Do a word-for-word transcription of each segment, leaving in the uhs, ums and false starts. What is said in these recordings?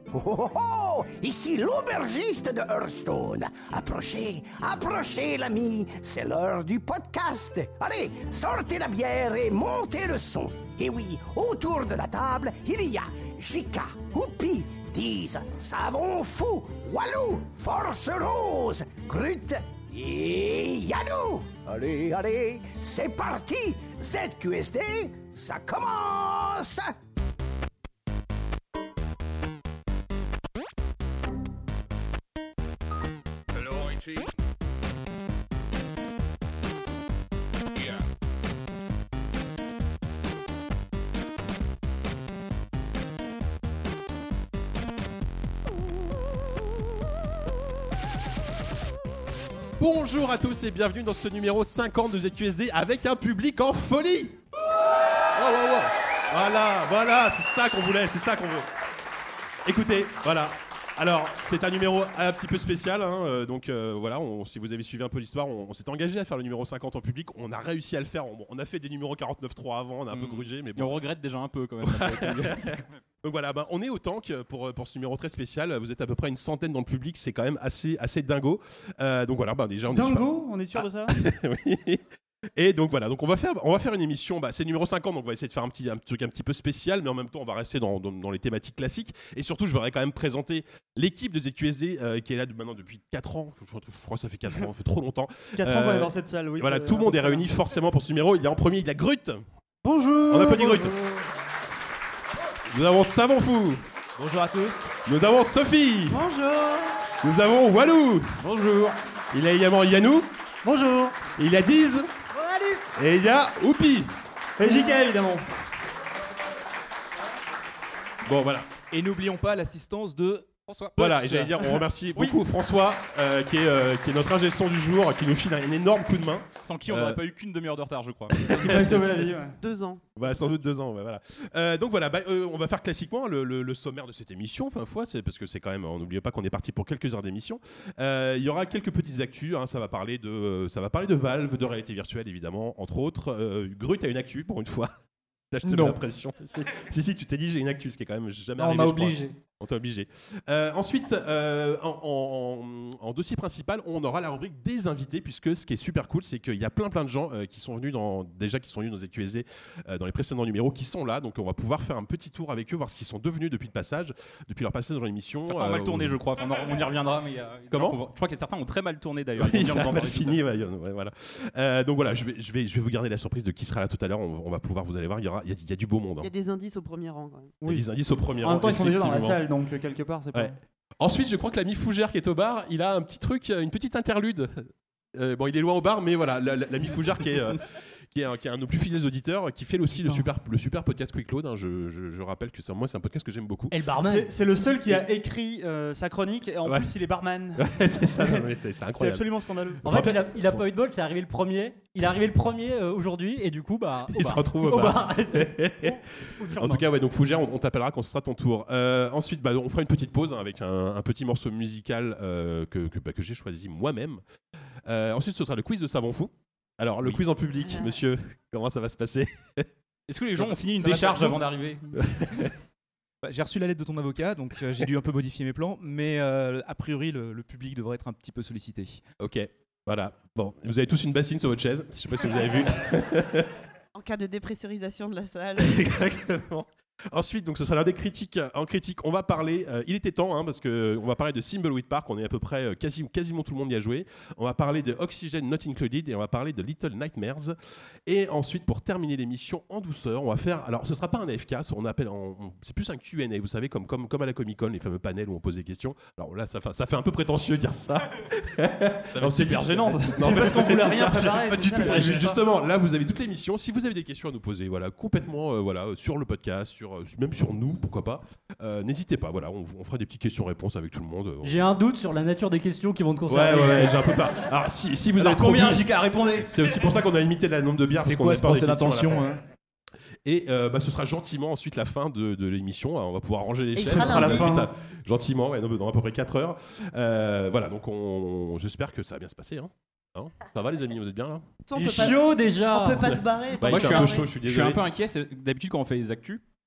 Oh, oh, oh! Ici l'aubergiste de Hearthstone. Approchez, approchez l'ami, c'est l'heure du podcast. Allez, sortez la bière et montez le son. Et oui, autour de la table, il y a Jika, Whoopi, Diz, Savon Fou, Walou, Force Rose, Grut et Yannou. Allez, allez, c'est parti. Z Q S D, ça commence. Hello, I T. Yeah. Bonjour à tous et bienvenue dans ce numéro cinquante de Z Q S D avec un public en folie. Oh, oh, oh. Voilà, voilà, c'est ça qu'on voulait, c'est ça qu'on veut. Écoutez, voilà. Alors, c'est un numéro un petit peu spécial, hein, euh, donc euh, voilà, on, si vous avez suivi un peu l'histoire, on, on s'est engagé à faire le numéro cinquante en public, on a réussi à le faire, on, on a fait des numéros quarante-neuf trois avant, on a un mmh. peu grugé, mais bon. Et on regrette déjà un peu quand même. Donc voilà, bah, on est au tank pour, pour ce numéro très spécial, vous êtes à peu près une centaine dans le public, c'est quand même assez, assez dingo. Euh, donc voilà, bah, déjà on est dingo, super... on est sûr de ça? Oui. Et donc voilà, donc on va faire, on va faire une émission, bah, c'est numéro cinquante, donc on va essayer de faire un, petit, un truc un petit peu spécial, mais en même temps on va rester dans, dans, dans les thématiques classiques. Et surtout, je voudrais quand même présenter l'équipe de Z Q S D euh, qui est là de, maintenant depuis quatre ans, je crois, je crois que ça fait quatre ans, ça fait trop longtemps. quatre ans qu'on est dans cette salle, oui. Voilà, tout le monde est réuni forcément pour ce numéro. Il est en premier, il y a Grut. Bonjour. On applaudit bonjour. Grut. Nous avons Savon Fou. Bonjour à tous. Nous avons Sophie. Bonjour. Nous avons Walou. Bonjour. Il y a également Yannou. Bonjour. Il y a Diz. Et il y a Whoopi. Et J K évidemment. Bon voilà. Et n'oublions pas l'assistance de François. Voilà, et j'allais dire, on remercie oui. beaucoup François, euh, qui, est, euh, qui est notre ingé son du jour, qui nous file un énorme coup de main. Sans qui on n'aurait euh... pas eu qu'une demi-heure de retard, je crois. Il m'a sauvé la vie, ouais. Deux ans. Bah, sans doute deux ans, ouais, voilà. Euh, donc voilà, bah, euh, on va faire classiquement le, le, le sommaire de cette émission, enfin, fois, c'est parce que c'est quand même, on n'oublie pas qu'on est parti pour quelques heures d'émission. Euh, il y aura quelques petites actus, hein, ça va parler de, euh, ça va parler de Valve, de réalité virtuelle évidemment, entre autres. Euh, Grut a une actu pour une fois. Je te mets la pression. Si, si, si, tu t'es dit j'ai une actu, ce qui est quand même jamais non, arrivé. On m'a obligé. On t'a obligé. Euh, ensuite, euh, en, en, en dossier principal, on aura la rubrique des invités, puisque ce qui est super cool, c'est qu'il y a plein plein de gens euh, qui sont venus dans, déjà qui sont venus dans Z Q S D euh, dans les précédents numéros, qui sont là. Donc on va pouvoir faire un petit tour avec eux, voir ce qu'ils sont devenus depuis le passage, depuis leur passage dans l'émission. Certains ont euh, mal tourné, je crois. Enfin, non, on y reviendra, mais il y a... Comment ? Je crois que certains ont très mal tourné d'ailleurs. Ils ont mal fini. Ouais, ouais, voilà. Euh, donc voilà, je vais, je vais, je vais vous garder la surprise de qui sera là tout à l'heure. On, on va pouvoir, vous allez voir, il y aura, il y a, il y a du beau monde. Hein. Il y a des indices au premier rang quand même. Oui. Il y a des indices au premier rang. En même temps, ils sont déjà dans la salle, donc quelque part. Ouais. Ensuite, je crois que l'ami Fougère qui est au bar, il a un petit truc, une petite interlude. Euh, bon, il est loin au bar, mais voilà, l'ami Fougère qui est, euh, qui, est un, qui est un de nos plus fidèles auditeurs, qui fait aussi le super, le super podcast Quick Load. Hein. Je, je, je rappelle que c'est, moi, c'est un podcast que j'aime beaucoup. Et le barman. C'est, c'est le seul qui a écrit euh, sa chronique, et en ouais. plus, il est barman. Ouais, c'est ça, non, mais c'est, c'est incroyable. C'est absolument scandaleux. En fait, il a, il a pas eu de bol, c'est arrivé le premier. Il est arrivé le premier euh, aujourd'hui, et du coup, bah. Il bar. se retrouve au, au bar. bar. En tout cas, ouais, donc Fougère, on, on t'appellera quand ce sera ton tour. Euh, ensuite, bah, on fera une petite pause hein, avec un, un petit morceau musical euh, que, que, bah, que j'ai choisi moi-même. Euh, ensuite, ce sera le quiz de Savon Fou. Alors, le oui. quiz en public, ah. monsieur, comment ça va se passer ? Est-ce que les gens ont signé une décharge avant d'arriver ? Bah, j'ai reçu la lettre de ton avocat, donc euh, j'ai dû un peu modifier mes plans, mais euh, a priori, le, le public devrait être un petit peu sollicité. Ok, voilà. Bon, vous avez tous une bassine sur votre chaise, je sais pas si vous avez vu. En cas de dépressurisation de la salle. Exactement. Ensuite, donc ce sera l'heure des critiques. En critique, on va parler. Euh, il était temps, hein, parce que on va parler de Thimbleweed Park. On est à peu près euh, quasi, quasiment tout le monde y a joué. On va parler de Oxygen Not Included et on va parler de Little Nightmares. Et ensuite, pour terminer l'émission en douceur, on va faire. Alors, ce sera pas un A F K, on appelle. En, on, c'est plus un Q and A. Vous savez, comme comme comme à la Comic Con, les fameux panels où on pose des questions. Alors là, ça fait ça fait un peu prétentieux de dire ça. Ça va super gênant. Non, c'est parce qu'on voulait rien préparer. Pas du tout. Justement, là, vous avez toute l'émission. Si vous avez des questions à nous poser, voilà, complètement, euh, voilà, sur le podcast, sur même sur nous, pourquoi pas. Euh, n'hésitez pas, voilà, on, on fera des petites questions-réponses avec tout le monde. J'ai un doute sur la nature des questions qui vont te concerner. Ouais, ouais, ouais, j'ai un peu peur. Alors, si, si vous Alors avez combien J K a répondu ? C'est aussi pour ça qu'on a limité le nombre de bières. C'est parce quoi qu'on ce procès d'intention hein Et euh, bah, ce sera gentiment ensuite la fin de, de l'émission. On va pouvoir ranger les Et chaises. ce sera la fin. À, gentiment, ouais, dans, dans à peu près quatre heures. Euh, voilà, donc on, j'espère que ça va bien se passer. Hein. Hein ça va les amis, vous êtes bien là ? Il est chaud déjà. On peut pas se barrer. Bah, moi je suis, un, chaud, je suis je suis un peu inquiet. C'est, d'habitude quand on fait les actus,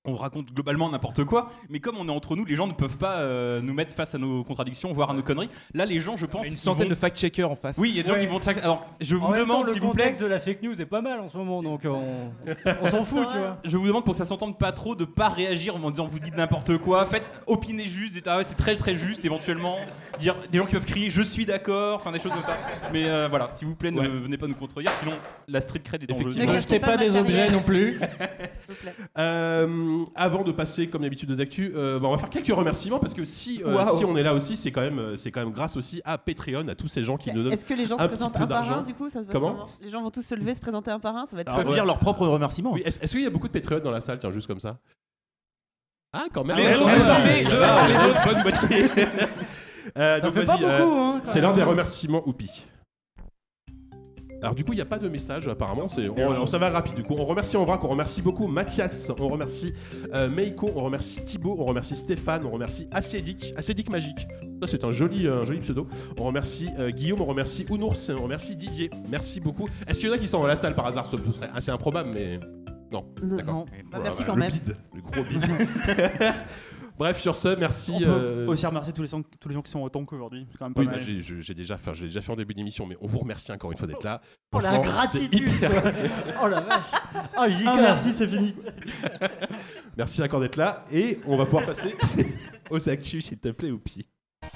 on raconte globalement n'importe quoi, mais comme on est entre nous, les gens ne peuvent pas euh, nous mettre face à nos contradictions, voire à nos conneries. Là, les gens, je pense, Une centaine vont... de fact-checkers en face. Oui, il y a des gens Ouais. qui vont. Check... Alors, je vous En même temps, demande, le s'il vous plaît, contexte de la fake news est pas mal en ce moment, donc on, on s'en fout, tu vois. je vous demande pour que ça s'entende pas trop de pas réagir en disant vous dites n'importe quoi. Faites opiner juste, dites, ah ouais, c'est très très juste, éventuellement. Dire des gens qui peuvent crier je suis d'accord, enfin des choses comme ça. Mais euh, voilà, s'il vous plaît, ne Ouais. venez pas nous contredire, sinon la street cred est en jeu. Effectivement. Ne Ne cassez Jetez pas ma des carrière. objets non plus. S'il vous plaît. Euh, avant de passer, comme d'habitude, aux actus, euh, bah, on va faire quelques remerciements parce que si, euh, Waouh. si on est là aussi, c'est quand même, euh, c'est quand même grâce aussi à Patreon, à tous ces gens qui nous donnent. Est-ce que les gens un se petit présentent peu un par d'argent. un du coup ça se passe Comment comment Les gens vont tous se lever, se présenter un par un, ça va être Alors, Ils peuvent ouais. dire leurs propres remerciements. Oui, est-ce, est-ce qu'il y a beaucoup de Patreon dans la salle, tiens, juste comme ça? Ah, quand même. Les Ouais, autres, ouais, sortez, ouais. dehors, Ah, les autres, bonne moitié. Euh, Ça donc, fait pas vas-y, euh, beaucoup, hein. quand c'est l'heure même. des remerciements Oupi. Alors du coup, il n'y a pas de message apparemment, c'est, on, on- ça va rapide du coup. On remercie en vrac, on remercie beaucoup Mathias, on remercie euh, Meiko, on remercie Thibaut, on remercie Stéphane, on remercie Acédic, Acédic Magique. Ça c'est un joli, euh, un joli pseudo. On remercie euh, Guillaume, on remercie Ounours, on remercie Didier. Merci beaucoup. Est-ce qu'il y en a qui sont dans la salle par hasard? Ce serait assez improbable, mais non. Non, D'accord. non. Bah, merci Voilà, quand le même. bide, le gros bide. Bref, sur ce, merci. On peut euh, aussi remercier tous les, gens- tous les gens qui sont autant qu'aujourd'hui. C'est quand même pas Oui, mal. bah, j'ai, je- j'ai déjà fait, j'ai déjà fait en début d'émission, mais on vous remercie encore une fois d'être là. Oh la Franchement, c'est gratitude, hyper- quoi. Oh la vache. Oh giga. Ah merci, c'est fini. Merci encore d'être là et on va pouvoir passer aux actus, s'il te plaît, Oupi.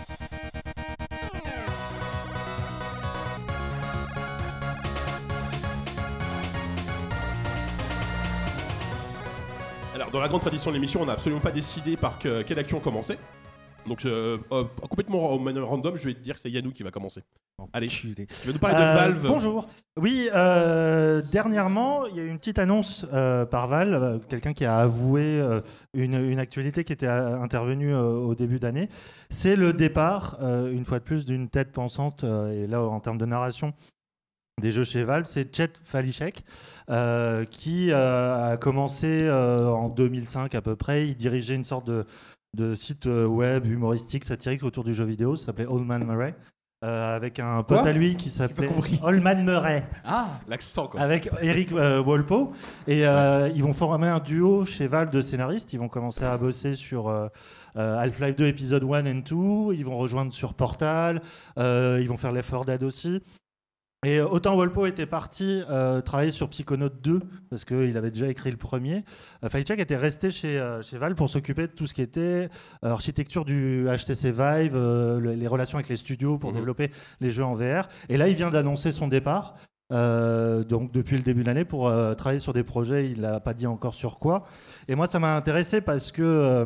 Alors, dans la grande tradition de l'émission, on n'a absolument pas décidé par que- quelle actu on commençait. Donc, euh, euh, complètement en manière random, je vais te dire que c'est Yannou qui va commencer. Allez, tu vas nous parler de Euh, Valve. Bonjour. Oui, euh, dernièrement, il y a eu une petite annonce euh, par Valve, euh, quelqu'un qui a avoué euh, une, une actualité qui était euh, intervenue euh, au début d'année. C'est le départ, euh, une fois de plus, d'une tête pensante, euh, et là, en termes de narration, des jeux chez Valve, c'est Chet Falichek, euh, qui euh, a commencé euh, en deux mille cinq à peu près. Il dirigeait une sorte de, de site euh, web humoristique, satirique autour du jeu vidéo. Ça s'appelait Old Man Murray. Euh, avec un pote Quoi à lui qui s'appelait Old Man Murray, Ah, L'accent, quoi. avec Eric euh, Wolpo. Et euh, ils vont former un duo chez Valve de scénaristes. Ils vont commencer à bosser sur euh, euh, Half-Life deux épisode un et deux. Ils vont rejoindre sur Portal. Euh, ils vont faire Left four Dead aussi. Et euh, autant Wolpo était parti euh, travailler sur Psychonaut deux, parce qu'il avait déjà écrit le premier, euh, Falichek était resté chez, euh, chez Valve pour s'occuper de tout ce qui était euh, architecture du H T C Vive, euh, le- les relations avec les studios pour Mhm. développer les jeux en V R. Et là, il vient d'annoncer son départ, euh, donc depuis le début de l'année, pour euh, travailler sur des projets, il n'a pas dit encore sur quoi. Et moi, ça m'a intéressé parce que... euh,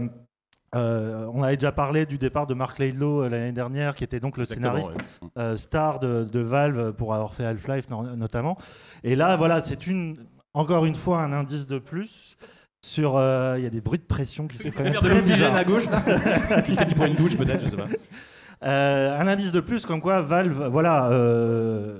euh, on avait déjà parlé du départ de Mark Laidlaw euh, l'année dernière, qui était donc le Exactement, scénariste ouais. euh, star de, de Valve pour avoir fait Half-Life no- notamment. Et là, voilà, c'est une, encore une fois un indice de plus sur. euh, Il y a des bruits de pression qui sont quand même faire de très l'oxygène bizarres. à gauche. Quelqu'un qui prend une douche, peut-être, je sais pas. Euh, un indice de plus, comme quoi Valve, voilà. euh,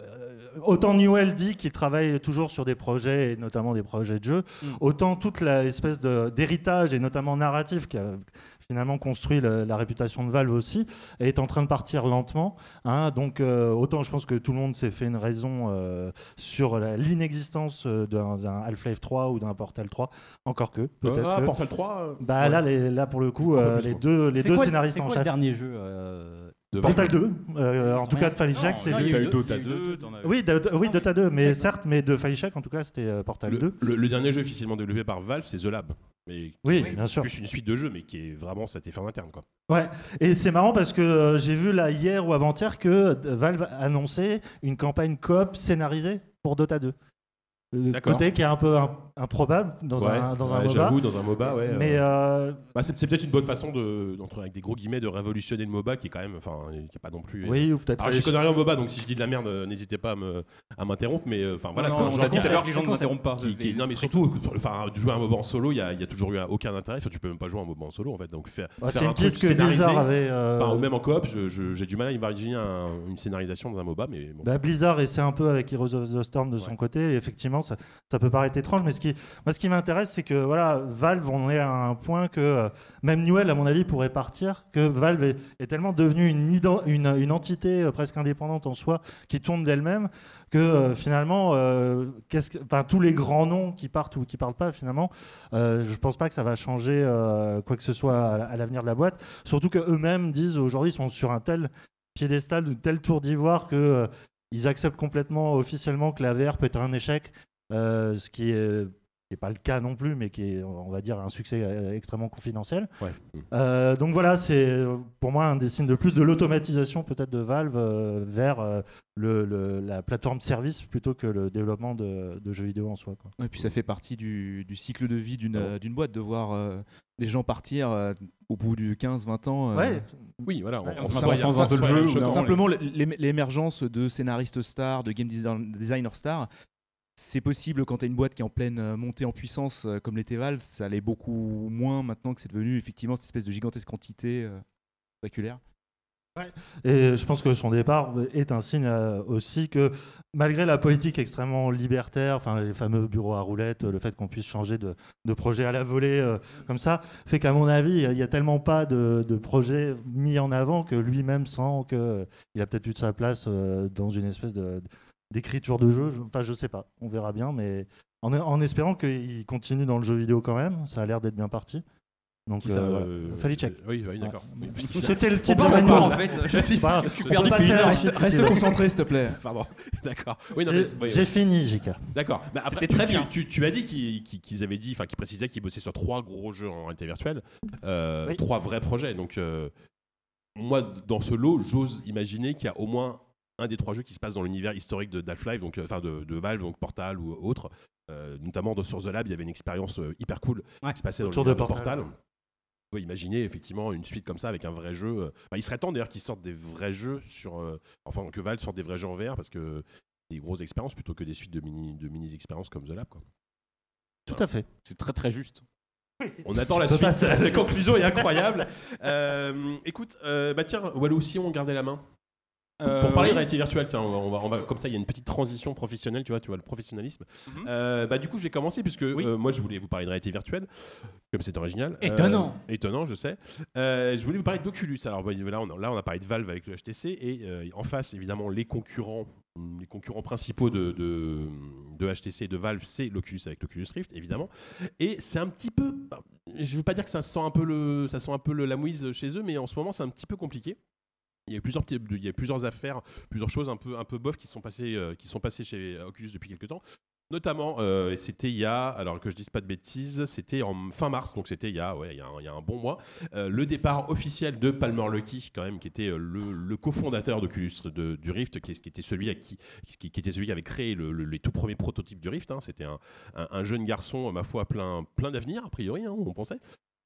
Autant Newell dit qu'il travaille toujours sur des projets, et notamment des projets de jeux, Mm. autant toute l'espèce de- d'héritage, et notamment narratif, qui a finalement construit le- la réputation de Valve aussi, est en train de partir lentement. Hein. Donc euh, autant je pense que tout le monde s'est fait une raison euh, sur la- l'inexistence euh, d'un d'un Half-Life trois ou d'un Portal trois, encore que, peut-être Ah, que. Portal trois. euh, Bah, ouais. là, les- là, pour le coup, Un peu euh, plus, les quoi. deux, les C'est deux quoi- scénaristes c'est en quoi chef. le dernier jeu euh, De Portal deux, euh, en tout cas de Falichek, c'est Non, lui. il y a eu Dota deux, il y a eu deux, t'en as- Oui, Dota, oui, Dota deux, mais D'accord. certes, mais de Falichek, en tout cas, c'était euh, Portal Le, deux. le- le dernier jeu officiellement développé par Valve, c'est The Lab. Mais Oui, Oui. bien sûr. plus une suite de jeux, mais qui est vraiment, ça a été fait en interne, quoi. Ouais, et c'est marrant parce que euh, j'ai vu là hier ou avant-hier que euh, Valve annonçait une campagne coop scénarisée pour Dota deux. Euh, D'accord. côté qui est un peu im- improbable dans Ouais, un, dans un ouais, MOBA. j'avoue, dans un MOBA, ouais. Mais euh, euh, bah, c'est, c'est peut-être une bonne façon de, d'entrer avec des gros guillemets, de révolutionner le MOBA, qui est quand même, enfin, qui est pas non plus. oui, ou peut-être. Alors, je connais rien au MOBA, donc si je dis de la merde, euh, n'hésitez pas à, me, à m'interrompre, mais euh, enfin voilà, Non, c'est non, un on jeu a dit tout à qui- l'heure que les gens ne nous interrompent pas. qui- qui- non mais surtout, enfin, de jouer un MOBA en solo, il y, a il y a toujours eu un- aucun intérêt. Enfin, tu peux même pas jouer un MOBA en solo en fait. Donc faire, Ouais, faire c'est un une truc piste que scénarisé, Blizzard avait. euh, enfin, ou même en coop, je- je- j'ai du mal à imaginer un- une scénarisation dans un MOBA, mais bon. Bah, Blizzard essaie un peu avec Heroes of the Storm de son Ouais. côté. Et effectivement, ça, ça peut paraître étrange, mais ce qui qui, moi, ce qui m'intéresse, c'est que voilà, Valve, on est à un point que euh, même Newell, à mon avis, pourrait partir, que Valve est, est tellement devenu une, ident- une, une entité euh, presque indépendante en soi, qui tourne d'elle-même, que euh, finalement, euh, qu'est-ce que, enfin, tous les grands noms qui partent ou qui partent pas, finalement, euh, je pense pas que ça va changer euh, quoi que ce soit à, à l'avenir de la boîte. Surtout qu'eux-mêmes disent aujourd'hui, ils sont sur un tel piédestal, une telle tour d'ivoire que euh, ils acceptent complètement officiellement que la V R peut être un échec, euh, ce qui est qui n'est pas le cas non plus, mais qui est, on va dire, un succès euh, extrêmement confidentiel. Ouais. Euh, donc voilà, c'est pour moi un des signes de plus de l'automatisation peut-être de Valve euh, vers euh, le, le, la plateforme service plutôt que le développement de, de jeux vidéo en soi, quoi. Et puis ça fait partie du, du cycle de vie d'une, Ah euh, d'une boîte, de voir euh, des gens partir euh, au bout du quinze vingt ans. euh, Ouais. Oui, voilà. Ouais, on- on on- s'attend on- sans on- un seul on- jeu, on- ou non. Simplement, l'é- l'émergence de scénaristes stars, de game design- designer stars, c'est possible quand tu as une boîte qui est en pleine euh, montée en puissance euh, comme l'était Valve. Ça l'est beaucoup moins maintenant que c'est devenu effectivement cette espèce de gigantesque entité euh, spectaculaire. Et je pense que son départ est un signe euh, aussi que malgré la politique extrêmement libertaire, enfin les fameux bureaux à roulettes, le fait qu'on puisse changer de, de projet à la volée euh, comme ça, fait qu'à mon avis, il n'y a tellement pas de, de projet mis en avant que lui-même sent qu'il a peut-être plus de sa place euh, dans une espèce de, d'écriture de jeu. Je, enfin, je sais pas, on verra bien, mais en, en espérant qu'il continue dans le jeu vidéo quand même, ça a l'air d'être bien parti. Donc, Qui ça, euh, voilà. euh, Falitech. Oui, oui, d'accord. Ouais. Oui, C'était le On titre de parle ma encore news. en fait. Je sais pas. Je suis On perdu va passer depuis à une la heure. suite, si Reste tu veux. concentré, s'il te plaît. Pardon, d'accord. Oui, non, J'ai, mais- oui, j'ai oui. fini, J K. D'accord. Mais après, C'était tu, très tu- bien. Tu, tu as dit qu'ils, qu'ils- qu'ils avaient dit, enfin, qu'ils précisaient qu'ils bossaient sur trois gros jeux en réalité virtuelle, euh, Oui. trois vrais projets. Donc, euh, moi, dans ce lot, j'ose imaginer qu'il y a au moins un des trois jeux qui se passe dans l'univers historique de Half-Life, donc, euh, enfin, de, de Valve, donc Portal ou autre. Euh, notamment dans, sur The Lab, il y avait une expérience euh, hyper cool Ouais. qui se passait dans Autour l'univers de de Portal. Portal. On peut imaginer effectivement une suite comme ça avec un vrai jeu. euh, bah, il serait temps d'ailleurs qu'ils sortent des vrais jeux sur, euh, enfin que Valve sorte des vrais jeux en V R parce que des grosses expériences plutôt que des suites de mini de mini expériences comme The Lab, quoi. Tout à fait. C'est très très juste. On attend la peut suite. passer à la La suite. conclusion est incroyable. Euh, écoute, euh, bah tiens, Walou, si on gardait la main. Euh, Pour parler oui. de réalité virtuelle, tiens, on va, on va, on va- comme ça, il y a une petite transition professionnelle, tu vois, tu vois le professionnalisme. Mhm. Euh, bah du coup, je vais commencer puisque euh, moi, je voulais vous parler de réalité virtuelle, comme c'est original. Euh, Étonnant. étonnant, je sais. Euh, je voulais vous parler d'Oculus. Alors voyez, là, on a, là, on a parlé de Valve avec le H T C et euh, en face, évidemment, les concurrents, les concurrents principaux de, de, de H T C et de Valve, c'est l'Oculus avec l'Oculus Rift, évidemment. Et c'est un petit peu, bah, je ne veux pas dire que ça sent un peu le, ça sent un peu le, la mouise chez eux, mais en ce moment, c'est un petit peu compliqué. Il y a plusieurs, petits- il y a plusieurs affaires, plusieurs choses un peu, un peu bof qui sont passées, euh, qui sont passées chez Oculus depuis quelques temps. Notamment, euh, et c'était il y a, alors que je dise pas de bêtises, c'était en fin mars, donc c'était il y a, ouais, il y a, un, il y a un bon mois, euh, le départ officiel de Palmer Luckey, quand même, qui était euh, le, le cofondateur d'Oculus, de, du Rift, qui, qui était celui à qui, qui, qui était celui qui avait créé le, le- les tout premiers prototypes du Rift. Hein. C'était un, un, un jeune garçon, ma foi, plein, plein d'avenir, a priori, hein, on pensait.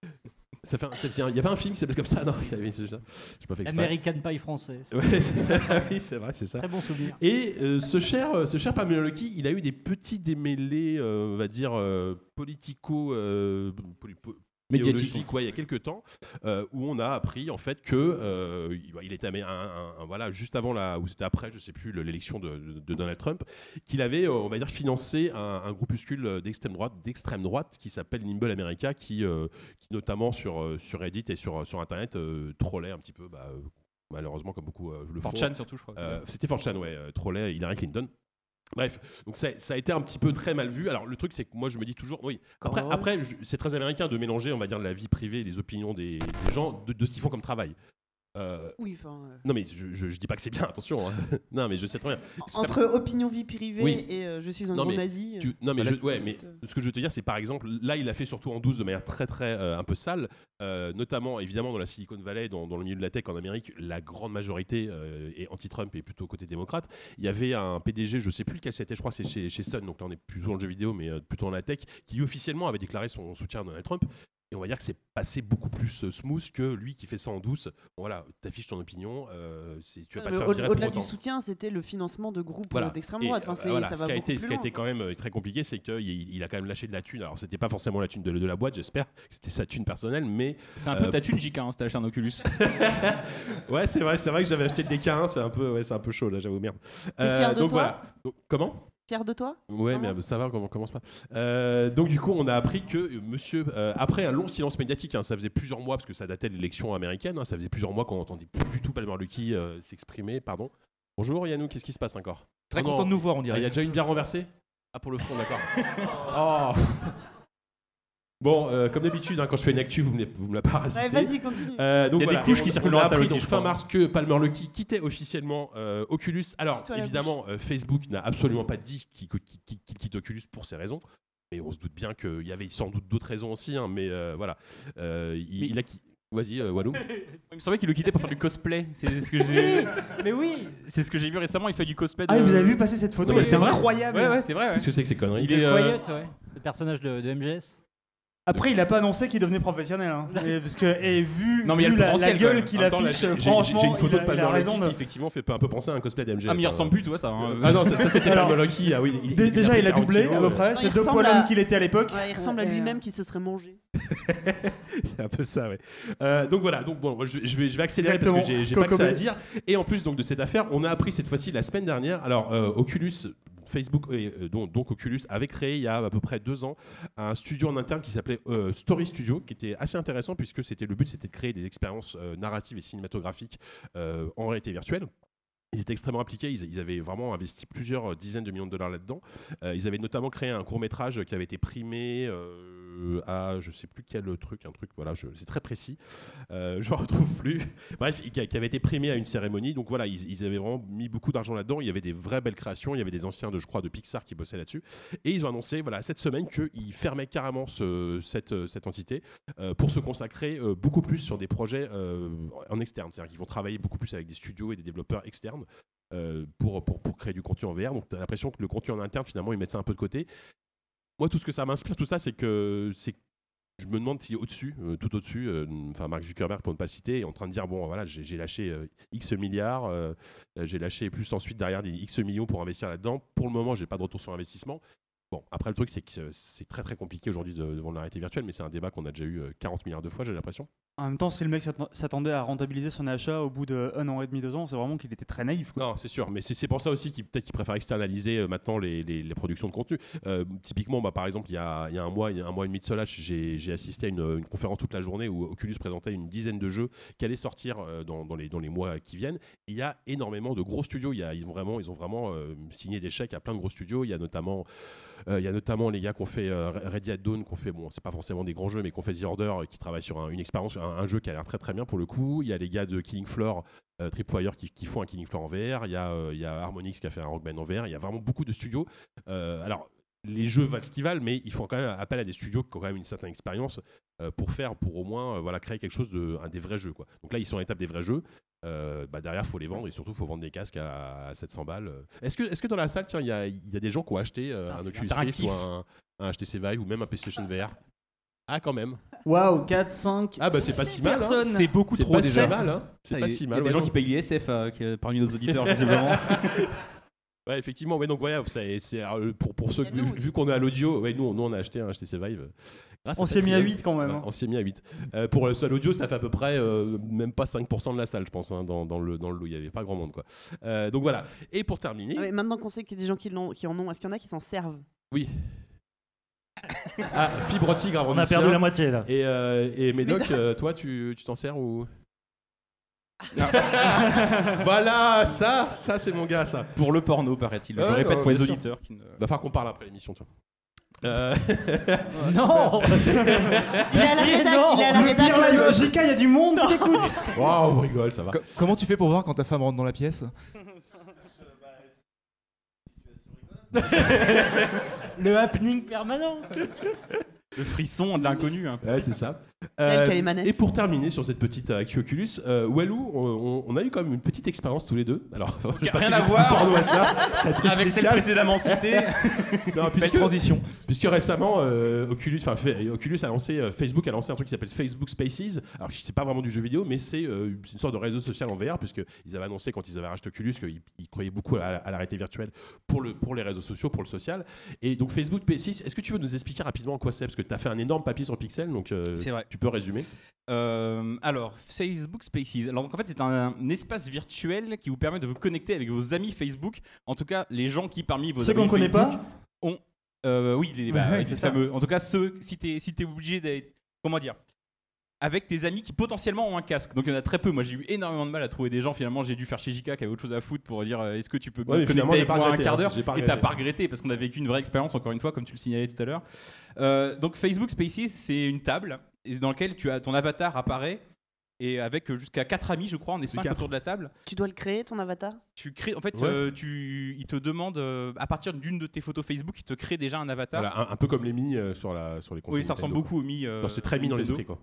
Ça fait un- c'est- c'est un- Il n'y a pas un film qui s'appelle comme ça, non? Il y avait- c'est ça. J'ai pas fait exprès. American Pie français. Ouais, c'est- oui, c'est vrai, c'est ça. Très bon souvenir. Et euh, ce cher, euh, ce cher Palmer Luckey, il a eu des petits démêlés, euh, on va dire, euh, politico, euh, poli- po- Médiatiques. idéologiques, ouais, il y a quelques temps, euh, où on a appris en fait que euh, il- il était un, un- un- voilà, juste avant la, ou c'était après, je sais plus, le- l'élection de, de- de Donald Trump, qu'il avait, euh, on va dire, financé un, un groupuscule d'extrême droite, d'extrême droite, qui s'appelle Nimble America, qui, euh, qui notamment sur euh, sur Reddit et sur sur Internet euh, trollait un petit peu, bah, euh, malheureusement comme beaucoup euh, le font. four chan surtout, je crois. Euh, c'était four chan, ouais, euh, trollait Hillary Clinton. Bref, donc ça, ça a été un petit peu très mal vu. Alors le truc, c'est que moi, je me dis toujours, oui. Après, Quand- après je- c'est très américain de mélanger, on va dire, la vie privée et les opinions des, des gens de, de ce qu'ils font comme travail. Euh, Oui, enfin. euh, non, mais je, je, je dis pas que c'est bien, attention. hein. Non, mais je sais très bien. Entre opinion vie privée Oui. et euh, je suis un Non, grand mais nazi. Tu- non, mais, Voilà, je- ouais, c'est- mais c'est- ce que je veux te dire, c'est par exemple, là, il a fait surtout en douze de manière très, très euh, un peu sale, euh, notamment évidemment dans la Silicon Valley, dans, dans le milieu de la tech en Amérique, la grande majorité euh, est anti-Trump et plutôt côté démocrate. Il y avait un P D G, je sais plus lequel c'était, je crois que c'est chez, chez Sun, donc là on est plutôt dans le jeu vidéo, mais euh, plutôt dans la tech, qui officiellement avait déclaré son soutien à Donald Trump. Et on va dire que c'est passé beaucoup plus euh, smooth que lui qui fait ça en douce. Bon, voilà, t'affiches ton opinion, euh, c'est- tu vas pas te Le- faire au- virer pour Au-delà du autant. soutien, c'était le financement de groupes Voilà. euh, d'extrême Et, droite. Enfin, euh, c'est- voilà, ça ce va qui a beaucoup été, plus ce qui a loin. été quand même euh, très compliqué, c'est qu'il il a quand même lâché de la thune. Alors, c'était pas forcément la thune de, de la boîte, j'espère que c'était sa thune personnelle, mais C'est un peu euh, ta thune, J K, hein, si t'as acheté un Oculus. ouais, c'est vrai, c'est vrai que j'avais acheté le D K un, c'est un peu, ouais, c'est un peu chaud là, j'avoue, merde. T'es fier de donc toi voilà. Donc, comment? Fier de toi? Ouais, mais euh, ça va, on commence pas. Euh, donc du coup, on a appris que euh, monsieur, euh, après un long silence médiatique, hein, ça faisait plusieurs mois, parce que ça datait de l'élection américaine, hein, ça faisait plusieurs mois qu'on n'entendait plus du tout Palmer Luckey euh, s'exprimer, pardon. Bonjour Yannou, qu'est-ce qui se passe encore? Très Oh, content non. de nous voir, on Il dirait. y a déjà une bière renversée? Ah, pour le fond, d'accord. Oh. Bon, euh, comme d'habitude, hein, quand je fais une actu, vous me, vous me la parasitez. Ouais, vas-y, continue. Euh, donc Il y a des voilà, couches et qui on- circulent on dans a la salle appris aussi, donc je fin crois. mars que Palmer Luckey quittait officiellement euh, Oculus. Alors Toi, la évidemment, euh, Facebook n'a absolument pas dit qu'il qu'il- qu'il- qu'il quitte Oculus pour ces raisons. Mais on se doute bien qu'il y avait sans doute d'autres raisons aussi. hein, mais euh, voilà, Euh, il, Mais- il a qui. Vas-y, euh, Walou. Il me semblait qu'il le quittait pour faire du cosplay. C'est ce que j'ai. Mais oui. C'est ce que j'ai vu récemment. Il fait du cosplay. Ah, de... vous avez vu passer cette photo? Ouais, mais c'est C'est vrai. incroyable. Ouais, ouais, c'est vrai. Ouais. Qu'est-ce que c'est que ces conneries? Il est, euh, Quiet, ouais. Le personnage de, de M G S. Après, il a pas annoncé qu'il devenait professionnel. Hein. Et parce que, et vu, Non, mais il y a vu le la, potentiel, la quand gueule même. qu'il En même temps, là, affiche, j'ai- j'ai- franchement, j'ai une photo il a, de il a Palmer raison Luckey de... qui effectivement fait un peu penser à un cosplay d'M G S. Ah, mais il hein. ressemble plus, toi, ça. hein. Ah non, ça, ça, c'était Alors, Palmer Luckey. Ah oui, il- Dé- il- Déjà, pris il a quarante doublé kilos, à peu euh, près. Non, C'est il deux fois ressemble l'homme à- qu'il était à l'époque. Ouais, il ressemble à Et, euh, lui-même qui se serait mangé. C'est un peu ça, ouais. Euh, donc voilà, donc bon, je, je vais, je vais accélérer parce que Exactement. j'ai, j'ai pas que ça à Cocobé. dire. Et en plus donc de cette affaire, on a appris cette fois-ci la semaine dernière. Alors euh, Oculus, Facebook, et, euh, donc, donc Oculus avait créé il y a à peu près deux ans un studio en interne qui s'appelait euh, Story Studio, qui était assez intéressant puisque c'était le but, c'était de créer des expériences euh, narratives et cinématographiques euh, en réalité virtuelle. Ils étaient extrêmement impliqués, ils, ils avaient vraiment investi plusieurs dizaines de millions de dollars là-dedans. Euh, ils avaient notamment créé un court-métrage qui avait été primé euh, à je sais plus quel truc, un truc, voilà, je, c'est très précis, euh, je ne retrouve plus. Bref, qui, qui avait été primé à une cérémonie, donc voilà, ils, ils avaient vraiment mis beaucoup d'argent là-dedans. Il y avait des vraies belles créations, il y avait des anciens de, je crois, de Pixar qui bossaient là-dessus. Et ils ont annoncé, voilà, cette semaine qu'ils fermaient carrément ce, cette, cette entité euh, pour se consacrer euh, beaucoup plus sur des projets euh, en externe. C'est-à-dire qu'ils vont travailler beaucoup plus avec des studios et des développeurs externes. Euh, pour, pour, pour créer du contenu en V R. Donc tu as l'impression que le contenu en interne, finalement, ils mettent ça un peu de côté. Moi, tout ce que ça m'inspire, tout ça, c'est que c'est je me demande si au-dessus, euh, tout au-dessus, euh, enfin Mark Zuckerberg pour ne pas le citer, est en train de dire bon voilà, j'ai, j'ai lâché euh, X milliards, euh, j'ai lâché plus ensuite derrière des X millions pour investir là-dedans. Pour le moment, j'ai pas de retour sur investissement. Bon, après le truc c'est que c'est très très compliqué aujourd'hui de, devant la réalité virtuelle, mais c'est un débat qu'on a déjà eu quarante milliards de fois, j'ai l'impression. En même temps, si le mec s'att- s'attendait à rentabiliser son achat au bout d'un an et demi, deux ans, c'est vraiment qu'il était très naïf. Quoi. Non, c'est sûr, mais c'est, c'est pour ça aussi qu'il peut-être qu'il préfère externaliser euh, maintenant les, les, les productions de contenu. Euh, typiquement, bah, par exemple, il y a, il y a un mois, il y a un mois et demi de cela, j'ai, j'ai assisté à une, une conférence toute la journée où Oculus présentait une dizaine de jeux qui allaient sortir euh, dans, dans, les, dans les mois qui viennent. Et il y a énormément de gros studios. Il y a, ils ont vraiment, ils ont vraiment euh, signé des chèques à plein de gros studios. Il y a notamment, euh, il y a notamment les gars qui ont fait euh, Ready at Dawn, qui ont fait, bon, c'est pas forcément des grands jeux, mais qui ont fait The Order, euh, qui travaillent sur un, une expérience, un, un jeu qui a l'air très très bien pour le coup. Il y a les gars de Killing Floor, euh, Tripwire qui, qui font un Killing Floor en V R. Il y a, euh, il y a Harmonix qui a fait un Rock Band en V R. Il y a vraiment beaucoup de studios. Euh, alors, les jeux valent ce qu'ils valent, mais il faut quand même appel à des studios qui ont quand même une certaine expérience euh, pour faire, pour au moins euh, voilà, créer quelque chose de un des vrais jeux, quoi. Donc là, ils sont à l'étape des vrais jeux. Euh, bah derrière, il faut les vendre et surtout, il faut vendre des casques à, à sept cents balles. Est-ce que, est-ce que dans la salle, tiens, il y a, y a des gens qui ont acheté euh, Ah, un c'est Oculus Rift interactif. ou un, un H T C Vive ou même un PlayStation V R? Ah, quand même. Waouh, quatre, cinq, Ah, bah c'est pas si mal. Hein. personnes. C'est beaucoup C'est trop pas déjà. si mal. Hein. C'est Ah, pas il y a- si Il y mal. a des ouais, gens non. qui payent l'I S F euh, qui- parmi nos auditeurs, visiblement. Ouais, effectivement, ouais, donc ouais, c'est, c'est, euh, pour, pour ceux, Il y a nous vu, aussi. vu qu'on est à l'audio, ouais, nous, nous on a acheté un H T C Vive. euh, grâce On à s'est mis à Patrick. huit quand même. Ouais, hein. on s'est mis à huit. Euh, pour le seul audio, ça fait à peu près euh, même pas cinq pour cent de la salle, je pense, hein, dans, dans le, dans le lot. Il n'y avait pas grand monde, quoi. Euh, donc voilà. Et pour terminer, Ah ouais, maintenant qu'on sait qu'il y a des gens qui, l'ont, qui en ont, est-ce qu'il y en a qui s'en servent? oui. Ah, Fibre Tigre a On rendu a le sien. perdu la moitié là. Et, euh, et Médoc, euh, toi, tu, tu t'en sers ou Voilà, ça, ça c'est mon gars, ça. Pour le porno, paraît-il. Ouais, Je répète non, pour les bien sûr. auditeurs qui ne. Va falloir qu'on parle après l'émission, toi. Euh... Non. Il est à la rédac, non. il est à la Le pire rédac. live J K, il y a du monde qui t'écoute. Waouh, on rigole, ça va. Co- comment tu fais pour voir quand ta femme rentre dans la pièce? Le happening permanent. Le frisson de l'inconnu. hein. Ouais, c'est ça. Elle qui a les manettes. et pour terminer sur cette petite euh, actu Oculus, euh, Walou, on, on a eu quand même une petite expérience tous les deux. Alors, je vais passer rien à du voir. porno à ça. Ça a été Avec celle spécial. précédemment citée. Non, Belle puisque, transition. puisque récemment, euh, Oculus, enfin, fait- Oculus a lancé, euh, Facebook a lancé un truc qui s'appelle Facebook Spaces. Alors, c'est pas vraiment du jeu vidéo, mais c'est euh, c'est une sorte de réseau social en V R, puisqu'ils avaient annoncé quand ils avaient racheté Oculus qu'ils ils croyaient beaucoup à, à la réalité virtuelle pour, le, pour les réseaux sociaux, pour le social. Et donc, Facebook Spaces, est-ce que tu veux nous expliquer rapidement en quoi c'est? Parce que tu as fait un énorme papier sur Pixel, donc euh, C'est vrai. tu peux résumer. Euh, alors, Facebook Spaces. Alors, donc, en fait, c'est un, un espace virtuel qui vous permet de vous connecter avec vos amis Facebook. En tout cas, les gens qui, parmi vos Ceux amis qu'on connaît Facebook, pas ont. Euh, oui, les, bah, Ouais, ouais, c'est les ça. fameux. En tout cas, ceux, si t'es si t'es obligé d'être. Comment dire avec tes amis qui potentiellement ont un casque. Donc il y en a très peu. Moi j'ai eu énormément de mal à trouver des gens. Finalement j'ai dû faire chez J K qui avait autre chose à foutre pour dire euh, est-ce que tu peux Ouais, me finalement, connecter j'ai avec pas moi un regretté, quart hein. d'heure. J'ai pas Et t'as regretté. pas regretté parce qu'on a vécu une vraie expérience encore une fois comme tu le signalais tout à l'heure. Euh, donc Facebook Spaces c'est une table dans laquelle tu as ton avatar apparaît. Et avec euh, jusqu'à quatre amis, je crois, on est cinq quatre. autour de la table. Tu dois le créer, ton avatar? Tu crées, en fait, Ouais. euh, tu, il te demande euh, à partir d'une de tes photos Facebook, il te crée déjà un avatar. Voilà, un, un peu comme les Mi euh, sur, la, sur les consoles. Oui, ça ressemble Nintendo, beaucoup au Mi. quoi. euh, Non, c'est très Mi dans Nintendo. l'esprit, quoi.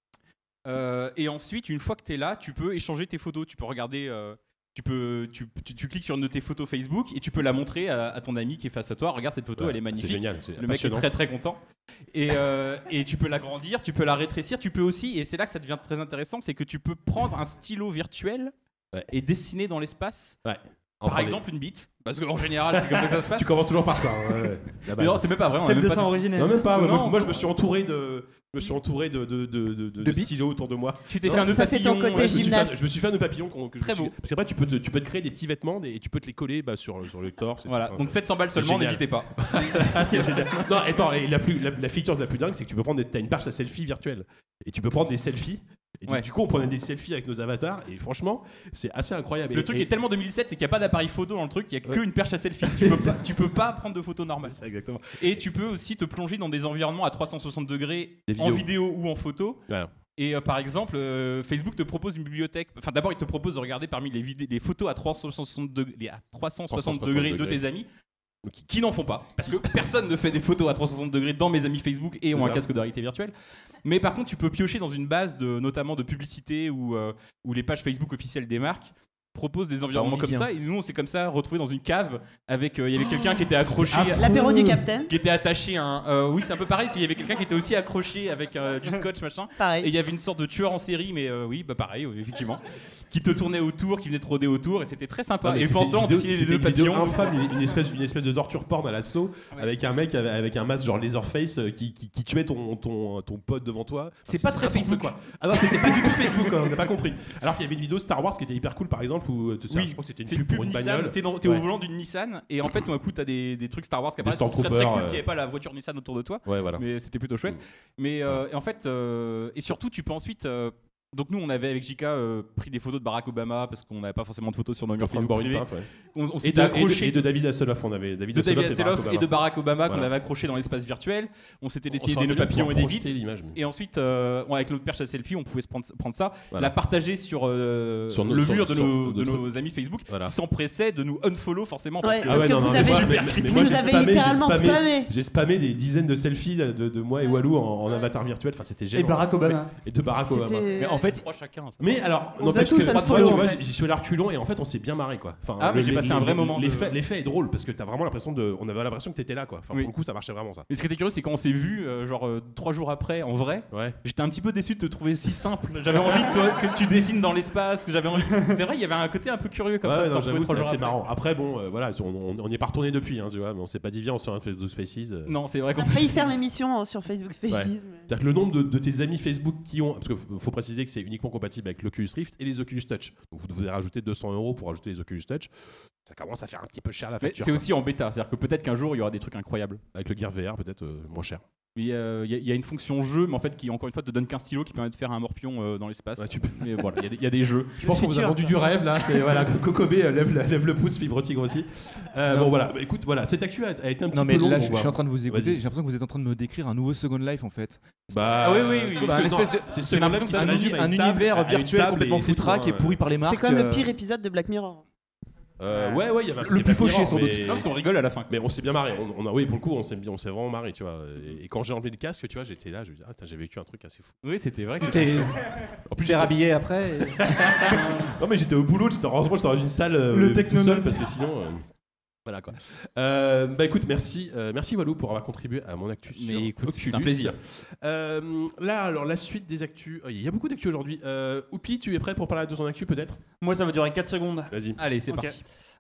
Euh, et ensuite, une fois que tu es là, tu peux échanger tes photos. Tu peux regarder, euh, tu, peux, tu, tu, tu cliques sur une de tes photos Facebook et tu peux la montrer à, à ton ami qui est face à toi. Regarde cette photo, Ouais, elle est magnifique. C'est génial. C'est Le mec est passionnant. très très content. Et, euh, et tu peux l'agrandir, tu peux la rétrécir, tu peux aussi, et c'est là que ça devient très intéressant, c'est que tu peux prendre un stylo virtuel Ouais. et dessiner dans l'espace. Ouais. Par Enfin, exemple, une bite. Parce qu'en général, c'est comme ça que ça se passe. Tu commences toujours par ça. hein, ouais, ouais, la Mais base. non, c'est même pas vrai. on a C'est le même pas dessin dessiné. originel. Non, même pas. ouais, Non, moi, je, moi, c'est- je me suis entouré de, je me suis entouré de, de, de, de, de, De de bites stylos autour de moi. Tu t'es Non, fait un nœud ça, c'est ton papillon. côté Ouais, je, me suis gymnaste. fait, je me suis fait un nœud papillon. qu'on- que je Très me suis- beau. Parce qu'après, tu peux, te, tu peux te créer des petits vêtements et tu peux te les coller bah, sur, sur le torse. et Voilà, tout. Enfin, donc ça- sept cents balles c'est seulement, génial. n'hésitez pas. c'est génial. Non, attends, et la, plus, la, la feature la plus dingue, c'est que tu peux prendre des, t'as une page à selfie virtuelle. Et tu peux prendre des selfies. Et du- Ouais. du coup, on prenait des selfies avec nos avatars. Et franchement, c'est assez incroyable. Le Et- truc et- est tellement deux mille sept, c'est qu'il n'y a pas d'appareil photo dans le truc, il n'y a Ouais. que une perche à selfie. Tu peux pas, tu peux pas prendre de photos normales. C'est ça, exactement. Et tu peux aussi te plonger dans des environnements à trois cent soixante degrés Des en vidéos. vidéo ou en photo. Voilà. Et euh, par exemple, euh, Facebook te propose une bibliothèque. Enfin, d'abord, il te propose de regarder parmi les, vidé- les photos à trois cent soixante degrés, à trois cent soixante degrés de tes amis qui, qui n'en font pas. Parce que personne ne fait des photos à trois cent soixante degrés dans mes amis Facebook et ont C'est un ça. casque de réalité virtuelle. Mais par contre, tu peux piocher dans une base de, notamment de publicité ou euh, où les pages Facebook officielles des marques proposent des environnements on y comme vient. ça. Et nous, on s'est comme ça retrouvé dans une cave avec. euh, Il y avait quelqu'un qui était accroché. L'apéro du capitaine, Qui était attaché à un. euh, oui, c'est un peu pareil. Il y avait quelqu'un qui était aussi accroché avec euh, du scotch, machin. Et pareil. il y avait une sorte de tueur en série, mais euh, oui, bah pareil, oui, effectivement, qui te tournait autour, qui venait te rôder autour, et c'était très sympa. Ah, mais et c'était pendant ce temps, une on vidéo- dessinait les c'était deux une vidéo papillons. infâme, une, une espèce, une espèce de torture porn à l'assaut Ouais. avec un mec avec, avec un masque genre Laserface euh, qui, qui, qui tuait ton, ton, ton pote devant toi. Enfin, C'est pas c'était très n'importe Facebook. quoi. Ah non, c'était pas du tout Facebook, hein, on n'a pas compris. Alors qu'il y avait une vidéo Star Wars qui était hyper cool par exemple où euh, tu sais, Oui, je crois que c'était une C'est pub une pour pub une Nissan, bagnole. t'es, dans- t'es Ouais. au volant d'une Nissan, et en fait, tout d'un coup, t'as des, des trucs Star Wars qui apparaissent. Des Ce serait très Stormtroopers, cool euh. s'il n'y avait pas la voiture Nissan autour de toi, Ouais, voilà. mais c'était plutôt chouette. Mm. Mais euh, et en fait, euh, et surtout, tu peux ensuite. euh, donc nous, on avait avec J K euh, pris des photos de Barack Obama parce qu'on n'avait pas forcément de photos sur nos En murs train de Facebook boire une privés. pinte, ouais. On, on Et s'était de, et, de, accroché et de David Hasselhoff, on avait David de David Hasselhoff et Barack Hasselhoff et de Obama. Barack Obama qu'on Voilà. avait accroché dans l'espace virtuel. On s'était On dessiné saurait des nœuds bien papillons pouvoir et des projeter bites. l'image, mais- Et ensuite, euh, ouais, avec notre perche à selfie, on pouvait se prendre, prendre ça, Voilà. la partager sur, euh, Sur nos- le sur- mur de, sur nos, de notre- nos amis Facebook, Voilà. qui s'empressaient de nous unfollow forcément. Parce Ouais, que Ah parce ouais, que non, non, vous mais avez, moi, super mais- creepy. mais vous moi, nous j'ai avez spammé, j'ai littéralement spammé- spammé. J'ai spammé des dizaines de selfies de, de moi et Walou en, en avatar virtuel. Enfin, c'était Et génial. Barack Obama. Et de Barack Obama. C'était- Mais en fait, trois chacun. ça. Mais alors, On vous a n'empêche tous que moi, unfollow, tu en vois, fait. j'y suis allé à reculons et en fait, on s'est bien marré quoi. Enfin, Ah, mais j'ai le- passé un vrai moment de- L'effet, l'effet est drôle parce que t'as vraiment l'impression de, on avait l'impression que t'étais là quoi. Enfin, Oui. pour le coup, ça marchait vraiment ça. Mais ce qui était curieux, c'est quand on s'est vu, euh, genre euh, trois jours après, en vrai, Ouais. j'étais un petit peu déçu de te trouver si simple. J'avais envie de toi, que tu dessines dans l'espace, que j'avais envie. C'est vrai, il y avait un côté un peu curieux comme Ouais, ça. de ouais, se non, retrouver j'avoue, trois c'est jours assez après. marrant. Après, bon, euh, voilà, on, on y est pas retourné depuis, hein, tu vois, mais on s'est pas dit viens, on se fait un Facebook Spaces. euh. Non, c'est vrai On qu'on a failli faire l'émission euh, sur Facebook Faces. Ouais. mais- C'est-à-dire que le nombre de, de tes amis Facebook qui ont, parce qu'il faut, faut préciser que c'est uniquement compatible avec l'Oculus Rift et les Oculus Touch. Donc vous devez rajouter deux cents euros pour ajouter les Oculus Touch. Ça commence à faire un petit peu cher la Mais facture. c'est quoi. aussi en bêta, c'est-à-dire que peut-être qu'un jour il y aura des trucs incroyables. Avec le Gear V R peut-être euh, moins cher. Il y, a, il y a- il y a une fonction jeu, mais en fait qui encore une fois te donne qu'un stylo qui permet de faire un morpion euh, dans l'espace. Ouais, tu peux. Mais voilà, il y a des- il y, a des jeux. Je pense qu'on vous a vendu du rêve là. C'est voilà, Kokobé euh, lève, lève le pouce, Fibre Tigre aussi. Euh, bon voilà, bah, écoute, voilà, cette actu a, a été un petit Non, mais peu longue. là, on je, je va- suis en train de vous écouter. Vas-y. J'ai l'impression que vous êtes en train de me décrire un nouveau Second Life en fait. Bah, Ah oui, oui, oui. sauf Bah, que un non, espèce de- c'est j'ai Second Life l'impression qui que c'est un, résume uni- à un une table- univers à une virtuel table complètement et c'est tout, foutraque hein. et pourri par les marques. C'est quand même le euh, pire épisode de Black Mirror. Euh, ouais, ouais, il y avait un Le côté plus Black fauché, Mirror, sans doute. mais- Non, parce qu'on rigole à la fin. Mais on s'est bien marré. On, on a, oui, pour le coup, on s'est, bien- on s'est vraiment marré, tu vois. Et, et quand j'ai enlevé le casque, tu vois, j'étais là, je me dis, ah, putain, j'ai vécu un truc assez fou. Oui, c'était vrai. que Tu c'était- t'es En plus, t'es j'étais- rhabillé après et- non, mais j'étais au boulot, j'étais, heureusement, j'étais dans une salle euh, Le tout technonaute. seul parce que sinon. euh, Voilà quoi. Euh, bah écoute, merci, euh, merci Walou pour avoir contribué à mon actu sur Mais écoute, Oculus. c'est un plaisir. Euh, là, alors la suite des actus. Oh, il y a beaucoup d'actus aujourd'hui. Euh, Oupi, tu es prêt pour parler de ton actu peut-être? Moi, ça va durer quatre secondes. Vas-y. Allez, c'est Ok. parti.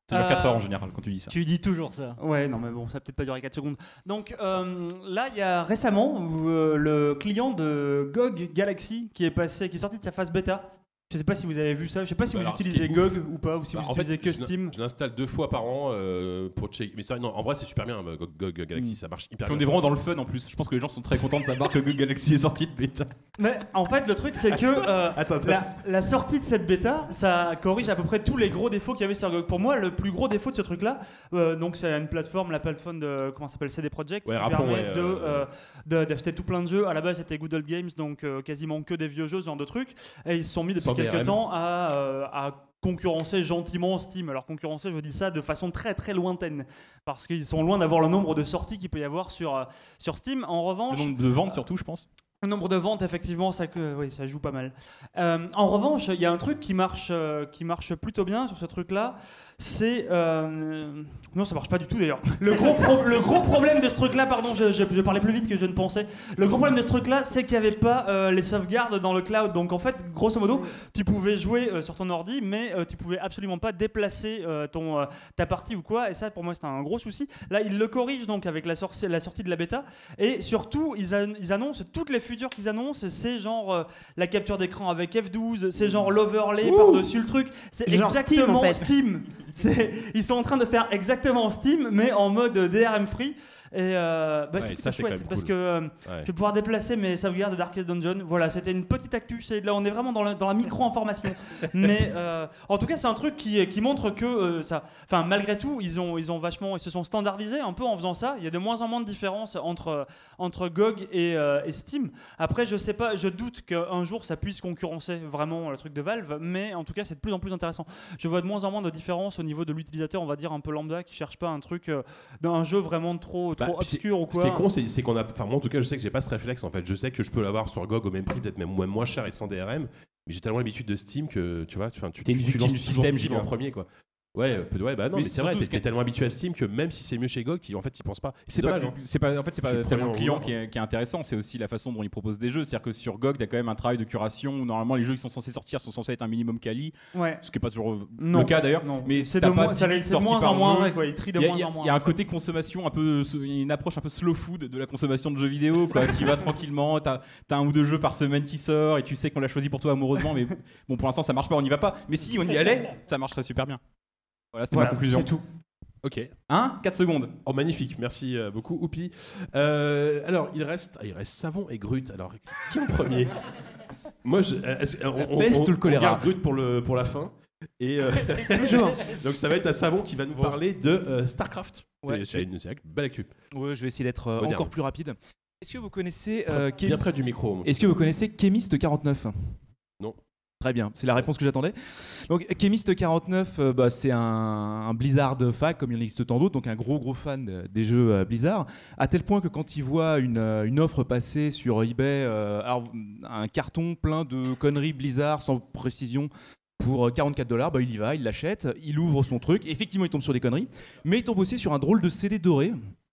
Ça dure Euh, quatre heures en général quand tu dis ça. Tu dis toujours ça. Ouais, non, mais bon, ça va peut-être pas durer quatre secondes. Donc euh, là, il y a récemment euh, le client de G O G Galaxy qui est passé, qui est sorti de sa phase bêta. Je sais pas si vous avez vu ça. Je sais pas si Bah vous alors, ce utilisez qui est G O ouf- G ou pas, ou si Bah, vous en fait, utilisez que je l'in- Steam. Je l'installe deux fois par an euh, pour checker. Mais ça, non, en vrai, c'est super bien. euh, G O G Galaxy, Mm. ça marche hyper Puis on bien. est vraiment dans le fun en plus. Je pense que les gens sont très contents de savoir que G O G Galaxy est sorti de bêta. Mais en fait, le truc, c'est que euh, Attends, attends. la, la sortie de cette bêta, ça corrige à peu près tous les gros défauts qu'il y avait sur G O G. Pour moi, le plus gros défaut de ce truc-là, euh, donc c'est une plateforme, la plateforme de comment ça s'appelle, C D Projekt, Ouais, qui rappelons, permet ouais, de, euh, euh, de- d'acheter tout plein de jeux. À la base, c'était Good Old Games, donc euh, quasiment que des vieux jeux, ce genre de trucs. Et ils se sont mis depuis Sans D R M. quelques temps à, euh, à concurrencer gentiment Steam. Alors concurrencer, je dis ça de façon très très lointaine, parce qu'ils sont loin d'avoir le nombre de sorties qu'il peut y avoir sur, euh, sur Steam. En Le revanche, nombre de ventes surtout, je pense. le nombre de ventes, effectivement, ça, que, oui, ça joue pas mal. Euh, en revanche, il y a un truc qui marche, euh, qui marche plutôt bien sur ce truc-là. C'est. euh, Non, ça marche pas du tout d'ailleurs. Le gros, pro- le gros problème de ce truc-là, pardon, je, je, je parlais plus vite que je ne pensais. Le gros problème de ce truc-là, c'est qu'il n'y avait pas euh, les sauvegardes dans le cloud. Donc en fait, grosso modo, tu pouvais jouer euh, sur ton ordi, mais euh, tu pouvais absolument pas déplacer euh, ton, euh, ta partie ou quoi. Et ça, pour moi, c'était un gros souci. Là, ils le corrigent donc avec la, sorci- la sortie de la bêta. Et surtout, ils, an- ils annoncent toutes les futures qu'ils annoncent. C'est genre euh, la capture d'écran avec F douze, c'est genre l'overlay par-dessus le truc. C'est Genre exactement Steam, en fait. Steam. C'est- ils sont en train de faire exactement Steam, mais en mode D R M free. Et euh, bah, Ouais, c'est ça, plutôt c'est quand chouette même parce cool. que euh, Ouais. je vais pouvoir déplacer mes sauvegardes de Darkest Dungeon. Voilà, c'était une petite actu. C'est, là, on est vraiment dans la, dans la micro-information. Mais euh, en tout cas, c'est un truc qui, qui montre que euh, ça. Enfin, malgré tout, ils ont, ils ont vachement, ils se sont standardisés un peu en faisant ça. Il y a de moins en moins de différence entre entre G O G et, euh, et Steam. Après, je sais pas, je doute qu'un jour ça puisse concurrencer vraiment le truc de Valve, mais en tout cas, c'est de plus en plus intéressant. Je vois de moins en moins de différence au niveau de l'utilisateur, on va dire un peu lambda, qui cherche pas un truc euh, d'un jeu vraiment trop Bah, trop puis c'est- obscur ou Ce quoi. qui est con, c'est c'est qu'on a. Enfin, moi, en tout cas, je sais que j'ai pas ce réflexe. En fait, je sais que je peux l'avoir sur G O G au même prix, peut-être même même moins cher et sans D R M. Mais j'ai tellement l'habitude de Steam que tu vois, tu, enfin, tu, T'es une tu, tu victime lances du toujours système, Steam Giga. en premier, quoi. Ouais, peu- ouais, bah non, Mais mais, c'est vrai, surtout, parce ce que t'es qui- tellement habitué à Steam que même si c'est mieux chez G O G, tu- en fait, ils pensent pas. Et C'est C'est pas, dommage. hein. c'est pas, en fait, c'est Je suis pas le tellement le premier à client en qui est, qui est intéressant, c'est aussi la façon dont ils proposent des jeux. C'est-à-dire que sur G O G, il y a quand même un travail de curation où normalement les jeux qui sont censés sortir sont censés être un minimum quali, Ouais. ce qui n'est pas toujours Non. le cas d'ailleurs. Non. Mais c'est t'as de pas moins, ça dix l'est- mille c'est de sorties moins par en moins jeu. vrai, quoi. Ils trient de Il y a, moins il y a- en moins. il y a un côté consommation un peu, il y a une approche un peu slow food de la consommation de jeux vidéo, quoi, qui va tranquillement. T'as as un ou deux jeux par semaine qui sort et tu sais qu'on l'a choisi pour toi amoureusement, mais bon, pour l'instant ça marche pas, on n'y va pas. Mais si on y allait, ça marcherait super bien. Voilà, c'était Voilà, ma conclusion. c'est tout. Ok. Hein quatre secondes. Oh, magnifique. Merci euh, beaucoup, Oupi. Euh, alors, il reste, ah, il reste Savon et Grut. Alors, qui en premier? Moi, je, euh, est-ce- on, on, peste on- ou le on choléra? garde Grut pour, le, pour la fin. Et euh, Toujours. donc, ça va être à Savon qui va nous parler de euh, StarCraft. Ouais, Et c'est une, c'est une belle actu. Ouais, je vais essayer d'être euh, Moderne. encore plus rapide. Est-ce que vous connaissez euh, Bien Kémis- près du micro. mon Est-ce que vous connaissez Chemist quarante-neuf? Non. Très bien, c'est la réponse que j'attendais. Donc Chemist quarante-neuf, euh, bah, c'est un, un Blizzard fac, comme il en existe tant d'autres, donc un gros gros fan euh, des jeux euh, Blizzard, à tel point que quand il voit une, euh, une offre passer sur eBay, euh, alors, un carton plein de conneries Blizzard sans précision pour quarante-quatre dollars, bah, il y va, il l'achète, il ouvre son truc, effectivement il tombe sur des conneries, mais il tombe aussi sur un drôle de C D doré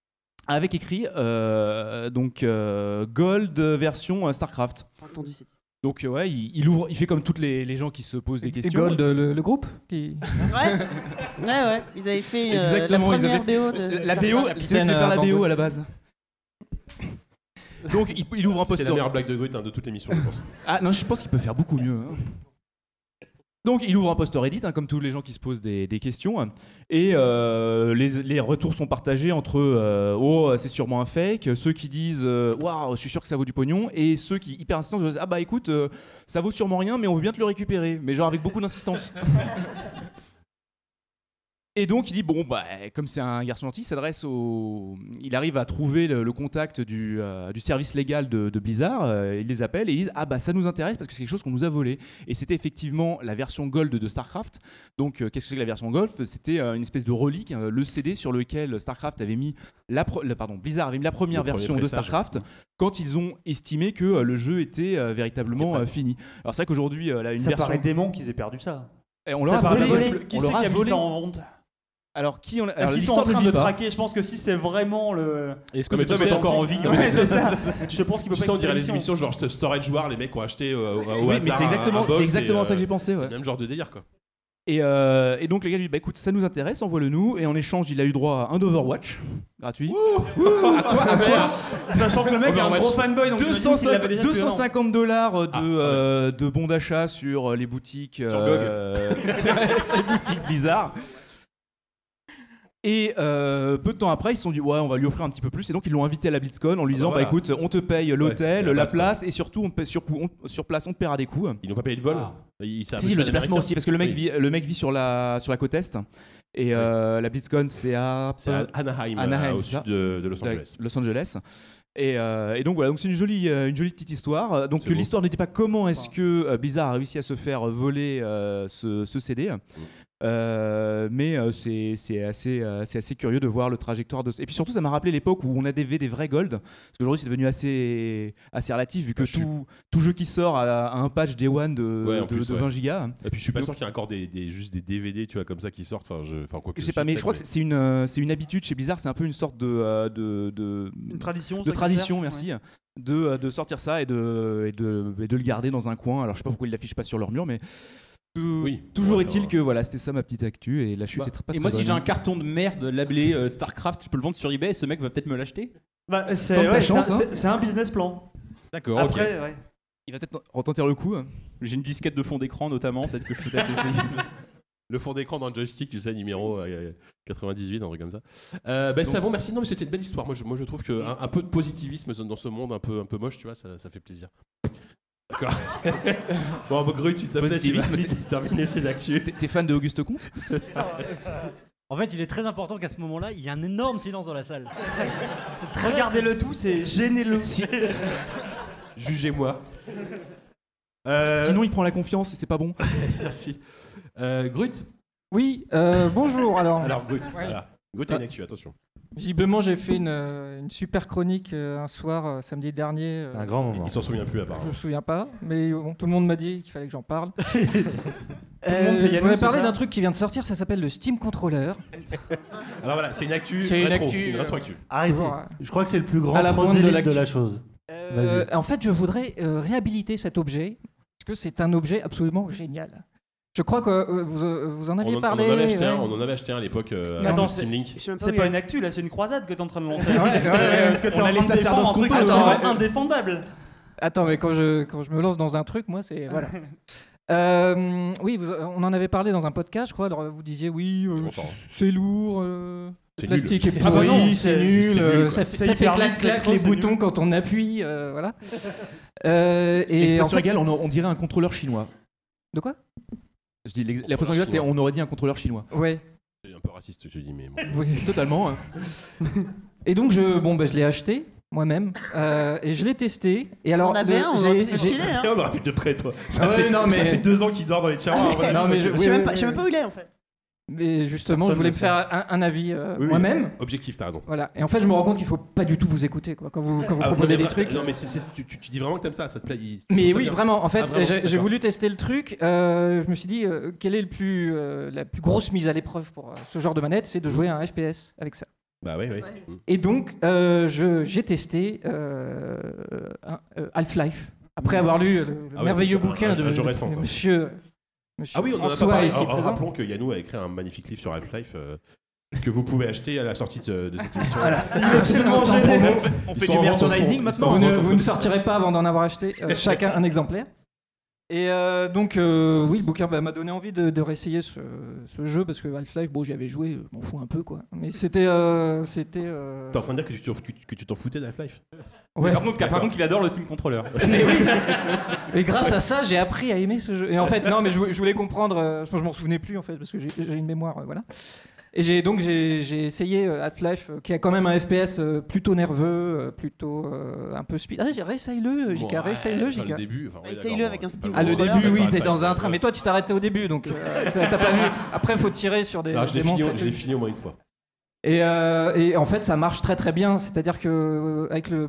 avec écrit euh, donc euh, Gold version euh, StarCraft. J'ai entendu cette Donc euh, ouais, il, il ouvre, il fait comme toutes les, les gens qui se posent des questions. Gold, le, le groupe qui... Ouais, ouais, ouais. Ils avaient fait euh, la Exactement, ils première avaient- B O de. La B O, Starcraft. c'est eux qui devaient faire la Capitaine, B O euh, à la base. Donc il, il ouvre un C'est poster. la meilleure blague de Grut hein, de toute l'émission, je pense. Ah non, je pense qu'il peut faire beaucoup mieux. hein. Donc il ouvre un post Reddit, hein, comme tous les gens qui se posent des, des questions, et euh, les, les retours sont partagés entre euh, oh c'est sûrement un fake, ceux qui disent euh, waouh je suis sûr que ça vaut du pognon, et ceux qui hyper insistants disent ah bah écoute euh, ça vaut sûrement rien mais on veut bien te le récupérer, mais genre avec beaucoup d'insistance. Et donc il dit bon bah comme c'est un garçon gentil, il s'adresse au, il arrive à trouver le, le contact du, euh, du service légal de, de Blizzard, euh, il les appelle et ils disent ah bah ça nous intéresse parce que c'est quelque chose qu'on nous a volé, et c'était effectivement la version Gold de Starcraft. Donc euh, qu'est-ce que c'est que la version Gold? C'était euh, une espèce de relique, euh, le C D sur lequel Starcraft avait mis la, pro- le- pardon Blizzard avait mis la première Le premier version de pressage. Starcraft quand ils ont estimé que euh, le jeu était euh, véritablement Ok, pas- euh, fini. Alors c'est vrai qu'aujourd'hui euh, là une Ça version, paraît dément qu'ils aient perdu ça. Et on Ça leur a paraît volé. impossible. Qui On c'est leur a qui a mis volé. ça en vente? Alors qui on a- Est-ce alors, qu'ils sont en l'histoire ne train le de dit pas. traquer? Je pense que si c'est vraiment le. Est-ce que Non, mais cet homme tu est sais, encore en vie? Ouais, c'est ça. Je pense qu'il peut Tu pas sais, on quitter dirait les l'émission. émissions genre Storage War, les mecs ont acheté euh, au, au Oui, hasard mais c'est un- exactement, un box c'est exactement et, ça que euh, j'ai pensé. Ouais. le même genre de délire, quoi. Et, euh, et donc les gars lui disent bah écoute ça nous intéresse, envoie-le nous, et en échange il a eu droit à un d'Overwatch gratuit. À quoi, à quoi Sachant que le mec est un gros fanboy, donc deux cent deux cent cinquante dollars de, Ah, euh, de bons d'achat sur les boutiques Sur euh, sur les boutiques Blizzard. Et euh, peu de temps après, ils se sont dit ouais, on va lui offrir un petit peu plus, et donc ils l'ont invité à la BlizzCon en lui disant bah, voilà. bah écoute, on te paye l'hôtel, Ouais, la base, place, quoi. et surtout on te paye sur, on- sur place, on te paiera des coups. Ils n'ont pas payé le vol. Ah. Ils- c'est un Si, peu si, le ça, déplacement l'américain. aussi, parce que le mec, Oui. vit, le mec vit sur la, sur la côte est, et euh, la BlizzCon c'est à, C'est à Anaheim, Anaheim, euh, au c'est ça. sud de, de Los Angeles. Los Angeles. Et, euh, et donc voilà, donc c'est une jolie, euh, une jolie petite histoire. Donc C'est beau. l'histoire ne dit pas comment est-ce que euh, Blizzard a réussi à se faire voler euh, ce, ce C D. Euh, mais euh, c'est c'est assez, euh, c'est assez curieux de voir le trajectoire de. Et puis surtout, ça m'a rappelé l'époque où on avait des vrais gold. Parce qu'aujourd'hui, c'est devenu assez, assez relatif vu que Ah, je suis- tout, tout jeu qui sort a, a un patch Day One de, Ouais, en de, plus, de ouais. vingt gigas. Et puis je suis pas Donc- sûr qu'il y ait encore des, des, juste des D V D tu vois, comme ça qui sortent. Enfin, je, enfin, quoi que Je sais pas, mais je crois que c'est une, euh, c'est une habitude chez Blizzard, c'est un peu une sorte de, euh, de, de, Une tradition. de ça, qu'ils tradition, font. merci, Ouais. de, euh, de sortir ça et de, et, de, et de le garder dans un coin. Alors je sais pas pourquoi ils l'affichent pas sur leur mur, mais tout- Oui. toujours Ouais, est-il ça que voilà, c'était ça ma petite actu, et la chute Bah, est très pas et très moi, si bonne. j'ai un carton de merde labellé euh, StarCraft, je peux le vendre sur eBay et ce mec va peut-être me l'acheter. Bah, c'est Tente ta ouais, chance, c'est un- hein. c'est- c'est un business plan. D'accord, Après, ouais. Il va peut-être retenter le coup. J'ai une disquette de fond d'écran notamment, peut-être que je peux peut-être essayer. Le fond d'écran dans le joystick, tu sais, numéro euh, quatre-vingt-dix-huit, un truc comme ça. Euh, ben, Savon, merci. Non, mais c'était une belle histoire. Moi, je, moi, je trouve qu'un un peu de positivisme dans ce monde un peu, un peu moche, tu vois, ça, ça fait plaisir. D'accord. Bon, bah, Grut, s'il te plaît, tu vas Positivisme, vite terminer ces actus. T'es- T'es fan de Auguste Comte? En fait, il est très important qu'à ce moment-là, il y ait un énorme silence dans la salle. C'est très Regardez-le tout, c'est gênez-le. Si- Jugez-moi. Euh, Sinon, il prend la confiance et c'est pas bon. merci. Euh, Grut. Oui, euh, bonjour. Alors, Alors, Grut, Ouais. voilà. Grut a une actu, attention. visiblement, j'ai fait une, euh, une super chronique euh, un soir, euh, samedi dernier. euh, Un grand moment. Il s'en souvient plus, Je apparemment. me souviens pas, mais bon, tout le monde m'a dit qu'il fallait que j'en parle. le monde, Euh, c'est je Yannou, voulais c'est parler ça d'un truc qui vient de sortir, ça s'appelle le Steam Controller. Alors voilà, c'est une actu C'est une rétro. actu, Une euh, rétro-actu. Arrêtez. Toujours, euh, Je crois que c'est le plus grand à la pointe de prosélyte l'actu. de la chose. Euh, en fait, je voudrais euh, réhabiliter cet objet, parce que c'est un objet absolument génial. Je crois que euh, vous, euh, vous en On aviez en, parlé. on en avait acheté un, ouais. on en avait acheté un à l'époque euh, Mais avec attends, le Steam Link. C'est pas une actu là, c'est une croisade que t'es en train de lancer. Ouais, ouais, ouais. Parce que t'es On en a les train de sacerdoces défendre un truc qu'on peut, absolument ouais. indéfendable. Attends, mais quand je, quand je me lance dans un truc, moi, c'est. Voilà. Euh, oui, vous- on en avait parlé dans un podcast, je crois. Alors, vous disiez, oui, euh, longtemps. c'est lourd, euh, C'est le plastique nul. est Ah bah pourri, non, c'est c'est- nul, c'est nul, euh, quoi. ça fait, C'est ça fait hyper clac vite, c'est clac trop, les c'est boutons nul. quand on appuie, euh, voilà. Euh, et en L'expression fait- égale, on, on dirait un contrôleur chinois. De quoi? Je dis l'ex- l'expression égale, c'est chinois. on aurait dit un contrôleur chinois. Ouais. C'est un peu raciste, je dis, mais bon. Oui. Totalement. hein. Et donc, je, bon, bah, je l'ai acheté moi-même euh, et je l'ai testé. Et alors, On avait le- un, on j'ai- aurait pu j'ai- filer, hein. Et on aura plus de près, toi. Ça, Ah ouais, fait, non, ça mais- fait deux ans qu'il dort dans les tiroirs. Voilà. Non, mais je- Je oui, sais oui, même pas- oui, je sais même oui. pas où il est en fait. Mais justement, Personne je voulais ne me sait. faire un, un avis euh, Oui, oui. moi-même. Objectif, t'as raison. Voilà. Et en fait, je me rends compte qu'il faut pas du tout vous écouter quoi, quand vous, quand vous Ah, proposez non, des mais- trucs. Non, mais c'est- c'est- tu, tu- tu dis vraiment que t'aimes ça, ça te plaît. il- tu Mais trouves ça oui, bien. vraiment. En fait, Ah, vraiment, j'ai j'ai d'accord. voulu tester le truc. euh, je me suis dit, euh, quelle est le plus, euh, la plus grosse mise à l'épreuve pour euh, ce genre de manette? C'est de jouer à un F P S avec ça. Bah oui, oui. Ouais. Et donc, euh, je- j'ai testé euh, un- euh, Half-Life. Après avoir lu le, le Ah ouais, merveilleux donc, un- bouquin un- de, un jeu de- récent, de quoi. monsieur, monsieur Ah oui, on en a pas François parlé. ici Alors, présent. rappelons que Yannou a écrit un magnifique livre sur Half-Life euh, que vous pouvez acheter à la sortie de, de cette émission. Voilà. Absolument Instant gêné. promo. On Ils fait sont du en vente au merchandising fond. maintenant. Vous en ne, vente au vous fond. ne sortirez pas avant d'en avoir acheté euh, chacun un exemplaire. Et euh, donc, euh, oui, le bouquin bah, m'a donné envie de, de réessayer ce, ce jeu parce que Half-Life, bon, j'y avais joué, je m'en fous un peu quoi. Mais c'était. Euh, c'était euh, T'es en train de dire que tu t'en- que tu- que tu t'en foutais d'Half-Life? ouais. Par contre, par contre, il adore le Steam Controller. Mais oui. Et grâce à ça, j'ai appris à aimer ce jeu. Et en fait, non, mais je, vou- je voulais comprendre. euh, je m'en souvenais plus en fait parce que j'ai j'ai une mémoire, euh, voilà. Et j'ai donc j'ai j'ai essayé euh, Half-Life, euh, qui a quand même un F P S euh, plutôt nerveux, euh, plutôt euh, un peu speed. Ah, j'ai réessaye-le, J K, Bon, réessaye-le, ouais, J enfin, K. le début. Enfin, ouais, Essaye-le d'accord, avec bon, un c'est Steam pas Ah, le le Controller. début, contrôleur, oui, ça t'es arrête dans pas, un train. ouais. Mais toi, tu t'es arrêté au début, donc euh, t'as t'as pas vu. Après, faut tirer sur des. Non, je l'ai des fini, monstres. je l'ai fini au moins une fois. Et, euh, et en fait, ça marche très très bien. C'est-à-dire que euh, avec le,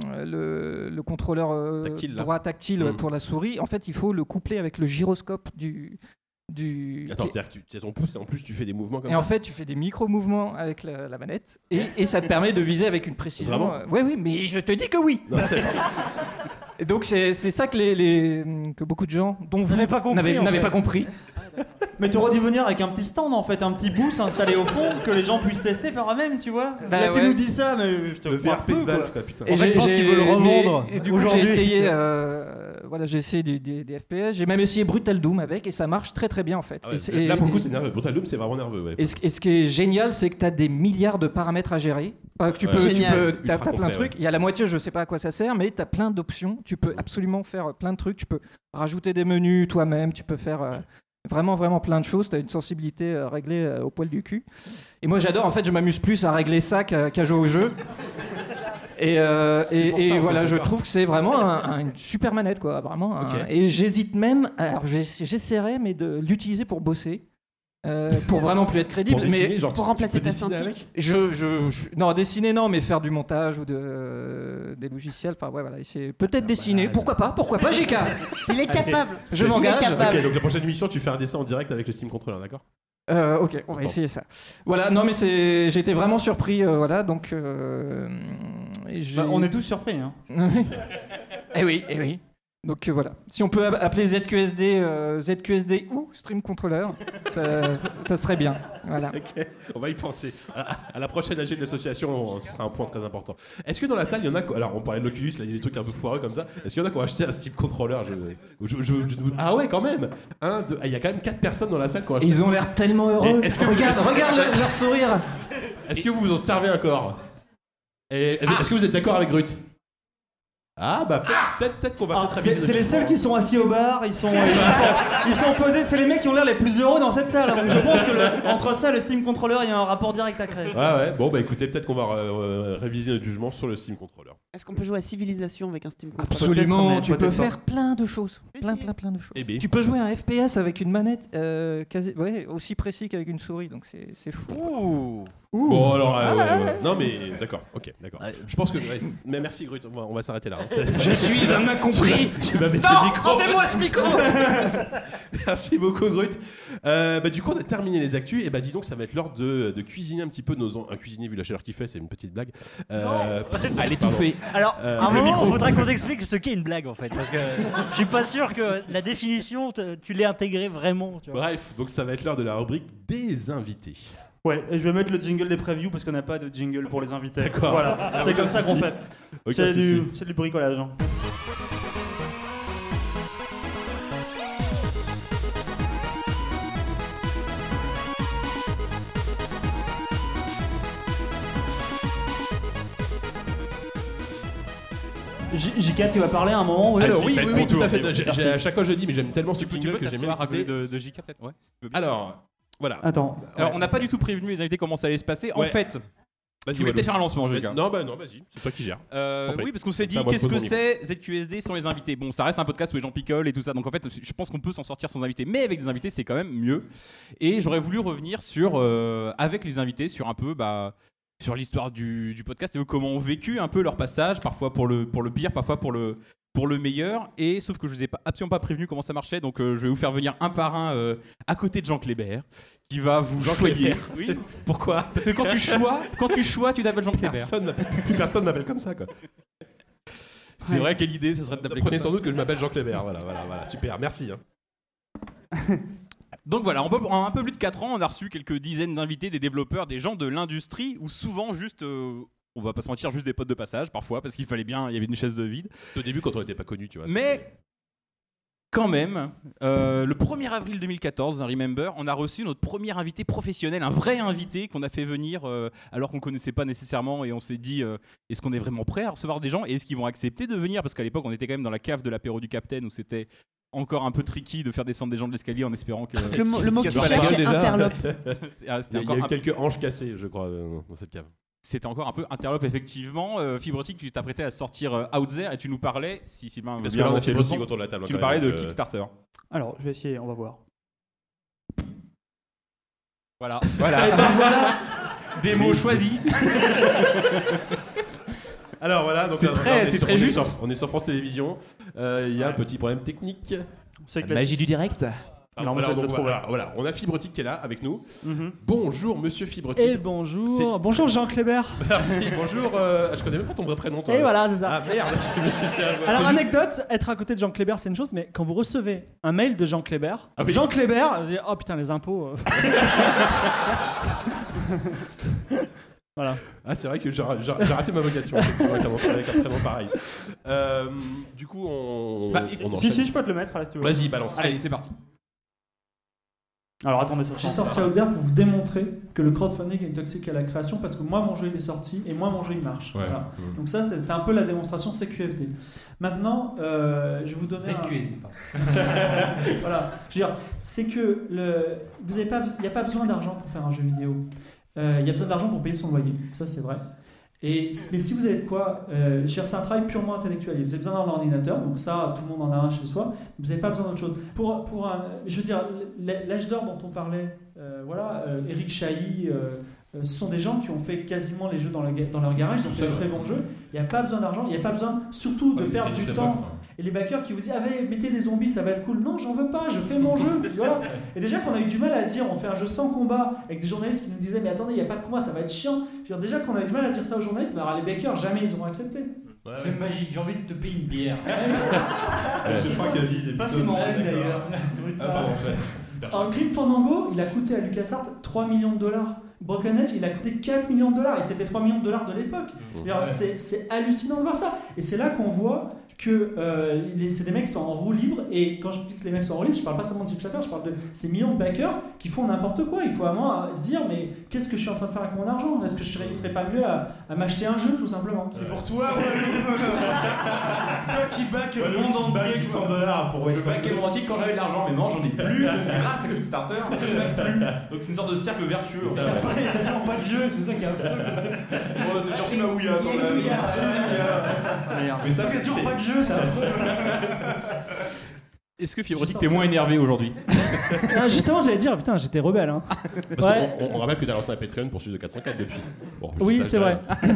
le, le contrôleur euh, Tactile, là. droit tactile Mm. pour la souris, en fait, il faut le coupler avec le gyroscope du. du Attends, qui- c'est-à-dire que tu tu as ton pouce et en plus tu fais des mouvements comme et ça. en fait, tu fais des micro-mouvements avec la, la manette et, et ça te permet de viser avec une précision. Vraiment euh, ouais, oui, mais je te dis que oui. Non. Et donc c'est, c'est ça que, les, les, que beaucoup de gens, dont vous, n'avez pas compris. n'avaient, en n'avaient fait. pas compris. Mais t'aurais dû venir avec un petit stand en fait, un petit booth installé au fond que les gens puissent tester par eux-mêmes, tu vois. Bah Là tu ouais. nous dis ça, mais je te Le crois V R P peu, de Valve, quoi. quoi, putain. Et En fait, je pense qu'ils veulent revendre Et, et du coup, aujourd'hui. j'ai essayé, euh, voilà, j'ai essayé des, des, des F P S. J'ai même essayé Brutal Doom avec, et ça marche très très bien en fait. Ah ouais, Et c'est- là, pour le coup, et- c'est nerveux. Brutal Doom, c'est vraiment nerveux. Ouais. Et ce, et ce qui est génial, c'est que tu as des milliards de paramètres à gérer. Enfin, que tu Ouais. peux, tu Génial. peux, C'est t'as, ultra t'as plein de complet, trucs. ouais. Il y a la moitié, je sais pas à quoi ça sert, mais tu as plein d'options. Tu peux absolument faire plein de trucs. Tu peux rajouter des menus toi-même. Tu peux faire euh, vraiment, vraiment plein de choses. Tu as une sensibilité euh, réglée euh, au poil du cul. Et moi, j'adore. En fait, je m'amuse plus à régler ça qu'à, qu'à jouer au jeu. Et, euh, C'est et, pour et ça, en voilà, fait, je d'accord. trouve que c'est vraiment un- un- une super manette, quoi. Vraiment. un- Ok. Et j'hésite même. Alors, j'ai- j'essaierai, mais de l'utiliser pour bosser. Euh, pour vraiment plus être crédible. Pour dessiner, mais genre, pour tu- remplacer tu peux ta dessiner scintille. avec je, je, je- non, dessiner non, mais faire du montage ou de, euh, des logiciels. Enfin, ouais, voilà, essayer- peut-être dessiner. Pourquoi pas Pourquoi pas, J K Il est capable. Je Il est m'engage. capable. Ok, donc la prochaine émission, tu fais un dessin en direct avec le Steam Controller, d'accord? Euh, ok, on va Attends. essayer ça. Voilà, non, mais c'est, j'ai été vraiment surpris. euh, voilà, donc. euh, et j'ai- Bah, on est tous surpris. Hein. Eh oui, eh oui. Donc euh, voilà. Si on peut a- appeler Z Q S D euh, Z Q S D ou Stream Controller, ça, ça- ça serait bien. Voilà. Ok, on va y penser. À, à la prochaine A G de l'association, ce sera un point très important. Est-ce que dans la salle, il y en a. qui- Alors, on parlait de l'Oculus, là, il y a des trucs un peu foireux comme ça. Est-ce qu'il y en a qui ont acheté un Steam Controller? je, je- je- je- Ah ouais, quand même. Un, deux, ah, il y a quand même quatre personnes dans la salle qui ont acheté. Ils ont l'air tellement heureux. Et est-ce que- regarde, est-ce que- regarde le- leur sourire. Est-ce que vous vous en servez encore? Et est-ce que vous êtes d'accord avec Grut? Ah bah peut-être, peut-être, peut-être qu'on va Ah, peut-être c'est, réviser c'est le les film. seuls qui sont assis au bar, ils sont, ils sont, ils sont posés, c'est les mecs qui ont l'air les plus heureux dans cette salle. Donc je pense que le- entre ça et le Steam Controller, il y a un rapport direct à créer. Ouais ouais, bon bah écoutez, peut-être qu'on va euh, réviser notre jugement sur le Steam Controller. Est-ce qu'on peut jouer à Civilisation avec un Steam Controller? Absolument, Peut-être, mais tu peux peut-être pas. faire plein de choses. vais Plein, essayer. plein, plein de choses. Eh ben. Tu peux jouer à un F P S avec une manette euh, quasi, ouais, aussi précis qu'avec une souris, donc c'est, c'est fou. Ouh. Bon alors, euh, Ah, ouais, ouais, ouais. ouais. non mais d'accord, ok, d'accord. Je pense que, ouais, mais merci Grut, on va, on va s'arrêter là. hein. Je suis un incompris. Tu vas baisser Non, le micro. rendez-moi ce micro. Merci beaucoup Grut. Euh, bah, du coup on a terminé les actus et bah dis donc ça va être l'heure de, de cuisiner un petit peu nos en- un cuisinier vu la chaleur qu'il fait, c'est une petite blague. Euh, Elle est pardon. étouffée. Alors, Euh, à un le moment, micro. il faudrait qu'on explique ce qu'est une blague en fait. Parce que je suis pas sûr que la définition, te- tu l'aies intégrée vraiment. Tu vois. Bref, donc ça va être l'heure de la rubrique des invités. Ouais, et je vais mettre le jingle des previews parce qu'on n'a pas de jingle pour les invités. D'accord. Voilà, Ah, c'est aucun comme ça qu'on souci. fait. Aucun C'est souci. du, c'est du bricolage. hein. J- J K, tu vas parler à un moment oui. Alors oui, ça oui, va oui, être ton tout à tour, fait. mais J'ai- merci. j'ai- à chaque fois je le dis, mais j'aime tellement ce Tu peux, tu jingle peux que j'ai t'asseoir même à côté écouté. de, de J K peut-être ouais, si tu veux bien. Alors, voilà. Attends. Alors Ouais. on n'a pas du tout prévenu les invités comment ça allait se passer. En Ouais. fait, Vas-y, je voulais Walou. peut-être faire un lancement, J K. Mais- Non, bah non, vas-y, c'est toi qui gères. Euh, En fait. oui, parce qu'on s'est dit, Ça, moi, je qu'est-ce pose que mon c'est Z Q S D sans les invités? Bon, ça reste un podcast où les gens picolent et tout ça, donc en fait, je pense qu'on peut s'en sortir sans invités, mais avec des invités, c'est quand même mieux. Et j'aurais voulu revenir sur, euh, avec les invités, sur un peu, bah, sur l'histoire du, du podcast et eux, comment ont vécu un peu leur passage, parfois pour le, pour le pire, parfois pour le, pour le meilleur. Et sauf que je vous ai pas, absolument pas prévenu comment ça marchait, donc euh, je vais vous faire venir un par un euh, à côté de Jean Clébert, qui va vous Jean choyer. Clébert. Oui. Pourquoi? Parce que quand tu choisis, quand tu choisis, tu t'appelles Jean Clébert. Personne m'appelle- plus personne m'appelle comme ça, quoi. C'est vrai, quelle idée, ça serait de Vous t'appeler apprenez comme ça. sans doute que je m'appelle Jean Clébert. Voilà, voilà, voilà, super, merci. hein. Donc voilà, en peu- en un peu plus de quatre ans, on a reçu quelques dizaines d'invités, des développeurs, des gens de l'industrie, ou souvent juste, euh, on va pas se mentir, juste des potes de passage parfois, parce qu'il fallait bien, il y avait une chaise de vide. Au début, quand on n'était pas connus, tu vois. Mais quand même, euh, le premier avril deux mille quatorze, Remember, on a reçu notre premier invité professionnel, un vrai invité qu'on a fait venir euh, alors qu'on connaissait pas nécessairement, et on s'est dit, euh, est-ce qu'on est vraiment prêt à recevoir des gens, et est-ce qu'ils vont accepter de venir? Parce qu'à l'époque, on était quand même dans la cave de l'apéro du Capitaine, où c'était encore un peu tricky de faire descendre des gens de l'escalier en espérant que... Le mot, le mot que tu Parce qu'il y a cherches, pas c'est la gueule, interlope. C'est- ah, Il c'était y a, il y encore a eu un peu- quelques hanches cassées, je crois, euh, dans cette cave. C'était encore un peu interlope, effectivement. Euh, Fibrotique, tu t'apprêtais à sortir euh, Out There et tu nous parlais, si Sylvain veut Parce que bien là, on a lancer le Fibrotique son, autour de la table. tu hein, nous quand parlais même, de donc, euh, Kickstarter. Alors, je vais essayer, on va voir. Voilà. Voilà. Et ben voilà. Des mots choisis. Alors voilà, donc C'est là, très- on est c'est sur- très on est juste. sur- On est sur France Télévisions. Euh, Il y a un petit problème technique. C'est La magie du direct. Alors, Non, alors, mais donc, le voilà, voilà, on a Fibretic qui est là avec nous. Mhm. Bonjour Monsieur Fibretic. Et bonjour, bonjour Jean Kléber. Merci, bonjour. Euh, je connais même pas ton vrai prénom. Toi. Et voilà, c'est ça. Ah merde, je me suis fait avoir. Alors, C'est juste- anecdote, être à côté de Jean Kléber, c'est une chose, mais quand vous recevez un mail de Jean Kléber, Ah oui. Jean Kléber, je dis, oh putain, les impôts. euh. Voilà. Ah, c'est vrai que j'ai j'ai- j'ai raté ma vocation effectivement, avec un, avec un prénom pareil. Euh, du coup, on, Bah, on si, enchaîne. si, je peux te le mettre là si tu veux. Vas-y, balance. Allez, c'est parti. Alors attendez, ça J'ai sorti Outder pour vous démontrer que le crowdfunding est toxique à la création parce que moi mon jeu il est sorti et moi mon jeu il marche. Ouais. Voilà. Mmh. Donc ça c'est c'est un peu la démonstration C Q F D. Maintenant, euh, je vais vous donner Z Q S D, un... pardon. Voilà, je veux dire, c'est que le... vous avez pas, il n'y a pas besoin d'argent pour faire un jeu vidéo. Euh, Il y a besoin d'argent pour payer son loyer, ça c'est vrai. Et, mais si vous avez de quoi, euh, je veux dire, c'est un travail purement intellectuel. Vous avez besoin d'un ordinateur, donc ça, tout le monde en a un chez soi. Vous n'avez pas besoin d'autre chose. Pour, pour un, je veux dire, l'âge d'or dont on parlait, euh, voilà, euh, Eric Chahi, euh, euh, ce sont des gens qui ont fait quasiment les jeux dans, le, dans leur garage, ils ont fait de très bons jeux. Il n'y a pas besoin d'argent, il n'y a pas besoin surtout de Ouais, perdre c'était du une temps. époque, enfin. Et les backers qui vous disent, ah ouais, mettez des zombies, ça va être cool. Non, j'en veux pas, je fais mon jeu. Voilà. Et déjà qu'on a eu du mal à dire, on fait un jeu sans combat, avec des journalistes qui nous disaient, mais attendez, il n'y a pas de combat, ça va être chiant. Je veux dire, déjà qu'on avait du mal à dire ça aux journalistes, mais alors les backers, jamais ils auront accepté. Ouais, C'est magique, j'ai envie de te payer une bière. Ouais, je sens qu'elle dit, c'est Pas plutôt- si mon Ah, rêve d'accord. d'ailleurs. Ah, pardon, je- Alors, Grim Fandango, il a coûté à LucasArts trois millions de dollars. Broken Edge, il a coûté quatre millions de dollars. Et c'était trois millions de dollars de l'époque. Alors, Ouais. c'est, c'est hallucinant de voir ça. Et c'est là qu'on voit que euh, les, c'est des mecs qui sont en roue libre. Et quand je dis que les mecs sont en roue libre, je parle pas seulement de Chip Schafer, je parle de ces millions de backers qui font n'importe quoi. Il faut vraiment se dire, mais qu'est-ce que je suis en train de faire avec mon argent? Est-ce que je serais, il serait pas mieux à, à m'acheter un jeu, tout simplement? C'est pour toi, Walou. Toi qui back le monde entier. back cent dollars pour Je West backais mon entier quand j'avais de l'argent, mais non, j'en ai plus. Donc, grâce à Kickstarter, je back plus. Donc c'est une sorte de cercle vertueux. Ça, Ouais. ouais. T'as toujours pas de jeu, c'est ça qui est un truc. Bon, c'est chercher ma ouïa quand même. Merci. Mais ça, C'est c'est toujours pas de jeu, c'est affreux. Est-ce que Fibrotique t'es moins énervé aujourd'hui? Ah, justement, j'allais dire, putain, j'étais rebelle. Hein. Parce Ouais. qu'on- on, on rappelle que t'as lancé un Patreon pour celui de quatre cent quatre depuis. Bon, je dis Oui, ça, c'est je- vrai.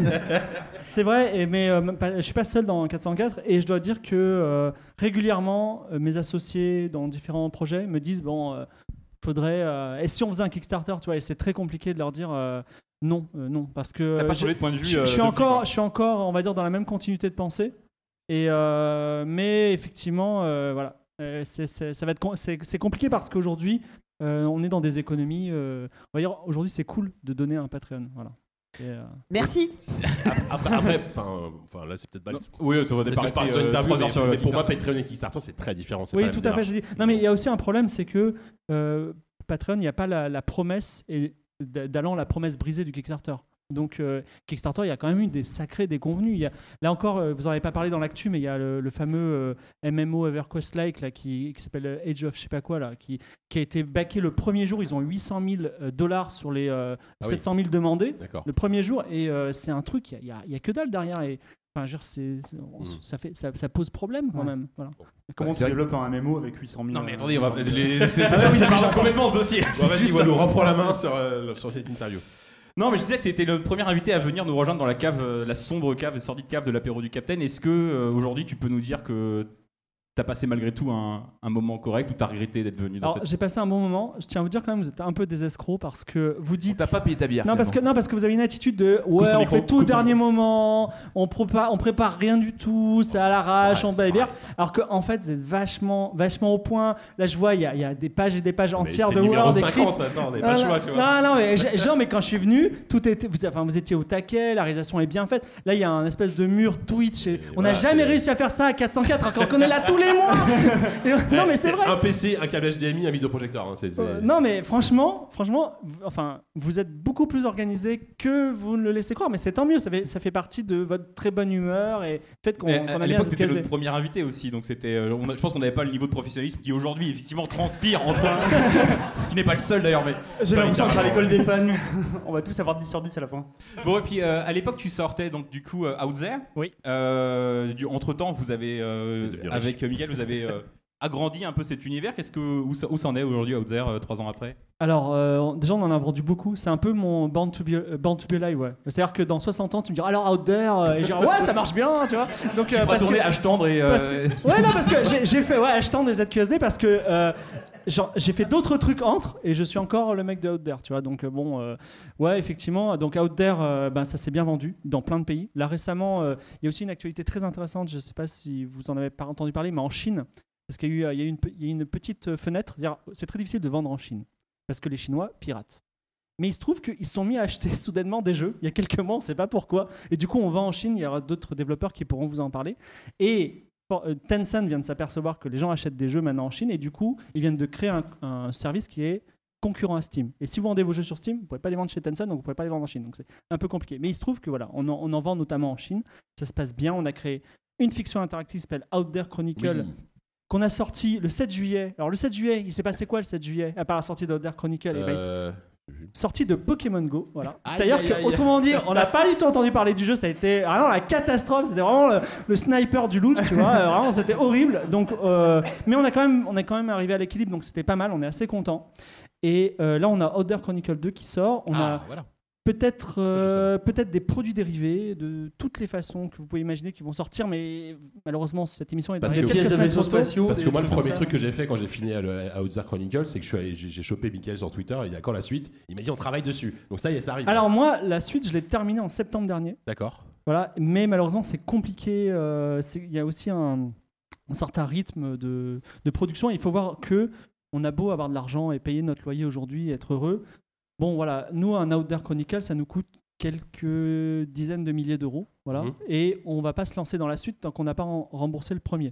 C'est vrai, et, mais euh, même pas- je suis pas seul dans quatre cent quatre et je dois dire que euh, régulièrement, euh, mes associés dans différents projets me disent bon, euh, faudrait. euh, et si on faisait un Kickstarter, tu vois, et c'est très compliqué de leur dire euh, non, euh, non, parce que. T'as pas je- changé de point de vue. je, euh, je suis depuis, encore, quoi. je suis encore, on va dire, dans la même continuité de pensée. Et euh, mais effectivement, euh, voilà, Euh, c'est, c'est- ça va être, com- c'est, c'est compliqué parce qu'aujourd'hui, euh, on est dans des économies. euh, on va dire, aujourd'hui, c'est cool de donner un Patreon, voilà. Et, euh, Merci. Après, après, enfin, enfin, là, c'est peut-être pas. Non, oui, ça va peut-être départ pas rester, euh, tabou, trois mais, heures sur mais pour moi, Kickstarter. Patreon et Kickstarter, c'est très différent. C'est oui, pas la tout même à fait. démarche. j'ai dit. Non, mais il y a aussi un problème, c'est que euh, Patreon, il n'y a pas la, la promesse et d- d'allant la promesse brisée du Kickstarter. Donc euh, Kickstarter, il y a quand même eu des sacrés déconvenus. Il y a, là encore, euh, vous n'en avez pas parlé dans l'actu, mais il y a le, le fameux euh, M M O EverQuest-like là, qui, qui s'appelle euh, Age of je sais pas quoi, là, qui, qui a été backé le premier jour. Ils ont huit cent mille dollars sur les euh, Ah oui. sept cent mille demandés D'accord. le premier jour. Et euh, c'est un truc, il n'y a, il y a que dalle derrière. Et, enfin, je veux dire, c'est, c'est- on- Mm. ça, fait, ça, ça pose problème quand Ouais. même. Voilà. Comment c'est tu vrai développes un M M O avec huit cent mille? Non, mais attendez, on va. euh, les- c'est- c'est- Ah ça, oui, ça pardon. change complètement ce dossier. Bon, vas-y, Walou, reprends la main sur, euh, sur cette interview. Non, mais je disais que tu étais le premier invité à venir nous rejoindre dans la cave, euh, la sombre cave, sordide cave de l'apéro du Capitaine. Est-ce que euh, aujourd'hui tu peux nous dire que t'as passé malgré tout un, un moment correct ou t'as regretté d'être venu dans Alors, cette... j'ai passé un bon moment. Je tiens à vous dire quand même, vous êtes un peu des escrocs parce que vous dites. T'as pas payé ta bière. Non parce, que, non, parce que vous avez une attitude de ouais, son on micro, fait tout au coupe son dernier moment, on prépare, on prépare rien du tout, c'est à l'arrache, Ouais, on c'est bat les bières. pareil, ça. Alors qu'en en fait, vous êtes vachement, vachement au point. Là, je vois, il y, a- il y a des pages et des pages Mais entières c'est de numéro Word cinquante, écrites. attends, on n'avait Non, pas le non, choix, tu vois. Non, non, mais j'ai- genre, mais quand je suis venu, tout était, vous, enfin, vous étiez au taquet, la réalisation est bien faite. Là, il y a un espèce de mur Twitch. Et on n'a voilà, jamais c'est- réussi à faire ça à quatre cent quatre, alors qu'on est là tous les mois. Et- non, mais c'est vrai. Un P C, un câble H D M I, un vidéoprojecteur. Hein, c'est, c'est- Euh, non mais franchement, franchement, v- enfin, vous êtes beaucoup plus organisé que vous ne le laissez croire, mais c'est tant mieux. Ça fait, ça fait partie de votre très bonne humeur et peut-être qu'on, Mais qu'on à a bien l'époque, Z t'étais K S D. le premier invité aussi, donc c'était. euh, on a- je pense qu'on n'avait pas le niveau de professionnalisme qui aujourd'hui effectivement transpire entre. qui n'est pas le seul d'ailleurs, mais. J'ai pas l'impression d'être à littéralement. l'école des fans. On va tous avoir dix sur dix à la fin. Bon, et puis euh, à l'époque, tu sortais donc du coup euh, Out There. Oui. Euh, du, entre temps, vous avez euh, Devenu avec euh, Miguel, vous avez euh, agrandi un peu cet univers. Qu'est-ce que où ça, où ça en est aujourd'hui Out There euh, trois ans après? Alors euh, déjà on en a vendu beaucoup. C'est un peu mon Born to be, euh, Born to be Alive, ouais. C'est-à-dire que dans soixante ans tu me diras alors Out There euh, et je dirais ouais ça marche bien, tu vois. Donc Tu euh, feras parce tourner que- H tendre et. euh, parce que- ouais non parce que j'ai, j'ai fait ouais achetant des Z Q S D parce que euh, genre, j'ai fait d'autres trucs entre et je suis encore le mec de Out There, tu vois. Donc euh, bon, euh, ouais, effectivement. Donc Out There, euh, ben, ça s'est bien vendu dans plein de pays. Là récemment, il euh, y a aussi une actualité très intéressante. Je ne sais pas si vous en avez pas entendu parler, mais en Chine, parce qu'il y a eu, il y a eu une, il y a une petite fenêtre. C'est très difficile de vendre en Chine parce que les Chinois piratent. Mais il se trouve qu'ils se sont mis à acheter soudainement des jeux. Il y a quelques mois, on ne sait pas pourquoi. Et du coup, on va en Chine. Il y aura d'autres développeurs qui pourront vous en parler. Et Tencent vient de s'apercevoir que les gens achètent des jeux maintenant en Chine. Et du coup, ils viennent de créer un, un service qui est concurrent à Steam. Et si vous vendez vos jeux sur Steam, vous ne pouvez pas les vendre chez Tencent, donc vous ne pouvez pas les vendre en Chine. Donc c'est un peu compliqué. Mais il se trouve que voilà, on en, on en vend notamment en Chine. Ça se passe bien. On a créé une fiction interactive qui s'appelle Out There Chronicle. Oui. Qu'on a sorti le sept juillet. Alors le sept juillet, il s'est passé quoi le sept juillet à part la sortie d'Out There Chronicle? Euh... Et ben, sortie de Pokémon Go, voilà. C'est-à-dire qu'autrement dit, on n'a pas du tout entendu parler du jeu, ça a été vraiment la catastrophe, c'était vraiment le, le sniper du loot, tu vois, vraiment c'était horrible. Donc, euh, mais on a quand même, on est quand même arrivé à l'équilibre, donc c'était pas mal, on est assez content. Et euh, là, on a Out There Chronicle deux qui sort, on ah, a voilà. peut-être, euh, peut-être des produits dérivés de toutes les façons que vous pouvez imaginer qui vont sortir, mais malheureusement cette émission est dans parce quelques que, semaines spatiaux. Parce que moi, le premier truc que j'ai fait quand j'ai fini à, à Out There Chronicle, c'est que je suis allé, j'ai, j'ai chopé Mickaël sur Twitter. Il y a quand la suite? Il m'a dit on travaille dessus. Donc ça y est, ça arrive. Alors moi, la suite, je l'ai terminée en septembre dernier. D'accord. Voilà, mais malheureusement, c'est compliqué. Euh, c'est, il y a aussi un, un certain rythme de, de production. Il faut voir que on a beau avoir de l'argent et payer notre loyer aujourd'hui, et être heureux. Bon, voilà, nous, un Out There Chronicle, ça nous coûte quelques dizaines de milliers d'euros, voilà, mmh. et on va pas se lancer dans la suite tant qu'on n'a pas remboursé le premier,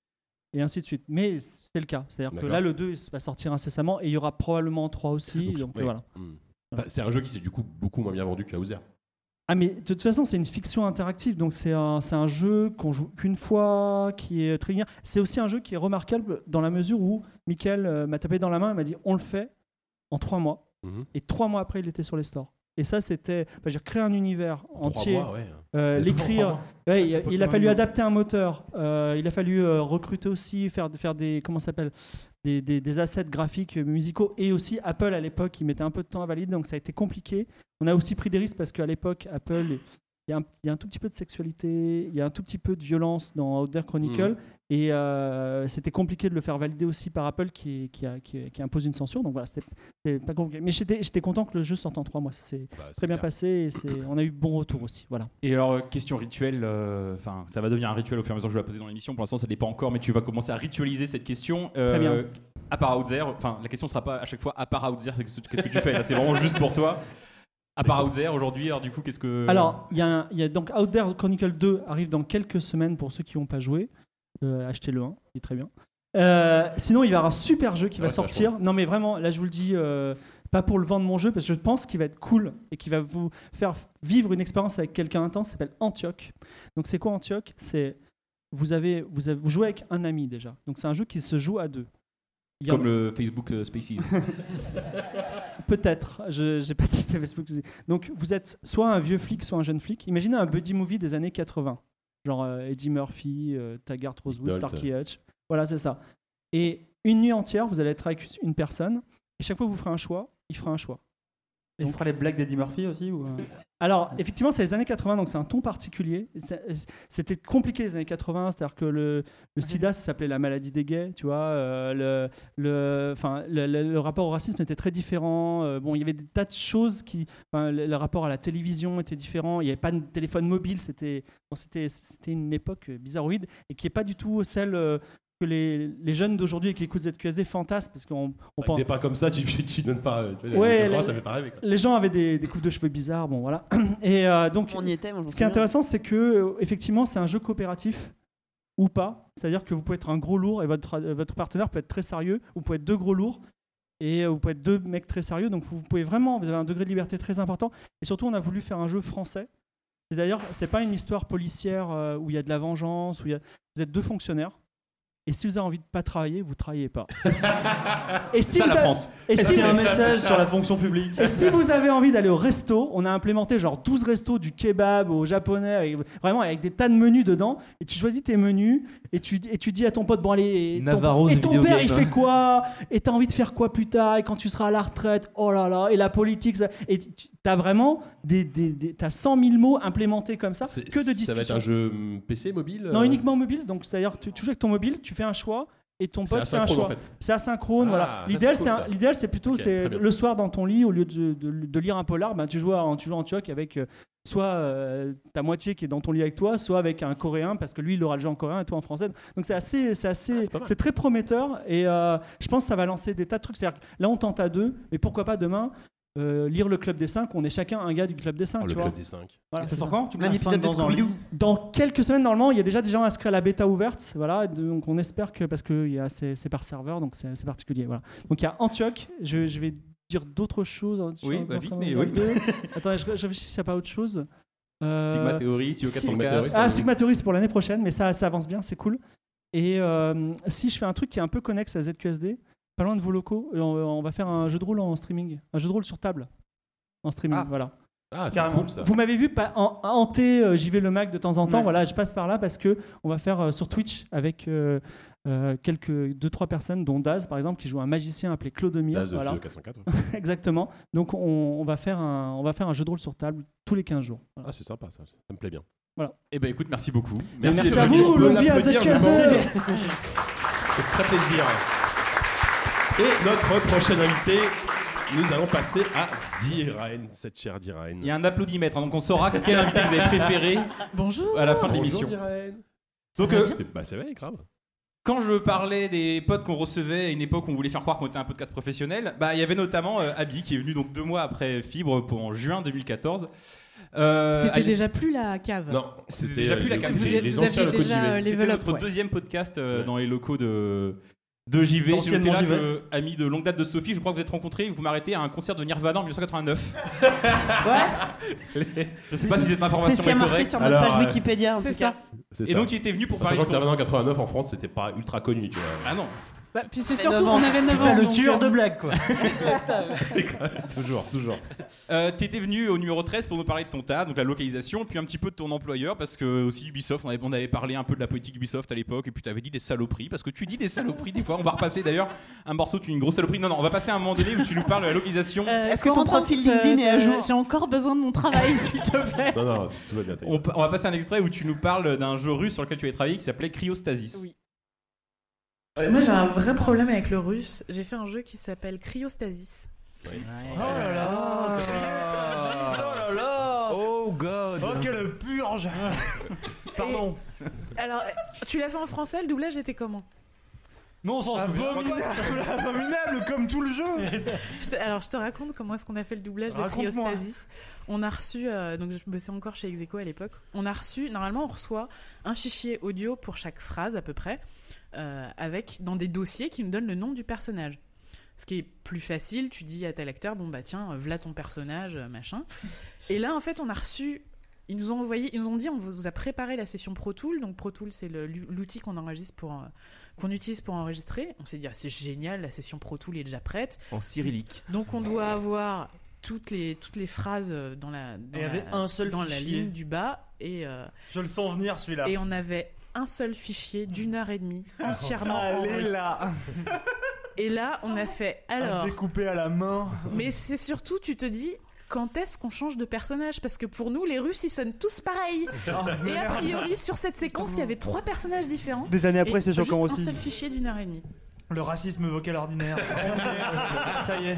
et ainsi de suite. Mais c'est le cas, c'est-à-dire D'accord. que là, le deux va sortir incessamment, et il y aura probablement un trois aussi, donc, donc ouais. voilà. Mmh. Enfin, c'est un jeu qui s'est du coup beaucoup moins bien vendu que Out There. Ah mais de toute façon, c'est une fiction interactive, donc c'est un, c'est un jeu qu'on joue qu'une fois, qui est très bien. C'est aussi un jeu qui est remarquable dans la mesure où Mickaël euh, m'a tapé dans la main et m'a dit on le fait en trois mois, mmh. et trois mois après, il était sur les stores. Et ça, c'était, enfin, j'ai créé un univers entier, mois, ouais. euh, l'écrire. Ouais, il, il a fallu adapter un moteur. Euh, il a fallu euh, recruter aussi, faire, faire des, comment ça s'appelle, des, des, des assets graphiques, musicaux, et aussi Apple à l'époque, il mettait un peu de temps à valider, donc ça a été compliqué. On a aussi pris des risques parce qu'à l'époque, Apple, il y, a un, il y a un tout petit peu de sexualité, il y a un tout petit peu de violence dans Out There Chronicle, mmh. et euh, c'était compliqué de le faire valider aussi par Apple qui, qui, a, qui, qui impose une censure. Donc voilà, c'était, c'était pas compliqué. Mais j'étais, j'étais content que le jeu sorte en trois mois. Ça s'est bah, très bien, bien passé et c'est, on a eu bon retour aussi. Voilà. Et alors, question rituelle, enfin, euh, ça va devenir un rituel au fur et à mesure que je vais la poser dans l'émission. Pour l'instant, ça ne l'est pas encore, mais tu vas commencer à ritualiser cette question. Euh, très bien. À part Out There, enfin, la question ne sera pas à chaque fois à part Out There, qu'est-ce que tu fais là? C'est vraiment juste pour toi. À part Out There aujourd'hui, alors du coup, qu'est-ce que... Alors, il y, y a donc Out There Chronicle deux arrive dans quelques semaines pour ceux qui n'ont pas joué. Euh, achetez-le un, il est très bien. Euh, sinon, il va y avoir un super jeu qui ah va ouais, sortir. Non, mais vraiment, là, je vous le dis, euh, pas pour le vendre mon jeu, parce que je pense qu'il va être cool et qu'il va vous faire vivre une expérience avec quelqu'un intense. Ça s'appelle Antioch. Donc, c'est quoi Antioch? C'est vous avez, vous avez vous jouez avec un ami déjà. Donc, c'est un jeu qui se joue à deux. Comme le Facebook euh, Spaces. Peut-être, je n'ai pas testé Facebook. Donc vous êtes soit un vieux flic, soit un jeune flic. Imaginez un buddy movie des années quatre-vingts. Genre euh, Eddie Murphy, euh, Taggart Rosewood, Starkey Hutch. Voilà, c'est ça. Et une nuit entière, vous allez être avec une personne. Et chaque fois que vous ferez un choix, il fera un choix. Et on fera les blagues d'Eddie Murphy aussi ou... Alors, effectivement, c'est les années quatre-vingts, donc c'est un ton particulier. C'était compliqué les années quatre-vingts, c'est-à-dire que le, le sida, ça s'appelait la maladie des gays, tu vois. Euh, le, le, le, le, le rapport au racisme était très différent. Euh, bon, il y avait des tas de choses qui... Le, le rapport à la télévision était différent. Il n'y avait pas de téléphone mobile. C'était bon, c'était, c'était une époque bizarroïde et qui n'est pas du tout celle... Euh, que les, les jeunes d'aujourd'hui qui écoutent Z Q S D fantasment parce qu'on on pense... Des pas comme ça, tu, tu donnes pas... Tu vois, ouais, les, les, ça fait pas rêver, quoi. Les gens avaient des, des coupes de cheveux bizarres, bon voilà. Et euh, donc, on y était, ce qui est intéressant, c'est que euh, effectivement, c'est un jeu coopératif ou pas. C'est-à-dire que vous pouvez être un gros lourd et votre, votre partenaire peut être très sérieux. Vous pouvez être deux gros lourds et euh, vous pouvez être deux mecs très sérieux. Donc vous pouvez vraiment, vous avez un degré de liberté très important. Et surtout, on a voulu faire un jeu français. Et d'ailleurs, c'est pas une histoire policière euh, où il y a de la vengeance, où il y a... vous êtes deux fonctionnaires. Et si vous avez envie de pas travailler, vous travaillez pas. Et si ça, vous la avez... France. Et Est-ce si qu'il y a un message sur la fonction publique? Et si vous avez envie d'aller au resto, on a implémenté genre douze restos du kebab au japonais, avec, vraiment avec des tas de menus dedans. Et tu choisis tes menus et tu, et tu dis à ton pote, bon allez, et ton, et ton père il fait quoi? Et t'as envie de faire quoi plus tard? Et quand tu seras à la retraite, oh là là, et la politique, ça... et tu as vraiment des, des, des, t'as cent mille mots implémentés comme ça, c'est, que de discussions. Ça va être un jeu P C, mobile? Non, uniquement mobile. Donc c'est-à-dire tu, tu joues avec ton mobile, tu fais un choix et ton C'est pote fait un asynchrone, choix. en fait. C'est asynchrone, Ah, voilà. ça, L'idéal, c'est c'est, cool, un- ça. l'idéal, c'est plutôt Ok, c'est très bien. le soir dans ton lit, au lieu de, de- de lire un polar, ben, tu joues en, tu joues en tioc avec euh, soit euh, ta moitié qui est dans ton lit avec toi, soit avec un coréen, parce que lui, il aura le jeu en coréen et toi en français. Donc c'est assez, c'est assez, pas mal. c'est très prometteur et euh, je pense que ça va lancer des tas de trucs. C'est-à-dire que là, on tente à deux, mais pourquoi pas demain euh, lire le club des cinq, on est chacun un gars du club des cinq. Oh, tu le vois. club des cinq. Voilà, Ça c'est sort ça. quand Tu Un épisode de Scooby-Doo. Dans quelques semaines, normalement, il y a déjà des gens inscrits à la bêta ouverte. Voilà, donc on espère que, parce que il y a, c'est, c'est par serveur, donc c'est, c'est particulier. Voilà. Donc il y a Antioch, je, je vais dire d'autres choses. hein, Oui, sur- bah sur- vite, sur- mais dans oui. le deux. Attendez, je, je réfléchis s'il n'y a pas autre chose. Euh, Sigma Theory, Studio si- quatre cent quatre. Theory, Ah, ça- Sigma Theory, c'est pour l'année prochaine, mais ça, ça avance bien, c'est cool. Et euh, si je fais un truc qui est un peu connexe à Z Q S D, pas loin de vos locaux, on, on va faire un jeu de rôle en streaming, un jeu de rôle sur table en streaming, Ah. voilà. Ah, c'est Carrément. cool ça. Vous m'avez vu pas, en, hanter euh, J'y vais le Mac de temps en temps. Ouais. Voilà, je passe par là parce que on va faire euh, sur Twitch avec euh, euh, quelques deux trois personnes, dont Daz par exemple, qui joue un magicien appelé Clodomir. Daz de Voilà. Studio quatre cent quatre. Exactement. Donc on, on va faire un on va faire un jeu de rôle sur table tous les quinze jours. Voilà. Ah, c'est sympa ça. Ça me plaît bien. Eh ben écoute, merci beaucoup. Merci d'être à venu. vous, On peut longue vie à l'applaudir, Z Q S D. je pense. C'est très plaisir. Et notre prochain invité, nous allons passer à Diraen, cette chère Diraen. Il y a un applaudimètre, hein, donc on saura quel invité vous avez préféré Bonjour. à la fin de Bonjour, l'émission. Diraen. Donc, va euh, bien Bah, c'est vrai, grave. quand je parlais des potes qu'on recevait à une époque où on voulait faire croire qu'on était un podcast professionnel, bah il y avait notamment euh, Abby qui est venu donc deux mois après Fibre pour en juin deux mille quatorze. Euh, C'était Alice- déjà plus la cave. Non, C'était c'était déjà euh, plus la les- cave. Vous, les, avez- les vous anciens aviez locaux de J déjà V. euh, C'était level up. notre ouais. deuxième podcast euh, Ouais. dans les locaux de, de J V. J'ai noté D'anciennement là J V. que, ami de longue date de Sophie, je crois que vous êtes rencontrés, vous m'arrêtez à un concert de Nirvana en dix-neuf cent quatre-vingt-neuf. Ouais, Je sais pas si cette c'est information ce qui a est marqué correcte. sur notre Alors, page ouais. Wikipédia en C'est tout cas. ça. C'est Et ça. donc il était venu pour En parler sachant de que ton... Nirvana en quatre-vingt-neuf en France, c'était pas ultra connu, tu vois. Ah non. Bah, puis c'est Fait surtout, neuf ans. on avait neuf Putain, ans. le donc, tueur euh, de blagues, quoi. toujours, toujours. Euh, T'étais venu au numéro treize pour nous parler de ton tas, donc la localisation, puis un petit peu de ton employeur, parce que aussi Ubisoft, on avait, on avait parlé un peu de la politique Ubisoft à l'époque, et puis tu avais dit des saloperies, parce que tu dis des saloperies des fois. On va repasser d'ailleurs un morceau, tu une grosse saloperie. Non, non, on va passer à un moment donné où tu nous parles de la localisation. euh, Est-ce que ton Corentin, profil euh, LinkedIn est à j'ai- jour J'ai encore besoin de mon travail, s'il te plaît. Non, non, tout, tout va bien. t'inquiète. On, pa- on va passer un extrait où tu nous parles d'un jeu russe sur lequel tu avais travaillé qui s'appelait Cryostasis. Oui. Moi, j'ai un vrai problème avec le russe. J'ai fait un jeu qui s'appelle Cryostasis. Oh là là. Oh là là. Oh god. Oh quelle purge. Pardon. Et- alors, tu l'as fait en français, le doublage était comment? Mais on s'en souvient. Abominable, abominable comme tout le jeu. Je te- alors, je te raconte comment est-ce qu'on a fait le doublage de Raconte-moi. Cryostasis. On a reçu, euh, donc je bossais encore chez Execo à l'époque. On a reçu, normalement, on reçoit un fichier audio pour chaque phrase à peu près, euh, avec dans des dossiers qui nous donnent le nom du personnage. Ce qui est plus facile, tu dis à tel acteur, bon bah tiens, voilà ton personnage, euh, machin. Et là, en fait, on a reçu. Ils nous ont envoyé, ils nous ont dit, on vous vous a préparé la session Pro Tool. Donc Pro Tool, c'est le- l'outil qu'on enregistre pour, euh, qu'on utilise pour enregistrer. On s'est dit, ah, c'est génial, la session Pro Tool est déjà prête. En cyrillique. Donc on doit avoir toutes les toutes les phrases euh, dans la dans, Et il y la, avait un seul dans la fichier. ligne du bas et euh, Je le sens venir celui-là. et on avait un seul fichier d'une heure et demie entièrement en Allez russe. là. Et là, on a fait À alors. découper à la main. Mais c'est surtout, tu te dis, quand est-ce qu'on change de personnage? Parce que pour nous, les Russes, ils sonnent tous pareils. Et a priori, sur cette séquence, il y avait trois personnages différents. Des années après, Et c'est choquant juste aussi. un seul fichier d'une heure et demie. Le racisme vocal ordinaire. Ça y est.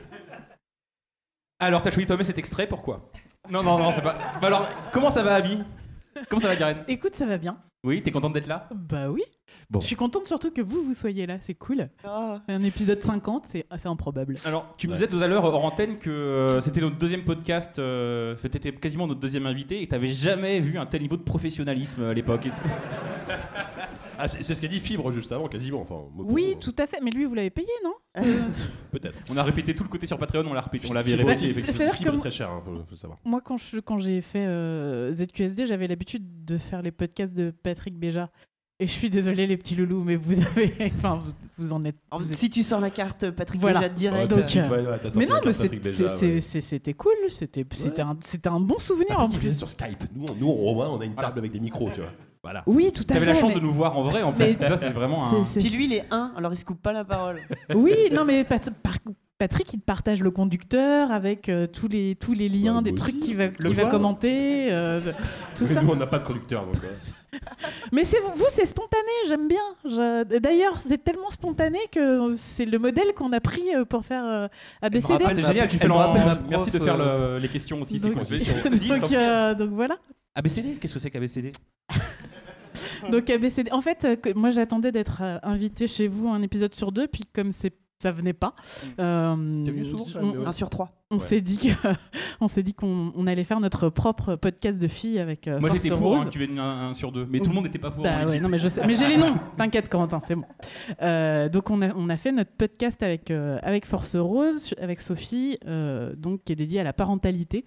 Alors, t'as choisi toi-même cet extrait, pourquoi? Non, non, non, c'est pas. Bah alors, comment ça va, Abby? Comment ça va, Gareth? Écoute, ça va bien. Oui, t'es contente d'être là? Bah oui. Bon. Je suis contente surtout que vous, vous soyez là, c'est cool. Un épisode cinquante, c'est assez improbable. Alors, tu me disais tout à l'heure hors antenne que euh, c'était notre deuxième podcast, euh, t'étais quasiment notre deuxième invité et t'avais jamais vu un tel niveau de professionnalisme à l'époque. Est-ce que- Ah, c'est c'est ce qu'a dit Fibre juste avant, quasiment. Enfin, mot pour Oui, mot. tout à fait. Mais lui, vous l'avez payé, non Euh, Peut-être. On a répété tout le côté sur Patreon, on l'a répété, on l'avait Fibre répété. aussi, effectivement. c'est-à-dire Fibre que est très cher, hein, faut, faut savoir. Moi, quand je- quand j'ai fait euh, Z Q S D, j'avais l'habitude de faire les podcasts de Patrick Béja. Et je suis désolée, les petits loulous, mais vous avez. Enfin, vous, vous en êtes. Alors, vous êtes- si tu sors la carte Patrick Voilà. Béja direct. Ouais, donc, tout de suite, euh, ouais, ouais, t'as sorti Mais la non, carte mais c'est- Patrick Béja, c'est- ouais. c'est- c'est- c'était cool. C'était c'était un, c'était un bon souvenir en Patrick, il vient plus. sur Skype. Nous, on- nous, au moins, on a une table avec des micros, tu vois. Voilà. Oui, tout à fait. T'avais la chance mais- de nous voir en vrai en plus, mais- ça c'est vraiment c'est- un. c'est- Puis lui, il est un, alors il se coupe pas la parole. Oui, non, mais Pat- par- Patrick, il te partage le conducteur avec euh, tous, les, tous les liens, Ouais, des moi trucs aussi. qu'il va, Le qu'il va choix. commenter, euh, tout Mais ça. nous, on n'a pas de conducteur, donc. euh. Mais c'est vous, c'est spontané, j'aime bien. Je- D'ailleurs, c'est tellement spontané que c'est le modèle qu'on a pris euh, pour faire euh, A B C D. Ah, c'est génial, tu fais Elle me l'en- rappelle ma Merci de prof, faire le- euh, les questions aussi. C'est Donc, cool. Vas-y, vas-y, donc, t'en prie. euh, donc voilà. A B C D, qu'est-ce que c'est qu'A B C D? Donc A B C D. En fait, euh, que- moi j'attendais d'être euh, invité chez vous un épisode sur deux, puis comme c'est ça venait pas. Euh, T'es venu souvent, ça, on, mais ouais. Un sur trois. on Ouais. s'est dit que, on s'est dit qu'on on allait faire notre propre podcast de filles avec euh, Moi Force j'étais pour Rose. hein, que tu viennes un, un sur deux, mais tout le monde n'était pas pour. Bah ouais, non mais je sais, mais j'ai les noms. T'inquiète Corentin, c'est bon. Euh, donc on a on a fait notre podcast avec euh, avec Force Rose, avec Sophie, euh, donc qui est dédié à la parentalité.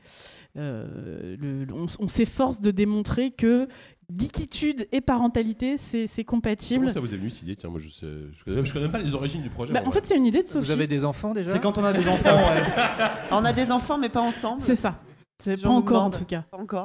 Euh, le- le- on, s- on s'efforce de démontrer que geekitude et parentalité c'est c'est compatible. Comment ça vous est venu cette idée? Tiens, moi je sais, je connais, même, je connais même pas les origines du projet. Bah, en fait, c'est une idée de Sophie. Vous avez des enfants déjà? C'est quand on a des enfants. ouais. On a des enfants, mais pas ensemble. C'est ça. C'est Les pas gens nous encore en demandent. tout cas. Pas encore.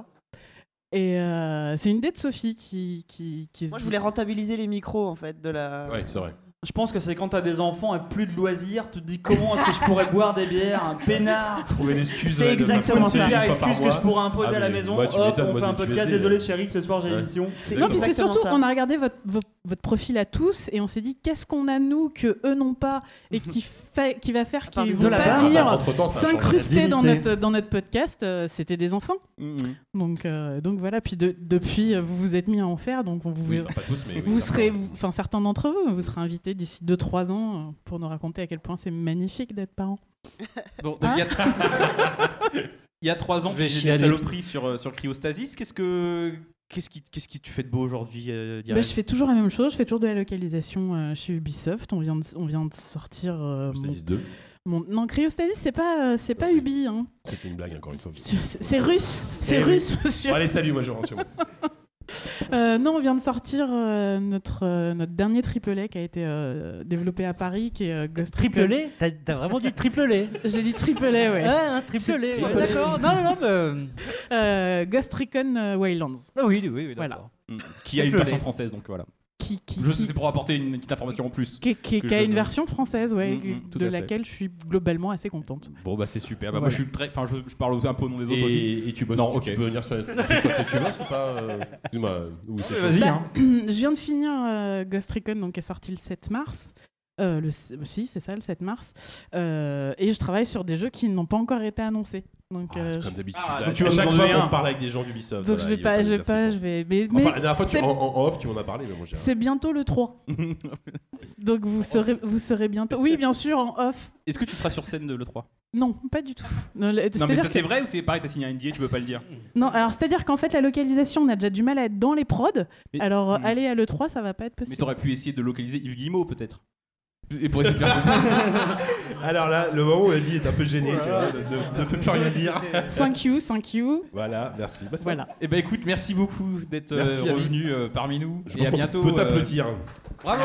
Et euh, c'est une idée de Sophie qui qui, qui se Moi, je dit- voulais rentabiliser les micros, en fait, de la. Ouais, c'est vrai. Je pense que c'est quand t'as des enfants et plus de loisirs, tu te dis comment est-ce que je pourrais boire des bières, un peinard. Trouver l'excuse. C'est ouais, de exactement m'absenter ça. une Super fois par excuse que mois. je pourrais imposer Ah, à la mais maison. moi, tu Hop, m'étonnes, on moi, fait un c'est podcast. Q S D, Désolé, euh. chérie, ce soir j'ai Ouais. l'émission. C'est Non, puis c'est exactement surtout, ça. on a regardé votre, votre, votre profil à tous et on s'est dit qu'est-ce qu'on a nous que eux n'ont pas et qui, fait, qui va faire part qu'ils des vont autres. pas Ah bah, venir entre-temps, ça a changé. s'incruster dans Dignité. notre, dans notre podcast. euh, C'était des enfants. Donc, euh, donc voilà, puis de- depuis, euh, vous vous êtes mis à en faire, donc on vous, Oui, enfin, pas tous, mais oui, vous certains. serez, vous- enfin certains d'entre vous, vous serez invités d'ici deux trois ans euh, pour nous raconter à quel point c'est magnifique d'être parent. Bon, donc, il y a- il y a trois ans, Je vais j'ai chialer. des saloperies sur, euh, sur Cryostasis. Qu'est-ce que qu'est-ce qui qu'est-ce qui tu fais de beau aujourd'hui, euh, Bah, Diarène je fais toujours la même chose, je fais toujours de la localisation euh, chez Ubisoft. On vient de, on vient de sortir. euh, Stasis deux. mon, mon- non, Cryostasis, c'est pas, euh, c'est pas Ubi. Hein. C'était une blague encore une fois. C'est c'est russe, c'est Eh oui. russe, monsieur. Bon, allez, salut, moi je rentre chez moi. Euh, non, on vient de sortir euh, notre, euh, notre dernier triplet qui a été euh, développé à Paris, qui est euh, Ghost Recon. Triplet? T'as t'as vraiment dit triplet? J'ai dit triplet, ouais. Ah, un triplet, ouais, d'accord. Non, non, non, mais... Euh, Ghost Recon euh, Wildlands. Ah oui, oui, oui, Voilà. d'accord. Mm. Qui a une Triplet. version française, donc voilà. Qui, qui, Je- qui- C'est pour apporter une petite information en plus. qui- qui- que qui a je une donne. version française, ouais, Mm, mm, tout de à fait. laquelle je suis globalement assez contente. Bon bah c'est super. Bah, Voilà. Moi je suis très, enfin je, je parle un peu au nom des autres aussi. Et, et tu bosses, Non, tu, ok. tu peux venir sur la sur laquelle tu bosses ou pas euh, Excuse-moi, oui, c'est chaud. Vas-y. Bah, hein. je viens de finir euh, Ghost Recon, donc qui est sorti le sept mars. Euh, le, si, c'est ça, le sept mars. Euh, et je travaille sur des jeux qui n'ont pas encore été annoncés. Donc, Ah, euh, comme d'habitude. Ah, À- donc tu à vas chaque nous en fois donner qu'on un. parle avec des gens d'Ubisoft. donc voilà, je vais il pas, va je vais nous pas, dire je c'est vais. Mais, fort. Enfin, mais la dernière fois, tu, c'est- en, en off, tu m'en as parlé, mais bon, j'ai. c'est bientôt le trois. Donc vous serez, vous serez bientôt. Oui, bien sûr, en off. Est-ce que tu seras sur scène de l'E trois? Non, pas du tout. Non, le- Non mais c'est-à-dire ça c'est que- vrai ou c'est pareil, t'as signé un N D A, tu peux pas le dire? Non, alors c'est-à-dire qu'en fait, la localisation, on a déjà du mal à être dans les prods. Mais- Alors, euh, Hmm. aller à l'E trois, ça va pas être Mais possible. t'aurais pu essayer de localiser Yves Guillemot peut-être. Et pour essayer de faire comprendre. Alors là, le moment où Abby est un peu gêné, tu vois, ne, ne- ne peut plus rien dire. cinq you, cinq you. Voilà, merci. Bah, c'est Voilà. bon. Eh ben écoute, merci beaucoup d'être euh, Merci, Abby. revenu euh, parmi nous. Je et pense à qu'on bientôt. peut euh, t'applaudir. Bravo.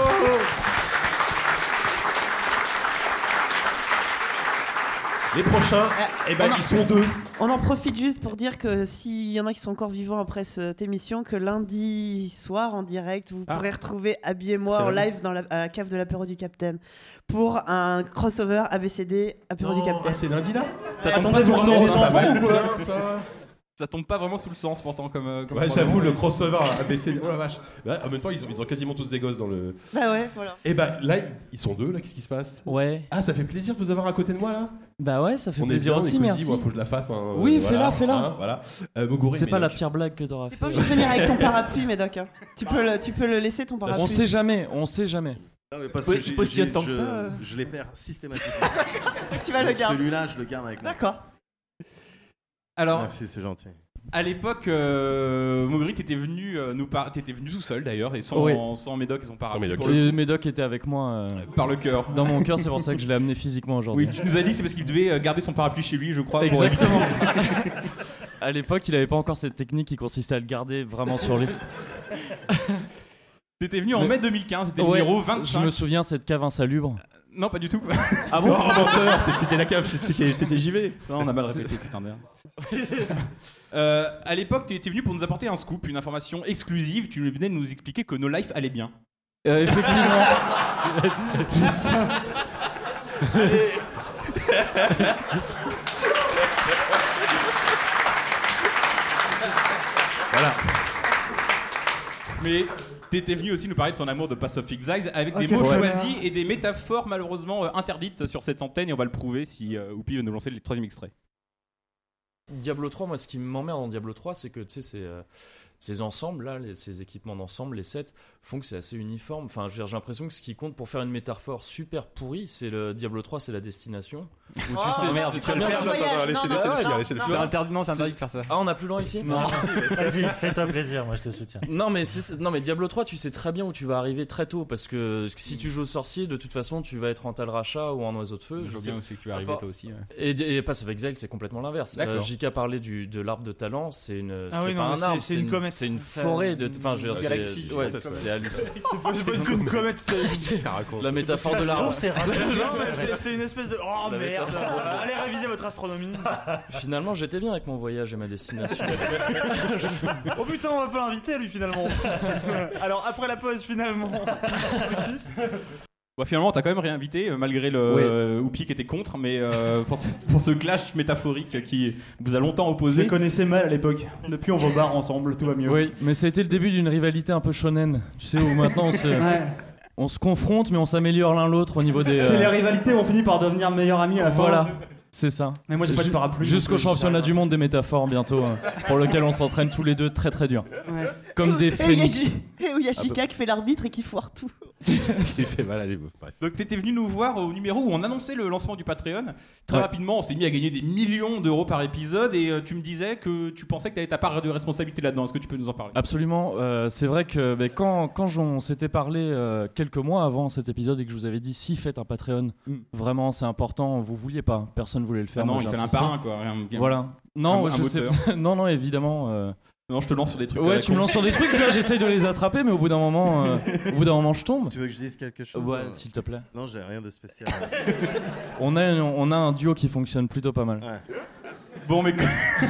Les prochains, eh ben, on en- ils sont deux. On en profite juste pour dire que s'il y en a qui sont encore vivants après cette émission, que lundi soir en direct, vous Ah. pourrez retrouver Abby et moi C'est en lundi. live dans la, à la cave de l'apéro du Capitaine pour un crossover A B C D apéro du Non, Capitaine. ah, c'est lundi là Ça tombe Attendez, pas sous le vous ramenez sens. des Ça va enfants être ou quoi bien, ça. Ça tombe pas vraiment sous le sens pourtant comme. euh, comme Ouais, programme. j'avoue, le crossover A B C D. Oh la vache. Bah, en même temps, ils ont, ils ont quasiment tous des gosses dans le. Bah ouais, voilà. Et bah là, ils- ils sont deux là, qu'est-ce qui se passe? Ouais. Ah, ça fait plaisir de vous avoir à côté de moi là. Bah ouais, ça fait On est plaisir bien, on est aussi, cosy, merci. moi faut que je la fasse. hein, Oui, euh, fais-la, voilà, fais-la. hein, voilà. Euh, Moguri, C'est pas la Médoc. pire blague que t'auras T'es fait. pas obligé de venir avec ton parapluie, Médoc. hein. Tu, peux le, tu peux le laisser ton parapluie. On sait jamais, on sait jamais. Non, mais parce Po- que j'ai- postillonne j'ai- tant que je, ça, euh. je les perds systématiquement. Tu vas le Donc garder. Celui-là, je le garde avec moi. D'accord. Alors, Merci, c'est gentil. à l'époque, euh, Moguri, t'étais venu euh, nous par... t'étais venu tout seul d'ailleurs et sans, Oui. sans Médoc et son parapluie. Médoc. Pour le- Et Médoc était avec moi euh, Par le cœur. dans mon cœur, c'est pour ça que je l'ai amené physiquement aujourd'hui. Oui, tu nous as dit que c'est parce qu'il devait euh, garder son parapluie chez lui, je crois. pour Exactement. À l'époque, il avait pas encore cette technique qui consistait à le garder vraiment sur lui. T'étais venu en Mais- mai deux mille quinze, c'était Ouais, le numéro vingt-cinq. Je me souviens cette cave insalubre. Non, pas du tout. Ah Non, menteur, c'est- c'était la cave, c'était c'était J V. Non, on a mal répété, putain de merde. Euh, à l'époque, tu étais venu pour nous apporter un scoop, une information exclusive. Tu venais de nous expliquer que No Life allait bien. Euh, effectivement. Voilà. Mais t'étais venu aussi nous parler de ton amour de Path of Exiles avec des Okay, mots ouais. choisis et des métaphores malheureusement euh, interdites sur cette antenne et on va le prouver si euh, Oupi veut nous lancer le troisième extrait. Diablo trois, moi, ce qui m'emmerde dans Diablo trois, c'est que tu sais, c'est, euh, ces ensembles là, les- ces équipements d'ensemble, les sets, font que c'est assez uniforme. Enfin, je veux dire, j'ai l'impression que ce qui compte pour faire une métaphore super pourrie, c'est le Diablo trois, c'est la destination. Où tu Ah, sais, merde, c'est c'est très le bien. faire, tu- attends, attends, Ah, laissez- non, laissez-le non, faire, non, laissez-le non, faire. non. C'est interdit- non, c'est interdit de faire ça. Ah, on n'a plus le droit ici. Non. Si, si, si. Vas-y, fais-toi plaisir, moi je te soutiens. Non mais, c'est- c'est- non mais Diablo trois, tu sais très bien où tu vas arriver très tôt parce que si tu joues au sorcier, de toute façon tu vas être en Talracha ou en oiseau de feu. Je vois sais- bien aussi que tu vas à arriver part- toi aussi, ouais. Et, et Path of Exile, c'est complètement l'inverse. D'accord. Euh, J K parlait du, de l'arbre de talent, c'est une, Ah c'est oui, pas non, mais un c'est- arbre, c'est une comète. c'est une Enfin, forêt de, enfin je veux dire, galaxie, c'est, ouais, peut-être. c'est hallucinant. C'est pas- c'est pas une comète, c'était- C'est- La métaphore de Ça se l'arbre. trouve, c'est raté. Non, mais c'était- c'était une espèce de. Oh La merde. métaphore de l'arbre. Allez réviser votre astronomie. Finalement, j'étais bien avec mon voyage et ma destination. Oh putain, on va pas l'inviter lui finalement. Alors après la pause finalement. Bon, finalement, t'as quand même réinvité, euh, malgré le Oui. euh, Oupi qui était contre, mais euh, pour, cette- pour ce clash métaphorique qui vous a longtemps Je opposé. les connaissais mal à l'époque. Depuis on va au bar ensemble, tout va mieux. Oui, mais ça a été le début d'une rivalité un peu shonen. Tu sais, où maintenant on se, Ouais. on se confronte, mais on s'améliore l'un l'autre au niveau des. C'est euh, les rivalités où on finit par devenir meilleurs amis à la fin. Voilà, c'est ça. Mais moi j'ai pas de Ju- parapluie. Jusqu'au donc, euh, championnat j'arrive du monde des métaphores bientôt, hein, pour lequel on s'entraîne tous les deux très très dur. Ouais. Comme des Et il y a phénix. J- Et où il y a Chica qui fait l'arbitre et qui foire tout. Il fait mal à les bref. Donc t'étais venu nous voir au numéro où on annonçait le lancement du Patreon. Très Ouais. rapidement, on s'est mis à gagner des millions d'euros par épisode et euh, tu me disais que tu pensais que t'avais ta part de responsabilité là-dedans. Est-ce que tu peux nous en parler? Absolument. euh, c'est vrai que ben, quand, quand on s'était parlé euh, quelques mois avant cet épisode et que je vous avais dit si faites un Patreon, Mm. vraiment c'est important, vous vouliez pas, personne voulait le faire. Ah non, moi, il j'ai fallait un insisté. parrain, quoi, un- Voilà. Non, un- un je sais moteur. pas. Non, non, évidemment. euh, Non, je te lance sur des trucs. Ouais, à la tu me con. lances sur des trucs, tu vois, j'essaye de les attraper, mais au bout d'un moment, euh, au bout d'un moment, je tombe. Tu veux que je dise quelque chose? Ouais, euh s'il te plaît. Non, j'ai rien de spécial. On a, on a un duo qui fonctionne plutôt pas mal. Ouais. Bon, mais.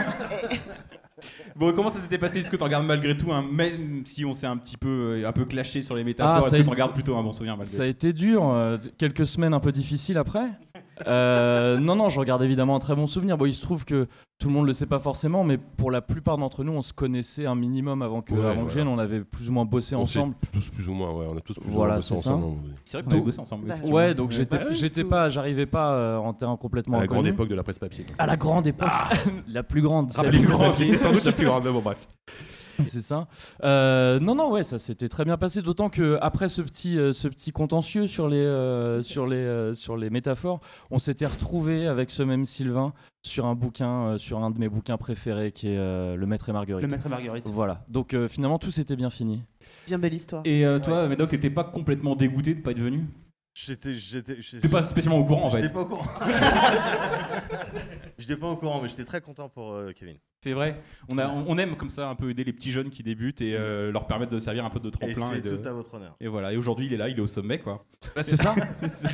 Bon, comment ça s'était passé? Est-ce que tu regardes malgré tout, hein, même si on s'est un petit peu, euh, un peu clashé sur les métaphores, Ah, est-ce ça que a tu été- regardes plutôt un bon souvenir malgré Ça a été dur, euh, quelques semaines un peu difficiles après. Euh, non, non, je regarde évidemment un très bon souvenir. Bon, il se trouve que tout le monde le sait pas forcément, mais pour la plupart d'entre nous, on se connaissait un minimum avant que, Ouais, avant que voilà. je vienne. On avait plus ou moins bossé On ensemble. sait tous plus ou moins, ouais, on a tous plus Voilà, ou moins bossé c'est ça. ensemble. oui. C'est vrai qu'on avait Donc- bossé ensemble. Bah, effectivement. Ouais, donc j'étais, Bah oui, j'étais tout. pas, j'arrivais pas euh, en terrain complètement À la grande inconnu. époque de la presse papier. quoi. À la grande époque, la plus grande. Ah, celle la du plus grande, papier. c'était sans doute la plus grande, mais bon, bref. C'est ça. Euh, non, non, ouais, ça s'était très bien passé. D'autant que après ce petit, euh, ce petit contentieux sur les, euh, sur les, euh, sur les métaphores, on s'était retrouvé avec ce même Sylvain sur un bouquin, euh, sur un de mes bouquins préférés, qui est euh, Le Maître et Marguerite. Le Maître et Marguerite. Voilà. Donc euh, finalement, tout s'était bien fini. Bien belle histoire. Et euh, toi, Médoc, t'étais pas complètement dégoûté de pas être venu? J'étais, j'étais, j'étais- T'es pas spécialement au courant en fait. J'étais pas au courant. J'étais pas au courant, mais j'étais très content pour euh, Kevin. C'est vrai. On, a, on aime comme ça un peu aider les petits jeunes qui débutent et euh, leur permettre de servir un peu de tremplin. Et c'est de... tout à votre honneur. Et voilà. Et aujourd'hui, il est là, il est au sommet, quoi. Bah, c'est ça.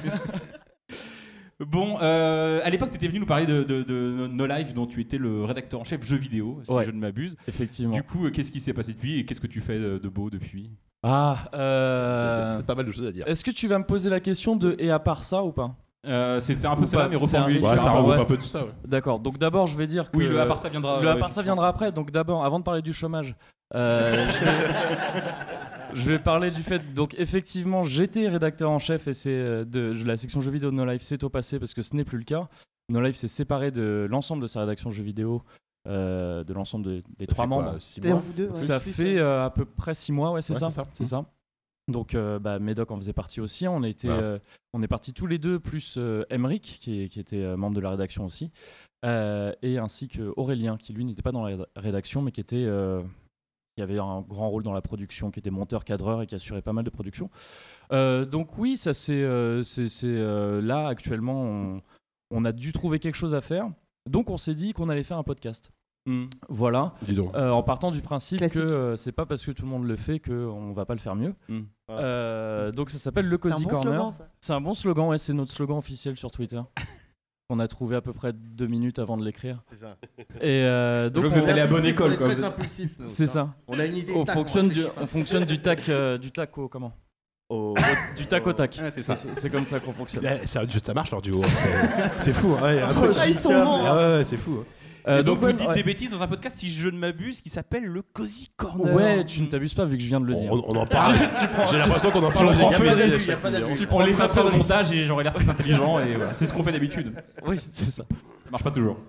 Bon, euh, à l'époque, tu étais venu nous parler de, de, de No Life, dont tu étais le rédacteur en chef jeux vidéo, si Ouais. je ne m'abuse. Effectivement. Du coup, euh, qu'est-ce qui s'est passé depuis et qu'est-ce que tu fais de, de beau depuis? Ah, euh... J'ai pas mal de choses à dire. Est-ce que tu vas me poser la question de et à part ça ou pas? Euh, C'était un peu Ou ça, pas, mais c'est un- reformulé. Ouais, ça différemment. regroupe ouais. un peu tout ça. Ouais. D'accord. Donc d'abord, je vais dire que Oui, le à part ça viendra. Le à ouais, part ça effectivement. viendra après. Donc d'abord, avant de parler du chômage, euh, je, vais... je vais parler du fait. Donc effectivement, j'étais rédacteur en chef et c'est euh, de la section jeux vidéo de No Life, c'est au passé parce que ce n'est plus le cas. No Life s'est séparé de l'ensemble de sa rédaction jeux vidéo, euh, de l'ensemble de- des Ça trois fait quoi, membres. six C'était mois vous deux, ouais. Ça Plus, fait euh, à peu près six mois, ouais, c'est Ouais, ça. c'est ça. C'est ça. Donc, euh, bah, Médoc en faisait partie aussi. On, a été, Ouais. euh, on est partis tous les deux, plus euh, Emeric, qui, est- qui était euh, membre de la rédaction aussi, euh, et ainsi que Aurélien, qui lui n'était pas dans la réda- rédaction, mais qui était, euh, qui avait un grand rôle dans la production, qui était monteur, cadreur et qui assurait pas mal de production. Euh, donc oui, ça c'est, euh, c'est, c'est, euh, là actuellement, on, on a dû trouver quelque chose à faire. Donc on s'est dit qu'on allait faire un podcast. Mm. Voilà, Dis donc. Euh, en partant du principe Classique. que euh, c'est pas parce que tout le monde le fait qu'on va pas le faire mieux. Mm. Euh, donc ça s'appelle le C'est un Cozy bon Corner. slogan, ça. C'est un bon slogan, ouais, c'est notre slogan officiel sur Twitter. On a trouvé à peu près deux minutes avant de l'écrire. C'est ça. Et euh, donc vois que vous on- êtes allé à bonne Impulsif, école, on est quoi. très impulsif, nous, c'est ça. ça. On a une idée. On tac, fonctionne, du, réfléchit pas. on fonctionne du tac, euh, du tac au comment au... Du tac au tac. Ouais, c'est ça. C'est c'est comme ça qu'on fonctionne. Eh, ça, ça marche leur duo. C'est- C'est fou. hein, y a un truc- Ah, ils sont bons. Ah ouais, ouais, c'est fou. hein. Euh, Et donc, donc, ouais, vous dites ouais. des bêtises dans un podcast, si je ne m'abuse, qui s'appelle le Cozy Corner. Ouais, tu ne t'abuses pas vu que je viens de le dire. On, on en parle. J'ai l'impression qu'on en parle. on au prend début, feu, mais il y a c'est- y a pas d'abus. Tu prends les traces dans le montage et j'aurais l'air très intelligent et voilà. C'est ce qu'on fait d'habitude. Oui, c'est ça. Ça marche pas toujours.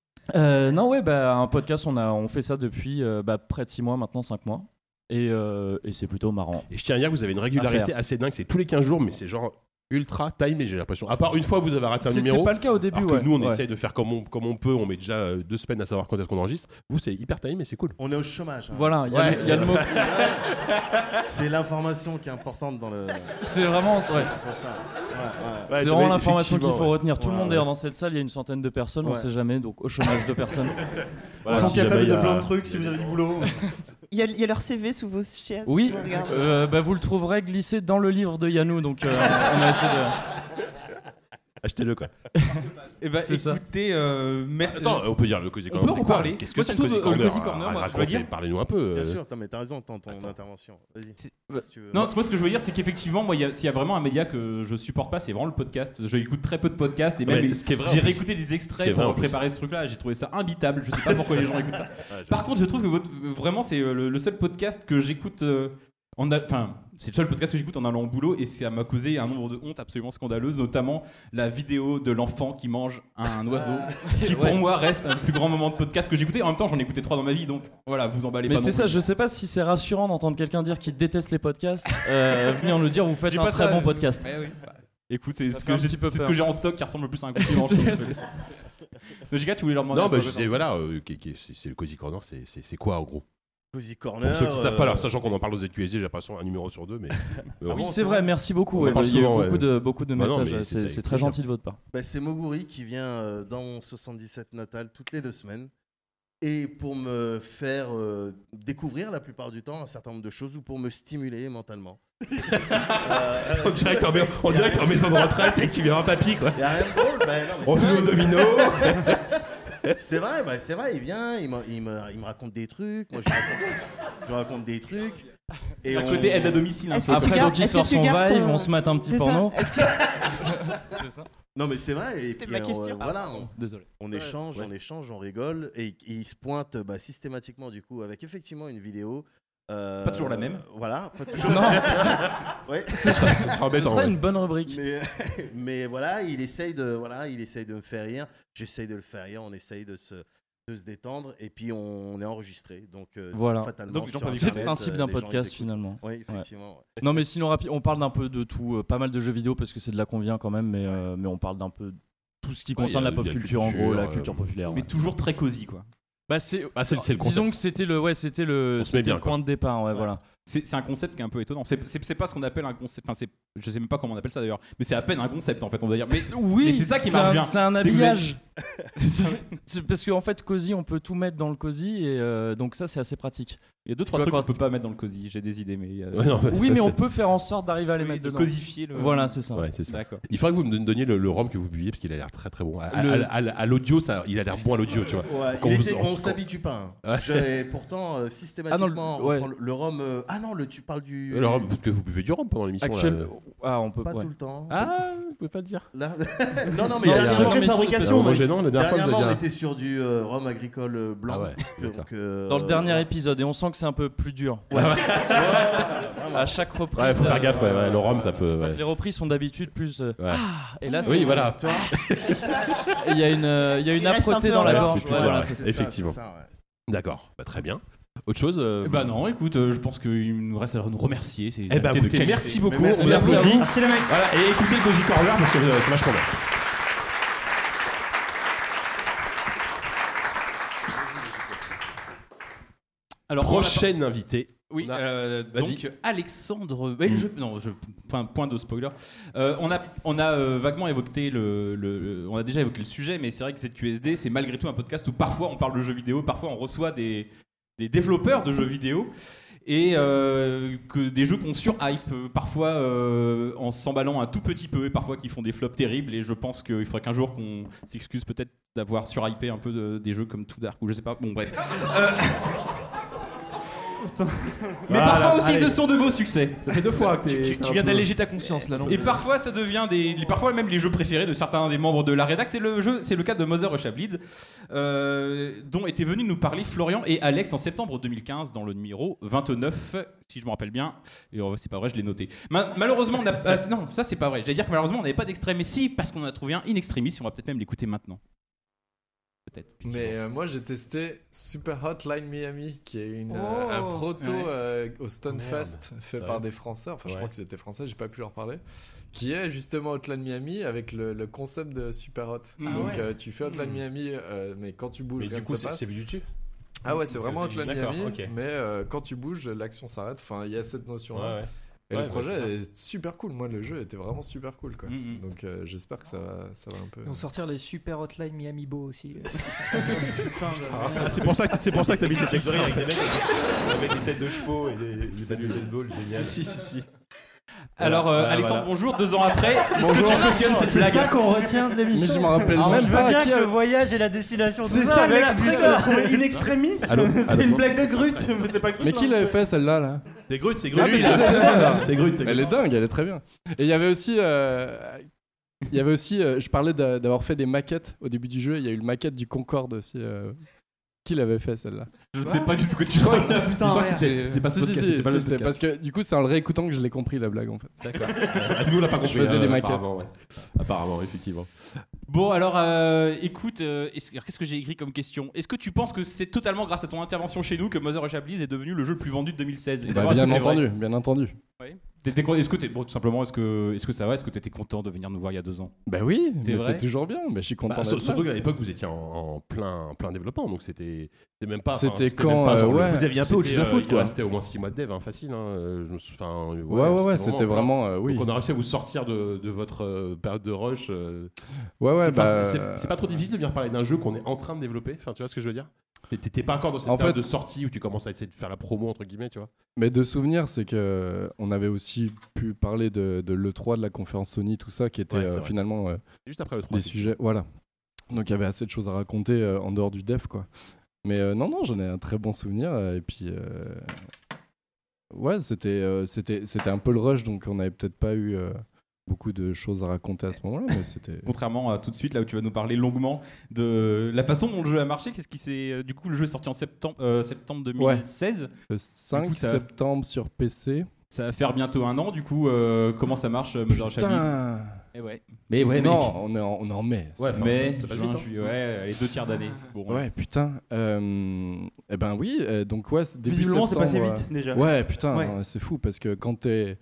Euh, non, ouais, bah, un podcast, on, a, on fait ça depuis euh, bah, près de six mois maintenant, cinq mois. Et, euh, et c'est plutôt marrant. Et je tiens à dire que vous avez une À régularité faire. assez dingue. C'est tous les quinze jours, mais c'est genre ultra timé, j'ai l'impression. À part une fois, vous avez raté un C'était numéro. pas le cas au début, alors que ouais. nous, on Ouais. essaye de faire comme on, comme on peut. On met déjà euh, deux semaines à savoir quand est-ce qu'on enregistre. Vous, c'est hyper timé, c'est cool. On est au chômage. hein. Voilà, il y, a Ouais. le- il y a le mot. C'est vrai. C'est l'information qui est importante dans le. C'est vraiment. Ouais. C'est pour ça. Ouais, ouais. C'est Ouais, vraiment mais l'information qu'il faut effectivement, ouais. retenir. Tout le Ouais, monde ouais. est dans cette salle, il y a une centaine de personnes, on Ouais. sait jamais, donc au chômage de personnes. Voilà, Ils sont si jamais capables il y de a- plein de trucs si vous avez du boulot. Il y, a- il y a leur C V sous vos chaises. Oui, si on regarde. euh, bah, vous le trouverez glissé dans le livre de Yannou, donc euh, on a essayé de. Achetez-le quoi. Et bah C'est ça. écoutez, euh, merci. Attends, on peut dire le Cozy On Corner. peut c'est en quoi parler. Qu'est-ce que Moi, c'est le surtout, Cozy euh, le Corner Cozy Corner, Ah, moi, je veux racontez, dire- Parlez-nous un peu. Bien euh. sûr, mais t'as raison, ton, ton intervention. Vas-y. Si tu veux. Non, moi ce que je veux dire, c'est qu'effectivement, moi, il y a- s'il y a vraiment un média que je supporte pas, c'est vraiment le podcast. Je écoute très peu de podcasts et même Ouais, les- ce qui est vrai, en j'ai plus. réécouté des Ce qui est extraits vrai, en pour plus. préparer ce truc-là. J'ai trouvé ça imbitable. Je sais pas pourquoi les gens écoutent ça. Ouais, Par contre, je trouve que votre, vraiment, c'est euh, le, le seul podcast que j'écoute. euh, en a- Enfin, c'est le seul podcast que j'écoute en allant au boulot et ça m'a causé un nombre de hontes absolument scandaleuses, notamment la vidéo de l'enfant qui mange un oiseau, qui pour Ouais. moi reste un plus grand moment de podcast que j'ai écouté. En même temps, j'en ai écouté trois dans ma vie, donc voilà, vous emballez Mais pas. c'est non ça, plus. je sais pas si c'est rassurant d'entendre quelqu'un dire qu'il déteste les podcasts. Euh, venir nous dire, vous faites J'ai un pas très ça, bon euh, podcast. ouais, oui. Bah, écoute, c'est Ça ce fait un que j'ai petit peu c'est ce peur. que j'ai en stock qui ressemble le plus à un compliment. je C'est- trouve, c'est c'est- Logica, tu voulais leur demander Non, un bah peu, je attends. disais, voilà, euh, qui- qui- c'est c'est le Cozy Corner, c'est- c'est c'est quoi en gros Cozy Corner. Pour ceux qui savent pas, euh, alors sachant qu'on en parle aux Z Q S D, j'ai l'impression un numéro sur deux, mais. mais Ah bon. oui, c'est vrai, merci beaucoup. On en ouais, parle il y a eu souvent, beaucoup ouais. de, beaucoup de Bah non, messages, mais c'est c'était c'est très plaisir. gentil de votre part. bah, c'est Moguri qui vient euh, dans mon soixante-dix-sept natal toutes les deux semaines. Et pour me faire euh, découvrir la plupart du temps un certain nombre de choses ou pour me stimuler mentalement. Euh, On dirait que t'es en mai- on dirait que t'es en maison de retraite et que tu viens un papy quoi. Y a rien de drôle, bah, non, mais On c'est joue au vrai. domino. C'est vrai, bah, c'est vrai, il vient, il me, il, me, il me raconte des trucs, moi je lui raconte, je lui raconte des trucs. Et À côté aide à domicile, hein. Est-ce que tu Après, gardes- donc il est-ce sort que tu son gardes vibe, ton- on se mate un petit C'est ça. porno. Est-ce que- C'est ça. Non mais c'est vrai, et C'était puis ma euh, question. voilà, Ah, on, désolé. on Ouais. échange, Ouais. on échange, on rigole, et, et il se pointe bah, systématiquement du coup avec effectivement une vidéo. euh, Pas toujours la même. Voilà, pas toujours. Non. Ouais. Ce serait, Ce sera ce embêtant, serait ouais. une bonne rubrique. Mais, mais voilà, il essaye de, voilà, il essaye de me faire rire. J'essaye de le faire rire. On essaye de se, de se détendre. Et puis on, on est enregistré. Donc euh, Voilà. fatalement, Donc, sur j'en C'est le Internet, principe euh, d'un les gens, ils podcast écoutent. finalement. Oui, Ouais. effectivement. ouais. Non mais sinon rapide, on parle d'un peu de tout, euh, pas mal de jeux vidéo parce que c'est de là qu'on vient quand même, mais, euh, mais on parle d'un peu de tout ce qui Ouais, concerne y a- la pop y a culture, en culture, gros, la euh, culture populaire. Mais ouais. toujours très cosy, quoi. Bah c'est, Bah, c'est le- c'est le disons concept. que c'était le, ouais, c'était le, On se met c'était bien, le point de départ, ouais, Ouais. voilà. C'est c'est un concept qui est un peu étonnant. C'est c'est- c'est pas ce qu'on appelle un concept. Enfin, c'est- je sais même pas comment on appelle ça d'ailleurs. Mais c'est à peine un concept en fait, on va dire. Mais Oui, mais c'est ça qui marche un- bien. C'est un C'est que vous habillage. C'est ça. C'est parce qu'en fait, cosy, on peut tout mettre dans le cosy et euh, donc ça c'est assez pratique. Il y a deux trois Tu trucs vois, qu'on peut pas mettre dans le cosy. J'ai des idées, mais euh, Ouais, non, mais- Oui, mais on peut faire en sorte d'arriver à les oui, mettre de dedans. cosifier le. Voilà, c'est ça. Ouais, c'est ça. D'accord. Il faudrait que vous me donniez le, le rhum que vous buviez parce qu'il a l'air très très bon. À, Le- à- à- à l'audio, ça, il a l'air bon à l'audio, tu vois. Ouais, Quand il vous- était- quand- on s'habitue pas. hein. Ouais. J'ai pourtant euh, systématiquement Ah non, le- ouais. on prend le, le rhum. euh, ah non, le, tu parles du. Le rhum, parce que vous buvez du rhum pendant l'émission. là. Actuellement, ah, on peut Pas ouais. tout le temps. Ah, vous pouvez pas le dire. Là... non, non, mais Non, il y a- c'est un un secret de mais- fabrication. C'est vraiment mec. gênant. La dernière fois, vous Dernièrement, on avez dit. était sur du euh, rhum agricole euh, blanc. Ah ouais, donc, d'accord. euh, Dans le dernier épisode et on sent que c'est un peu plus dur. Ouais, ouais. Ouais, À chaque reprise. Ouais, faut faire euh, gaffe, ouais, ouais, le rhum, ça peut. c'est ouais. que les reprises sont d'habitude plus. euh, Ouais. Ah, et là, Oui, c'est- voilà. Toi, Il y a une, euh, il y a une Il reste un âpreté peu dans en la bas. gorge. C'est plus Ouais, dur, voilà, ouais. c'est ça. c'est ça, Effectivement. c'est ça, ouais. D'accord, bah, très bien. Autre chose euh, Bah non, écoute, euh, je pense qu'il nous reste à nous remercier. C'est Eh bah, écoutez, merci beaucoup. Mais merci on à vous. applaudit. Merci les mecs. Voilà, et écoutez le Cozy Corner parce que euh, c'est vachement bien. Alors, Prochaine invitée. Oui, On a- euh, Vas-y. donc Alexandre. ouais, je- non, je, enfin, point de spoiler. Euh, on a, on a euh, vaguement évoqué le, le- le- on a déjà évoqué le sujet, mais c'est vrai que Z Q S D, c'est malgré tout un podcast où parfois on parle de jeux vidéo, parfois on reçoit des, des développeurs de jeux vidéo et euh, que des jeux qu'on surhype, euh, parfois euh, en s'emballant un tout petit peu et parfois qui font des flops terribles. Et je pense qu'il faudrait qu'un jour qu'on s'excuse peut-être d'avoir surhypé un peu de- des jeux comme Too Dark ou je sais pas. Bon bref. Euh, Mais Voilà, parfois aussi, allez. ce sont de beaux succès. Ça fait deux fois que Tu, t'es- tu- t'es tu un viens peu- d'alléger ta conscience là, non Et parfois, ça devient des, les- parfois même les jeux préférés de certains des membres de la rédac. C'est le jeu, c'est le cas de Mother Russia Blitz, euh, dont étaient venus nous parler Florian et Alex en septembre deux mille quinze dans le numéro vingt-neuf, si je me rappelle bien. Et oh, c'est pas vrai, je l'ai noté. Ma- malheureusement, on a, ah, non, ça c'est pas vrai. J'allais dire que malheureusement, on n'avait pas d'extrait, mais si, parce qu'on en a trouvé un in extremis. On va peut-être même l'écouter maintenant. Peut-être. Mais euh, moi j'ai testé Super Hotline Miami, qui est une, Oh. euh, un proto Ouais. euh, au Stonefest Merde. fait Ça par va. des Français. Enfin, je Ouais. crois que c'était français, j'ai pas pu leur parler. Qui est justement Hotline Miami avec le, le concept de Super Hot. Ah Donc ouais. euh, tu fais Hotline Mm. Miami, euh, mais quand tu bouges, Mais rien du ne coup, se c'est passe. c'est vu dessus. Ah ouais, c'est Ou vraiment c'est- Hotline d'accord, Miami, ok. mais euh, quand tu bouges, l'action s'arrête. Enfin, il y a cette notion-là. Ouais, ouais. Et Ouais, le bah, projet c'est ça. est super cool. Moi, le jeu était vraiment super cool, quoi. Mm, Donc euh, j'espère que ça va, ça va un peu. Ils vont sortir les Super Hotline Miami Bo aussi. Ah, c'est pour ça que c'est pour ça que t'as mis cet extrait. Avec en des fait. mecs avec des têtes de chevaux et des, des balles de baseball, génial. Si, si, si. Alors, euh, Voilà, Alexandre, voilà. bonjour. Deux ans après, est-ce Bonjour. que tu cautionnes cette C'est blague ça qu'on retient de l'émission. Mais je me rappelle Alors, même je veux pas bien qui que a- le voyage et la destination, tout C'est ça, ça mais là, l'extrait putain. qu'on a trouvé in extremis. Allô, C'est allô. une blague de Grut, mais c'est pas Grut. Mais qui l'avait fait celle-là là C'est Grut, c'est Ah, Grut. mais Lui, c'est là. celle-là. C'est Grut, c'est Elle Grut. est dingue, elle est très bien. Et il y avait aussi, euh, il y avait aussi, euh, je parlais d'a- d'avoir fait des maquettes au début du jeu. Il y a eu le maquette du Concorde aussi. euh, Qui l'avait fait celle-là? Je ne sais pas du tout que tu Je crois parles. que- Putain, je crois ouais. que c'était- C'est pas ce Si, si, podcast, si, c'était pas le si, c'était- podcast. parce que du coup, c'est en le réécoutant que je l'ai compris la blague en fait. D'accord. Euh, Nous, on l'a pas compris. Je faisais hein, des maquettes. Apparemment, ouais. Apparemment, effectivement. Bon, alors, euh, écoute, euh, est-ce- alors, qu'est-ce que j'ai écrit comme question? Est-ce que tu penses que c'est totalement grâce à ton intervention chez nous que Mother Russia Blitz est devenu le jeu le plus vendu de deux mille seize? Et Bah, d'abord, est-ce bien que c'est vrai entendu, bien entendu. Ouais. T'étais con- Est-ce que t'es- bon, tout simplement, est-ce que, est-ce que ça va? Est-ce que tu étais content de venir nous voir il y a deux ans? Bah oui, C'est mais vrai c'est toujours bien. Mais je suis content. Bah, d'être sur- là. surtout qu'à l'époque, vous étiez en, en plein, en plein développement, donc c'était c'était même pas. C'était enfin, quand, même pas, euh, genre, le- ouais. vous Vous aviez un peu autre chose à foutre, quoi. C'était au moins six mois de dev, hein, facile. Hein, euh, je me sou- enfin, Ouais, ouais, ouais, c'était plein. vraiment, euh, oui. Donc on a réussi à vous sortir de, de votre euh, période de rush. euh, Ouais, ouais, c'est pas- bah, c'est c'est pas trop difficile de venir parler d'un jeu qu'on est en train de développer. Enfin, tu vois ce que je veux dire? Et T'étais pas encore dans cette En période fait- de sortie où tu commences à essayer de faire la promo entre guillemets, tu vois. Mais de souvenir, c'est que on avait aussi pu parler de, de l'E trois, de la conférence Sony, tout ça, qui était Ouais, c'est euh, vrai. finalement euh, Juste après l'E trois, des sujets. Voilà. Donc il y avait assez de choses à raconter euh, en dehors du dev, quoi. Mais euh, non, non, j'en ai un très bon souvenir. euh, Et puis, euh, ouais, c'était, euh, c'était, c'était un peu le rush, donc on n'avait peut-être pas eu euh, beaucoup de choses à raconter à ce moment-là, mais c'était. Contrairement à tout de suite, là où tu vas nous parler longuement de la façon dont le jeu a marché, qu'est-ce qui s'est. euh, Du coup, le jeu est sorti en septembre, euh, septembre deux mille seize. Le cinq Du coup, ça va- septembre sur P C. Ça va faire bientôt un an, du coup, euh, comment ça marche, euh, Mother Russia Putain. Blitz? Eh ouais. Mais ouais, non, mec. on est en, on est en mai. Ouais, enfin, Mais, ça- ça passe juin, vite, hein. juillet, ouais, les deux tiers d'année. Bon, Ouais, putain. Euh, eh ben oui, euh, donc ouais, c'est début Visiblement, c'est passé septembre, vite, euh, déjà. Ouais, putain, Ouais. non, c'est fou parce que quand t'es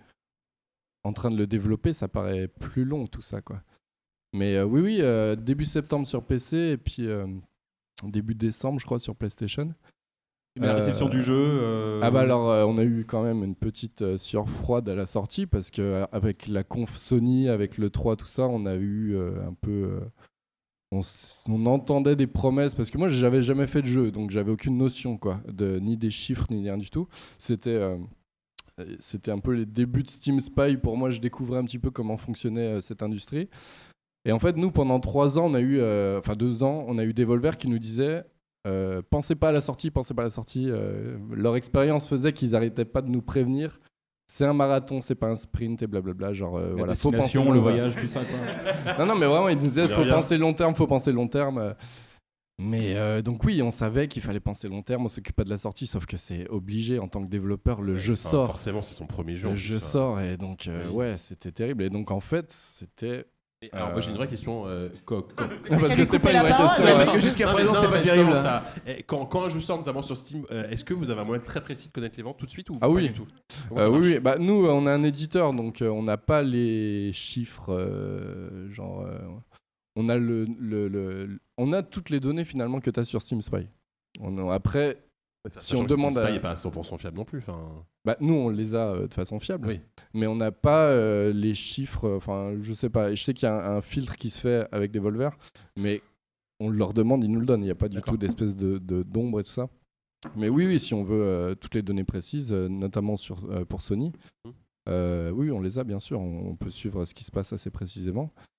en train de le développer, ça paraît plus long tout ça, quoi. Mais euh, oui, oui, euh, début septembre sur P C et puis euh, début décembre, je crois, sur PlayStation. Mais la réception du jeu, euh, Ah bah vous- alors, euh, on a eu quand même une petite euh, sueur froide à la sortie parce que euh, avec la conf Sony, avec le trois, tout ça, on a eu euh, un peu. euh, on, s- on entendait des promesses parce que moi, j'avais jamais fait de jeu, donc j'avais aucune notion, quoi, de ni des chiffres ni rien du tout. C'était euh, c'était un peu les débuts de Steam Spy. Pour moi, je découvrais un petit peu comment fonctionnait euh, cette industrie. Et en fait, nous, pendant trois ans, on a eu, euh, enfin deux ans, on a eu Devolver qui nous disait euh, pensez pas à la sortie, pensez pas à la sortie. Euh, leur expérience faisait qu'ils arrêtaient pas de nous prévenir. C'est un marathon, c'est pas un sprint et blablabla. Genre, euh, La voilà, faut penser destination, le voyage, tout ça, quoi. non, non, mais vraiment, ils nous disaient De faut rien. penser long terme, faut penser long terme. euh. Mais euh, donc oui, on savait qu'il fallait penser long terme, on s'occupait de la sortie, sauf que c'est obligé en tant que développeur, le Ouais, jeu enfin, sort. forcément, c'est ton premier jeu, en Le plus, jeu ça. sort et donc euh, Oui. ouais, c'était terrible. Et donc en fait, c'était. Et alors, moi j'ai une vraie question. euh, co- co- Ah, parce que c'était pas une vraie question. Ouais, ouais. parce que jusqu'à Non, mais présent non, c'était pas mais terrible. justement, Ça. Et quand, quand un jeu sort, notamment sur Steam, euh, est-ce que vous avez un moyen très précis de connaître les ventes tout de suite ou Ah pas oui. du tout Comment Euh, ça oui, marche oui. Bah, nous, on a un éditeur, donc euh, on n'a pas les chiffres. euh, genre, euh, on a le, le, le- on a toutes les données finalement que tu as sur Steam Spy. On a- après, Enfin, si sachant on que Steam demande, Spy à- est pas à cent pour cent fiable non plus. Enfin. bah, nous, on les a euh, de façon fiable, Oui. mais on n'a pas euh, les chiffres. Enfin, je sais pas. Je sais qu'il y a un, un filtre qui se fait avec Devolver, mais on leur demande, ils nous le donnent. Il n'y a pas du tout d'espèce de, de d'ombre et tout ça. Mais oui, oui, si on veut euh, toutes les données précises, euh, notamment sur, euh, pour Sony, euh, oui, on les a bien sûr. On, on peut suivre ce qui se passe assez précisément.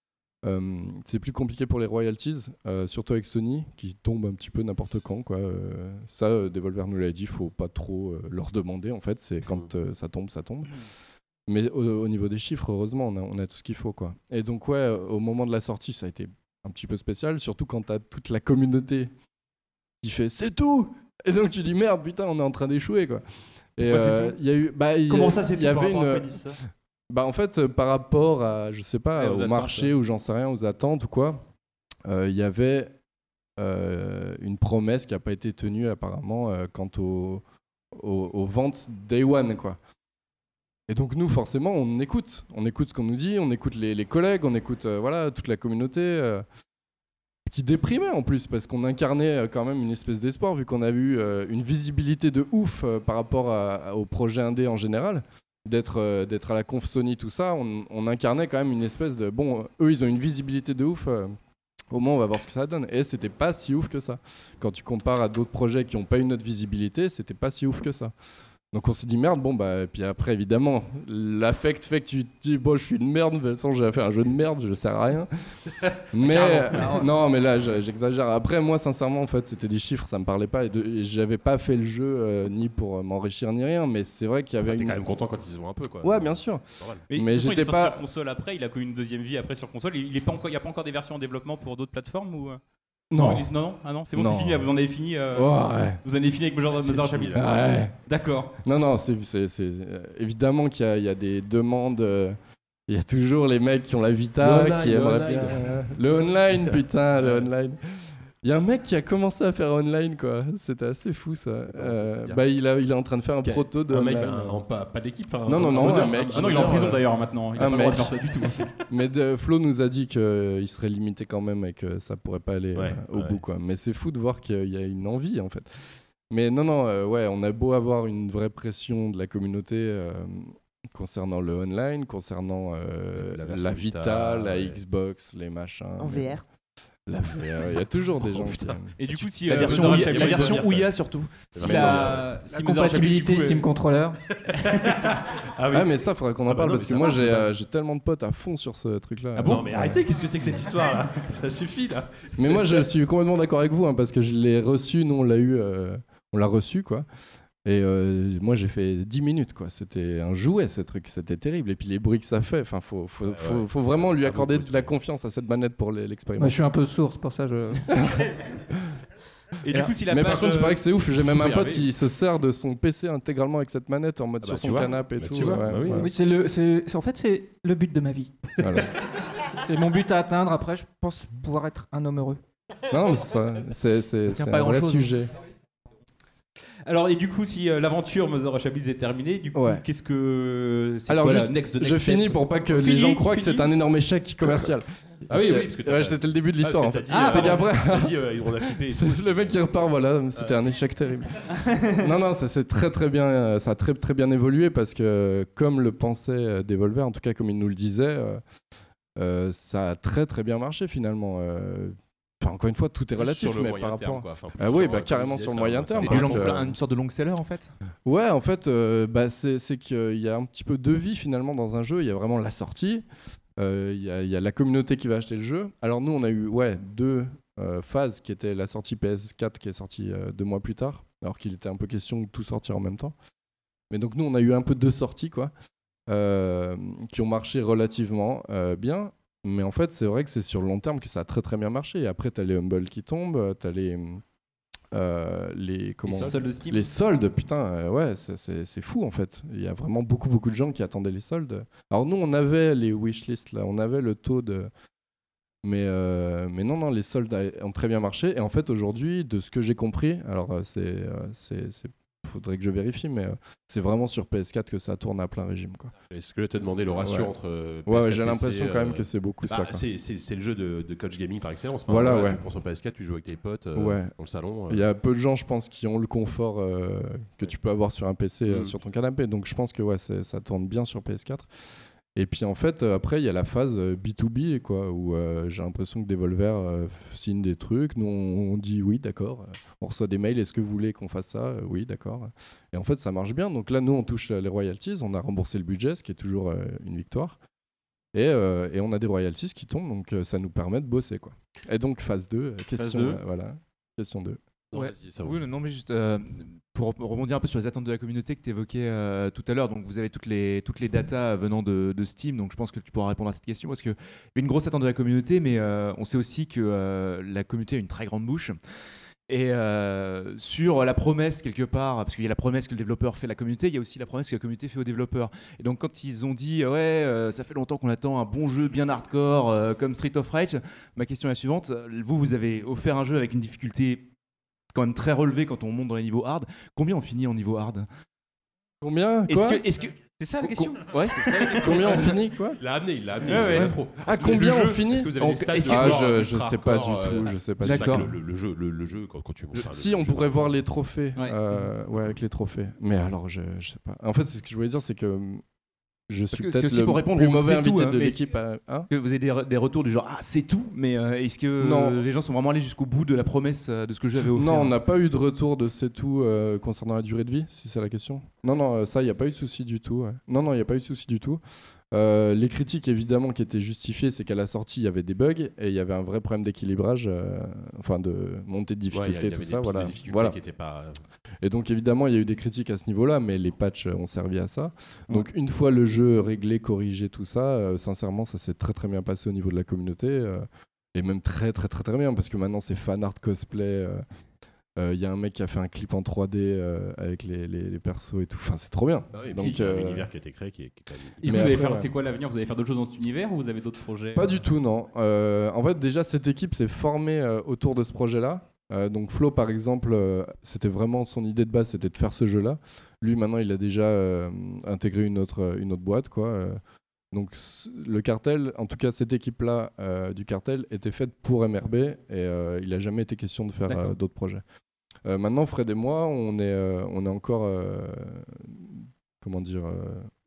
Euh, c'est plus compliqué pour les royalties, euh, surtout avec Sony, qui tombe un petit peu n'importe quand, quoi. Euh, ça, euh, Devolver nous l'a dit, faut pas trop euh, leur demander, en fait. C'est quand euh, ça tombe, ça tombe. Mais au, au niveau des chiffres, heureusement, on a, on a tout ce qu'il faut, quoi. Et donc, ouais, au moment de la sortie, ça a été un petit peu spécial, surtout quand t'as toute la communauté qui fait « c'est tout !» Et donc tu dis « merde, putain, on est en train d'échouer, quoi !» Et euh, il y a eu... Bah, Comment y, ça, c'est y tout par avait rapport à une... quoi ils disent ça Bah, en fait, euh, par rapport à, je sais pas, Ouais, aux au attentes, marché ouais. ou j'en sais rien, aux attentes ou quoi, il euh, y avait euh, une promesse qui n'a pas été tenue apparemment euh, quant aux, aux, aux ventes Day One, quoi. Et donc nous, forcément, on écoute. On écoute ce qu'on nous dit, on écoute les, les collègues, on écoute euh, voilà, toute la communauté euh, qui déprimait en plus, parce qu'on incarnait euh, quand même une espèce d'espoir, vu qu'on a eu euh, une visibilité de ouf euh, par rapport à, à, au projet indé en général. D'être, euh, d'être à la conf Sony, tout ça, on, on incarnait quand même une espèce de... Bon, euh, eux, ils ont une visibilité de ouf. Euh, au moins, on va voir ce que ça donne. Et c'était pas si ouf que ça. Quand tu compares à d'autres projets qui n'ont pas eu notre visibilité, c'était pas si ouf que ça. Donc on s'est dit merde, bon bah, et puis après évidemment, l'affect fait que tu te dis bon, je suis une merde, de toute façon j'ai fait un jeu de merde, je sers à rien. Mais euh, non, mais là j'exagère. Après, moi sincèrement, en fait, c'était des chiffres, ça me parlait pas, et, de, et j'avais pas fait le jeu euh, ni pour euh, m'enrichir ni rien, mais c'est vrai qu'il y avait. Enfin, t'es une... quand même content quand ils se voient un peu, quoi. Ouais, bien sûr. Mais, mais j'étais j'étais il est pas. sorti sur console après, il a connu une deuxième vie après sur console. Il n'y a pas encore des versions en développement pour d'autres plateformes ou Non. Non, non, ah non, c'est bon, Non. c'est fini. Vous en avez fini. Euh, oh, ouais. Vous en avez fini avec Mother Chapitre. Ouais. D'accord. Non, non, c'est, c'est, c'est euh, évidemment qu'il y a, il y a des demandes. euh, Il y a toujours les mecs qui ont la Vita, Le online, qui le aimeraient online. bien. Le online, putain, le online. Il y a un mec qui a commencé à faire online, quoi. C'était assez fou, ça. Euh, bah, il, a, il est en train de faire un Quel- proto de un mec, online. ben, en- pas- pas d'équipe, enfin, Non, non, un non, meneur, un mec. un- Ah non, il est en prison, d'ailleurs, maintenant. Il a Un pas le droit mec. de faire ça du tout. Mais de, Flo nous a dit qu'il serait limité quand même et que ça pourrait pas aller Ouais, euh, au ouais. bout, quoi. Mais c'est fou de voir qu'il y a une envie, en fait. Mais non, non, euh, ouais, on a beau avoir une vraie pression de la communauté euh, concernant le online, concernant euh, La la, version Vita, Vita, la ouais. Xbox, les machins. En V R. La V R, il y a toujours des Oh, gens putain. qui... Et du coup, si La euh, version Mother Ouya- Chapitre- la version Ouya, surtout. Si La la, La si Mother compatibilité Chapitre, du coup, Steam euh, Controller. Ah oui. Ah mais ça faudrait qu'on en Ah bah parle non, parce mais que ça moi marche, j'ai ça euh, passe. j'ai tellement de potes à fond sur ce truc là. Ah bon, mais arrêtez, qu'est-ce que c'est que cette histoire là? Ça suffit là. Mais moi je suis complètement d'accord avec vous hein, parce que je l'ai reçu, nous on l'a eu, euh, on l'a reçu quoi. Et euh, moi j'ai fait dix minutes quoi, c'était un jouet ce truc, c'était terrible. Et puis les bruits que ça fait, enfin faut, faut, Ouais, faut, ouais, faut c'est vraiment pas- lui pas accorder beaucoup, de la confiance à cette manette pour l'e- l'expérimenter. Moi, je suis un peu sourd, c'est pour ça que je. Et du coup, si la Mais page, par contre, il paraît que c'est euh, ouf. J'ai si même vous un pouvez pote y qui se sert de son P C intégralement avec cette manette en mode Ah bah, sur tu son vois. canapé et Bah, tout. tu vois. ouais, Bah oui. ouais. Oui, c'est le, c'est, c'est- en fait, c'est le but de ma vie. Voilà. C'est mon but à atteindre. Après, je pense pouvoir être un homme heureux. Non, mais c'est ça. C'est, c'est, tient c'est pas un vrai grand-chose, sujet. Alors, et du coup, si euh, l'aventure Mother Chapitre est terminée, du coup, Ouais. qu'est-ce que. C'est Alors, quoi, juste, la next, the je next finis step pour pas que Fini, les gens croient que fini. c'est un énorme échec commercial. Ah oui, oui, parce que t'as ouais, pas- c'était le début de Ah, l'histoire parce en que fait. t'as dit, c'est euh, qu'après. t'as dit, euh, on a flippé et tout. Le mec qui repart, voilà, c'était un échec terrible. non, non, ça s'est très très bien, euh, ça a très très bien évolué parce que comme le pensait euh, Devolver, en tout cas comme il nous le disait, euh, euh, ça a très très bien marché finalement. euh, Enfin, encore une fois, tout est Plus relatif, sur le mais moyen par terme, rapport. quoi. Enfin, plus ah oui, sur, bah euh, carrément comme je sur le disais, moyen ça- terme. ça Et parce long- que- une sorte de long seller en fait. Ouais, en fait, euh, bah, c'est, c'est qu'il y a un petit peu de vie finalement dans un jeu. Il y a vraiment la sortie, euh, il y, a- il y a la communauté qui va acheter le jeu. Alors nous, on a eu ouais, deux euh, phases qui étaient la sortie P S quatre qui est sortie euh, deux mois plus tard, alors qu'il était un peu question de tout sortir en même temps. Mais donc nous, on a eu un peu deux sorties, quoi, euh, qui ont marché relativement euh, bien. Mais en fait, c'est vrai que c'est sur le long terme que ça a très très bien marché. Et après, t'as les Humble qui tombent, t'as les... Euh, les, comment, Les soldes de Steam. les soldes, putain, euh, ouais, c'est, c'est, c'est fou en fait. Il y a vraiment beaucoup beaucoup de gens qui attendaient les soldes. Alors nous, on avait les wishlists là, on avait le taux de, mais euh, mais non non, les soldes a- ont très bien marché. Et en fait aujourd'hui, de ce que j'ai compris, alors euh, c'est euh, c'est, c'est faudrait que je vérifie, mais euh, c'est vraiment sur P S quatre que ça tourne à plein régime, quoi. Est-ce que je te demandé le ratio Ouais. entre euh, Ouais, ouais, P S quatre, j'ai l'impression P C, quand même euh, que c'est beaucoup bah, ça, quoi. C'est, c'est, c'est le jeu de, de coach gaming par excellence. Enfin, Voilà, voilà, ouais. tu prends sur P S quatre, tu joues avec tes potes euh, Ouais. dans le salon. euh. Il y a peu de gens, je pense, qui ont le confort euh, que tu peux avoir sur un P C, euh, Mm. sur ton canapé. Donc je pense que ouais, c'est- ça tourne bien sur P S quatre. Et puis en fait, euh, après, il y a la phase euh, B deux B, quoi, où euh, j'ai l'impression que Devolver euh, signe des trucs. Nous, on, on dit oui, d'accord. Euh, On reçoit des mails, est-ce que vous voulez qu'on fasse ça? Euh, Oui, d'accord. Et en fait, ça marche bien. Donc là, nous, on touche euh, les royalties. On a remboursé le budget, ce qui est toujours euh, une victoire. Et, euh, et on a des royalties qui tombent, donc euh, ça nous permet de bosser, quoi. Et donc phase deux, euh, question deux. euh, voilà, question deux. Ouais. Oui, non, mais juste euh, pour rebondir un peu sur les attentes de la communauté que tu évoquais euh, tout à l'heure, donc vous avez toutes les, toutes les datas venant de, de Steam, donc je pense que tu pourras répondre à cette question parce qu'il y a une grosse attente de la communauté, mais euh, on sait aussi que euh, la communauté a une très grande bouche. Et euh, sur la promesse quelque part, parce qu'il y a la promesse que le développeur fait à la communauté, il y a aussi la promesse que la communauté fait aux développeurs. Et donc quand ils ont dit ouais, euh, ça fait longtemps qu'on attend un bon jeu bien hardcore euh, comme Street of Rage, ma question est la suivante. Vous, vous avez offert un jeu avec une difficulté quand même très relevée quand on monte dans les niveaux hard. Combien on finit en niveau hard? Combien Est-ce que, est-ce que c'est ça la question? Ouais, c'est ça la question. Combien on finit quoi? Il l'a amené, il l'a amené. Ouais, ouais. Il a trop. Ah, Est-ce que combien le on jeu- finit? Est-ce que vous avez On- des stats est-ce de que- Ah, score, je- ultra je sais pas hardcore, du tout, euh, je sais pas c'est du ça que tout. Le, le jeu, le, le jeu quand, quand tu montes. enfin, le- Si, le on jeu pourrait par voir rapport- les trophées. Ouais. Euh, ouais, avec les trophées. Mais alors, je, je sais pas. En fait, c'est ce que je voulais dire, c'est que je Parce suis que peut-être c'est aussi le pour répondre plus au mauvais c'est tout, invité hein, de mais l'équipe. c'est- à- hein que vous avez des, re- des retours du genre ah c'est tout, mais euh, est-ce que Non. euh, les gens sont vraiment allés jusqu'au bout de la promesse euh, de ce que j'avais offert? Non, on n'a pas eu de retour de c'est tout euh, concernant la durée de vie, si c'est la question. Non, non, euh, ça, il n'y a pas eu de souci du tout. Ouais. Non, non, il n'y a pas eu de souci du tout. Euh, les critiques, évidemment, qui étaient justifiées, c'est qu'à la sortie, il y avait des bugs et il y avait un vrai problème d'équilibrage, euh, enfin de montée de difficulté, Ouais, il y a- il y tout avait ça. des pics Voilà. de difficulté Voilà. qui étaient pas- Et donc, évidemment, il y a eu des critiques à ce niveau-là, mais les patchs ont servi à ça. Donc, une fois le jeu réglé, corrigé, tout ça, euh, sincèrement, ça s'est très très bien passé au niveau de la communauté. euh, et même très très très très bien, parce que maintenant, c'est fan art cosplay. euh, Il y a un mec qui a fait un clip en trois D euh, avec les, les, les persos et tout. Enfin, c'est trop bien. Ah oui, et puis, Donc, il y a un euh, univers qui a été créé qui est, qui est pas- Et vous Mais allez après, faire, ouais. c'est quoi l'avenir? Vous allez faire d'autres choses dans cet univers ou vous avez d'autres projets? Pas du tout, non. Euh, en fait, déjà, cette équipe s'est formée euh, autour de ce projet-là. Euh, donc Flo, par exemple, euh, c'était vraiment son idée de base, c'était de faire ce jeu-là. Lui, maintenant, il a déjà euh, intégré une autre, une autre boîte, quoi. Euh, donc c- le cartel, en tout cas cette équipe-là euh, du cartel, était faite pour M R B et euh, il n'a jamais été question de faire D'accord. euh, d'autres projets. Euh, maintenant, Fred et moi, on est, euh, on est encore, euh, comment dire, euh,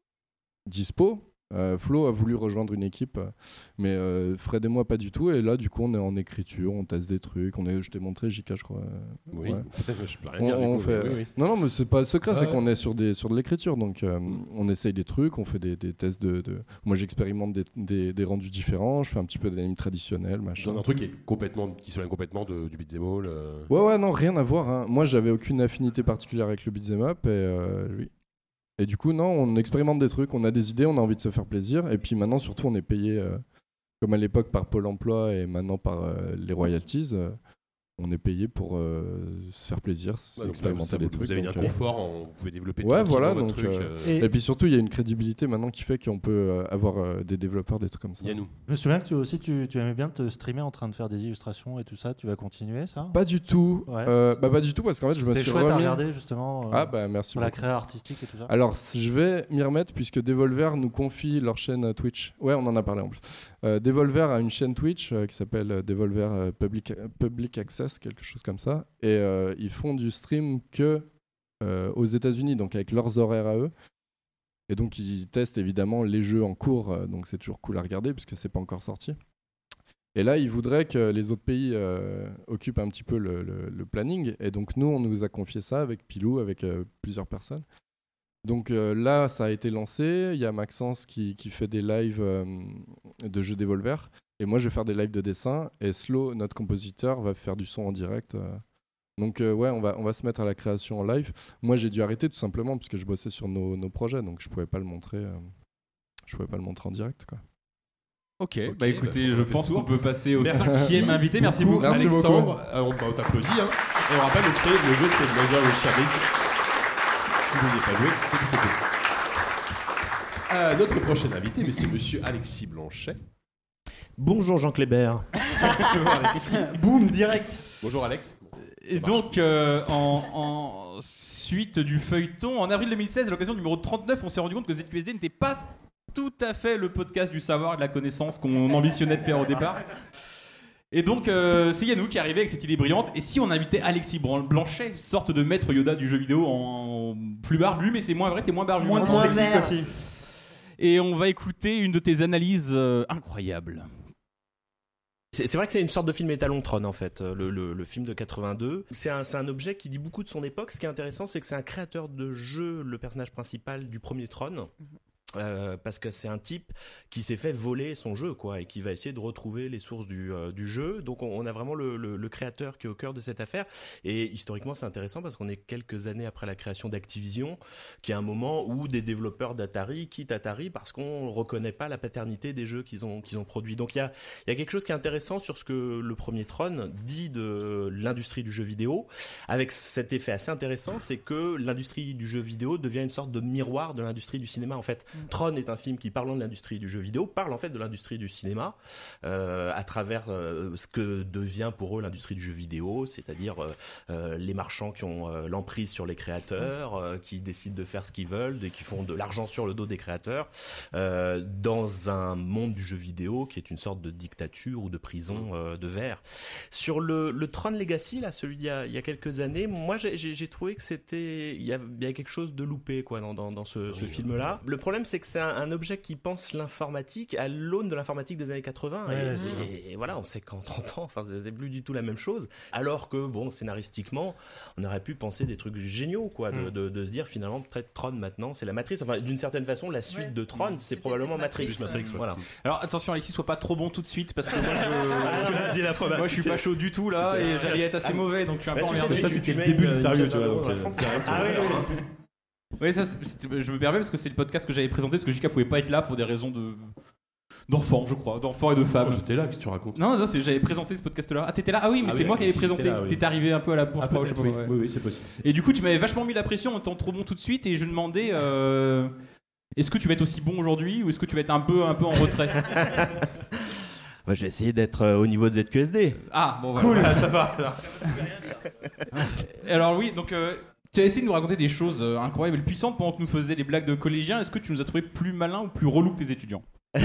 dispo. Euh, Flo a voulu rejoindre une équipe, euh, mais euh, Fred et moi pas du tout. Et là, du coup, on est en écriture, on teste des trucs. On est, je t'ai montré, J K, je crois. euh, Oui, ouais. je peux rien On- dire, du on coup, fait- mais oui, oui. Non, non, mais c'est pas secret, c'est Ouais. qu'on est sur des sur de l'écriture. Donc, euh, on essaye des trucs, on fait des, des tests de, de- Moi, j'expérimente des, des, des rendus différents. Je fais un petit peu d'anime traditionnel, machin. Dans un truc qui est complètement, qui s'éloigne complètement de, du beat'em all. euh. Ouais, ouais, non, rien à voir. hein. Moi, j'avais aucune affinité particulière avec le beat'em up et euh, lui. Et du coup, non, on expérimente des trucs, on a des idées, on a envie de se faire plaisir. Et puis maintenant, surtout, on est payé, euh, comme à l'époque, par Pôle emploi et maintenant par euh, les royalties. euh, on est payé pour euh, se faire plaisir, s- Ouais, donc là, expérimenter ça, des vous- trucs. vous avez donc, un euh, confort, en- vous pouvez développer Ouais, tranquillement voilà. votre Donc, truc, euh, euh. et... puis surtout, il y a une crédibilité maintenant qui fait qu'on peut euh, avoir euh, des développeurs, des trucs comme ça. Yannou. Je me souviens que tu aussi tu, tu aimais bien te streamer en train de faire des illustrations et tout ça. Tu vas continuer ça? Pas du tout. Ouais. Euh, bah pas du tout parce qu'en fait je me C'est suis chouette à remis- regarder, justement, euh, ah bah merci. sur la beaucoup. créa artistique et tout ça. Alors c- je vais m'y remettre puisque Devolver nous confie leur chaîne euh, Twitch. Ouais, on en a parlé en plus. Euh, Devolver a une chaîne Twitch euh, qui s'appelle euh, Devolver euh, Public Public Access, quelque chose comme ça, et euh, ils font du stream que euh, aux États-Unis, donc avec leurs horaires à eux. Et donc ils testent évidemment les jeux en cours, euh, donc c'est toujours cool à regarder puisque c'est pas encore sorti. Et là, ils voudraient que les autres pays euh, occupent un petit peu le, le- le planning. Et donc nous, on nous a confié ça avec Pilou, avec euh, plusieurs personnes. Donc euh, là, ça a été lancé. Il y a Maxence qui, qui fait des lives euh, de jeux Devolver. Et moi, je vais faire des lives de dessin. Et Slow, notre compositeur, va faire du son en direct. euh. Donc euh, ouais, on va, on va se mettre à la création en live. Moi, j'ai dû arrêter tout simplement parce que je bossais sur nos, nos projets. Donc je pouvais pas le montrer. euh, je pouvais pas le montrer en direct, quoi. Ok, Ok, bah écoutez, bah, on je a fait pense le qu'on tour. peut passer au Merci cinquième invité. Merci beaucoup, beaucoup, Alexandre. Euh, on bah, on t'applaudit. Hein. Et on rappelle aussi, le jeu c'est Mother with Shabbat. Si vous n'y avez pas joué, c'est plutôt cool. Euh, notre prochain invité, mais c'est monsieur Alexis Blanchet. Bonjour Jean Clébert. Bonjour Alexis. Boum, direct. Bonjour Alex. Et donc, euh, en, en suite du feuilleton, en avril deux mille seize, à l'occasion du numéro trente-neuf, on s'est rendu compte que Z Q S D n'était pas tout à fait le podcast du savoir et de la connaissance qu'on ambitionnait de faire au départ. Et donc, euh, c'est Yannou qui est arrivé avec cette idée brillante. Et si on invitait Alexis Blanchet, sorte de maître Yoda du jeu vidéo, en plus barbu, mais c'est moins vrai, t'es moins barbu. Moins Moins dyslexique vert. aussi. Et on va écouter une de tes analyses euh, incroyables. C'est c'est vrai que c'est une sorte de film étalon-tron en fait, le, le, le film de quatre-vingt-deux. C'est un, c'est un objet qui dit beaucoup de son époque. Ce qui est intéressant, c'est que c'est un créateur de jeu, le personnage principal du premier Tron. Euh, parce que c'est un type qui s'est fait voler son jeu, quoi, et qui va essayer de retrouver les sources du, euh, du jeu. Donc on, on a vraiment le, le, le créateur qui est au cœur de cette affaire. Et historiquement, c'est intéressant parce qu'on est quelques années après la création d'Activision, qui est un moment où des développeurs d'Atari quittent Atari parce qu'on ne reconnaît pas la paternité des jeux qu'ils ont, qu'ils ont produits. Donc il y a, il y a quelque chose qui est intéressant sur ce que le premier Tron dit de l'industrie du jeu vidéo, avec cet effet assez intéressant, c'est que l'industrie du jeu vidéo devient une sorte de miroir de l'industrie du cinéma, en fait. Tron est un film qui, parlant de l'industrie du jeu vidéo, parle en fait de l'industrie du cinéma euh, à travers euh, ce que devient pour eux l'industrie du jeu vidéo, c'est-à-dire euh, euh, les marchands qui ont euh, l'emprise sur les créateurs, euh, qui décident de faire ce qu'ils veulent et qui font de l'argent sur le dos des créateurs, euh, dans un monde du jeu vidéo qui est une sorte de dictature ou de prison euh, de verre. Sur le, le Tron Legacy, là, celui d'il y a, il y a quelques années, moi j'ai, j'ai, j'ai trouvé que c'était, il y, a, il y a quelque chose de loupé, quoi, dans, dans, dans ce, ce film-là. Le problème, c'est que c'est un, un objet qui pense l'informatique à l'aune de l'informatique des années quatre-vingts. Ouais, et, et, et voilà, on sait qu'en trente ans, enfin, c'est plus du tout la même chose. Alors que, bon, scénaristiquement, on aurait pu penser des trucs géniaux, quoi, de, Mm. de, de se dire finalement, peut-être Tron maintenant, c'est la Matrice. Enfin, d'une certaine façon, la suite de Tron, c'est probablement Matrix. Matrix, ouais. Voilà. Alors attention, Alexis, sois pas trop bon tout de suite parce que moi je, parce que Dis la probabilité. moi, je suis pas chaud du tout là C'était- et j'allais être assez Ah, mauvais donc je suis un bah, peu tu sais, emmerdé. tu- Ça, tu c'était le mets début une- de l'interview, une tu vois. case Donc, dans la euh, forme, direct, ah tu oui, vois. oui. Oui, ça, c'était- je me permets parce que c'est le podcast que j'avais présenté parce que J K pouvait pas être là pour des raisons de d'enfants, je crois, d'enfants et de femmes. J'étais là, qu'est-ce que tu racontes? Non, non, c'est- j'avais présenté ce podcast-là. Ah, t'étais là? Ah oui, mais Ah c'est oui, moi qui avais si, présenté. j'étais là, oui. T'es arrivé un peu à la bourse, Ah, je crois, je sais peut-être, pas, oui. ouais. Oui, oui, c'est possible. Et du coup, tu m'avais vachement mis la pression en étant trop bon tout de suite et je demandais euh, est-ce que tu vas être aussi bon aujourd'hui ou est-ce que tu vas être un peu, un peu en retrait? Moi, je vais essayer d'être euh, au niveau de Z Q S D. Ah, bon, Cool. voilà. Ah, ça va. Alors, alors oui, donc euh, tu as essayé de nous raconter des choses euh, incroyables et puissantes pendant que nous faisions les blagues de collégiens. Est-ce que tu nous as trouvé plus malin ou plus relou que tes étudiants?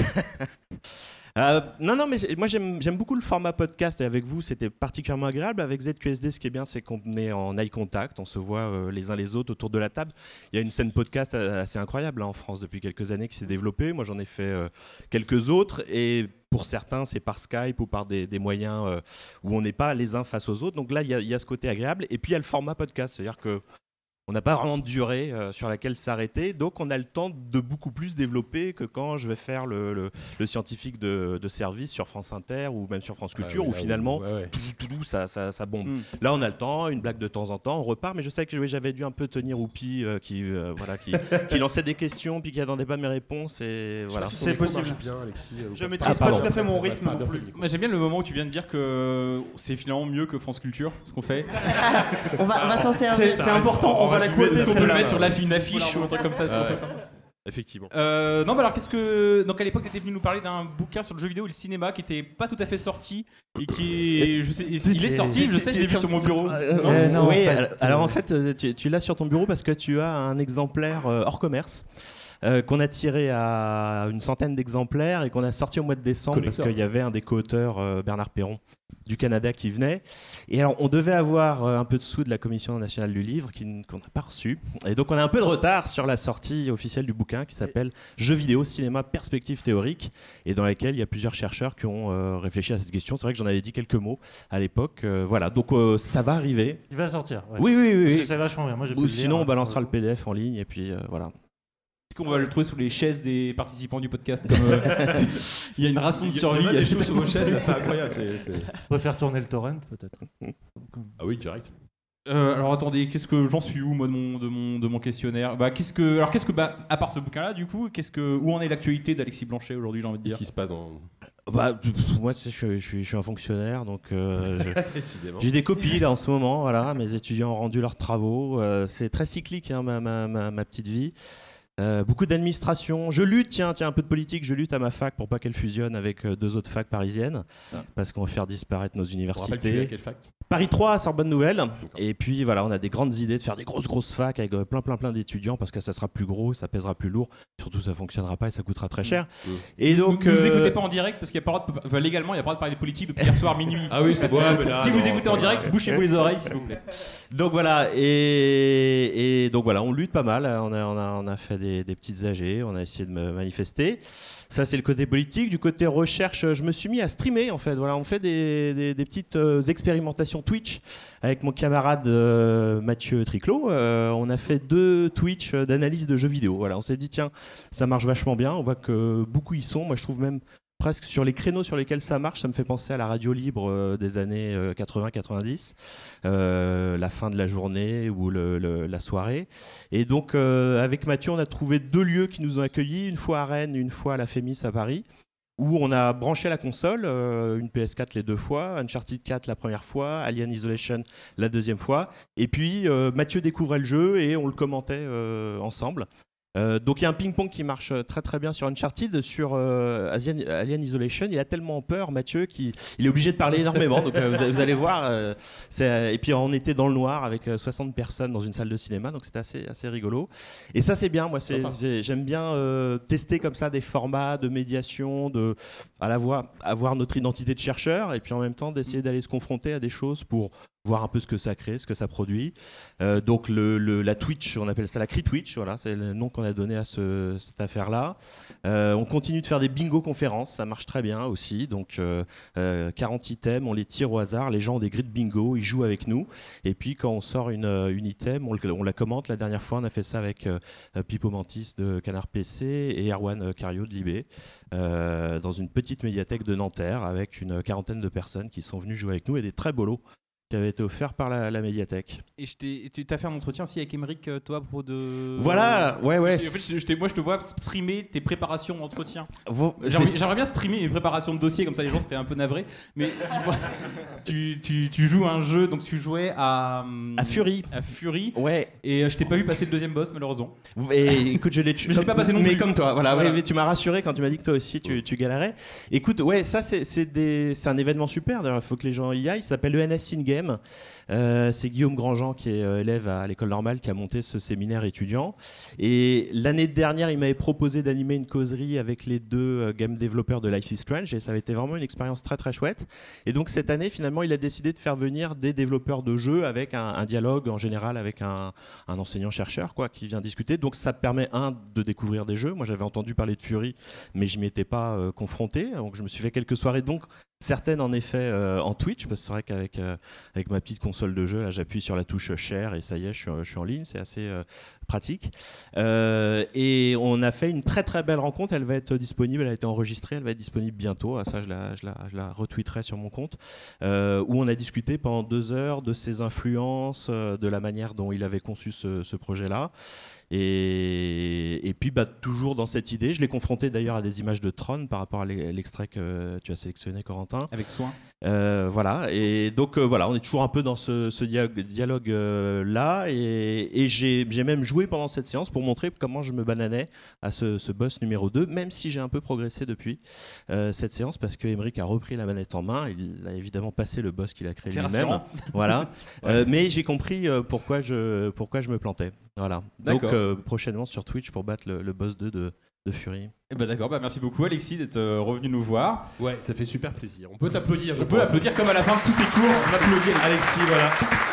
Euh, non, non, mais c'est- moi j'aime, j'aime beaucoup le format podcast et avec vous c'était particulièrement agréable. Avec Z Q S D, ce qui est bien, c'est qu'on est en eye contact, on se voit euh, les uns les autres autour de la table. Il y a une scène podcast euh, assez incroyable là, en France depuis quelques années qui s'est développée. Moi j'en ai fait euh, quelques autres et pour certains c'est par Skype ou par des, des moyens euh, où on n'est pas les uns face aux autres. Donc là il y, a- il y a ce côté agréable et puis il y a le format podcast, c'est-à-dire que on n'a pas vraiment de durée euh, sur laquelle s'arrêter, donc on a le temps de beaucoup plus développer que quand je vais faire le, le, le scientifique de, de service sur France Inter ou même sur France Culture, Ah oui, où là, finalement ouais, ouais. tout, tout, tout, ça, ça, ça bombe. Mm. Là on a le temps, une blague de temps en temps, on repart, mais je sais que oui, j'avais dû un peu tenir Oupi euh, qui, euh, voilà, qui, qui lançait des questions puis qui n'attendait pas mes réponses et voilà. si ton micro marche bien, Alexis, euh, ou Je pas. maîtrise Ah, pas pardon. tout à fait mon Ouais, rythme pas non bien plus. fait le micro. Moi, j'aime bien le moment où tu viens de dire que c'est finalement mieux que France Culture, ce qu'on fait. On va, on va s'en servir. C'est, c'est important, on, va la résumer, quoter, c'est est-ce qu'on peut le celle-là. mettre sur la, une affiche Voilà, ou un truc comme ça, est-ce qu'on ouais. peut faire Effectivement. Euh, non, bah alors qu'est-ce que. Donc à l'époque, tu étais venu nous parler d'un bouquin sur le jeu vidéo et le cinéma qui était pas tout à fait sorti et qui est. Je sais, il est sorti, je sais, je l'ai vu sur mon bureau. Euh, Non euh, Non, oui, en fait. alors, alors en fait, euh, tu, tu l'as sur ton bureau parce que tu as un exemplaire euh, hors commerce euh, qu'on a tiré à une centaine d'exemplaires et qu'on a sorti au mois de décembre Collector. parce qu'il y avait un des co-auteurs, euh, Bernard Perron, du Canada qui venait. Et alors, on devait avoir euh, un peu de sous de la Commission nationale du livre qui n- qu'on n'a pas reçu. Et donc, on a un peu de retard sur la sortie officielle du bouquin qui s'appelle Jeux vidéo, cinéma, perspective théorique et dans laquelle il y a plusieurs chercheurs qui ont euh, réfléchi à cette question. C'est vrai que j'en avais dit quelques mots à l'époque. Euh, voilà, donc euh, ça va arriver. Il va sortir. ouais. Oui, oui, oui. Parce oui. que c'est vachement bien. Moi, j'ai pu Ou le sinon, lire. on balancera le P D F en ligne et puis euh, voilà. Est-ce qu'on va le trouver sous les chaises des participants du podcast comme, euh, il y a une ration de Il y a- survie. il y a des choses tout sur vos le chaises, monde. là, c'est incroyable. c'est- c'est- On peut faire tourner le torrent, peut-être. Ah oui, direct. Euh, alors attendez, qu'est-ce que j'en suis où moi de mon de mon de mon questionnaire? Bah qu'est-ce que alors qu'est-ce que bah à part ce bouquin-là du coup, qu'est-ce que où en est l'actualité d'Alexis Blanchet aujourd'hui, j'ai envie de dire? Qu'est-ce qui se passe en. Bah, pff, moi, tu sais, je, suis- je, suis, je suis un fonctionnaire, donc euh, je- Décidément. j'ai des copies là en ce moment. Voilà, mes étudiants ont rendu leurs travaux. Euh, c'est très cyclique, hein, ma, ma, ma, ma petite vie. Euh, beaucoup d'administration. Je lutte, tiens, tiens, un peu de politique. Je lutte à ma fac pour pas qu'elle fusionne avec euh, deux autres facs parisiennes, Ah. parce qu'on va faire disparaître nos On rappelle que tu es à universités. quelle fac? Paris trois, Sorbonne Nouvelle. Et puis voilà, on a des grandes idées de faire des grosses grosses facs avec euh, plein plein plein d'étudiants parce que ça sera plus gros, ça pèsera plus lourd, surtout ça fonctionnera pas et ça coûtera très cher. Mmh. Et donc Ne nous euh, écoutez pas en direct parce qu'il y a pas le droit de, enfin, légalement il y a pas le droit de parler de politique depuis hier soir minuit. Ah oui, c'est bon, mais là, Si vous non, écoutez ça en va. direct, bouchez-vous les oreilles s'il vous plaît. Donc voilà, et, et donc voilà, on lutte pas mal. On a, on a, on a fait des, des petites A G, on a essayé de me manifester. Ça, c'est le côté politique. Du côté recherche, je me suis mis à streamer, en fait. Voilà, on fait des, des, des petites euh, expérimentations Twitch avec mon camarade euh, Mathieu Triclot. Euh, on a fait deux Twitch d'analyse de jeux vidéo. Voilà, on s'est dit, tiens, ça marche vachement bien. On voit que beaucoup y sont. Moi, je trouve même presque sur les créneaux sur lesquels ça marche, ça me fait penser à la radio libre euh, des années euh, quatre-vingts quatre-vingt-dix, euh, la fin de la journée ou le, le, la soirée. Et donc, euh, avec Mathieu, on a trouvé deux lieux qui nous ont accueillis, une fois à Rennes, une fois à la Fémis à Paris, où on a branché la console, euh, une P S quatre les deux fois, Uncharted quatre la première fois, Alien Isolation la deuxième fois. Et puis, euh, Mathieu découvrait le jeu et on le commentait euh, ensemble. Euh, donc il y a un ping-pong qui marche très très bien sur Uncharted. Sur euh, Asian, Alien Isolation, il a tellement peur, Mathieu, qu'il il est obligé de parler énormément. Donc euh, vous, vous allez voir. Euh, c'est, et puis on était dans le noir avec euh, soixante personnes dans une salle de cinéma, donc c'était assez, assez rigolo. Et ça c'est bien, moi c'est, c'est, j'aime bien euh, tester comme ça des formats de médiation, de, à la fois avoir notre identité de chercheur et puis en même temps d'essayer d'aller se confronter à des choses pour voir un peu ce que ça crée, ce que ça produit. Euh, donc le, le, la Twitch, on appelle ça la Crit Twitch, voilà, c'est le nom qu'on a donné à ce, cette affaire-là. Euh, on continue de faire des bingo conférences, ça marche très bien aussi. Donc euh, euh, quarante items, on les tire au hasard, les gens ont des grilles de bingo, ils jouent avec nous. Et puis quand on sort une, une item, on, le, on la commente. La dernière fois, on a fait ça avec euh, Pipo Mantis de Canard P C et Erwan Cario de Libé, euh, dans une petite médiathèque de Nanterre avec une quarantaine de personnes qui sont venues jouer avec nous et des très beaux lots qui avait été offert par la, la médiathèque. Et je t'ai, tu as fait un entretien aussi avec Émeric, toi, à propos de... Voilà, ouais, ouais. En fait, je t'ai, moi, je te vois streamer tes préparations d'entretien. Vous, j'aimerais, j'aimerais bien streamer mes préparations de dossier, comme ça les gens seraient un peu navrés. Mais tu, tu, tu joues un jeu, donc tu jouais à... À Fury. À Fury. Ouais. Et je t'ai pas vu passer le deuxième boss, malheureusement. Et écoute, je l'ai tué. Mais je l'ai pas passé non mais plus. comme toi, voilà. Voilà. Ouais, mais tu m'as rassuré quand tu m'as dit que toi aussi, tu, tu galérais. Écoute, ouais, ça, c'est, c'est, des, c'est un événement super. D'ailleurs, il faut que les gens y aillent. Ça s'appelle le N S In-Game. Euh, c'est Guillaume Grandjean qui est euh, élève à l'école normale qui a monté ce séminaire étudiant. Et l'année dernière, il m'avait proposé d'animer une causerie avec les deux euh, game développeurs de Life is Strange et ça avait été vraiment une expérience très très chouette. Et donc cette année, finalement, il a décidé de faire venir des développeurs de jeux avec un, un dialogue en général avec un, un enseignant-chercheur quoi, qui vient discuter. Donc ça permet, un, de découvrir des jeux. Moi, j'avais entendu parler de Fury, mais je m'y étais pas euh, confronté. Donc je me suis fait quelques soirées. Donc certaines en effet euh, en Twitch, parce que c'est vrai qu'avec euh, avec ma petite console de jeu, là, j'appuie sur la touche share et ça y est, je suis, je suis en ligne, c'est assez euh, pratique. Euh, et on a fait une très très belle rencontre, elle va être disponible, elle a été enregistrée, elle va être disponible bientôt, ah, ça je la, je, la, je la retweeterai sur mon compte, euh, où on a discuté pendant deux heures de ses influences, euh, de la manière dont il avait conçu ce, ce projet-là. Et, et puis bah, toujours dans cette idée, je l'ai confronté d'ailleurs à des images de Tron par rapport à l'extrait que tu as sélectionné, Corentin. Avec soin. Euh, voilà, et donc euh, voilà, on est toujours un peu dans ce, ce dialogue, dialogue euh, là, et, et j'ai, j'ai même joué pendant cette séance pour montrer comment je me bananais à ce, ce boss numéro deux, même si j'ai un peu progressé depuis euh, cette séance, parce que Émeric a repris la manette en main, il a évidemment passé le boss qu'il a créé C'est lui-même, rassurant. voilà, Ouais. euh, mais j'ai compris euh, pourquoi, je, pourquoi je me plantais, voilà. Donc euh, prochainement sur Twitch pour battre le, le boss deux de, de Fury. Eh ben d'accord, bah merci beaucoup Alexis d'être euh, revenu nous voir. Ouais, ça fait super plaisir. On peut t'applaudir, je On peut pense. applaudir comme à la fin de tous ces cours. On applaudit Alexis, voilà.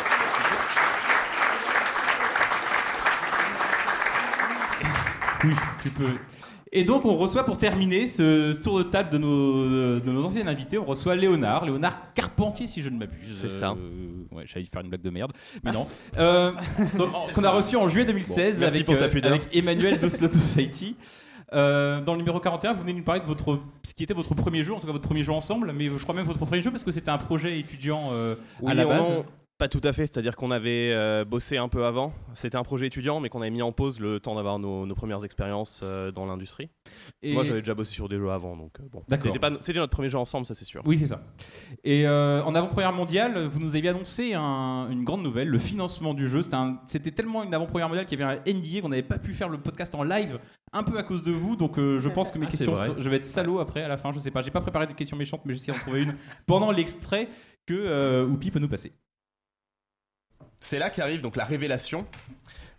Oui, tu peux. Et donc on reçoit pour terminer ce, ce tour de table de nos, de nos anciens invités, on reçoit Léonard, Léonard Carpentier si je ne m'abuse. C'est ça. Euh, ouais, j'allais faire une blague de merde, mais non. Euh, donc, en- qu'on a reçu en juillet deux mille seize Bon, merci avec, pour ta euh, pudeur. avec Emmanuel d'Oslo Society. Euh, dans le numéro quarante et un, vous venez nous parler de votre, ce qui était votre premier jeu, en tout cas votre premier jeu ensemble, mais je crois même votre premier jeu parce que c'était un projet étudiant euh, Oui, à la on- base. Pas tout à fait, c'est-à-dire qu'on avait euh, bossé un peu avant. C'était un projet étudiant, mais qu'on avait mis en pause le temps d'avoir nos, nos premières expériences euh, dans l'industrie. Et- Moi, j'avais déjà bossé sur des jeux avant, donc euh, bon. D'accord. C'était, pas, c'était notre premier jeu ensemble, ça c'est sûr. Oui, c'est ça. Et euh, en avant-première mondiale, vous nous aviez annoncé un- une grande nouvelle, le financement du jeu. C'était, un- c'était tellement une avant-première mondiale qu'il y avait un N D A qu'on n'avait pas pu faire le podcast en live, un peu à cause de vous. Donc euh, je pense que mes Ah, c'est questions, vrai. sont- je vais être salaud après, à la fin, je sais pas. J'ai pas préparé de questions méchantes, mais j'essaie d'en trouver une pendant l'extrait que euh, Oupi peut nous passer. C'est là qu'arrive donc la révélation.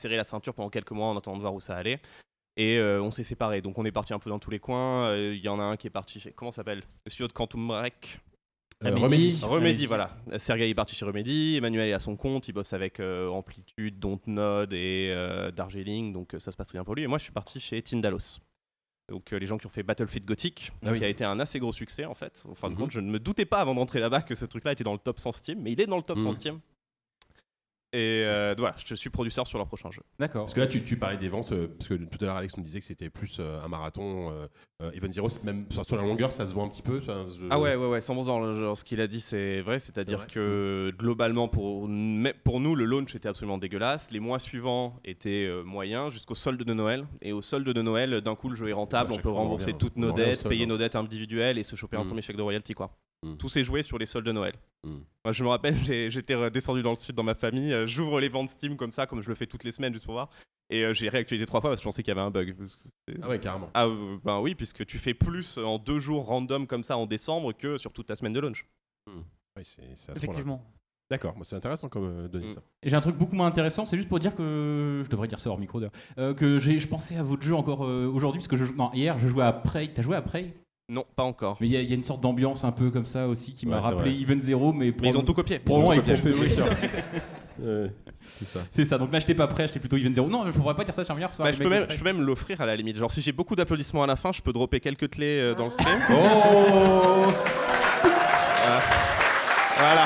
serré la ceinture pendant quelques mois en attendant de voir où ça allait. Et euh, on s'est séparés, donc on est parti un peu dans tous les coins. Il euh, y en a un qui est parti chez... Comment ça s'appelle ? Le studio de Quantum Break. Euh, Remedy. Remedy, voilà. Sergei est parti chez Remedy, Emmanuel est à son compte, il bosse avec euh, Amplitude, Dontnod et euh, Darjeeling, donc euh, ça se passe bien pour lui. Et moi, je suis parti chez Tindalos. Donc euh, les gens qui ont fait Battlefield Gothic, Ah oui. qui a été un assez gros succès en fait. En fin de Mhm. compte, je ne me doutais pas avant d'entrer là-bas que ce truc-là était dans le top cent Steam, mais il est dans le top Mhm. cent Steam. Et euh, voilà, je suis producteur sur leur prochain jeu. D'accord. Parce que là, tu, tu parlais des ventes, euh, parce que tout à l'heure, Alex nous disait que c'était plus euh, un marathon. Euh, euh, Even Zero, c'est même sur, sur la longueur, ça se voit un petit peu. enfin, je- Ah ouais, ouais, ouais, cent pour cent. le- genre, ce qu'il a dit, c'est vrai. C'est-à-dire que globalement, pour, mais pour nous, le launch était absolument dégueulasse. Les mois suivants étaient euh, moyens jusqu'au solde de Noël. Et au solde de Noël, d'un coup, le jeu est rentable. Ouais, on chaque peut fois, on rembourser revient- toutes on nos revient au dettes, solde, payer hein. nos dettes individuelles et se choper un Mm. premier chèque de royalty, quoi. Mm. Tout s'est joué sur les soldes de Noël. Mm. Moi, je me rappelle, j'ai- j'étais redescendu dans le sud dans ma famille. euh, J'ouvre les ventes Steam comme ça, comme je le fais toutes les semaines juste pour voir. Et euh, j'ai réactualisé trois fois parce que je pensais qu'il y avait un bug. Parce que c'est- Ah ouais, carrément. Ah euh, ben oui, puisque tu fais plus en deux jours random comme ça en décembre que sur toute ta semaine de launch. Mm. Ouais, c'est, c'est à ce Effectivement. point-là. D'accord, moi, c'est intéressant comme euh, donner ça. Et j'ai un truc beaucoup moins intéressant, c'est juste pour dire que je devrais dire ça hors micro d'ailleurs, euh, que j'ai, je pensais à votre jeu encore euh, aujourd'hui parce que je, non, hier je jouais à Prey. T'as joué à Prey ? Non, pas encore. Mais il y, a- il y a une sorte d'ambiance un peu comme ça aussi qui m'a Ouais, c'est rappelé vrai. Even Zero, mais pour Mais ils ont tout copié. Pour Ils ont moi, tout ils copié, ont- bien sûr. Ouais, c'est ça. C'est ça. Donc n'achetez pas Prey, achetez plutôt Even Zero. Non, je pourrais pas dire ça, Charmière. Bah, je, peux même, je peux même l'offrir à la limite. Genre, si j'ai beaucoup d'applaudissements à la fin, je peux dropper quelques clés euh, dans le stream. Oh Voilà. Voilà.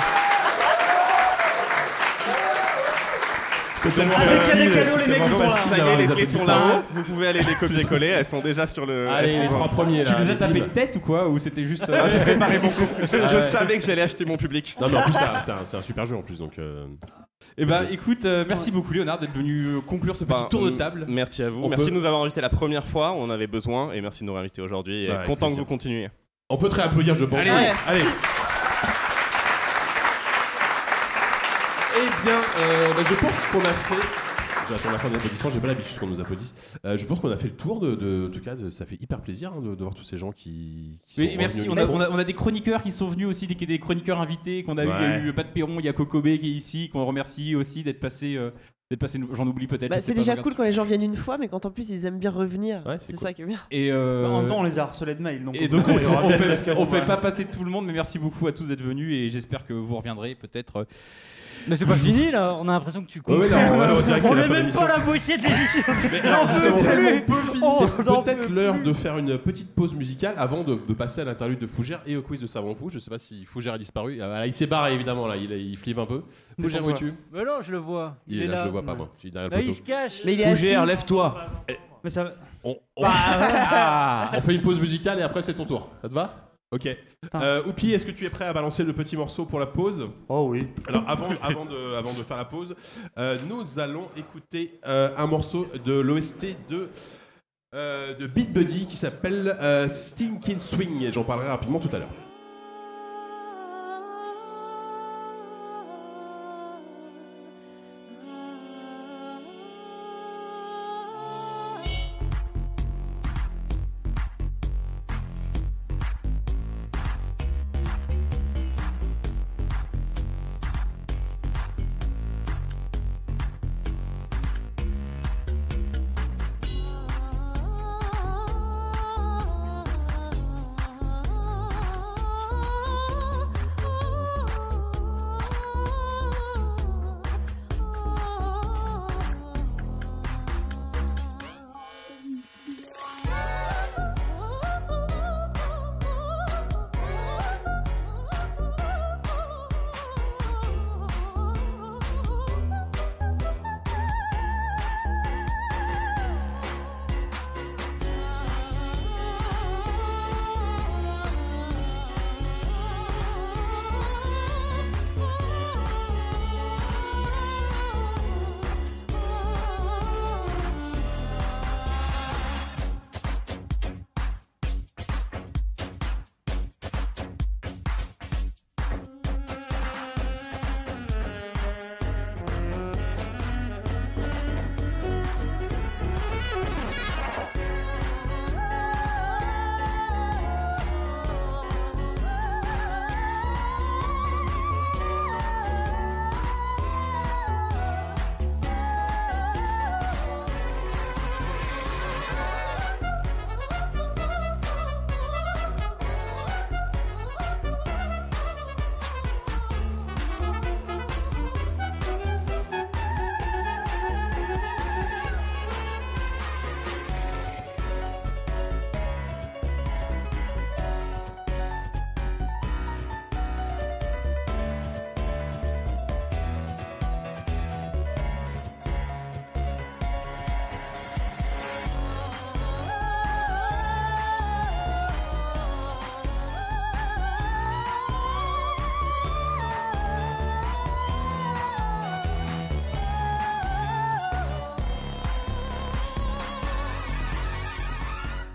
C'est tellement Avec facile. il y a des cadeaux, les c'est mecs, tellement ils sont là. facile Ça y d'avoir est, les des clés sont applaudissements. là-haut. Vous pouvez aller les copier-coller. Elles sont déjà sur le. Allez, elles les sont- trois premiers là. Tu les as les tapés bim. de tête ou quoi ? Ou c'était juste. Ah, j'ai préparé mon coup. Je, Ah je ouais. savais que j'allais acheter mon public. Non, mais en plus, c'est un, c'est un- c'est un super jeu en plus. Donc, euh, Eh ben, écoute, euh, merci beaucoup Léonard d'être venu euh, conclure ce petit Bah, tour de mm, table. Merci à vous. On merci peut- de nous avoir invités la première fois. On en avait besoin. Et merci de nous réinviter aujourd'hui. Et Ouais, avec content que plaisir. vous continuiez. on peut te réapplaudir, je pense. Allez. Ouais. Allez. Eh bien, euh, bah, je pense qu'on a fait. J'attends la fin de l'applaudissement, j'ai pas l'habitude qu'on nous applaudisse. Euh, je pense qu'on a fait le tour de, de, en tout cas, de- ça fait hyper plaisir hein, de, de voir tous ces gens qui, qui sont Mais merci, revenus on a, une fois. on, a, on a des chroniqueurs qui sont venus aussi, des, des chroniqueurs invités qu'on a eu. Il y a Ouais. eu Pat Perron, il y a Kokobé qui est ici, qu'on remercie aussi d'être passé. euh, d'être passé j'en oublie peut-être. Bah, je sais c'est pas, déjà je regarde. cool quand les gens viennent une fois, mais quand en plus ils aiment bien revenir. Ouais, c'est c'est ça qui est bien. Et euh, En même temps, on les a harcelés de mails. Donc Et donc on, il y aura on bien fait, parce que- on fait ouais. pas passer tout le monde, mais merci beaucoup à tous d'être venus et j'espère que vous reviendrez peut-être. euh, Mais c'est pas fini là, on a l'impression que tu coupes. Ouais, ouais, non, ouais, on dirait que c'est On la est fin de même l'émission. pas la moitié de l'émission. Mais J'en alors, peux justement, plus. on peut finir. Oh, C'est j'en peut-être peux l'heure plus. de faire une petite pause musicale avant de, de passer à l'interlude de Fougère et au quiz de Savant Fou. Je sais pas si Fougère a disparu. Ah, là, il s'est barré évidemment, là, il, il flippe un peu. Fougère, où es-tu? Mais non, je le vois. Il est là, je le vois pas, moi. Je suis derrière le Là, il poteau. se cache. Mais il est Fougère, assis. lève-toi. Mais ça. On, on- Bah, Ah. on fait une pause musicale et après c'est ton tour. Ça te va? Ok. Euh, Oupi, est-ce que tu es prêt à balancer le petit morceau pour la pause? Oh oui. Alors avant, avant, de, avant de faire la pause, euh, nous allons écouter euh, un morceau de l'O S T de, euh, de Beat Buddy qui s'appelle euh, Stinking Swing et j'en parlerai rapidement tout à l'heure. Oh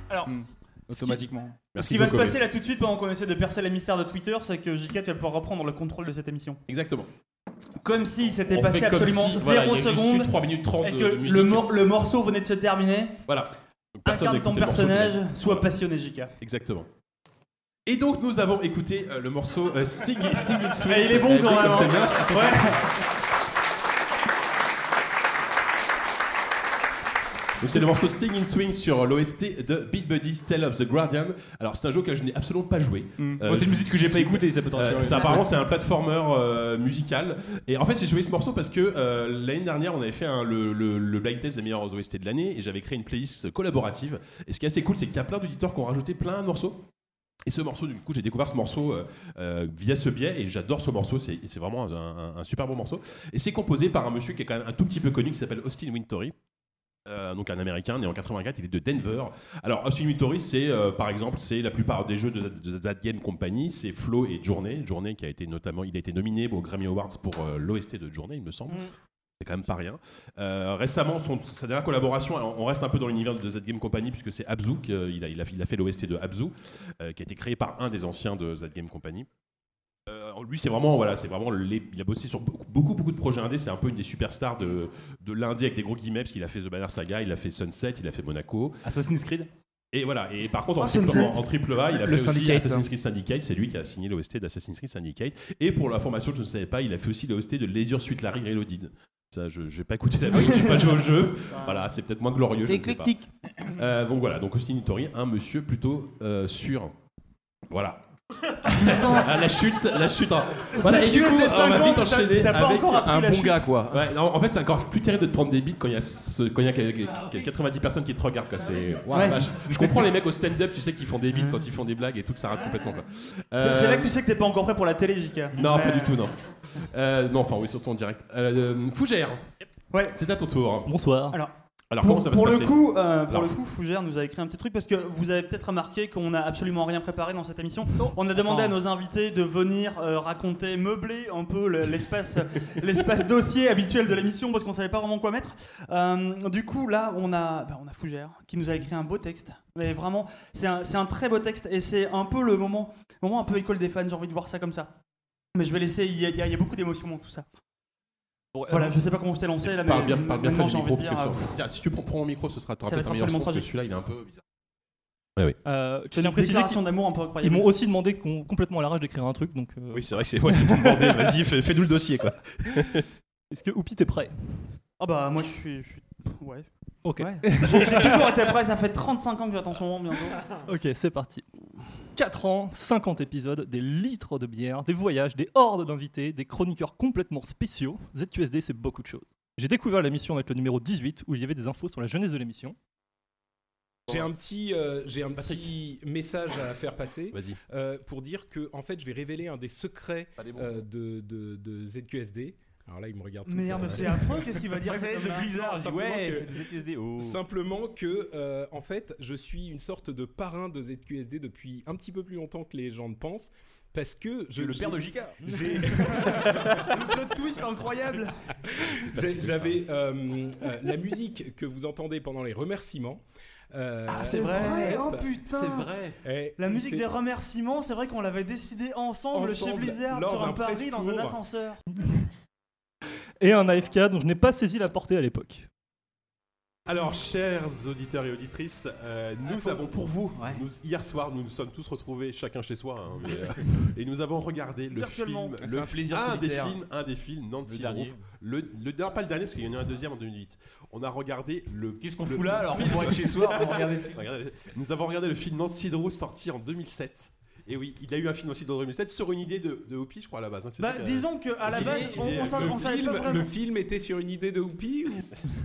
Alors, Hmm. Automatiquement. Ce qui va se passer là tout de suite pendant qu'on essaie de percer les mystères de Twitter, c'est que J K, tu vas pouvoir reprendre le contrôle de cette émission. Exactement. Comme si c'était On passé fait comme absolument si, zéro voilà, il y a juste seconde eu trois minutes trente et de- que de musique. le, mor- le morceau venait de se terminer. Voilà. Donc, personne Incarne n'a ton écouté le morceau personnage, direct. sois passionné, J K. Exactement. Et donc nous avons écouté euh, le morceau euh, Sting, Sting in Swing. Et il est bon quand même, Comme hein. c'est bien. Ouais. Donc c'est le morceau Sting in Swing sur l'O S T de Beat Buddy's Tale of the Guardian. Alors c'est un jeu que je n'ai absolument pas joué. Mm. Moi, c'est une musique que j'ai pas écoutée, ça peut te rassurer. Euh, ça, apparemment c'est un platformer euh, musical. Et en fait j'ai joué ce morceau parce que euh, l'année dernière on avait fait un- le, le- le blind test des meilleurs O S T de l'année et j'avais créé une playlist collaborative. Et ce qui est assez cool c'est qu'il y a plein d'auditeurs qui ont rajouté plein de morceaux. Et ce morceau, du coup, j'ai découvert ce morceau euh, euh, via ce biais et j'adore ce morceau, c'est c'est vraiment un, un- un super bon morceau. Et c'est composé par un monsieur qui est quand même un tout petit peu connu qui s'appelle Austin Wintory. Euh, donc un américain né en quatre-vingt-quatre, il est de Denver. Alors Austin Wintory, c'est euh, par exemple, c'est la plupart des jeux de, de That Game Company, c'est Flow et Journey. Journey qui a été notamment, il a été nominé au Grammy Awards pour euh, l'O S T de Journey, il me semble. Mm. C'est quand même pas rien. Euh, récemment, son, sa dernière collaboration, alors, on reste un peu dans l'univers de That Game Company puisque c'est Abzu, qui, euh, il, a, il, a, il a fait l'O S T de Abzu, euh, qui a été créé par un des anciens de That Game Company. Euh, lui, c'est vraiment, voilà, c'est vraiment les, il a bossé sur beaucoup, beaucoup, beaucoup de projets indés. C'est un peu une des superstars de, de l'indé avec des gros guillemets, parce qu'il a fait The Banner Saga, il a fait Sunset, il a fait Monaco. Assassin's Creed. Et voilà. Et par contre, en, Ah, triple, Sunset. en, en triple A, il a Le fait aussi Syndicate, Assassin's hein. Creed Syndicate. C'est lui qui a signé l'O S T d'Assassin's Creed Syndicate. Et pour l'information, je ne savais pas, il a fait aussi l'O S T de Leisure Suite Larry Reloaded. Ça, je n'ai pas écouté la musique, j'ai pas joué au jeu. Voilà, c'est peut-être moins glorieux. C'est je ne sais pas. éclectique. Euh, donc voilà, donc Austin Wintory, un monsieur plutôt euh, sûr. Voilà. Ah, la chute, la chute. hein. Voilà, et du coup, on va vite enchaîner t'as pas avec encore appris un la bon chute. gars, quoi. Ouais, non, en fait, c'est encore plus terrible de te prendre des beats quand il y a, ce- quand il y a, qu'il y a- qu'il y a quatre-vingt-dix personnes qui te regardent, quoi. C'est. Waouh, Ouais. vache. Je comprends les mecs au stand-up, tu sais, qui font des beats quand ils font des blagues et tout, que ça rate complètement, quoi. C'est Euh, c'est là que tu sais que t'es pas encore prêt pour la télé, J K. Non, Ouais. pas du tout, non. Euh, non, enfin, oui, surtout en direct. Euh, Fougère. Ouais. C'est à ton tour. Bonsoir. Alors. Alors, pour, comment ça va pour se le passer coup, euh, pour Alors, le coup, Fougère nous a écrit un petit truc parce que vous avez peut-être remarqué qu'on n'a absolument rien préparé dans cette émission. On a demandé Enfin. à nos invités de venir euh, raconter, meubler un peu le- l'espace, l'espace dossier habituel de l'émission parce qu'on savait pas vraiment quoi mettre. Euh, du coup, là, on a, bah, on a Fougère qui nous a écrit un beau texte. Mais vraiment, c'est un, c'est un très beau texte et c'est un peu le moment, moment un peu école des fans. J'ai envie de voir ça comme ça. Mais je vais laisser. Il y, a- il y a- il y a beaucoup d'émotions dans tout ça. Voilà, je sais pas comment je t'ai lancé là, mais Parle bien, parle bien près maintenant, du j'ai micro, envie de parce que dire, sur- Tiens, si tu prends, prends mon micro, ce sera, t'auras Ça va peut-être un être meilleur son, absolument parce que tragique. celui-là, il est un peu bizarre. Ouais, oui. Euh, je C'est tiens à une préciser déclaration qu'ils d'amour un peu incroyable. ils m'ont aussi demandé qu'on- complètement à l'arrache d'écrire un truc. Donc, euh, Oui, c'est vrai que c'est moi qui t'ai demandé. Vas-y, fais- fais-nous le dossier, quoi. Est-ce que Oupi, t'es prêt? Ah bah moi je suis, je suis... ouais. Ok. Ouais. J'ai j'ai toujours été prêt, ça fait trente-cinq ans que j'attends ce moment bientôt. Ok, c'est parti. quatre ans, cinquante épisodes, des litres de bière, des voyages, des hordes d'invités, des chroniqueurs complètement spéciaux. Z Q S D, c'est beaucoup de choses. J'ai découvert l'émission avec le numéro dix-huit où il y avait des infos sur la jeunesse de l'émission. J'ai un petit, euh, j'ai un petit message à faire passer euh, pour dire que en fait, je vais révéler un des secrets euh, de, de, de Z Q S D. Alors là, il me regarde tous. Merde, c'est affreux, qu'est-ce qu'il va dire, cet de homme-là bizarre, Non, simplement ouais, que- Z Q S D, oh. Simplement que, euh, en fait, je suis une sorte de parrain de Z Q S D depuis un petit peu plus longtemps que les gens ne pensent. Parce que je es le père j'ai- de J K. j'ai- Le plot twist incroyable. J'ai- J'avais euh, euh, la musique que vous entendez pendant les remerciements. Euh, Ah, c'est vrai, oh hop, putain. c'est vrai. Et La musique c'est- des remerciements, c'est vrai qu'on l'avait décidé ensemble, chez Ensemble, Blizzard lors sur un d'un pari dans un press-tour. ascenseur. Et un A F K dont je n'ai pas saisi la portée à l'époque. Alors, chers auditeurs et auditrices, euh, nous avons pour vous, nous- hier soir, nous nous sommes tous retrouvés chacun chez soi, hein, mais, euh, et nous avons regardé le Virtuellement. film, Ah, le c'est un plaisir un des solitaire. films, un des films, Nancy Le dernier. Drew. le, le non, pas le dernier parce qu'il y en a eu un deuxième en deux mille huit. On a regardé le. Qu'est-ce qu'on le- fout là, alors, film- pour être chez soi, on regarde le film. Regardez, nous avons regardé le film Nancy Drew sorti en deux mille sept. Et oui, il a eu un film aussi en deux mille sept sur une idée de, de Hopi, je crois, à la base. hein. C'est Bah, ça que- disons que, à la c'est base, une idée, on- on euh, savait- le on savait film- pas vraiment. Le film était sur une idée de Whoopi ou...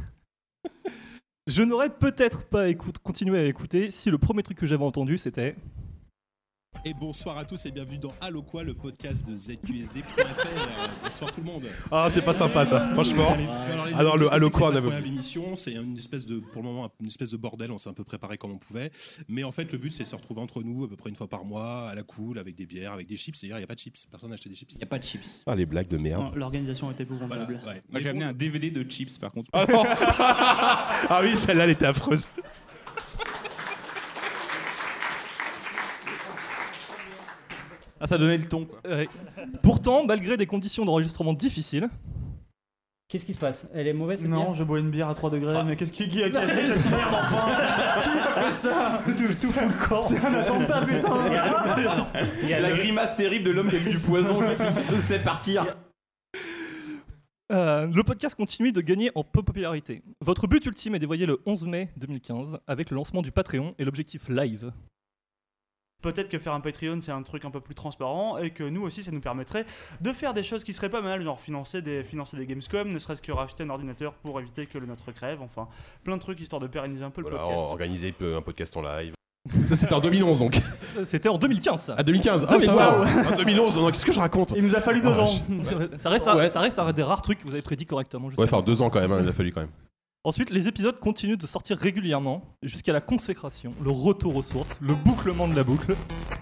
Je n'aurais peut-être pas écoute, continué à écouter si le premier truc que j'avais entendu c'était. Et bonsoir à tous et bienvenue dans Allo Quoi, le podcast de Z Q S D point F R. Euh, Bonsoir tout le monde. Ah, c'est pas sympa, ça, franchement. Alors, les Alors, amis, le je sais Allo que c'est Quoi, pas on la avait- première émission, c'est une espèce de, pour le moment, une espèce de bordel. On s'est un peu préparé comme on pouvait, mais en fait, le but c'est de se retrouver entre nous à peu près une fois par mois, à la cool, avec des bières, avec des chips. C'est-à-dire, il n'y a pas de chips. Personne n'a acheté des chips. Il n'y a pas de chips. Ah, les blagues de merde. Non, L'organisation est épouvantable. Voilà, ouais. Moi j'ai amené un D V D de chips par contre. Ah, non. Ah oui, celle-là, elle était affreuse. Ah, ça donnait le ton. Quoi. Ouais. Pourtant, malgré des conditions d'enregistrement difficiles. Qu'est-ce qui se passe? Elle est mauvaise cette Non, bière je bois une bière à trois degrés, mais qu'est-ce qui, qui a fait cette merde enfin? Qui a fait ça? Tout, tout fout le corps. C'est un attentat, putain. Il y a la grimace terrible de l'homme qui a bu du poison qui se sait partir. Euh, le podcast continue de gagner en popularité. Votre but ultime est dévoyé le onze mai deux mille quinze avec le lancement du Patreon et l'objectif live. Peut-être que faire un Patreon c'est un truc un peu plus transparent et que nous aussi ça nous permettrait de faire des choses qui seraient pas mal, genre financer des, financer des Gamescom, ne serait-ce que racheter un ordinateur pour éviter que le nôtre crève, enfin plein de trucs histoire de pérenniser un peu le Voilà, podcast. organiser un podcast en live. Ça c'était en deux mille onze donc. C'était en deux mille quinze ça. Ah deux mille quinze. Ah ça va. En deux mille onze. Non, qu'est-ce que je raconte? Il nous a fallu deux oh, ans. Je... Ça reste, ouais. ça reste un des rares trucs que vous avez prédit correctement. Ouais, enfin deux ans quand même. Hein, il a fallu quand même. Ensuite, les épisodes continuent de sortir régulièrement jusqu'à la consécration, le retour aux sources, le bouclement de la boucle.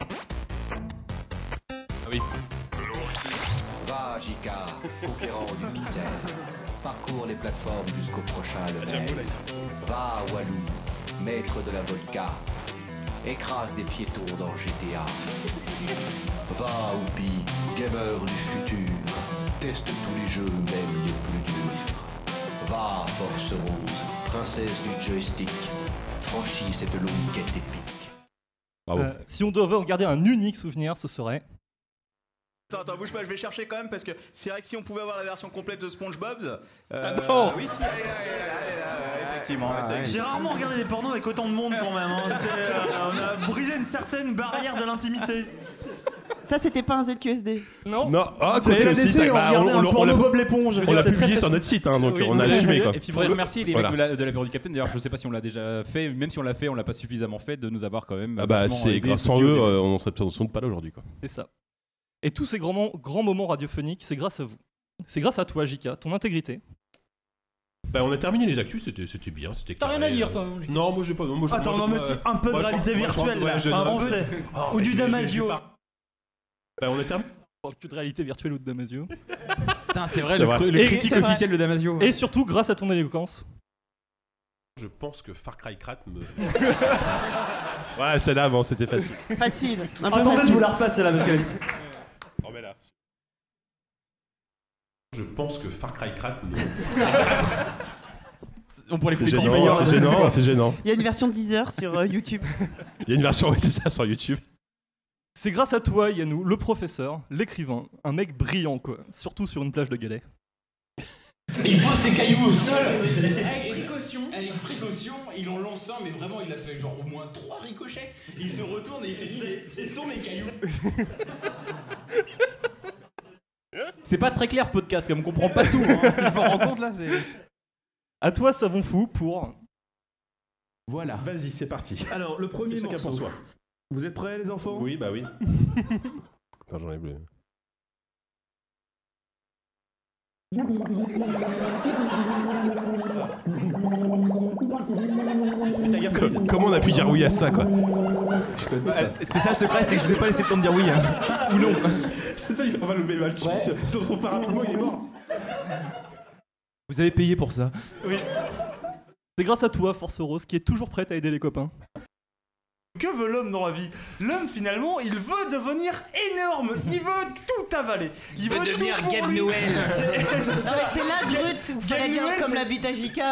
Ah oui. Va, J K, conquérant du pixel. Parcours les plateformes jusqu'au prochain level. Va, Walou, maître de la vodka. Écrase des piétons dans G T A. Va, Oupi, gamer du futur. Teste tous les jeux, même les plus durs. Va, Force Rose, princesse du joystick. Franchis cette longue quête épique. Euh, si on devait regarder un unique souvenir, ce serait... Attends, attends, bouge pas, je vais chercher quand même parce que c'est vrai que si on pouvait avoir la version complète de SpongeBob. Euh, ah non Oui, si, allez, allez, allez, allez, effectivement. Ah, ouais. J'ai rarement regardé des pornos avec autant de monde quand même. Hein. Euh, on a brisé une certaine barrière de l'intimité. Ça, c'était pas un Z Q S D. Non. Non. Ah, quoi que aussi, ça, on bah, regardait on, un on, porno on Bob l'éponge. On l'a publié sur notre site, hein, donc Oui, on a oui, assumé quoi. Et puis il faudrait remercier les voilà. mecs de la, de la bureau du Capitaine. D'ailleurs, je sais pas si on l'a déjà fait, même si on l'a fait, on l'a pas suffisamment fait de nous avoir quand même. Ah bah c'est grâce à eux, euh, on serait sans doute pas là aujourd'hui quoi. C'est ça. Et tous ces grands, grands moments radiophoniques, c'est grâce à vous. C'est grâce à toi, J K, ton intégrité. Bah on a terminé les actus, c'était c'était bien, c'était. T'as rien à dire quand même. Non, moi j'ai pas. Moi, Attends, non mais c'est un peu de réalité virtuelle là. Ou du Damasio. Bah on a terminé. On parle que de réalité virtuelle ou de Damasio. Putain, c'est vrai, le, vrai. le critique officiel de Damasio. Et surtout grâce à ton éloquence. Je pense que Far Cry quatre me. Ouais, celle-là, bon, c'était facile. Facile. Attendez, je vous la repasse celle-là parce qu'elle est. Oh, mais là. Je pense que Far Cry quatre me. On pourrait les C'est gênant, c'est gênant, c'est gênant. Il y a une version dix heures sur euh, YouTube. Il y a une version, oui, c'est ça, sur YouTube. C'est grâce à toi, Yannou, le professeur, l'écrivain, un mec brillant, quoi. Surtout sur une plage de galets. Il pose ses cailloux au sol avec précaution, avec précaution, ils l'ont lancé, mais vraiment il a fait genre au moins trois ricochets. Il se retourne et il s'est dit ce sont mes cailloux. C'est pas très clair ce podcast, comme on comprend pas tout. Hein. Je me rends compte là. C'est... À toi, Savon Fou, pour. Voilà. Vas-y, c'est parti. Alors, le premier c'est morceau. pour soi. Vous êtes prêts, les enfants? Oui, bah oui. Attends, j'enlève le. Comment on a pu dire oui à ça, quoi? C'est ça le secret, c'est que je vous ai pas laissé le temps de dire oui. Hein. Ou non. C'est ça, il va lever mal tout de suite. Il se retrouve pas rapidement, il est mort. Vous avez payé pour ça. Oui. C'est grâce à toi, Force Rose, qui est toujours prête à aider les copains. Que veut l'homme dans la vie? L'homme, finalement, il veut devenir énorme. Il veut tout avaler. Il, il veut, veut devenir Gabe Noël. C'est, c'est, c'est, c'est la brute. Vous fallait dire Noël, comme c'est... la bite à J K.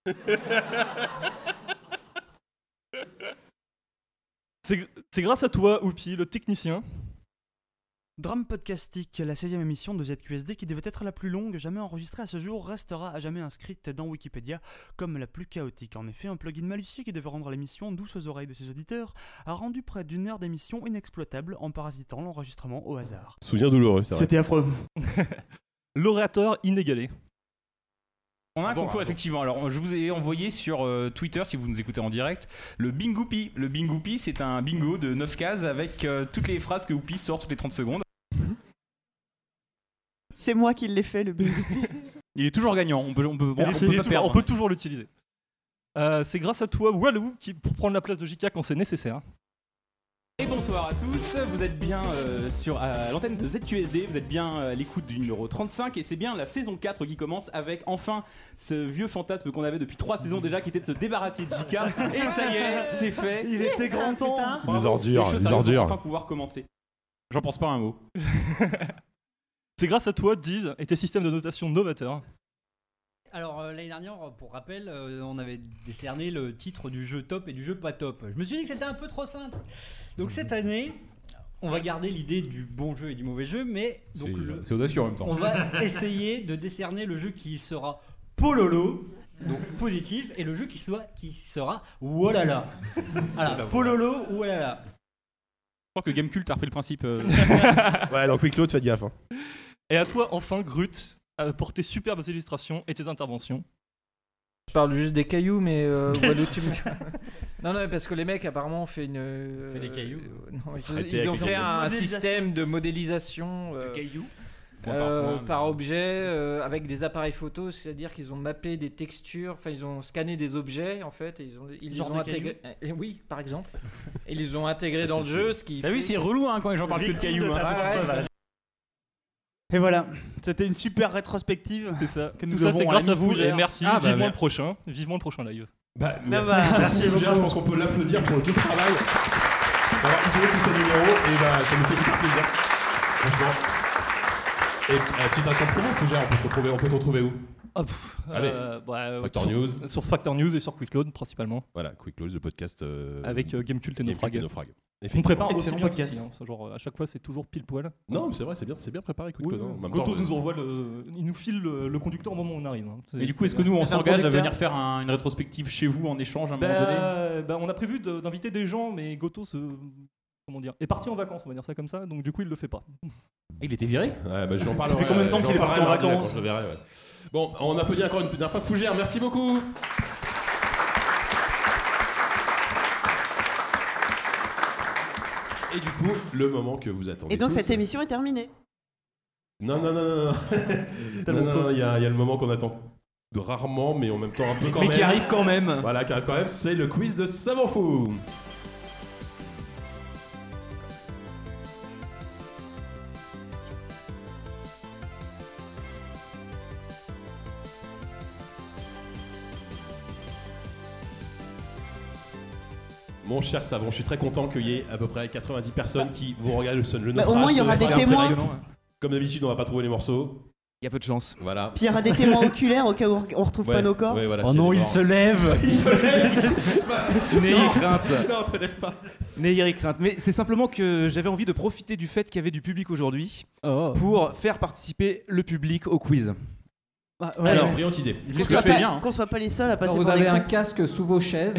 c'est, c'est grâce à toi, Oupi, le technicien. Drame Podcastique, la seizième émission de Z Q S D qui devait être la plus longue jamais enregistrée à ce jour, restera à jamais inscrite dans Wikipédia comme la plus chaotique. En effet, un plugin malicieux qui devait rendre l'émission douce aux oreilles de ses auditeurs a rendu près d'une heure d'émission inexploitable en parasitant l'enregistrement au hasard. Souvenir douloureux, c'est vrai. C'était affreux. L'orateur inégalé. On a un bon, concours, bon. effectivement. Alors, je vous ai envoyé sur euh, Twitter, si vous nous écoutez en direct, le Bingoupi. Le Bingoupi, c'est un bingo de neuf cases avec euh, toutes les phrases que Oupi sort toutes les trente secondes. C'est moi qui l'ai fait, le bingo. Il est toujours gagnant, on peut, on peut, on, on on peut peut, pas tout, perdre. on peut toujours l'utiliser. Euh, c'est grâce à toi, Walou, qui, pour prendre la place de J K quand c'est nécessaire. Et bonsoir à tous, vous êtes bien euh, sur à l'antenne de Z Q S D, vous êtes bien à l'écoute du numéro trente-cinq et c'est bien la saison quatre qui commence avec enfin ce vieux fantasme qu'on avait depuis trois saisons déjà qui était de se débarrasser de J K et ça y est, c'est fait. Il était grand temps. Les ordures, les, les ordures. Enfin pouvoir commencer. J'en pense pas un mot. C'est grâce à toi, Diz, et tes systèmes de notation novateurs. Alors euh, l'année dernière, pour rappel, euh, on avait décerné le titre du jeu top et du jeu pas top. Je me suis dit que c'était un peu trop simple. Donc cette année, on va garder l'idée du bon jeu et du mauvais jeu, mais donc C'est- le- c'est audacieux en même temps. On va essayer de décerner le jeu qui sera pololo, donc positif, et le jeu qui, soit, qui sera wolala. Voilà, pololo ou wolala. Je crois que Gamecult a repris le principe. euh. Ouais, donc Quick Claude, faites gaffe. hein. Et à toi, enfin, Grut, à porter superbes illustrations et tes interventions. Je parle juste des cailloux, mais euh, Walou, tu me dis- Non, non, parce que les mecs apparemment ont fait une. euh, Fait des cailloux euh, non, ils, Arrêtez ils ont avec les fait cailloux. un Modélisation. système de modélisation. euh, De cailloux euh, Point par point, par mais- objet, euh, avec des appareils photo, c'est-à-dire qu'ils ont mappé des textures, enfin ils ont scanné des objets en fait, et ils ont, ils les Genre ont des intégrés. euh, oui, par exemple. Et ils les ont intégrés dans le jeu, ce qui. Bah oui, fait- c'est relou hein, quand les gens parlent que de Victime cailloux. de hein. ta- Ouais, ouais. Et voilà, c'était une super rétrospective. C'est ça. Que nous Tout ça, avons c'est grâce à à vous, et Fougère. merci. Ah, bah, vivement mer- le prochain. Vivement le prochain live. Bah, Ah merci, bah, merci, merci Fougère, beaucoup. je pense qu'on peut l'applaudir pour le tout travail d'avoir isolé tous ces numéros et bah, ça nous fait super plaisir. Franchement. Et euh, petite instant promo, Fougère, on peut te retrouver, on peut te retrouver où Ah, pff, Allez, euh, bah, euh, Factor sur- News. Sur Factor News et sur Quick Load principalement. Voilà, Quick Close, le podcast. euh, Avec euh, Gamecult et Gamecult Naufrag. et Naufrag. On Effectivement. prépare aussi Excellent bien podcast. qu'ici, hein. C'est genre, à chaque fois, c'est toujours pile poil. Non, mais c'est vrai, c'est bien, c'est bien préparé, Quick Oui, Close, hein. En même Goto temps, nous euh, envoie le, il nous file le, le conducteur au moment où on arrive. hein. C'est- Et du coup, c'est est-ce que nous, on bien. s'engage à venir faire un- une rétrospective chez vous en échange à un moment donné bah, bah, on a prévu de- d'inviter des gens, mais Goto se, comment dire, est parti en vacances, on va dire ça comme ça. Donc du coup, il le fait pas. Il était viré. Ouais, bah, j'en Ça parlerai. fait combien de temps j'en qu'il est parti parlerai en mardi, là, vacances quand je le verrai, ouais. Bon, on applaudit encore une dernière fois Fougère, merci beaucoup. Et du coup, le moment que vous attendez. Et donc tous. cette émission est terminée. Non, non, non, non, non. non, non, non, il y, a il y a le moment qu'on attend de rarement, mais en même temps un peu quand Mais même. qui arrive quand même. Voilà, qui arrive quand même, c'est le quiz de Savant Fou. Mon cher Savon, je suis très content qu'il y ait à peu près quatre-vingt-dix personnes qui vous regardent le son. Le Bah, au moins, il y aura des témoins. Comme d'habitude, on va pas trouver les morceaux. Il y a peu de chance. Voilà. Puis il y aura des témoins oculaires au cas où on retrouve Ouais, pas nos corps. ouais, voilà, Oh s'il y a non, des il morts. se lève. Il se lève, qu'est-ce qui se passe N'ayez Non. crainte. Non, te lève pas. N'ayez crainte. Mais c'est simplement que j'avais envie de profiter du fait qu'il y avait du public aujourd'hui pour faire participer le public au quiz. Bah, ouais. Alors, brillante idée. Qu'on Qu'est-ce que soit je fais pas- bien, hein. Qu'on soit pas les seuls à passer Alors, vous par avez les un coups. casque sous vos chaises.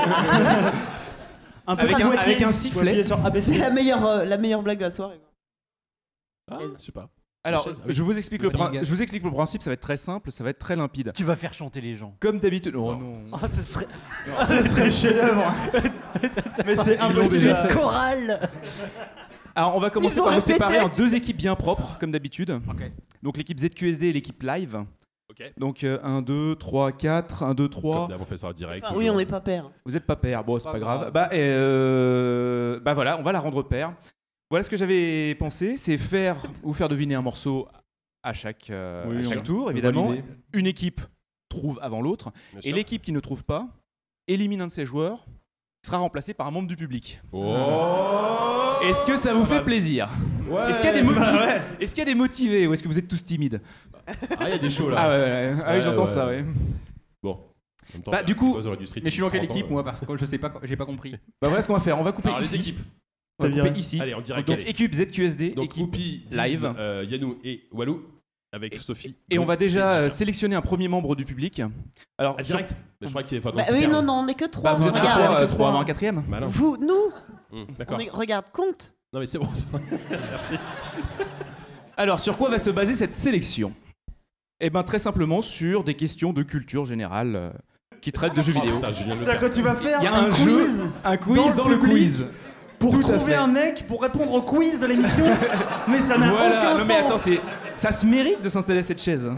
Un peu Avec de un- boîtier. avec un Faut sifflet. appuyer sur A B C. C'est la meilleure, euh, la meilleure blague de la soirée. Ah, je sais pas. Alors, La chaise, ah oui. je vous explique le C'est prin- bien. je vous explique le principe, ça va être très simple, ça va être très limpide. Tu vas faire chanter les gens. Comme d'habitude. Oh non. Ah, ce serait. Ce serait chef-d'œuvre. Mais c'est impossible. déjà fait. Chorale. Alors, on va commencer Ils ont par nous répété. séparer en deux équipes bien propres, comme d'habitude. Donc, l'équipe Z Q S D et l'équipe live. Ok. Donc, un, deux, trois, quatre, un, deux, trois. Comme d'hab, on fait ça en direct. Ah oui, on n'est pas pairs. Vous êtes pas pair, bon, c'est pas, Pas grave. grave. Bah, euh, bah voilà, on va la rendre paire. Voilà ce que j'avais pensé, c'est faire ou faire deviner un morceau à chaque, euh, Oui, à on- chaque on tour, peut évidemment. valider. Une équipe trouve avant l'autre, Bien et sûr. l'équipe qui ne trouve pas élimine un de ses joueurs, sera remplacé par un membre du public. Oh Est-ce que ça vous fait plaisir? Ouais. Est-ce qu'il y a des motivés? Bah ouais. Est-ce qu'il y a des motivés ou est-ce que vous êtes tous timides? Ah, il y a des shows là. Ah ouais, ouais, ouais. Ah oui, Ouais, j'entends ouais. ça, ouais. Bon. En même temps, Bah, il y a du un coup- buzz dans l'industrie Mais je suis dans depuis quelle trente ans, équipe, moi Parce que je sais pas, j'ai pas compris. Bah voilà ce qu'on va faire, on va couper Alors, les ici. équipes. On va T'as couper viré. ici. Allez, en direct. Donc allez. équipe Z Q S D, Donc, équipe Whoopi, Diz, live. euh, Yannou et Walou avec Sophie. Et on Grut va déjà euh, Jessica. sélectionner un premier membre du public. Alors, Ah, direct Mais je crois qu'il est. enfin, Bah non, oui, super. non, non, on n'est que Bah, trois. vous êtes Regarde. trois, euh, que trois, un quatrième. Bah non. Vous, nous, Hum, on D'accord. est- regarde, compte. Non, mais c'est bon. Merci. Alors, sur quoi va se baser cette sélection? Eh ben, très simplement sur des questions de culture générale euh, qui traitent de jeux Oh, vidéo. putain, Julien Lepers. C'est-à-dire que tu vas faire Il y a un, un quiz jeu, un quiz dans, le public quiz. pour Tout à trouver fait. un mec pour répondre au quiz de l'émission. Mais ça n'a Voilà. aucun Non, sens. mais attends, c'est- ça se mérite de s'installer à cette chaise.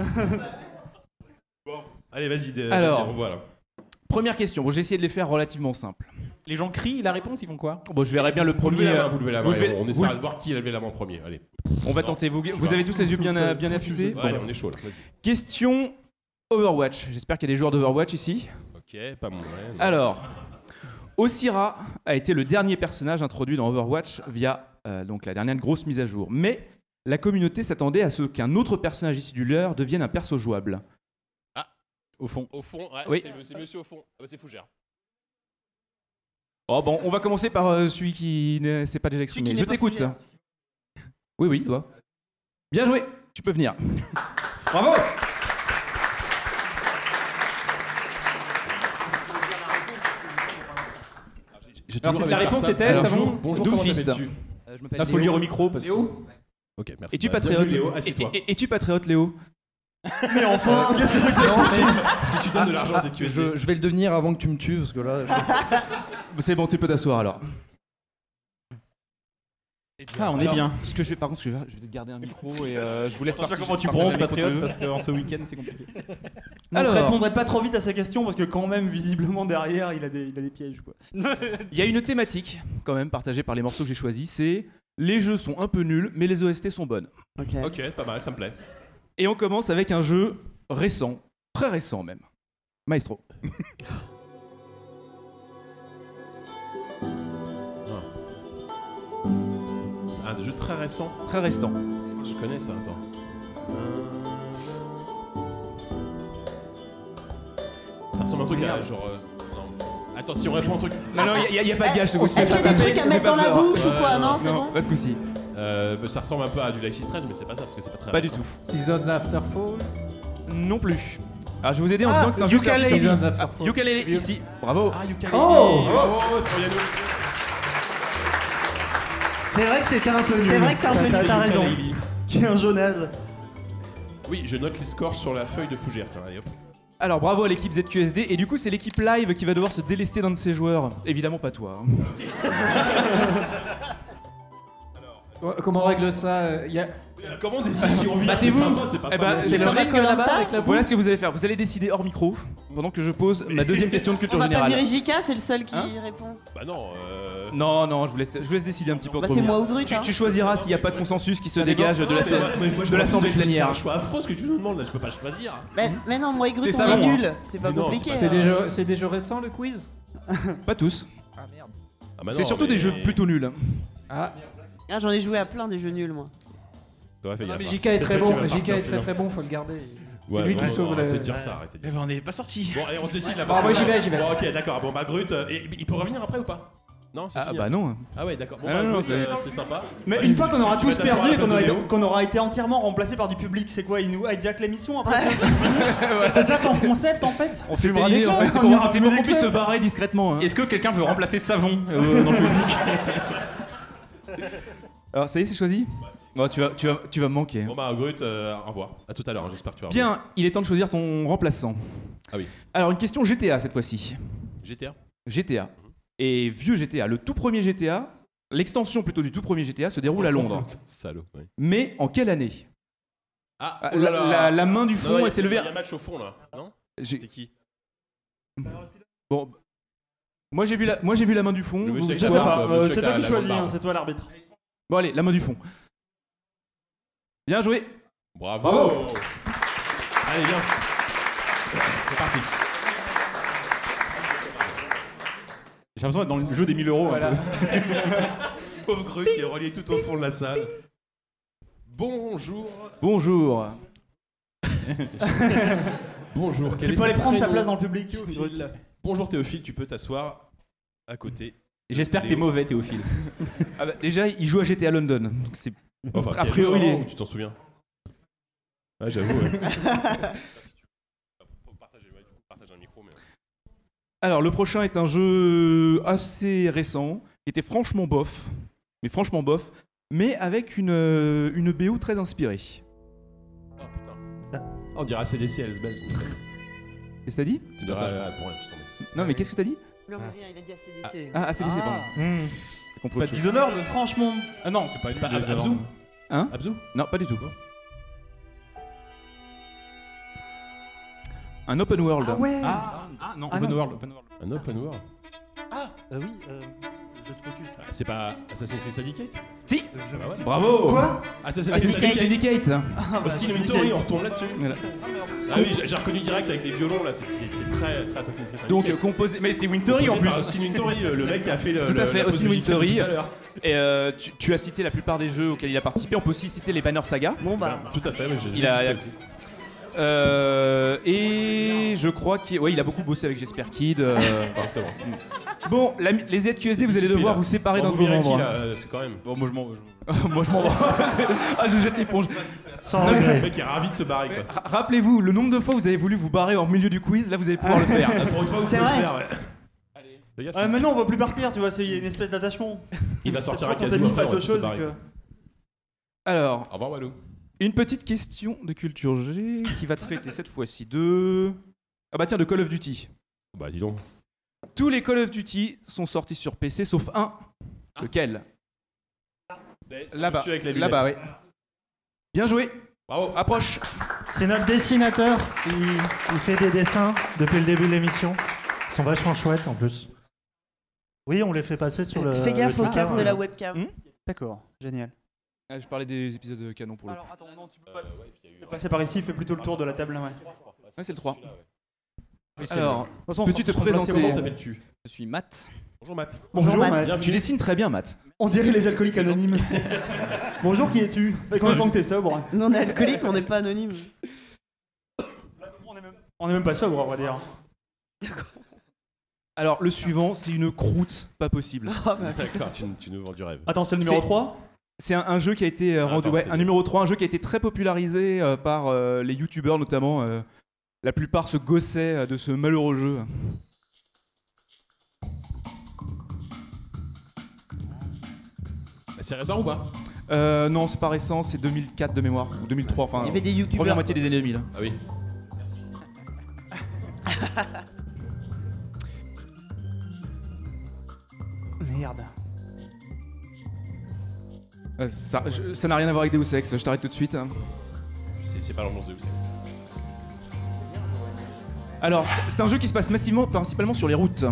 Allez, vas-y. de- Alors. vas-y, revois là. Première question. Bon, j'ai essayé de les faire relativement simples. Les gens crient, la réponse, ils font quoi? Bon, je verrai bien le Vous premier. levez la main, euh, vous levez la vous main. levez- On vous- essaiera de voir qui a levé la main en premier. Allez. On va tenter. Vous, Je vous sais avez pas. tous les yeux bien, Ça- bien affûtés. Allez, on est chaud là. Vas-y. Question Overwatch. J'espère qu'il y a des joueurs d'Overwatch ici. Ok, pas mon. ouais, non. Alors, Osira a été le dernier personnage introduit dans Overwatch via euh, donc la dernière grosse mise à jour. Mais la communauté s'attendait à ce qu'un autre personnage issu du lore devienne un perso jouable. Ah, au fond. Au fond, ouais, Oui. c'est, c'est monsieur au fond. Ah bah c'est Fougère. Oh bon, on va commencer par euh, celui qui ne s'est pas déjà exprimé. qui Je n'est pas t'écoute. Fougère. Oui, oui, toi. Bien joué, tu peux venir. Bravo. J'ai Alors, toujours c'est- la envie de réponse faire ça. était Alors, Savon, bonjour, bonjour, comment Doomfist. t'appelles-tu Euh, je m'appelle Là, faut le Léo. dire au micro parce que. Léo Ok, merci. Es-tu Bah, patriote bienvenue, Léo, Et- assieds-toi. et- et- Es-tu patriote, Léo Mais enfin, qu'est-ce que c'est que ça Non, mais- Parce que tu donnes de l'argent à Ah, Z Q S D. je, je vais le devenir avant que tu me tues parce que là. je- C'est bon, tu peux t'asseoir alors. Ah, on est Alors, bien. Ce que je vais, par contre, je vais, je vais te garder un micro et euh, je vous laisse Attention partir- comment tu partager bronzes, un micro patriote, tous. parce qu'en ce week-end, c'est compliqué. Ne Alors. répondrai pas trop vite à sa question parce que quand même visiblement derrière il a des, il a des pièges quoi. Il y a une thématique quand même partagée par les morceaux que j'ai choisis, c'est les jeux sont un peu nuls, mais les O S T sont bonnes. Ok, pas mal, ça me plaît. Et on commence avec un jeu récent, très récent même. Maestro. Un des jeux très récents. Très récent. Je connais ça, attends. Euh... Ça ressemble à un truc à Merde. genre. euh, non. Attends, si on répond un truc. Non, non, il n'y a, pas de gage ce coup-ci. Est-ce qu'il y a des trucs à Fais mettre pas dans la peur. bouche ou Ouais, quoi non, Non, c'est Non, bon pas ce coup-ci. Euh, bah, ça ressemble un peu à du Life is Strange, mais c'est pas ça parce que c'est pas très Pas récent. du tout. Seasons After Fall. Non plus. Alors je vais vous aider en Ah, disant que c'est un jeu Yooka-Laylee. sorti- Seasons After Ah, Fall. Yooka-Laylee, ici. Bravo. Ah, Yooka-Laylee. Oh Bravo, Troyano. C'est vrai que c'était un peu nul. C'est vrai que c'est un peu T'as nul. t'as raison. Qui est un jeu naze. Oui, je note les scores sur la feuille de Fougère. Tiens, allez hop. Alors bravo à l'équipe Z Q S D et du coup c'est l'équipe live qui va devoir se délester d'un de ses joueurs. Évidemment pas toi. hein. Ouais, Comment on règle ça euh, y a... Comment on décide qui on vient? C'est Battez-vous. sympa, c'est pas Eh ben, sympa. c'est le comme ring à là-bas Koh-Lanta avec la boule. Voilà ce que vous allez faire. Vous allez décider hors micro pendant que je pose ma deuxième question de On culture va pas générale. virer J K, c'est le seul qui Hein répond. Bah non, euh... Non, non, je vous laisse, je vous laisse décider un petit peu Bah, entre c'est vous. moi ou Grut, Tu, hein. tu choisiras s'il n'y a pas de consensus qui se Ça dépend. dégage de Ah, la mais scène- moi- mais moi, je de m'en l'assemblée fous, c'est- plénière. C'est un choix affreux ce que tu nous demandes là, je peux pas choisir. Mais, mais non, moi et Grut, C'est on ça, est bon, hein. nuls. C'est pas Mais non, compliqué. C'est hein. des jeux, c'est des jeux récents le quiz. Pas tous. Ah merde. Ah, bah C'est non, surtout mais- des jeux plutôt nuls. Ah. Ah, j'en ai joué à plein des jeux nuls, moi. Ouais, fais Non, gaffe, mais hein. J K C'est est très toi qui bon. vas J K partir, est sinon. très très bon, faut le garder. Ouais, C'est lui qui ouais, sauve arrêtez le. de dire ça, arrêtez de Eh dire ben, on n'est pas sorti. Bon, allez, on se décide là. Ah, moi, j'y vais, j'y vais. Bon, ok, d'accord. Bon, bah, Grut, euh, et- il peut revenir après ou pas? Non, c'est Ah fini. bah non. Ah ouais, d'accord. Bon, Ah bah, non, non, Grut, c'est- euh, c'est sympa. Mais Ouais, une tu- fois tu- qu'on aura tu vas tous t'asseoir à perdu la et qu'on place aura, de été- Léo. qu'on aura été entièrement remplacé par du public, c'est quoi? Ils nous hijack l'émission après c'est eux qui finissent C'est ça ton concept en fait? On s'est s'est fumera des lié en clopes, fait. C'est on pour, ira c'est fumer pour des qu'on puisse se clopes. barrer discrètement. hein. Est-ce que quelqu'un veut remplacer Savon euh, dans le public? Alors ça y est, c'est choisi. Oh, tu vas, tu vas, tu vas me manquer. Bon, bah, Grut, euh, au revoir. À tout à l'heure, hein, j'espère que tu vas Bien, il est temps de choisir ton remplaçant. Ah oui. Alors une question G T A cette fois-ci. G T A. G T A. Et vieux G T A. Le tout premier G T A, l'extension plutôt du tout premier G T A se déroule à Londres. Salaud, oui. Mais en quelle année? Ah, Ah, oh là la, là. la- la main du Non, fond, non, il y a- elle s'est levée. Il y a un match au fond là, non? J'ai- C'était qui? Bon, moi j'ai vu la, moi j'ai vu la main du fond. Le vous- monsieur Je sais avec la pas, barbe, euh, monsieur c'est avec toi la- qui la choisis, grande hein, barbe. c'est toi l'arbitre. Bon allez, la main du fond. Bien joué. Bravo. Bravo. Allez, viens. C'est parti. J'ai l'impression d'être dans le jeu des mille euros. Voilà. un peu. Pauvre Grut qui est relié tout au fond de la salle. Bonjour. Bonjour. Bonjour. quel Tu est peux aller ton prendre sa prénom? place dans le public. Théophile. Bonjour Théophile, tu peux t'asseoir à côté. Et j'espère que t'es Léo. mauvais, Théophile. Ah bah, déjà, il joue à G T A London. Donc c'est Enfin, a qui a priori joué il avant, est- ou tu t'en souviens? Ouais, j'avoue. Ouais. Faut partager, ouais, du coup, partage un micro, mais... Alors, le prochain est un jeu assez récent, qui était franchement bof, mais franchement bof, mais avec une, euh, une B O très inspirée. Oh putain. On dirait A C D C, Hells Bells. Qu'est-ce que t'as dit? C'est bien ça, pour rien, je t'en mets. Non, mais qu'est-ce que t'as dit? Non, mais rien, il a dit A C D C. Ah, A C D C, Ah. pardon. Hmm. J'ai compris Pas autre chose. Dishonored? Franchement, Ah non, c'est pas, C'est pas pas Ab- Abzu? Hein? Abzu? Non, pas du tout. Un open world. ah ouais. Ah, ah non, Ah Open non. World. Open World. Un open world. Ah, euh, oui. euh, Jeu de focus. Ah, c'est pas Assassin's Creed Syndicate? Si. Bah ouais. Bravo. Quoi? Assassin's Assassin's Creed Creed Syndicate. Syndicate. Ah, bah, Austin Syndicate. Wintory, on retombe là-dessus. Voilà. Ah oui, j'ai- j'ai reconnu direct avec les violons là, c'est c'est- c'est très, très Assassin's Creed Syndicate. Donc euh, composé, mais c'est Wintory en Composé plus. par Austin Wintory, le, le mec qui a fait le. Tout à le- fait, la pause Austin musicale Wintory. tout à l'heure. Et euh, tu, tu as cité la plupart des jeux auxquels il a participé. On peut aussi citer les Banner Saga. Bon bah. Tout à fait, mais j'ai Il j'ai a- cité aussi. Euh, et je crois qu'il ouais, il a beaucoup bossé avec Jesper Kid. euh. Exactement. Bon, la- les Z Q S D, vous allez Dissipé, devoir là. vous séparer Bon, d'un de vous vos verrez qui, membres. là, euh, c'est quand même. Bon, moi je m'en moi je m'en vais. C'est- Ah, je jette l'éponge. Sans Le regret. mec est ravi de se barrer quoi. Ra- Rappelez-vous, le nombre de fois où vous avez voulu vous barrer en milieu du quiz, là vous allez pouvoir le faire. Ah, Pour une fois, vous C'est pouvez le vrai. faire, ouais. Les gars, Ouais, maintenant on va plus partir, tu vois, c'est- il y a une espèce d'attachement. il va sortir un Quand t'as casino mis après, face on va aux tous se choses. barrer. que- Alors, Au revoir Walou. une petite question de culture G qui va traiter cette fois-ci de. Ah bah tiens, de Call of Duty. Bah dis donc. Tous les Call of Duty sont sortis sur P C sauf un. Lequel? Là-bas. Monsieur avec la lunette. Là-bas, oui. Bien joué. Bravo. Approche. C'est notre dessinateur. Il, il fait des dessins depuis le début de l'émission. Ils sont vachement chouettes en plus. Oui, on les fait passer sur le. Fais gaffe le au Twitter, câble de euh. la webcam. Hmm D'accord, génial. Ah, je parlais des épisodes canon pour le Alors coup. attends, non, tu peux pas passer par ici, fais plutôt le tour de la table. Ouais. Ouais, c'est le trois. Oui, c'est Alors, le- De toute façon, peux-tu te on se remplace, présenter? comment t'appelles-tu? Je suis Matt. Bonjour Matt. Bonjour, Bonjour, Matt. Matt. Tu dessines très bien, Matt. On dirait les alcooliques anonymes. Bonjour, qui es-tu? Fait combien de temps que t'es sobre? Nous on est alcoolique, mais on n'est pas anonyme. On est même- On est même pas sobre, on va dire. Alors, le suivant, c'est une croûte pas possible. Oh, bah, D'accord, tu, tu nous vends du rêve. Attends, c'est le numéro C'est- trois? C'est un, un jeu qui a été euh, Ah, rendu, attends, ouais, c'est un des- numéro trois, un jeu qui a été très popularisé euh, par euh, les youtubeurs notamment. euh, la plupart se gossaient euh, de ce malheureux jeu. C'est récent ou pas? Euh, non, c'est pas récent, c'est deux mille quatre de mémoire, ou deux mille trois, enfin. Il y avait des youtubeurs. Première moitié des années deux mille. Ah oui. Merde. Euh, ça je- ça n'a rien à voir avec Deus Ex, je t'arrête tout de suite. hein. C'est c'est pas l'ambiance de Deus Ex. Alors, c'est c'est un jeu qui se passe massivement, principalement sur les routes.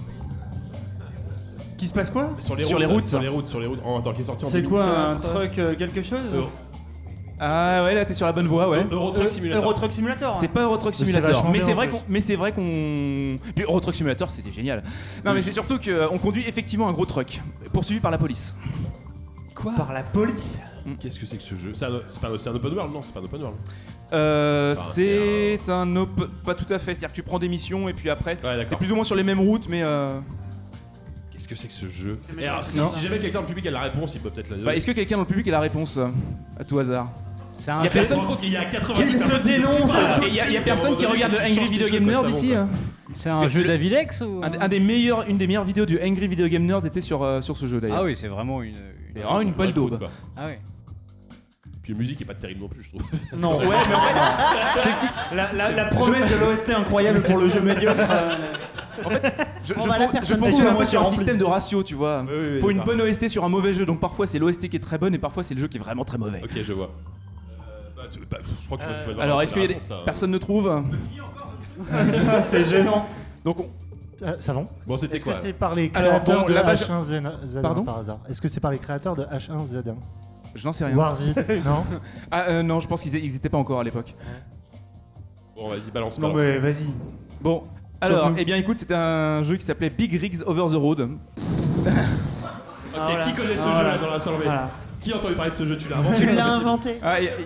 Qui se passe quoi? Sur les Sur routes. les routes. Sur les routes, sur les routes. Oh, attends, qui est sorti en C'est quoi, un quatre. truc euh, quelque chose? Euro, Ah ouais, là t'es sur la bonne voie, ouais. Euro Truck Euh, Simulator. Euro Truck Simulator. C'est pas Euro Truck c'est Simulator, vachement mais bien, c'est en vrai plus. qu'on, mais c'est vrai qu'on, puis Euro Truck Simulator c'était génial. Non mais c'est surtout qu'on conduit effectivement un gros truck, poursuivi par la police. Quoi? Par la police. Qu'est-ce que c'est que ce jeu? C'est un, c'est pas un- c'est un open world? Non, c'est pas un open world. Euh, Enfin, c'est un open, pas tout à fait, c'est-à-dire que tu prends des missions et puis après, Ouais, t'es d'accord. plus ou moins sur les mêmes routes, mais euh... Qu'est-ce que c'est que ce jeu? Et alors, si, Non. si jamais quelqu'un dans le public a la réponse, il peut peut-être la bah, est-ce que quelqu'un dans le public a la réponse euh, à tout hasard? C'est Y un a jeu. personne- On se rend compte qu'il y a quatre-vingt-dix Qu'il se personnes qui dénonce. Voilà. Et y a, y a personne qui regarde le Angry Video Game Nerd ici hein C'est un C'est jeu le- d'Avilex ou un, un des meilleurs, une des meilleures vidéos du Angry Video Game Nerd était sur, euh, sur ce jeu d'ailleurs. Ah oui, c'est vraiment une. C'est vraiment une belle daube. Quoi. Ah ouais. Puis la musique est pas terrible non plus, je trouve. Non, ouais, mais en fait, j'explique. La, la, la promesse de l'O S T incroyable pour le jeu médiocre. euh, En fait, je, Oh, je, bah, la fon- je personne fonctionne un peu tellement sur un remplie. système de ratio, tu vois. Oui, oui, oui, Faut une d'accord. bonne O S T sur un mauvais jeu, donc parfois c'est l'O S T qui est très bonne et parfois c'est le jeu qui est vraiment très mauvais. Ok, je vois. Euh, bah, tu- bah, je crois que tu vas, tu vas devoir Alors, lancer est-ce qu'il y a la des... réponse, là. personne ne trouve? Ah, c'est gênant. Donc, on- Euh, ça va? Bon, c'était Est-ce que quoi? c'est par les Alors, créateurs bon, de là-bas, je- H un Z un Pardon par hasard? Est-ce que c'est par les créateurs de H un Z un? je n'en sais rien. Warzy, non? Ah euh, non, je pense qu'ils n'étaient pas encore à l'époque. Bon, vas-y, balance, Non, balance. mais vas-y. Bon, alors, Sauf nous. eh bien écoute, c'était un jeu qui s'appelait Big Rigs Over the Road. Ok, Ah, voilà. qui connaît ce Ah, jeu voilà. là dans l'assemblée? Voilà. Qui a entendu parler de ce jeu? Tu l'as inventé? Tu c'est l'as pas possible. inventé. Ah, et- et-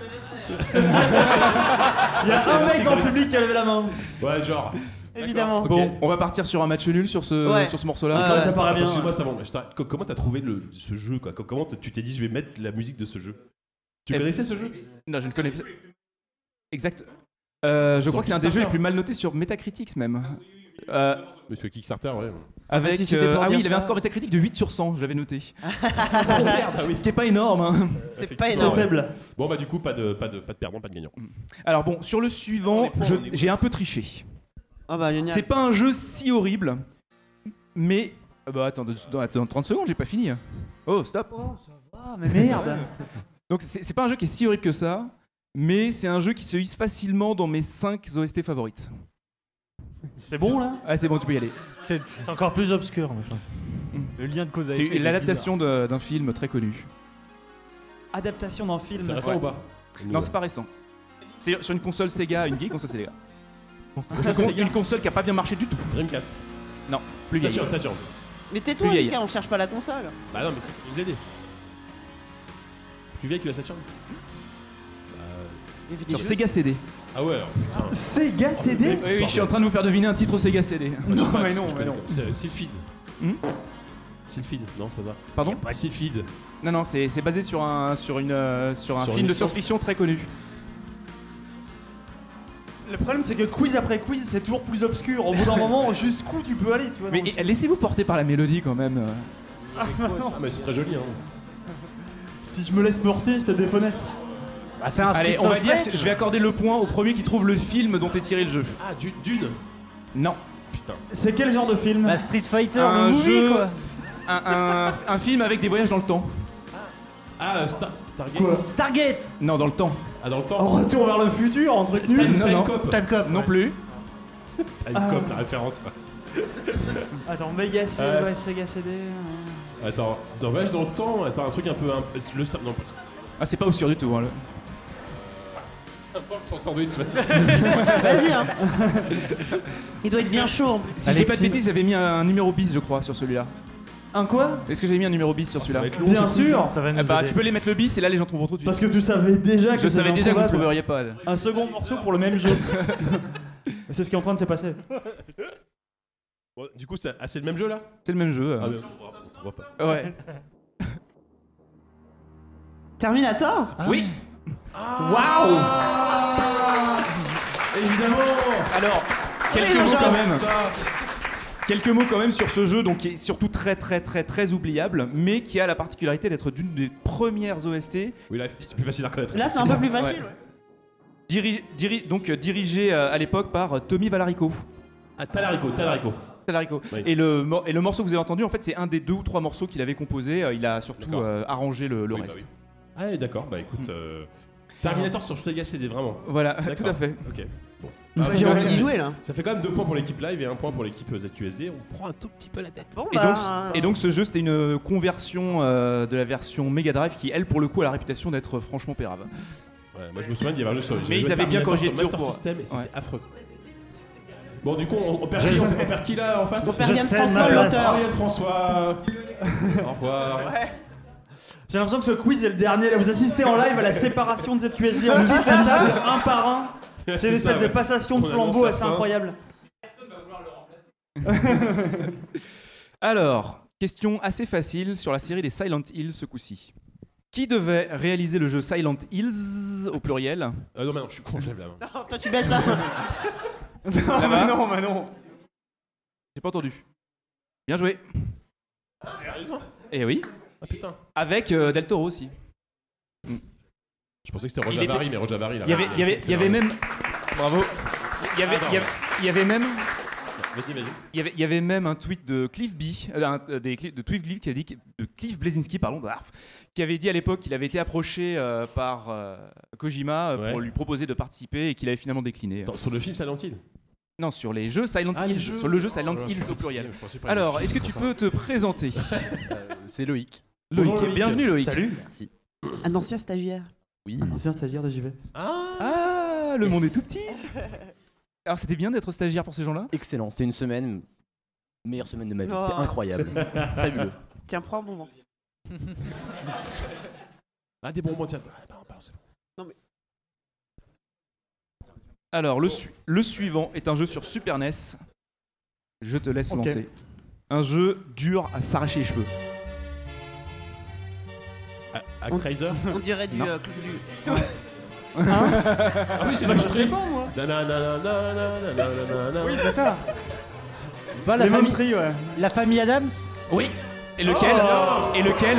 Il y a Ok, un merci, mec dans le Chris. public qui a levé la main. Ouais, genre. Évidemment. Ok. Bon, on va partir sur un match nul sur ce, Ouais. sur ce morceau-là. Ouais, ça Attends, paraît attends, bien, Excuse-moi, ouais. ça va. Je t'arrête. Co- Comment t'as trouvé le, ce jeu quoi? Co- Comment t- tu t'es dit je vais mettre la musique de ce jeu? Tu Eh- connaissais ce jeu? Non, je ne connais pas. Exact. Euh, je Sur crois que c'est un des jeux les Kickstarter. plus mal notés sur Metacritic même. Euh, Monsieur Kickstarter, ouais. avec, si c'était euh, pour ah dire oui, il avait ça. un score Metacritic de huit sur cent, j'avais noté. Oh merde, ah oui. Ce qui est pas énorme. Hein. C'est pas C'est énorme. faible. Bon bah du coup pas de pas de pas de perdant, pas de gagnant. Alors bon, sur le suivant, On est je- bon, on est bon. j'ai un peu triché. Ah bah génial. C'est pas un jeu si horrible, mais... Ah bah attends, attends, attends, trente secondes, j'ai pas fini. Oh, stop. Ah, mais merde. Donc c'est c'est pas un jeu qui est si horrible que ça, mais c'est un jeu qui se hisse facilement dans mes cinq O S T favorites. C'est bon là? Ah c'est bon, tu peux y aller. C'est c'est encore plus obscur. mais enfin. Le lien de cause à C'est effet. l'adaptation de- d'un film très connu. Adaptation d'un film. C'est récent Ouais. ou pas Non, c'est pas récent. C'est sur une console Sega, une vieille console Sega. Console Une con- Sega. Une console qui a pas bien marché du tout. Dreamcast. Non, plus vieille. Saturn, Saturn. Mais tais-toi, Plus vieille. Lucas, on cherche pas la console. Bah non, mais c'est pour vous aider. Plus vieille que la Saturn. Sur Sega C D. Ah ouais, alors putain. Sega C D Oui, oui, je suis en train de vous faire deviner un titre Sega C D. Non, mais non, mais non. C'est Sylphid. Hmm Sylphid, non, c'est pas ça. Pardon Sylphid. Non, non, c'est c'est basé sur un, sur une, euh, sur un Sur film une de science- science-fiction très connu. Le problème, c'est que quiz après quiz, c'est toujours plus obscur. Au bout d'un moment, jusqu'où tu peux aller, tu vois. Mais donc- et- laissez-vous porter par la mélodie quand même. euh. Ah, non. Ah, mais c'est très joli, hein. Si je me laisse porter, je te défenestre. Ah, c'est un Allez, Streets on va of dire Rage. que je vais accorder le point au premier qui trouve le film dont est tiré le jeu. Ah, du- Dune. Non. Putain. C'est quel genre de film Bah, Street Fighter, Un le movie, jeu, quoi. un, un- un film avec des voyages dans le temps. Ah, Star Stargate. Quoi Stargate. Non, dans le temps. Ah, dans le En temps. retour vers le futur, un truc nul. Time- non, Time non. Cop. Time Cop, non plus. Time Ah. Cop, la référence. Attends, Mega C D, Euh. ouais, Sega C D. euh. Attends, dans Voyage dans le temps, attends, un truc un peu. un- Le sa- non, pas. Ah, c'est pas obscur du tout. Hein, le- Apporte son sandwich. Vas-y, hein. Il doit être bien chaud. Si j'ai pas de bêtises, j'avais mis un numéro bis, je crois, sur celui-là. Un quoi Est-ce que j'ai mis un numéro bis sur ça celui-là va être long, Bien ce quiz, sûr. hein. Ça va nous Eh bah, aider. tu peux les mettre le bis et là les gens trouveront tout de suite. Parce que tu savais déjà que je c'était savais déjà que vous ne introuvable. trouveriez pas. là. Un second morceau pour le même jeu. C'est ce qui est en train de se passer. Bon, du coup, c'est ah, c'est le même jeu là C'est le même jeu. euh. Ah, mais on voit- on voit pas. Ouais. Terminator. Oui. Waouh. Évidemment. Alors, quelques Oui, mots genre, quand même. Ça. Quelques mots quand même sur ce jeu, donc qui est surtout très très très très oubliable, mais qui a la particularité d'être d'une des premières O S T. Oui, là, c'est plus facile à reconnaître. Là, c'est un peu plus facile. Ouais. ouais. Diri- diri- donc euh, dirigé euh, à l'époque par euh, Tommy Valarico. Ah, Talarico, Talarico. Talarico. Oui. Et, le, mor- et le morceau que vous avez entendu, en fait, c'est un des deux ou trois morceaux qu'il avait composé. Euh, il a surtout D'accord. euh, arrangé le, le Oui, bah reste. oui. Ah, oui, d'accord, bah écoute. euh, Terminator sur Sega C D, vraiment. Voilà, D'accord. tout à fait. Ok. Bon. Bah, Ah, j'ai bon, envie ça- d'y jouer là. Ça fait quand même deux points pour l'équipe live et un point pour l'équipe Z Q S D. On prend un tout petit peu la tête. Bon, Et bah. donc, et donc ce jeu, c'était une conversion euh, de la version Mega Drive qui, elle, pour le coup, a la réputation d'être franchement pérave. Ouais, moi je me souviens d'il y avait un jeu sur. Mais j'avais ils joué avaient bien Terminator corrigé sur le tir Master pour- System et c'était Ouais. affreux. Bon, du coup, on, on perd qui, on, on perd qui là en face On perd Je Yann cède François, ma place. l'auteur. Oh, Yann François. Au revoir. J'ai l'impression que ce quiz est le dernier. Là, vous assistez en live à la séparation de Z Q S D en musique à table, un par un. C'est une ça, espèce de ouais. passation de On flambeau annonce la assez fin. incroyable. Alors, question assez facile sur la série des Silent Hill ce coup-ci. Qui devait réaliser le jeu Silent Hills au pluriel? Ah non, mais non, je suis con, je lève la main. Non, toi, tu baisses la main. Non, Là-bas. mais non, mais non. J'ai pas entendu. Bien joué. Sérieusement? Et oui. Ah putain. Avec euh, Del Toro aussi. Je pensais que c'était Il Roger était- Avary, mais Roger Avary là. Il y avait, il y avait, il y avait même. Bravo. Il y avait, il y avait, il y avait même. Vas-y, vas-y. Il y, avait, il y avait même un tweet de Cliff B, euh, un- euh, des, cli- de Cliff Blizz qui a dit, que- de Cliff Bleszinski, pardon, bah, qui avait dit à l'époque qu'il avait été approché euh, par euh, Kojima euh, pour Ouais. lui proposer de participer et qu'il avait finalement décliné. Attends, sur le film Silent Hill. Non, sur les jeux Silent Ah, Hill, les jeux. sur le jeu Silent Oh là, je Hill suis au pluriel. fatigué, je pensais pas Alors, à une est-ce que fiche tu pour peux te présenter? C'est Loïc. Loïc, Bonjour, Loïc. bienvenue Loïc. Salut. Merci. Un ancien stagiaire. Oui. Un ancien stagiaire de J V. Ah, le Yes. monde est tout petit. Alors, c'était bien d'être stagiaire pour ces gens-là? Excellent. C'était une semaine, meilleure semaine de ma vie. Oh. C'était incroyable. Fabuleux. Tiens, prends un bonbon. Ah, des bonbons, tiens. Ah, pardon, pardon, c'est bon. Non, mais. Alors, le, su- le suivant est un jeu sur Super N E S. Je te laisse Ok. lancer. Un jeu dur à s'arracher les cheveux. À Chrysler. On dirait du. Non. euh, cl- du... Ah oui, c'est Bah, le je sais pas, moi. Oui, C'est ça. C'est pas la Lemon famille, Tree, ouais. la famille Adams. Oui. Et lequel Oh. Et lequel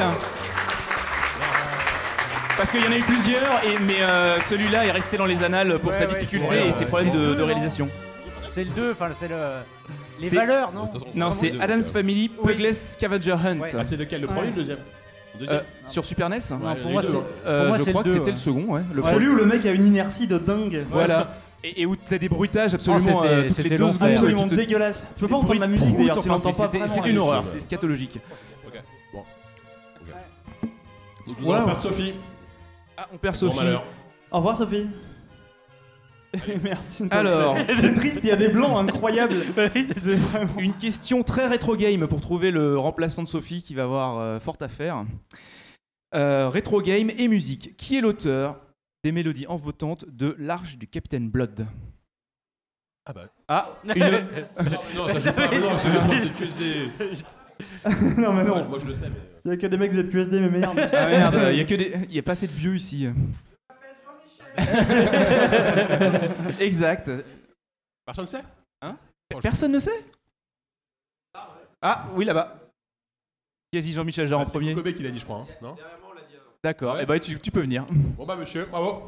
Parce qu'il y en a eu plusieurs, et, mais euh, celui-là est resté dans les annales pour Ouais, sa ouais, difficulté c'est vrai, et ses ouais, problèmes c'est de, le de deux, réalisation. C'est le deux, enfin c'est le. Les C'est- valeurs, non? Non, c'est Adam's Family Pugless Scavenger Hunt. Ouais. Ah, c'est lequel, le premier ou le deuxième? Le deuxième. Euh, sur Super N E S. Ouais, Non, il y pour en a moi, eu c'est deux, hein. Euh, pour moi, je c'est crois le que deux, c'était ouais. le second, ouais. Le Celui premier. où le mec a une inertie de dingue. Voilà. Et, et où t'as des bruitages absolument Oh, c'était- euh, toutes c'était les deux l'enfer. secondes. Absolument Tu te- dégueulasse. Tu peux pas des entendre la bruits de musique, d'ailleurs, proutes, tu enfin, l'entends pas c'était- vraiment C'est à une la horreur, musique. c'était scatologique. Ok, bon. Ok. Donc, nous Voilà. allons perdre Sophie. Ah, on perd Grand Sophie. malheur. Au revoir Sophie. Merci. Alors, c'est triste, il y a des blancs incroyables. C'est vraiment- Une question très rétro game pour trouver le remplaçant de Sophie qui va avoir euh, fort à faire. Euh, rétro game et musique. Qui est l'auteur des mélodies envoûtantes de l'Arche du Capitaine Blood? Ah bah. Ah, une... non, non, ça joue pas. Non, c'est le prof de Q S D. Non mais non. Moi, moi, je le sais, mais. Il y a que des mecs Z Q S D, mais merde. Ah merde, il y a que des, il y a pas assez de vieux ici. Exact. Personne sait Hein Personne ne sait. Ah oui là-bas. Qui a dit Jean-Michel Jarre en premier? C'est Kobe qui l'a dit, je crois. Hein, non D'accord. Ouais. Et bah tu, tu peux venir. Bon bah monsieur, bravo.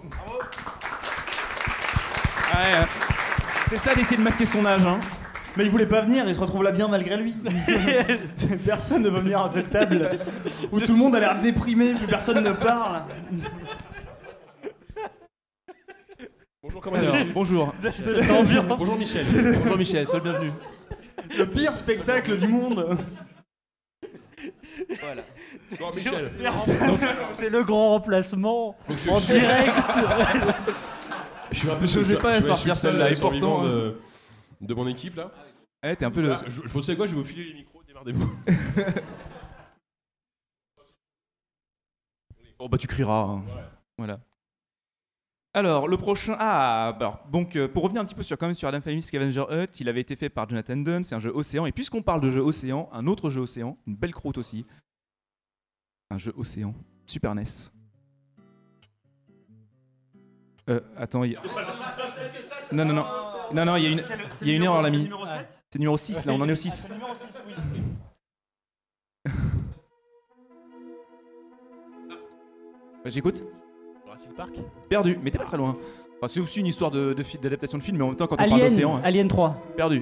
Ouais, euh, c'est ça d'essayer de masquer son âge. Hein. Mais il voulait pas venir, il se retrouve là bien malgré lui. Personne ne veut venir à cette table où tout le monde a l'air déprimé, plus personne ne parle. Bonjour, comment Alors, allez-vous? bonjour. C'est l'ambiance. Bonjour Michel. C'est le- Bonjour Michel, sois le bienvenu. Le pire spectacle du monde. Voilà. Bon, Michel. Donc, c'est le grand remplacement Donc, je- en je- direct. Je suis un peu. J'osais je- pas la je suis sortir le seul celle-là, et survivant pourtant, de, de mon équipe là. Eh, t'es un peu le. Ah, je, je vous sais quoi, je vais vous filer les micros, démerdez-vous. Bon bah tu crieras. hein. Voilà. Alors le prochain. Ah bah, alors, donc euh, pour revenir un petit peu sur quand même sur Adam Family Scavenger Hunt, il avait été fait par Jonathan Dunn, c'est un jeu Océan. Et puisqu'on parle de jeu Océan, un autre jeu Océan, une belle croûte aussi. Un jeu Océan, Super N E S. Euh, attends, il y a... Non, non, non. Non, non, il y a une, il y a une erreur, l'ami. C'est numéro six, là, on en est au six. C'est le numéro six, oui. Bah, j'écoute. Jurassic Park. Perdu, mais t'es pas très loin. Enfin, c'est aussi une histoire de, de fi- d'adaptation de film, mais en même temps, quand on parle Alien, d'océan. hein. Alien trois. Perdu.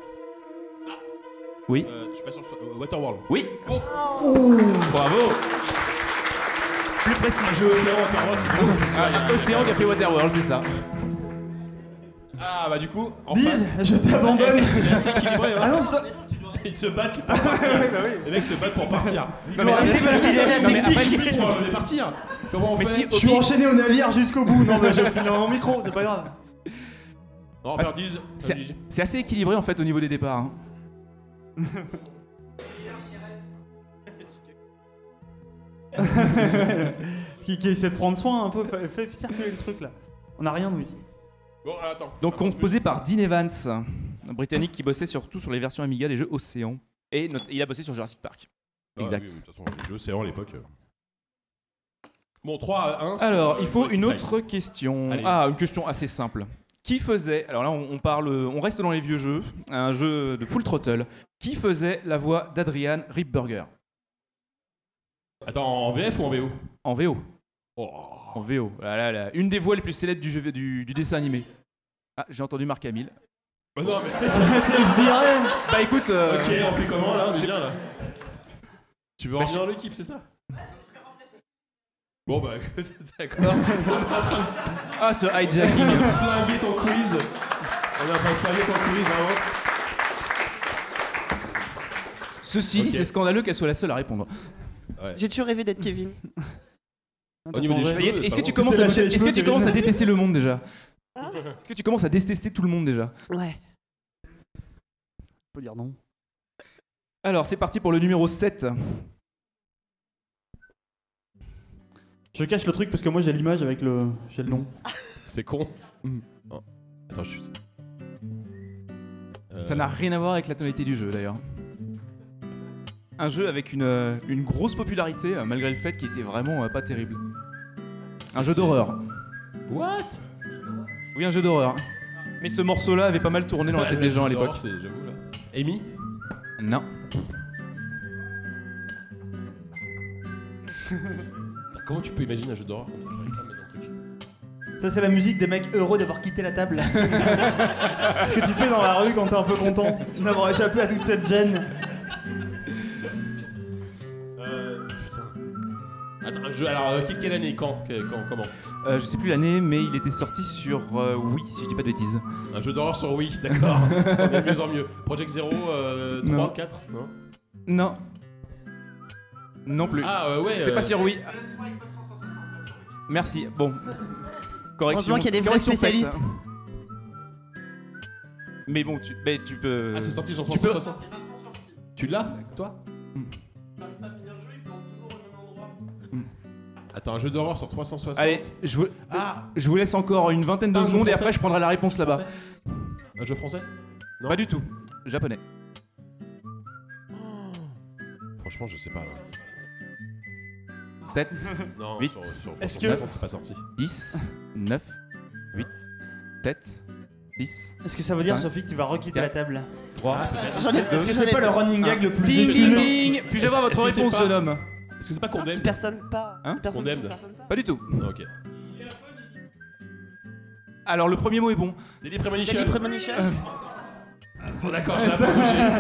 Oui. Euh, je suis pas sûr. euh, Waterworld. Oui. Oh. Bravo. Plus précis. Un jeu Océan, Waterworld, c'est bon. Ah, Océan qui a fait Waterworld, c'est ça. Ah bah du coup. En Bise, face- je t'abandonne. Eh, C'est assez équilibré. Hein. Ah non, c'est toi. Ils se battent pour partir. Les mecs se battent pour partir. Non, mais arrêtez parce qu'il est Non, mais technique. après, je vais partir. Comment on Mais fait si- Je suis enchaîné au navire jusqu'au bout. Non, mais je finis mon micro, c'est pas grave. Non, Ah, Perdise. C'est c'est assez équilibré en fait au niveau des départs. hein. qui, qui essaie de prendre soin un peu, fais, fais circuler le truc là. On a rien nous ici. Bon, attends. Donc composé par Dean Evans, un Britannique qui bossait surtout sur les versions Amiga des jeux Océan. Et not- il a bossé sur Jurassic Park. Ah, Exact. oui, oui, de toute façon, les jeux Océan à l'époque. euh. Bon, trois à un. Alors, sur, il faut euh, une Jurassic autre question. Allez. Ah, une question assez simple. Qui faisait, alors là on, on parle, on reste dans les vieux jeux, un jeu de Full Throttle. Qui faisait la voix d'Adrian Ripburger? Attends, en V F ou en V O? En V O. Oh. En V O. Là, là, là. Une des voix les plus célèbres du, jeu, du, du dessin animé. Ah, j'ai entendu Marc Hamill. Bah non, mais. Bah écoute. euh, Ok, on fait comment là? On est j'ai- bien là. Tu veux Bah, revenir dans l'équipe, c'est ça? Bon bah, d'accord. Ah, ce On a hijacking. flingué ton quiz. On a pas flingué ton quiz, vraiment. Ceci dit, Ok. c'est scandaleux qu'elle soit la seule à répondre. Ouais. J'ai toujours rêvé d'être Kevin. Au niveau des Ça y est, cheveux. Est-ce que tu pardon. commences, à, lâché les est-ce que cheveux, tu Kevin. commences à détester le monde déjà? Est-ce que tu commences à détester tout le monde déjà? Ouais. Faut dire non. Alors, c'est parti pour le numéro sept. Je cache le truc parce que moi j'ai l'image avec le, j'ai le nom. C'est con. Oh. Attends, chut. Euh, Ça n'a rien à voir avec la tonalité du jeu d'ailleurs. Un jeu avec une, euh, une grosse popularité euh, malgré le fait qu'il était vraiment euh, pas terrible. Un jeu d'horreur. What? Oui, un jeu d'horreur. Mais ce morceau-là avait pas mal tourné dans la tête des gens à l'époque. C'est, j'avoue là. Amy? Non. Comment tu peux imaginer un jeu d'horreur comme ça? J'arrive pas à me mettre dans le truc. Ça c'est la musique des mecs heureux d'avoir quitté la table. Ce que tu fais dans la rue quand t'es un peu content d'avoir échappé à toute cette gêne. Euh. Putain. Attends, un jeu, alors, euh, quelle, quelle année, quand, que- quand comment Euh, je sais plus l'année, mais il était sorti sur euh, Wii, si je dis pas de bêtises. Un jeu d'horreur sur Wii, d'accord. On est de mieux en mieux. Project Zero, euh, Non. trois, quatre, non Non. Non plus. Ah, euh, ouais, C'est euh, pas sur Wii. Merci. Bon. Correction. Heureusement qu'il y a des vrais Correction faite. spécialistes. Mais bon, tu, mais tu peux. Ah, c'est sorti sur tu trois peux- cent soixante. Tu l'as, toi Attends, un jeu d'horreur sur trois cent soixante. Allez, je vous, Ah. je vous laisse encore une vingtaine de C'est pas un jeu secondes et français après je prendrai la réponse là-bas. Un jeu français Non. Pas du tout. Japonais. Franchement, je sais pas. Là. Tête. Non, huit. sur- sur Est-ce trois cent soixante, que- c'est pas sorti. dix, neuf, huit, tête, dix. Est-ce que ça veut dire, cinq, Sophie, que tu vas requitter la table trois, J'en ai- Est-ce que c'est pas le running gag le plus Ding, éculé ding, ding. Puis-je avoir votre Est-ce que c'est réponse, pas- jeune homme Est-ce que c'est pas Ah, Condemned si personne pas. Hein personne Condemned. personne pas. Pas du tout. Ah, ok. Alors le premier mot est bon. Daily Premonition. Daily Premonition. Bon, d'accord, je l'accorde.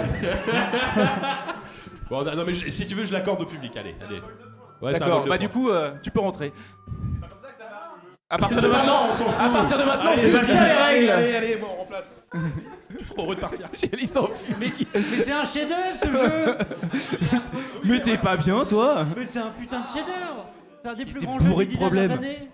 Bon, non, mais je- si tu veux, je l'accorde au public. Allez, allez. Ouais, ça D'accord. va, Bah le du point. coup, euh, tu peux rentrer. À partir de C'est pas- maintenant, non, on s'en fout. à partir de maintenant, Allez, c'est vas-y, ça les allez, règles. Allez, allez, bon, on remplace. Je suis trop heureux de partir. Ils s'enfuient. Mais, mais c'est un chef-d'œuvre ce jeu. Mais t'es pas bien, toi? Mais c'est un putain de chef-d'œuvre. C'est un des plus T'es grands jeux bourré des de dix dernières problèmes. années.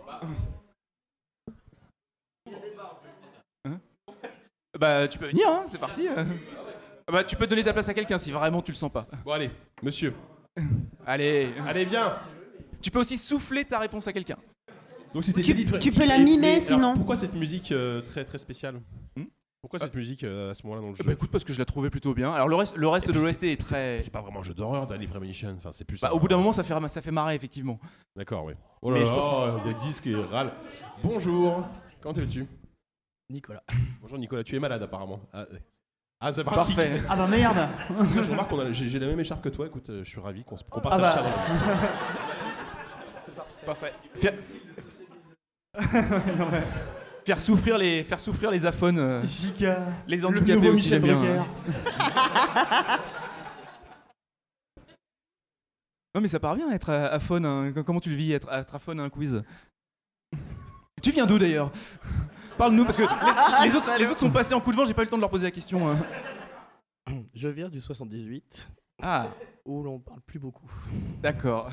Bah tu peux venir, hein, c'est parti. Bah tu peux donner ta place à quelqu'un si vraiment tu le sens pas. Bon, allez, monsieur. Allez. Allez, viens. Tu peux aussi souffler ta réponse à quelqu'un. Donc c'était Tu- Daily Pre- tu peux la Et- mimer, mais, alors, sinon. Pourquoi cette musique euh, très très spéciale Hmm Pourquoi cette musique euh, à ce moment-là dans le jeu Bah écoute, parce que je la trouvais plutôt bien. Alors le reste, le reste Et de puis, l'O S T c'est- est très. C'est pas vraiment un jeu d'horreur, Daily Premonition. Enfin, c'est plus. Bah, un- au bout d'un moment, ça fait, ça fait marrer, effectivement. D'accord, oui. Oh Mais là je là, pense il y a disque et râle. Bonjour. Comment vas-tu Nicolas. Bonjour Nicolas, tu es malade apparemment. Ah, ah c'est pratique. Parfait. Ah bah merde. Je remarque qu'on a, j'ai, j'ai la même écharpe que toi. Écoute, euh, je suis ravi qu'on, se- qu'on Ah partage bah. ça. Parfait. Faire... faire souffrir les, faire souffrir les aphones. euh, Giga. Les Le handicapés nouveau aussi, Michel j'aime bien. Drucker. Non mais ça part bien être à- aphone. hein. Comment tu le vis être, être aphone à un quiz? Tu viens d'où d'ailleurs? Parle-nous parce que les, les autres, les autres sont passés en coup de vent. J'ai pas eu le temps de leur poser la question. hein. Je viens du soixante-dix-huit. Ah. Où l'on parle plus beaucoup. D'accord.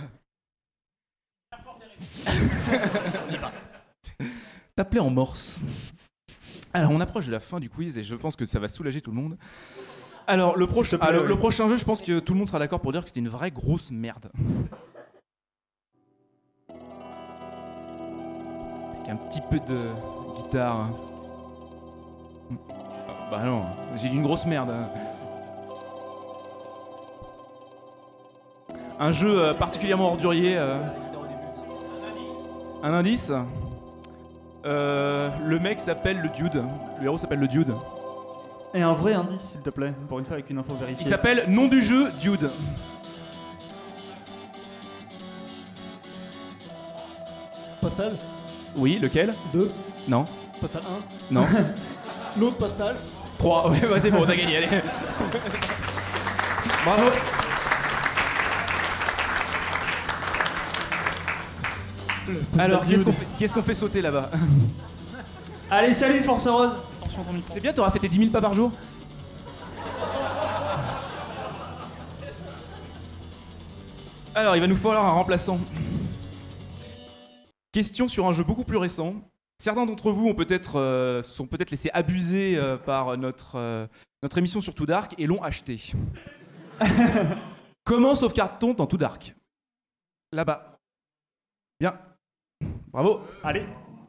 T'appelais en morse. Alors, on approche de la fin du quiz et je pense que ça va soulager tout le monde. Alors, le, proche- S'il te plaît, ah, le, oui. le prochain jeu, je pense que tout le monde sera d'accord pour dire que c'était une vraie grosse merde. Avec un petit peu de guitare. hein. Ah, Bah non, j'ai dit une grosse merde. hein. Un jeu euh, particulièrement ordurier. euh. Un indice. Euh, le mec s'appelle le Dude. Le héros s'appelle le Dude. Et un vrai indice, s'il te plaît, pour une fois avec une info vérifiée. Il s'appelle nom du jeu Dude. Postal Oui, lequel? deux. Non. Postal un. Non. L'autre postal. trois. Ouais, bah c'est bon, t'as gagné, allez. Bravo. Alors, qui est-ce qu'on fait, qui est-ce qu'on fait sauter là-bas? Allez, salut, Force Rose. Attention, ton micro. C'est bien, t'auras fait tes dix mille pas par jour? Alors, il va nous falloir un remplaçant. Question sur un jeu beaucoup plus récent. Certains d'entre vous ont peut-être, euh, sont peut-être laissés abuser euh, par notre, euh, notre émission sur Too Dark et l'ont acheté. Comment sauvegarde-t-on dans Too Dark? Là-bas. Bien. Bravo. Allez.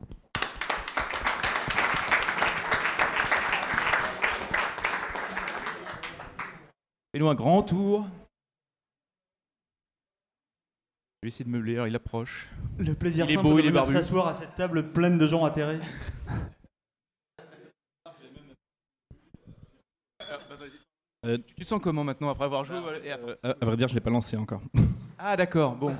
Fais-nous un grand tour. Je vais essayer de meubler, alors il approche. Le plaisir Il est simple beau, de il est venir barbu. s'asseoir à cette table pleine de gens atterrés. Euh, tu te sens comment maintenant après avoir joué et après- À, à vrai dire, je l'ai pas lancé encore. Ah d'accord, bon.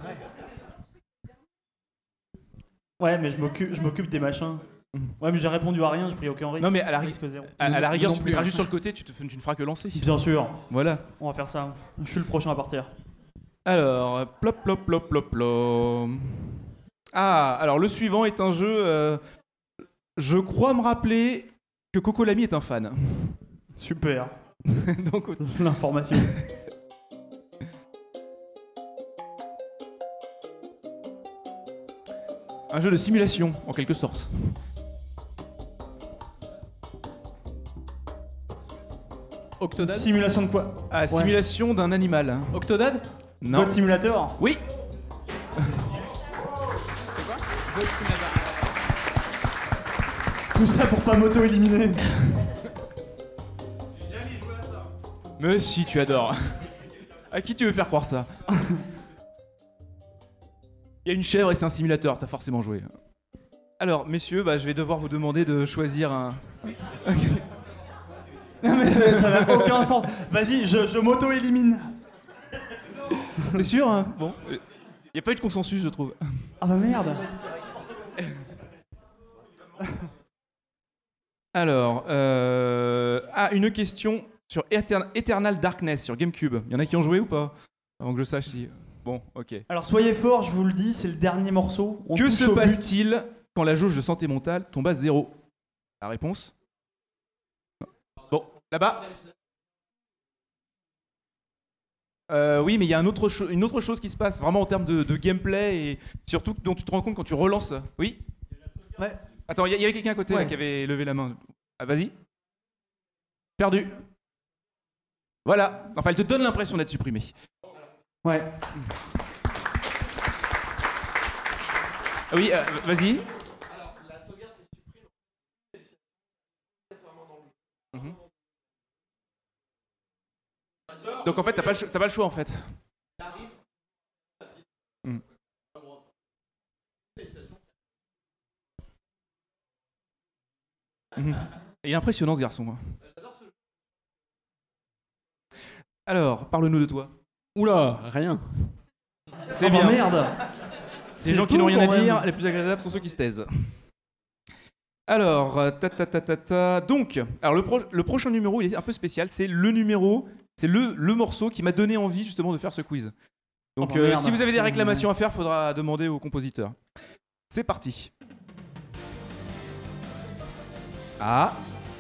Ouais, mais je m'occupe, je m'occupe des machins. Ouais, mais j'ai répondu à rien, j'ai pris aucun risque. Non mais à la, ri- risque zéro. à, à la rigueur, Non tu plus, mettras hein. juste sur le côté, tu, te, tu ne feras que lancer. Bien sûr. Voilà. On va faire ça. Je suis le prochain à partir. Alors, plop, plop, plop, plop, plop. Ah, alors le suivant est un jeu. euh, je crois me rappeler que Coco Lamy est un fan. Super. Donc, l'information. Un jeu de simulation, en quelque sorte. Octodad. Simulation de quoi? Ah, Ouais. simulation d'un animal. Octodad. Non. God Simulator. Oui. C'est quoi God Simulator. Tout ça pour pas m'auto-éliminer. Mais si, tu adores. À qui tu veux faire croire ça? Il y a une chèvre et c'est un simulateur, t'as forcément joué. Alors, messieurs, bah, je vais devoir vous demander de choisir un... Non mais ça ça n'a aucun sens. Vas-y, je, je m'auto-élimine. T'es sûr hein? Bon. Il n'y a pas eu de consensus, je trouve. Ah bah merde. Alors, euh... ah, une question sur Etern- Eternal Darkness sur GameCube. Il y en a qui ont joué ou pas? Avant que je sache si... Bon, ok. Alors soyez forts, je vous le dis, c'est le dernier morceau. On Que touche se au but. passe-t-il quand la jauge de santé mentale tombe à zéro? La réponse? Bon, là-bas. Euh, oui, mais il y a un autre cho- une autre chose qui se passe vraiment en termes de, de gameplay et surtout dont tu te rends compte quand tu relances. Oui? Ouais. Attends, il y, y avait quelqu'un à côté Ouais. là, qui avait levé la main. Ah, vas-y. Perdu. Voilà. Enfin, elle te donne l'impression d'être supprimée. Ouais. Ah oui, euh, vas-y. Mhm. Donc en fait, t'as pas, le cho- t'as pas le choix en fait. Hmm. Mhm. Il est impressionnant ce garçon. hein. Alors, parle-nous de toi. Oula, rien. C'est Ah bah bien. merde. Les C'est gens qui tout, n'ont rien à quand même. dire, les plus agréables sont ceux qui se taisent. Alors, euh, ta, ta, ta, ta, ta. Donc, alors le, pro- le prochain numéro, il est un peu spécial. C'est le numéro, c'est le, le morceau qui m'a donné envie justement de faire ce quiz. Donc, Oh bah euh, merde. si vous avez des réclamations à faire, faudra demander au compositeur. C'est parti. Ah.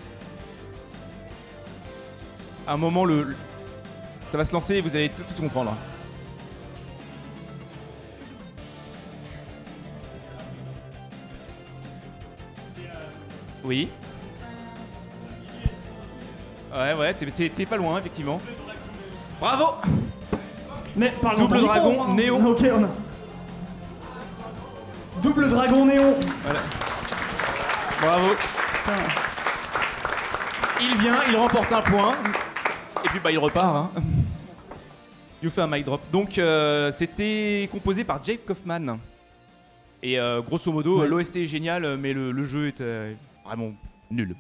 À un moment, le, le- ça va se lancer et vous allez tout, tout comprendre. Oui. Ouais, ouais, t'es- t'es t'es pas loin, effectivement. Bravo. Mais parlons Double dans le dragon, micro, hein. néo. Ok, on a. Double dragon néon. Voilà. Bravo. Il vient, il remporte un point. Et puis bah il repart. Hein. Il nous fait un mic drop. Donc euh, c'était composé par Jake Kaufman. Et euh, grosso modo, Ouais. l'O S T est génial, mais le, le jeu est euh, vraiment nul.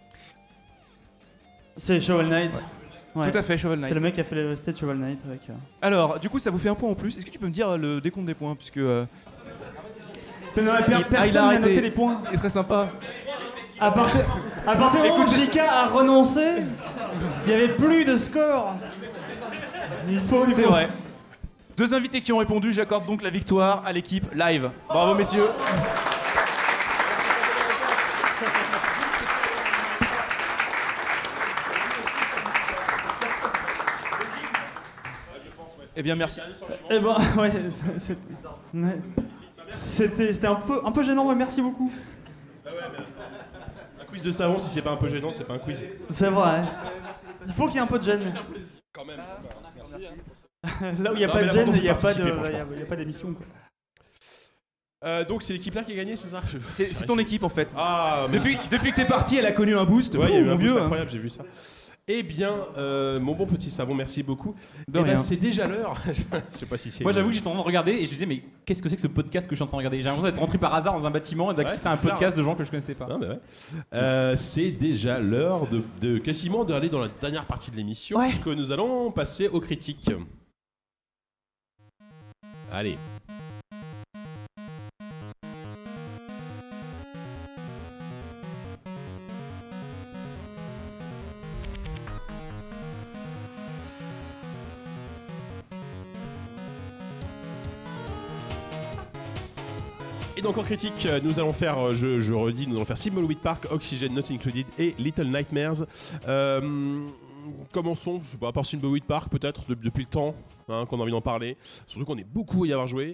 C'est Shovel Knight. Ouais. Tout à fait, Shovel Knight. C'est le mec qui a fait les O S T de Shovel Knight avec. euh, Alors, du coup, ça vous fait un point en plus. Est-ce que tu peux me dire le décompte des points puisque euh, Mais non, mais per- il- ah, il a personne n'a arrêté. noté les points. Il est très sympa. À partir, à partir du moment où Écoute- J K a renoncé, il n'y avait plus de score. Il faut. il C'est faut- vrai. Deux invités qui ont répondu, j'accorde donc la victoire à l'équipe live. Bravo messieurs. Eh bien merci. Eh ben, ouais, c'est- c'est- ouais. C'était c'était un peu, un peu gênant, mais merci beaucoup. Un quiz de savon, si c'est pas un peu gênant, c'est pas un quiz. C'est vrai. Il faut qu'il y ait un peu de gêne. Quand même. Là où il n'y a Non, pas mais de gêne, l'important, il n'y a c'est pas participer, de, franchement. il y a- il y a pas d'émission. quoi. Euh, donc c'est l'équipe là qui a gagné, c'est ça? Je- C'est c'est ton équipe en fait. Ah, Depuis, magnifique. depuis que t'es parti, elle a connu un boost. Ouais, il y a eu Ouh, un mon boost vieux. hein. incroyable, j'ai vu ça. Eh bien, euh, mon bon petit savon, merci beaucoup. De Eh ben, rien. c'est déjà l'heure. Je sais pas si c'est. Moi j'avoue que j'étais en train de regarder et je disais mais qu'est-ce que c'est que ce podcast que je suis en train de regarder? J'ai l'impression d'être rentré par hasard dans un bâtiment et d'assister à un c'est bizarre, podcast hein. de gens que je connaissais pas. Non, mais ouais. Euh, c'est déjà l'heure de, de quasiment d'aller dans la dernière partie de l'émission, Ouais. puisque nous allons passer aux critiques. Allez. Et donc en critique, nous allons faire, je, je redis, nous allons faire Thimbleweed Park, Oxygen Not Included et Little Nightmares. Euh, commençons, je sais pas, à part Thimbleweed Park peut-être, de, depuis le temps hein, qu'on a envie d'en parler. Surtout qu'on est beaucoup à y avoir joué.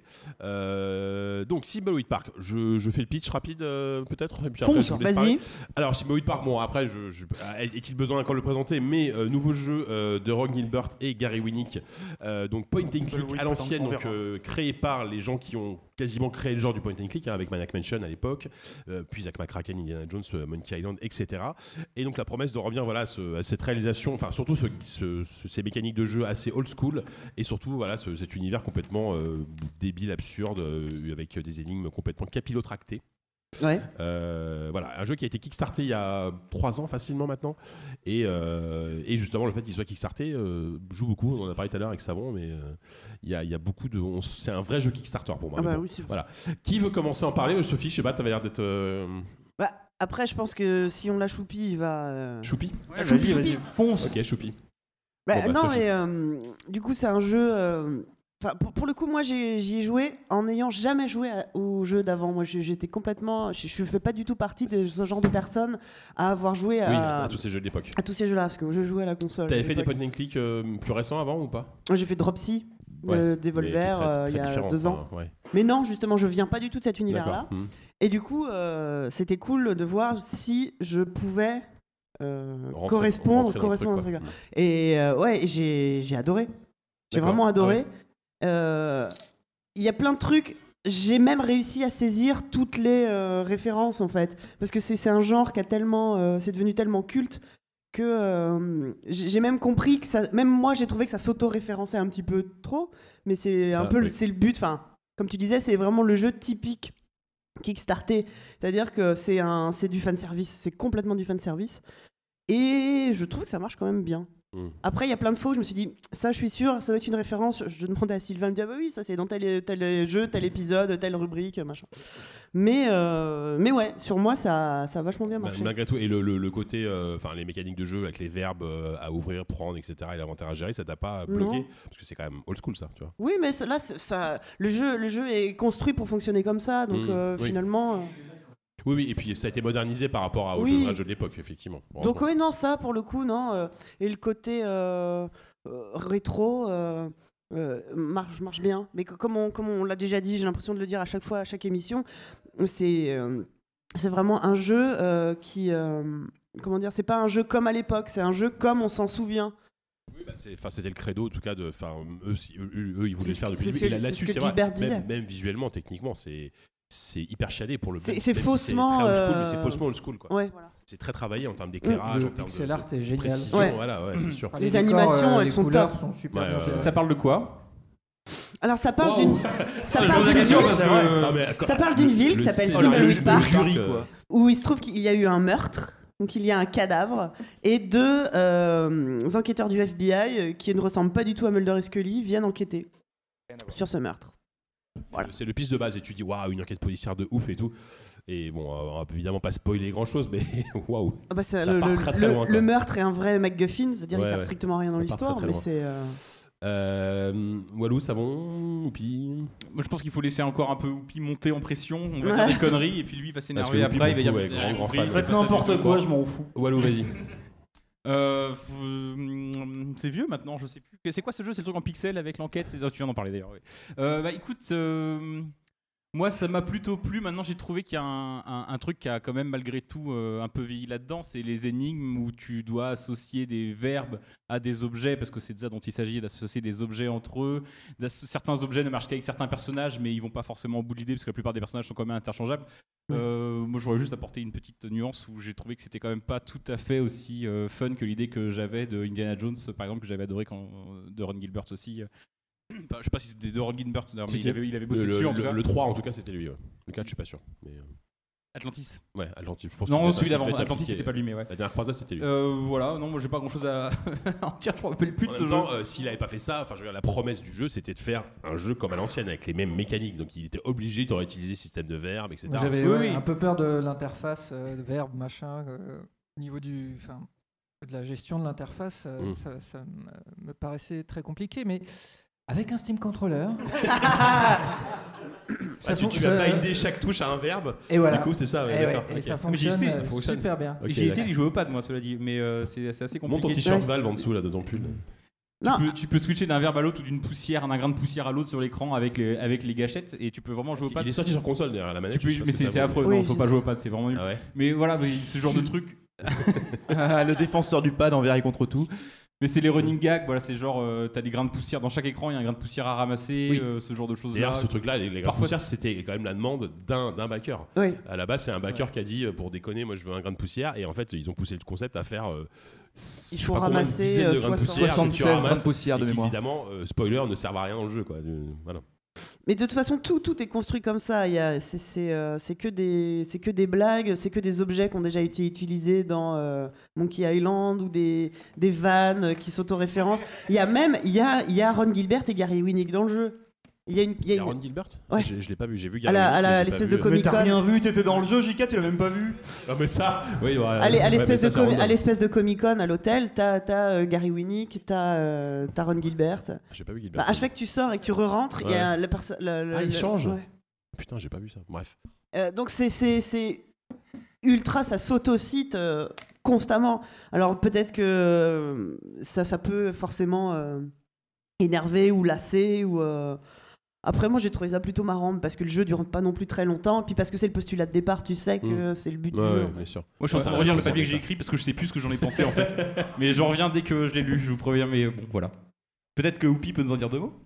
Euh, donc Thimbleweed Park, je, je fais le pitch rapide euh, peut-être. Et puis après, Fonce, je vous laisse vas-y. parler. Alors Thimbleweed Park, bon après, je, je, est-il besoin encore de le présenter, mais euh, nouveau jeu euh, de Ron Gilbert et Gary Winnick, euh, donc point and click à l'ancienne, donc euh, créé par les gens qui ont quasiment créé le genre du point and click hein, avec Maniac Mansion à l'époque, euh, puis Zack McCracken, Indiana Jones, euh, Monkey Island, et cetera. Et donc la promesse de revenir voilà, à, ce, à cette réalisation, enfin surtout ce, ce, ce, ces mécaniques de jeu assez old school, et surtout voilà, ce, cet univers complètement euh, débile, absurde, euh, avec des énigmes complètement capillotractées. Ouais. Euh, voilà, un jeu qui a été kickstarté il y a trois ans facilement maintenant, et, euh, et justement le fait qu'il soit kickstarté euh, joue beaucoup. On en a parlé tout à l'heure avec Savon, mais euh, il y, a, il y a beaucoup de, on, c'est un vrai jeu Kickstarter pour moi. Ah bah bon, oui, c'est... Voilà. Qui veut commencer à en parler? Sophie, je sais pas, t'avais l'air d'être. Euh... Bah, après, je pense que si on l'a choupi, il va. Euh... Choupi. Ouais, choupi, choupi. Fonce. Ok, choupi. Bah, Bon, bah, non, Sophie. mais euh, du coup, c'est un jeu. euh, Enfin, pour, pour le coup, moi, j'ai, j'y ai joué en n'ayant jamais joué à- au jeu d'avant. Moi, j'ai- j'étais complètement. Je, je fais pas du tout partie de ce genre de personnes à avoir joué à, Oui, à tous ces jeux de l'époque. à tous ces jeux-là, parce que je jouais à la console. T'avais à fait des l'époque. point and click euh, plus récents avant ou pas? Moi, j'ai fait Dropsy, Ouais, de mais Devolver, qui est très- euh, très il y a différent, deux ans. enfin, ouais. Mais non, justement, je viens pas du tout de cet univers-là. D'accord. Mhm. Et du coup, euh, c'était cool de voir si je pouvais euh, Rentrer- correspondre, rentrer dans le correspondre truc, à ce quoi. truc-là. Et euh, ouais, et j'ai, j'ai adoré. J'ai D'accord. vraiment adoré. Ah ouais. Euh, Il y a plein de trucs. J'ai même réussi à saisir toutes les euh, références en fait, parce que c'est, c'est un genre qui a tellement, euh, c'est devenu tellement culte que euh, j'ai j'ai même compris que ça, même moi j'ai trouvé que ça s'auto-référençait un petit peu trop, mais c'est Ça, un peu, le- oui. c'est le but. Enfin, comme tu disais, c'est vraiment le jeu typique Kickstarter, c'est-à-dire que c'est un, c'est du fan service, c'est complètement du fan service, et je trouve que ça marche quand même bien. Mm. Après, il y a plein de fois où je me suis dit, ça, je suis sûr, ça doit être une référence. Je demandais à Sylvain, il me dit, ah bah oui, ça c'est dans tel, tel jeu, tel épisode, telle rubrique, machin. Mais, euh, mais ouais, sur moi, ça, ça a vachement bien Bah, marché. malgré tout, et le, le, le côté, enfin les mécaniques de jeu avec les verbes euh, à ouvrir, prendre, et cetera, et l'inventaire à gérer, ça t'a pas bloqué? Non. Parce que c'est quand même old school ça, tu vois. Oui, mais ça- là, c'est- ça, le, jeu, le jeu est construit pour fonctionner comme ça, donc Mm, euh, oui. finalement. euh, Oui, oui, et puis ça a été modernisé par rapport à, au Oui. jeu, jeu de l'époque, effectivement. Donc oui, non, ça pour le coup, non. euh, et le côté euh, euh, rétro euh, euh, marche, marche bien. Mais que- comme on, comme on l'a déjà dit, j'ai l'impression de le dire à chaque fois, à chaque émission, c'est euh, c'est vraiment un jeu euh, qui... euh, comment dire? C'est pas un jeu comme à l'époque, c'est un jeu comme on s'en souvient. Oui, bah, c'est- enfin, c'était le credo, en tout cas, de, enfin, eux, si- eux, eux, ils voulaient C'est le ce faire que- depuis le c'est début. Et ce- là- c'est là-dessus, ce que c'est vrai, Gilbert disait. même, même visuellement, techniquement, c'est c'est hyper chiadé pour le C'est- même- c'est même si faussement, très old school, mais c'est euh, faussement old school, quoi. ouais, voilà. C'est très travaillé en termes d'éclairage, Le en termes pixel de, art est de génial. précision, Ouais. voilà, ouais, c'est sûr. Enfin, Les décors, animations, euh, elles les sont couleurs top. sont super Ouais, bien ouais, faites. ouais. Ça parle de quoi? Alors ça parle Wow. d'une ça Je parle pose la d'une question ville, parce que- Ah, mais, ça parle d'une le- ville le qui s'appelle site- Thimbleweed le Park, jury, euh, quoi. où il se trouve qu'il y a eu un meurtre. Donc il y a un cadavre et deux euh, enquêteurs du F B I euh, qui ne ressemblent pas du tout à Mulder et Scully viennent enquêter sur ce meurtre. Voilà. C'est le piste de base et tu dis waouh, une enquête policière de ouf et tout. Et bon, euh, on va évidemment pas spoiler grand chose, mais waouh. Ah bah, ça- Ça le, part le- très, très le- loin, quoi. le meurtre est un vrai MacGuffin, c'est-à-dire Ouais, il sert ouais. strictement à rien dans Ça part l'histoire, très, très mais loin. c'est euh, Euh, Walou, Savon, Oupi. Moi, je pense qu'il faut laisser encore un peu Oupi monter en pression. On va Ouais. dire des conneries et puis lui il va Parce s'énerver que après. Il va dire Oupi, ouais, mais grand, j'ai grand compris, fan. c'est Faites pas ça du n'importe tout. quoi, je m'en fous. Walou, vas-y. Euh, euh, c'est vieux maintenant, je sais plus. C'est quoi ce jeu? C'est le truc en pixel avec l'enquête. C'est- Tu viens d'en parler d'ailleurs. Oui. Euh, bah écoute, euh, moi ça m'a plutôt plu. Maintenant j'ai trouvé qu'il y a un, un- un truc qui a quand même malgré tout euh, un peu vieilli là-dedans. C'est les énigmes où tu dois associer des verbes à des objets, parce que c'est de ça dont il s'agit, d'associer des objets entre eux. D'asso- Certains objets ne marchent qu'avec certains personnages, mais ils vont pas forcément au bout de l'idée parce que la plupart des personnages sont quand même interchangeables. Euh, moi, j'aurais juste apporté une petite nuance où j'ai trouvé que c'était quand même pas tout à fait aussi euh, fun que l'idée que j'avais de Indiana Jones, par exemple, que j'avais adoré quand, de Ron Gilbert aussi. Enfin, je sais pas si c'était de Ron Gilbert, d'ailleurs, mais Si, il, si. avait, il avait bossé le, dessus le, en tout le- cas. le trois, en tout cas, c'était lui. Ouais. Le quatre, je suis pas sûr. Mais, euh, Atlantis. Ouais, Atlantis. Je pense Non, qu'il celui devait d'avant. être Atlantis, appliqué. c'était pas lui, mais ouais. La dernière croisade, c'était lui. Euh, voilà, non, moi j'ai pas grand chose à en dire, je me rappelle plus de En ce même jeu. temps, euh, s'il avait pas fait ça, enfin, je veux dire, la promesse du jeu, c'était de faire un jeu comme à l'ancienne, avec les mêmes mécaniques. Donc, il était obligé d'aurait utilisé système de verbes, et cetera. J'avais Oui, ouais, oui. un peu peur de l'interface, euh, de verbe, machin, euh, au niveau du, enfin, de la gestion de l'interface, euh, Mm. ça, ça me- me paraissait très compliqué, mais avec un Steam Controller, Ah, tu, tu vas binder chaque touche à un verbe. Et voilà. Du coup, c'est ça. Ouais, et d'accord. ouais, et Okay. ça fonctionne, essayé, euh, ça fonctionne. super bien. Ok, J'ai essayé d'accord. d'y jouer au pad, moi, cela dit, mais euh, c'est c'est assez compliqué. Monte ton t-shirt Valve en dessous, là, dans le pull. Tu peux, tu peux switcher d'un verbe à l'autre ou d'une poussière, d'un grain de poussière à l'autre sur l'écran avec les, avec les gâchettes et tu peux vraiment jouer au pad. Il est sorti sur console derrière la manette. Tu peux- je sais pas mais ce c'est que ça c'est vaut. affreux, Oui, non, faut je pas sais. jouer au pad, c'est vraiment nul. Ah ouais. Mais voilà, mais ce genre de truc. Le défenseur du pad envers et contre tout. Mais c'est les running gags, voilà, c'est genre, euh, t'as des grains de poussière dans chaque écran, il y a un grain de poussière à ramasser, Oui. euh, ce genre de choses-là. D'ailleurs, ce truc-là, les, les grains de Parfois, poussière, c'était quand même la demande d'un, d'un backer. Oui. À la base, c'est un backer qui a dit, euh, pour déconner, moi je veux un grain de poussière. Et en fait, ils ont poussé le concept à faire. Euh, Il je sais faut pas combien de ramasser, dizaines de euh, grains de soixante- poussière que tu soixante-seize ramasses, grains de poussière de et qui, mémoire. évidemment, euh, spoiler, ne servent à rien dans le jeu, quoi. Euh, Voilà. Mais de toute façon, tout, tout est construit comme ça. Il y a, c'est, c'est, euh, c'est, que des, c'est que des blagues, c'est que des objets qui ont déjà été utilisés dans euh, Monkey Island ou des, des vannes qui s'autoréférencent. Il y a même il y a, il y a Ron Gilbert et Gary Winnick dans le jeu. Il y a une, il y a Il y a une- Ron Gilbert Ouais. Je, je l'ai pas vu, j'ai vu À Gary la- Winnick, à la- mais j'ai l'espèce pas de vu. Mais t'as Comic-Con. rien vu, t'étais dans le jeu, J K, tu l'as même pas vu. Non, mais ça, oui, ouais, à l'e- à ouais, l'espèce mais de, ça, c'est comi- à random. l'espèce de Comic-Con à l'hôtel, t'as, t'as euh, Gary Winnick, t'as, euh, t'as Ron Gilbert. J'ai pas vu Gilbert. Bah, à chaque fois que tu sors et que tu re-rentres, il y a le perso- le- le- Ah, il le- change ouais. Putain, j'ai pas vu ça. Bref. Euh, donc c'est, c'est, c'est ultra, ça s'autocite euh, constamment. Alors peut-être que euh, ça, ça peut forcément euh, énerver ou lasser. Ou, euh, Après moi j'ai trouvé ça plutôt marrant parce que le jeu dure pas non plus très longtemps. Et puis parce que c'est le postulat de départ, tu sais que Mm. c'est le but Ouais, du jeu. ouais, bien sûr. Moi, je suis en train de Ouais, relire le ça, papier ça que j'ai m'étonne. écrit parce que je sais plus ce que j'en ai pensé en fait. Mais j'en reviens dès que je l'ai lu, je vous préviens, mais bon, voilà. Peut-être que Whoopi peut nous en dire deux mots.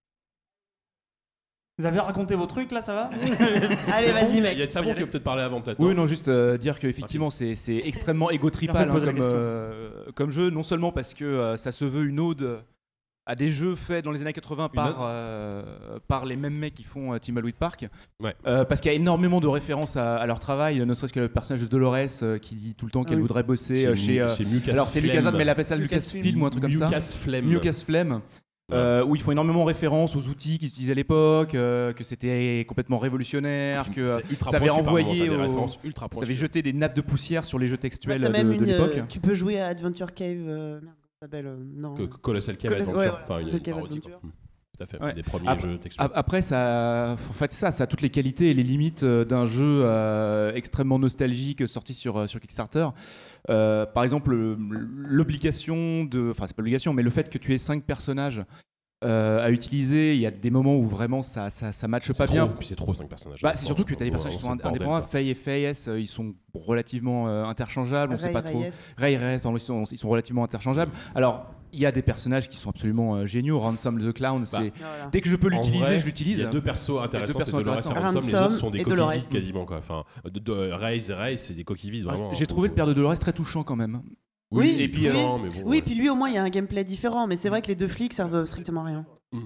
Vous avez raconté vos trucs là, ça va? Allez, vas-y, mec. Il y a Savon qui va peut-être parler avant, peut-être. Oui, non, juste euh, dire qu'effectivement, c'est, c'est extrêmement égo-tripal En fait, hein, pose la comme, question. euh, comme jeu, non seulement parce que euh, ça se veut une ode à des jeux faits dans les années quatre-vingts Une ode par, euh, par les mêmes mecs qui font euh, Thimbleweed Park, Ouais. euh, parce qu'il y a énormément de références à, à leur travail, ne serait-ce que le personnage de Dolores euh, qui dit tout le temps qu'elle oui. voudrait bosser C'est euh, Mu- chez... euh, c'est Lucas alors c'est Flem. Lucasade, mais elle appelle ça Lucasfilm. Lucasfilm ou un truc comme ça. Lucas Flem. Lucas Flem. Euh, où ils font énormément référence aux outils qu'ils utilisaient à l'époque, euh, que c'était complètement révolutionnaire, que euh, C'est ultra ça avait pointu par moment, renvoyé t'as des au- références ultra ça pointues. avait jeté des nappes de poussière sur les jeux Ouais, textuels t'as de, même de une, l'époque. euh, tu peux jouer à Adventure Cave. euh, merde, comment ça s'appelle euh, non. Que- que Colossal Cave Colossal- Adventure, ouais, enfin, une- Colossal une Cave parodie, Adventure. quoi. Tout à fait, Ouais. des premiers Ap- jeux textuels. ap- Après, ça, en fait, ça, ça a toutes les qualités et les limites euh, d'un jeu euh, extrêmement nostalgique sorti sur, euh, sur Kickstarter. Euh, par exemple, le- l'obligation de, enfin, c'est pas l'obligation, mais le fait que tu aies cinq personnages euh, à utiliser, il y a des moments où vraiment ça, ça, ça matche C'est pas trop, bien. puis c'est trop cinq personnages. Bah, c'est surtout que tu as des Ouais, personnages qui c'est sont le bordel, indépendants. quoi. Faye et Fayes, euh, ils sont relativement euh, interchangeables. On Ray sait pas et trop. Reyes. Ray et Reyes, pardon, ils sont, ils sont relativement interchangeables. Alors, il y a des personnages qui sont absolument euh, géniaux. Ransom the Clown, c'est Voilà. dès que je peux En l'utiliser, vrai, je l'utilise. Il y a deux persos intéressants, c'est persos Dolores et intéressants. Ransom. Les Ransom autres sont des et coquilles Dolores. vides quasiment, quoi. Enfin, de, de, Ray et Ray, c'est des coquilles vides, Ah, vraiment. J'ai trouvé le père de Dolores très touchant quand même. Oui, et puis, oui. touchant, mais bon, Oui, ouais. puis lui au moins il y a un gameplay différent, mais c'est vrai que les deux flics servent strictement à rien.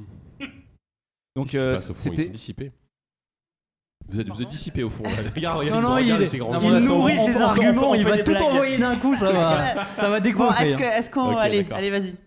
Donc, Qu'est-ce qui se euh, passe, au fond, ils c'était. sont dissipés. Vous êtes, vous êtes dissipé au fond. là. Regarde, regarde, Non, il non, me regarde il, et ses grands il yeux. nourrit on- ses on- on- arguments, on il fait va des tout blagues. envoyer d'un coup, ça va, ça va Bon, décoiffer. est-ce, que, est-ce qu'on. Ok, allez, d'accord. allez, vas-y.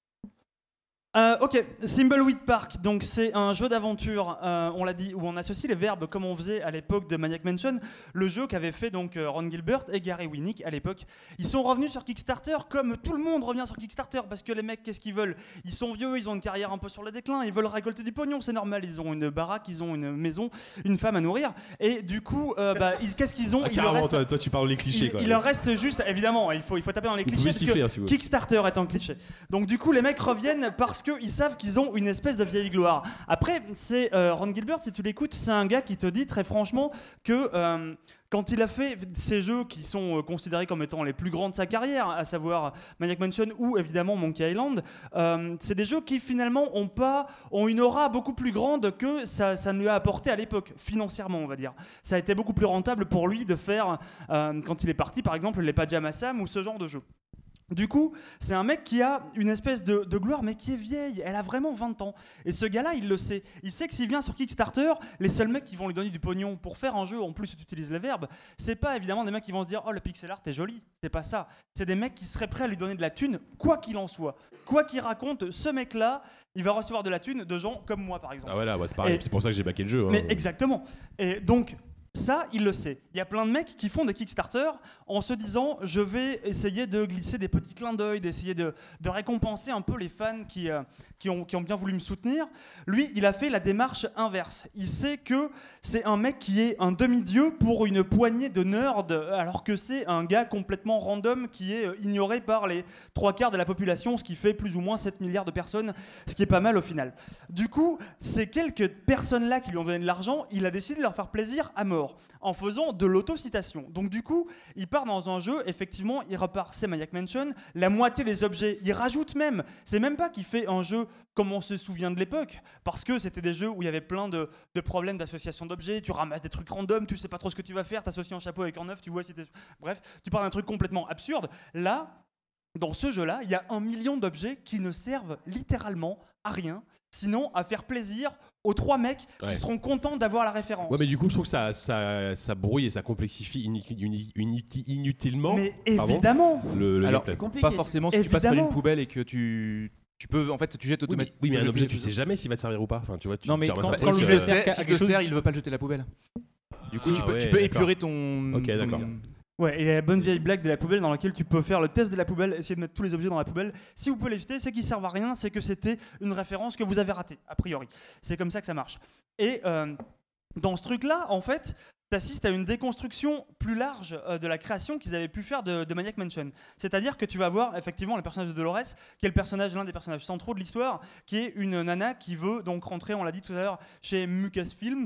Euh, ok, Thimbleweed Park, donc c'est un jeu d'aventure, euh, on l'a dit, où on associe les verbes comme on faisait à l'époque de Maniac Mansion, le jeu qu'avaient fait donc euh, Ron Gilbert et Gary Winnick à l'époque. Ils sont revenus sur Kickstarter comme tout le monde revient sur Kickstarter parce que les mecs, qu'est-ce qu'ils veulent? Ils sont vieux, ils ont une carrière un peu sur le déclin, ils veulent récolter du pognon, c'est normal, ils ont une baraque, ils ont une maison, une femme à nourrir, et du coup, euh, bah, ils- qu'est-ce qu'ils ont? Ah, Il leur carrément, reste- toi, toi, tu parles les clichés, il, quoi. il leur reste juste, évidemment, il faut, il faut taper dans les Vous clichés pouvez parce siffler, que hein, si vous voulez. Kickstarter est un cliché. Donc du coup, les mecs reviennent parce qu'ils savent qu'ils ont une espèce de vieille gloire. Après, c'est euh, Ron Gilbert, si tu l'écoutes, c'est un gars qui te dit très franchement que euh, quand il a fait ces jeux qui sont euh, considérés comme étant les plus grands de sa carrière, à savoir Maniac Mansion ou évidemment Monkey Island, euh, c'est des jeux qui finalement ont pas ont une aura beaucoup plus grande que ça, ça ne lui a apporté à l'époque, financièrement on va dire. Ça a été beaucoup plus rentable pour lui de faire, euh, quand il est parti par exemple, les Pajama Sam ou ce genre de jeu. Du coup, c'est un mec qui a une espèce de, de gloire, mais qui est vieille. Elle a vraiment vingt ans. Et ce gars-là, il le sait. Il sait que s'il vient sur Kickstarter, les seuls mecs qui vont lui donner du pognon pour faire un jeu, en plus tu utilises les verbes, c'est pas évidemment des mecs qui vont se dire « Oh, le pixel art est joli ». C'est pas ça. C'est des mecs qui seraient prêts à lui donner de la thune, quoi qu'il en soit. Quoi qu'il raconte, ce mec-là, il va recevoir de la thune de gens comme moi, par exemple. Ah voilà, ouais, c'est pareil. Et- C'est pour ça que j'ai backé le jeu. hein. Mais exactement. Et donc, Ça, il le sait. Il y a plein de mecs qui font des Kickstarter en se disant je vais essayer de glisser des petits clins d'œil, d'essayer de, de récompenser un peu les fans qui, euh, qui, ont, qui ont bien voulu me soutenir. Lui, il a fait la démarche inverse. Il sait que c'est un mec qui est un demi-dieu pour une poignée de nerds, alors que c'est un gars complètement random qui est ignoré par les trois quarts de la population, ce qui fait plus ou moins sept milliards de personnes, ce qui est pas mal au final. Du coup, ces quelques personnes-là qui lui ont donné de l'argent, il a décidé de leur faire plaisir à mort, en faisant de l'autocitation. Donc du coup, il part dans un jeu, effectivement, il repart, c'est Maniac Mansion, la moitié des objets, il rajoute même, c'est même pas qu'il fait un jeu comme on se souvient de l'époque, parce que c'était des jeux où il y avait plein de, de problèmes d'association d'objets, tu ramasses des trucs random, tu sais pas trop ce que tu vas faire, t'associes un chapeau avec un œuf, tu vois si t'es... Bref, tu pars d'un truc complètement absurde. Là, dans ce jeu-là, il y a un million d'objets qui ne servent littéralement à rien, sinon à faire plaisir aux trois mecs ouais. qui seront contents d'avoir la référence. Ouais, mais du coup, je trouve que ça, ça, ça brouille et ça complexifie inu- inu- inu- inutilement. Mais évidemment. Pardon, le, le Alors, gameplay. pas forcément si évidemment. tu passes par une poubelle et que tu... Tu peux, en fait, tu jettes automatiquement. Oui, mais, oui, mais un objet, tu sais jamais s'il va te servir ou pas. Enfin, tu vois, tu, non, mais tu quand, quand, quand le jeu sert, euh... si te sert, il ne veut pas le jeter à la poubelle. Du coup, ah, tu peux, ouais, tu peux épurer d'accord. ton. Ok, ton... d'accord. Ouais, et la bonne vieille blague de la poubelle dans laquelle tu peux faire le test de la poubelle, essayer de mettre tous les objets dans la poubelle. Si vous pouvez les jeter, c'est qu'ils servent à rien, c'est que c'était une référence que vous avez ratée, a priori. C'est comme ça que ça marche. Et euh, dans ce truc-là, en fait, t'assistes à une déconstruction plus large euh, de la création qu'ils avaient pu faire de, de Maniac Mansion. C'est-à-dire que tu vas voir effectivement le personnage de Dolores, qui est le personnage, l'un des personnages centraux de l'histoire, qui est une nana qui veut donc rentrer, on l'a dit tout à l'heure, chez Mucas Films,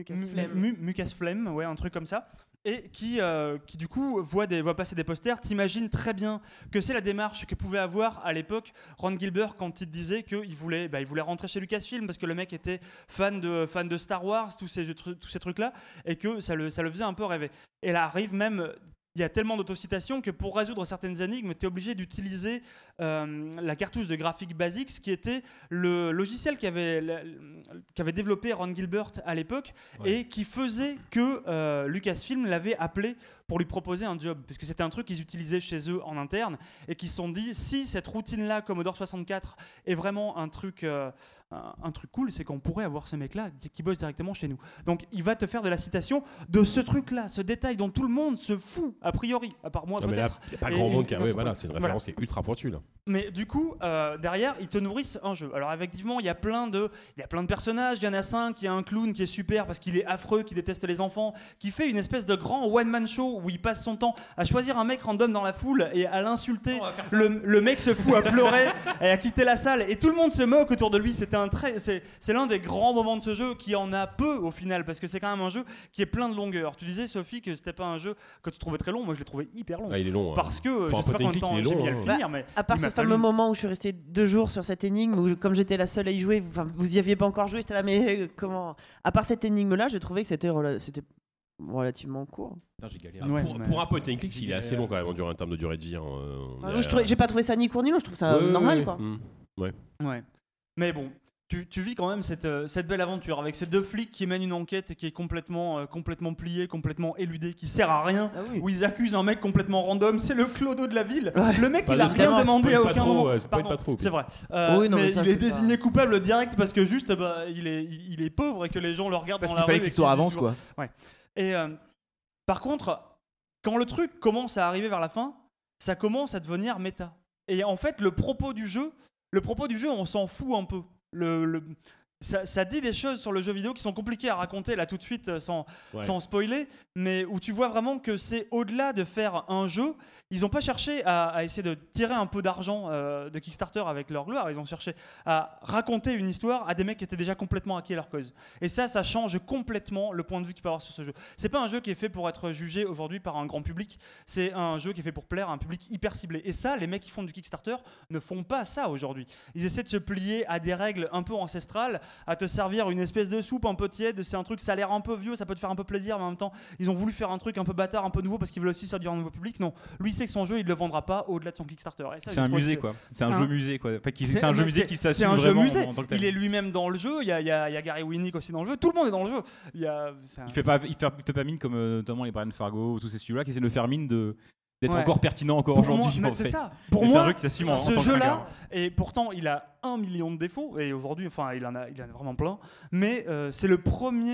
Mucas Flem, ouais, un truc comme ça. Et qui, euh, qui du coup voit, des, voit passer des posters. T'imagines très bien que c'est la démarche que pouvait avoir à l'époque Ron Gilbert quand il disait qu'il voulait, bah, il voulait rentrer chez Lucasfilm parce que le mec était fan de, fan de Star Wars, tous ces, tous ces trucs-là, et que ça le, ça le faisait un peu rêver. Et là arrive même... Il y a tellement d'autocitations que pour résoudre certaines énigmes, tu es obligé d'utiliser euh, la cartouche de Graphic Basics, qui était le logiciel qu'avait, qu'avait développé Ron Gilbert à l'époque, ouais. et qui faisait que euh, Lucasfilm l'avait appelé pour lui proposer un job. Parce que c'était un truc qu'ils utilisaient chez eux en interne, et qu'ils se sont dit, si cette routine-là, Commodore soixante-quatre, est vraiment un truc... Euh, Un, un truc cool, c'est qu'on pourrait avoir ce mec-là qui bosse directement chez nous. Donc il va te faire de la citation de ce truc-là, ce détail dont tout le monde se fout, a priori, à part moi non, peut-être. Il n'y a pas et, grand monde qui a... Ouais, voilà, c'est une référence voilà. qui est ultra pointue là. Mais du coup, euh, derrière, ils te nourrissent un jeu. Alors effectivement, il y a plein de, il y a plein de personnages, il y en a cinq, il y a un clown qui est super parce qu'il est affreux, qui déteste les enfants, qui fait une espèce de grand one-man show où il passe son temps à choisir un mec random dans la foule et à l'insulter. Le, le mec se fout à pleurer et à quitter la salle et tout le monde se moque autour de lui. C'était un très... C'est, c'est l'un des grands moments de ce jeu qui en a peu au final parce que c'est quand même un jeu qui est plein de longueur. Tu disais Sophie que c'était pas un jeu que tu trouvais très long, moi je l'ai trouvé hyper long. Ah, il est long. Parce hein. que je sais pas combien de temps j'ai mis à le finir, mais à part ce fameux fallu... moment où je suis resté deux jours sur cette énigme où comme j'étais la seule à y jouer, vous, vous y aviez pas encore joué, j'étais là mais euh, comment. À part cette énigme là, j'ai trouvé que c'était rela... c'était relativement court. Non, j'ai galéré. Ouais, pour, mais... pour un point and click, il est assez long quand même en termes de durée de vie. Hein. Ah, non, je trouvais, j'ai pas trouvé ça ni court ni long, je trouve ça ouais, normal ouais, quoi. Mmh. Ouais. Ouais. Mais bon. Tu, tu vis quand même cette, euh, cette belle aventure avec ces deux flics qui mènent une enquête qui est complètement, euh, complètement pliée, complètement éludée, qui sert à rien, ah oui. où ils accusent un mec complètement random, c'est le clodo de la ville. Ouais. Le mec, bah, il a rien demandé à aucun moment. Euh, c'est, Pardon, pas trop, c'est vrai. Euh, oui, non, mais, mais ça, il est désigné pas... coupable direct parce que juste, bah, il, est, il, il est pauvre et que les gens le regardent parce dans la rue. Parce qu'il fallait que l'histoire avance, quoi. Ouais. Et euh, par contre, quand le truc commence à arriver vers la fin, ça commence à devenir méta. Et en fait, le propos du jeu, le propos du jeu, on s'en fout un peu. Le, le, ça, ça dit des choses sur le jeu vidéo qui sont compliquées à raconter là tout de suite sans, ouais. sans spoiler, mais où tu vois vraiment que c'est au-delà de faire un jeu. Ils n'ont pas cherché à, à essayer de tirer un peu d'argent euh, de Kickstarter avec leur gloire. Ils ont cherché à raconter une histoire à des mecs qui étaient déjà complètement acquis à leur cause. Et ça, ça change complètement le point de vue qu'il peut avoir sur ce jeu. C'est pas un jeu qui est fait pour être jugé aujourd'hui par un grand public. C'est un jeu qui est fait pour plaire à un public hyper ciblé. Et ça, les mecs qui font du Kickstarter ne font pas ça aujourd'hui. Ils essaient de se plier à des règles un peu ancestrales, à te servir une espèce de soupe un peu tiède. C'est un truc, ça a l'air un peu vieux, ça peut te faire un peu plaisir, mais en même temps, ils ont voulu faire un truc un peu bâtard, un peu nouveau parce qu'ils veulent aussi séduire un nouveau public. Non, lui, c'est que son jeu, il le vendra pas au-delà de son Kickstarter. Et ça, c'est un musée, c'est... quoi. C'est un hein jeu musée, quoi. Enfin, qui, c'est, c'est un jeu musée qui s'assume c'est un vraiment jeu musée. En, en tant que tel. Il est lui-même dans le jeu. Il y a, il y a, il y a Gary Winnick aussi dans le jeu. Tout le monde est dans le jeu. Il, y a, un... il fait pas, il fait, il fait pas mine comme euh, notamment les Brian Fargo ou tous ces studios-là qui essaient de faire mine de d'être ouais. encore pertinent encore pour aujourd'hui. Moi, en c'est fait. ça. Pour mais moi, c'est un jeu qui s'assume en, ce en tant jeu-là, et pourtant, il a un million de défauts. Et aujourd'hui, enfin, il en a, il en a vraiment plein. Mais euh, c'est le premier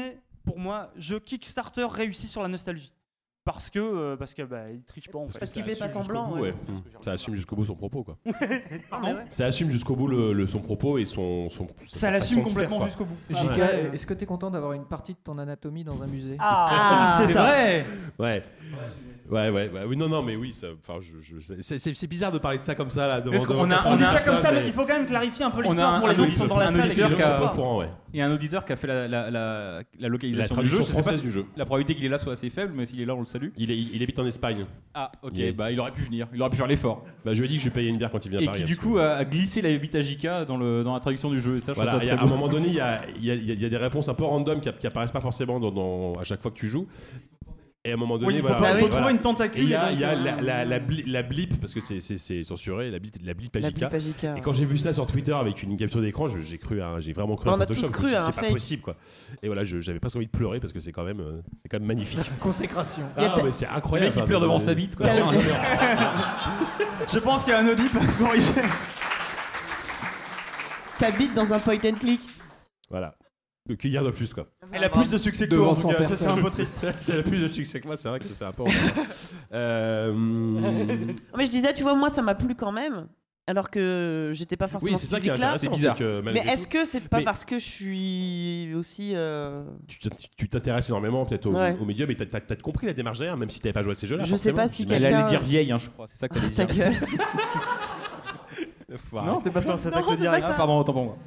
pour moi, jeu Kickstarter réussi sur la nostalgie. Parce que euh, parce que bah, il triche pas en fait. Parce qu'il fait pas semblant. Bout, Ouais. ouais. Mmh. Ça assume jusqu'au bout son propos quoi. Pardon. Ça assume jusqu'au bout le, le- son propos et son son. Ça sa l'assume façon de faire, complètement quoi. jusqu'au bout. J K, Ah ouais. est-ce que tu es content d'avoir une partie de ton anatomie dans un musée? Ah, c'est ça. vrai. Ouais. Ouais, ouais, ouais, oui, non, non, mais oui, ça, enfin, je, je, c'est, c'est, c'est bizarre de parler de ça comme ça là. Devant, Parce qu'on devant a- On on dit a- ça comme ça, mais mais il faut quand même clarifier un peu On a l'histoire un- pour les un gens qui sont dans la un salle. et qui auditeur le qui savent a- pas. au courant, ouais. Il y a un auditeur qui a fait la, la, la, la localisation La du jeu. traduction Je sais pas française si du jeu. la probabilité qu'il est là soit assez faible, mais s'il est là, on le salue. Il, est, il habite en Espagne. Ah, ok, Il est- bah il aurait pu venir, il aurait pu faire l'effort. Bah, je lui ai dit que je lui payais une bière quand il vient à Et Paris. qui hein, du parce coup a a glissé la bite à J K dans, le, dans la traduction du jeu. Et ça, je Voilà, trouve ça il y a- très à un beau. moment donné, il y a, il y a- il y a des réponses un peu random qui, qui apparaissent pas forcément dans, dans- à chaque fois que tu joues. Et à un moment donné, Oui, il faut, voilà, pas- il faut voilà. trouver une tentacule. Et il y a, et il y a donc, la, euh, la, la, bli- la blip, parce que c'est, c'est, c'est censuré, la blip, la blip à La J K. blip à J K, Et ouais. quand j'ai vu ça sur Twitter avec une capture d'écran, je- j'ai cru, à- j'ai vraiment cru On à a Photoshop. tous Je me suis cru à dit, un c'est pas fake. possible quoi. Et voilà, je- j'avais presque envie de pleurer parce que c'est quand même, euh, c'est quand même magnifique. Consécration. Il y a Ah, ta- mais c'est Le incroyable. mec il enfin, pleure devant mais- sa bite quoi. T'as- Non, non, Je pense qu'il y a un audit pour corriger. T'habites dans un point and click. Voilà. Le cuillère de plus quoi. Elle a plus de succès que toi, en tout cas. Ça, c'est un peu triste. Elle a plus de succès que moi, c'est vrai que c'est un peu. embêtant. euh... Mais je disais, tu vois, moi, ça m'a plu quand même. Alors que j'étais pas forcément Oui, c'est ça qui est public là. intéressant. C'est bizarre. c'est que, Mais malgré est-ce tout, que c'est pas Mais- parce que je suis aussi. euh, tu, t- tu t'intéresses énormément peut-être au, Ouais. au médium et t'as, t'as, t'as compris la démarche derrière, même si t'avais pas joué à ces jeux-là. Je sais forcément, pas si Elle j'imagine. quelqu'un- allait dire vieille, hein, je crois. C'est ça que t'allais Ta dire. gueule. Faut Non, arrêter. c'est pas ça, c'est Non, attaque le c'est direct. pas ça. Ah, pardon, autant pour moi.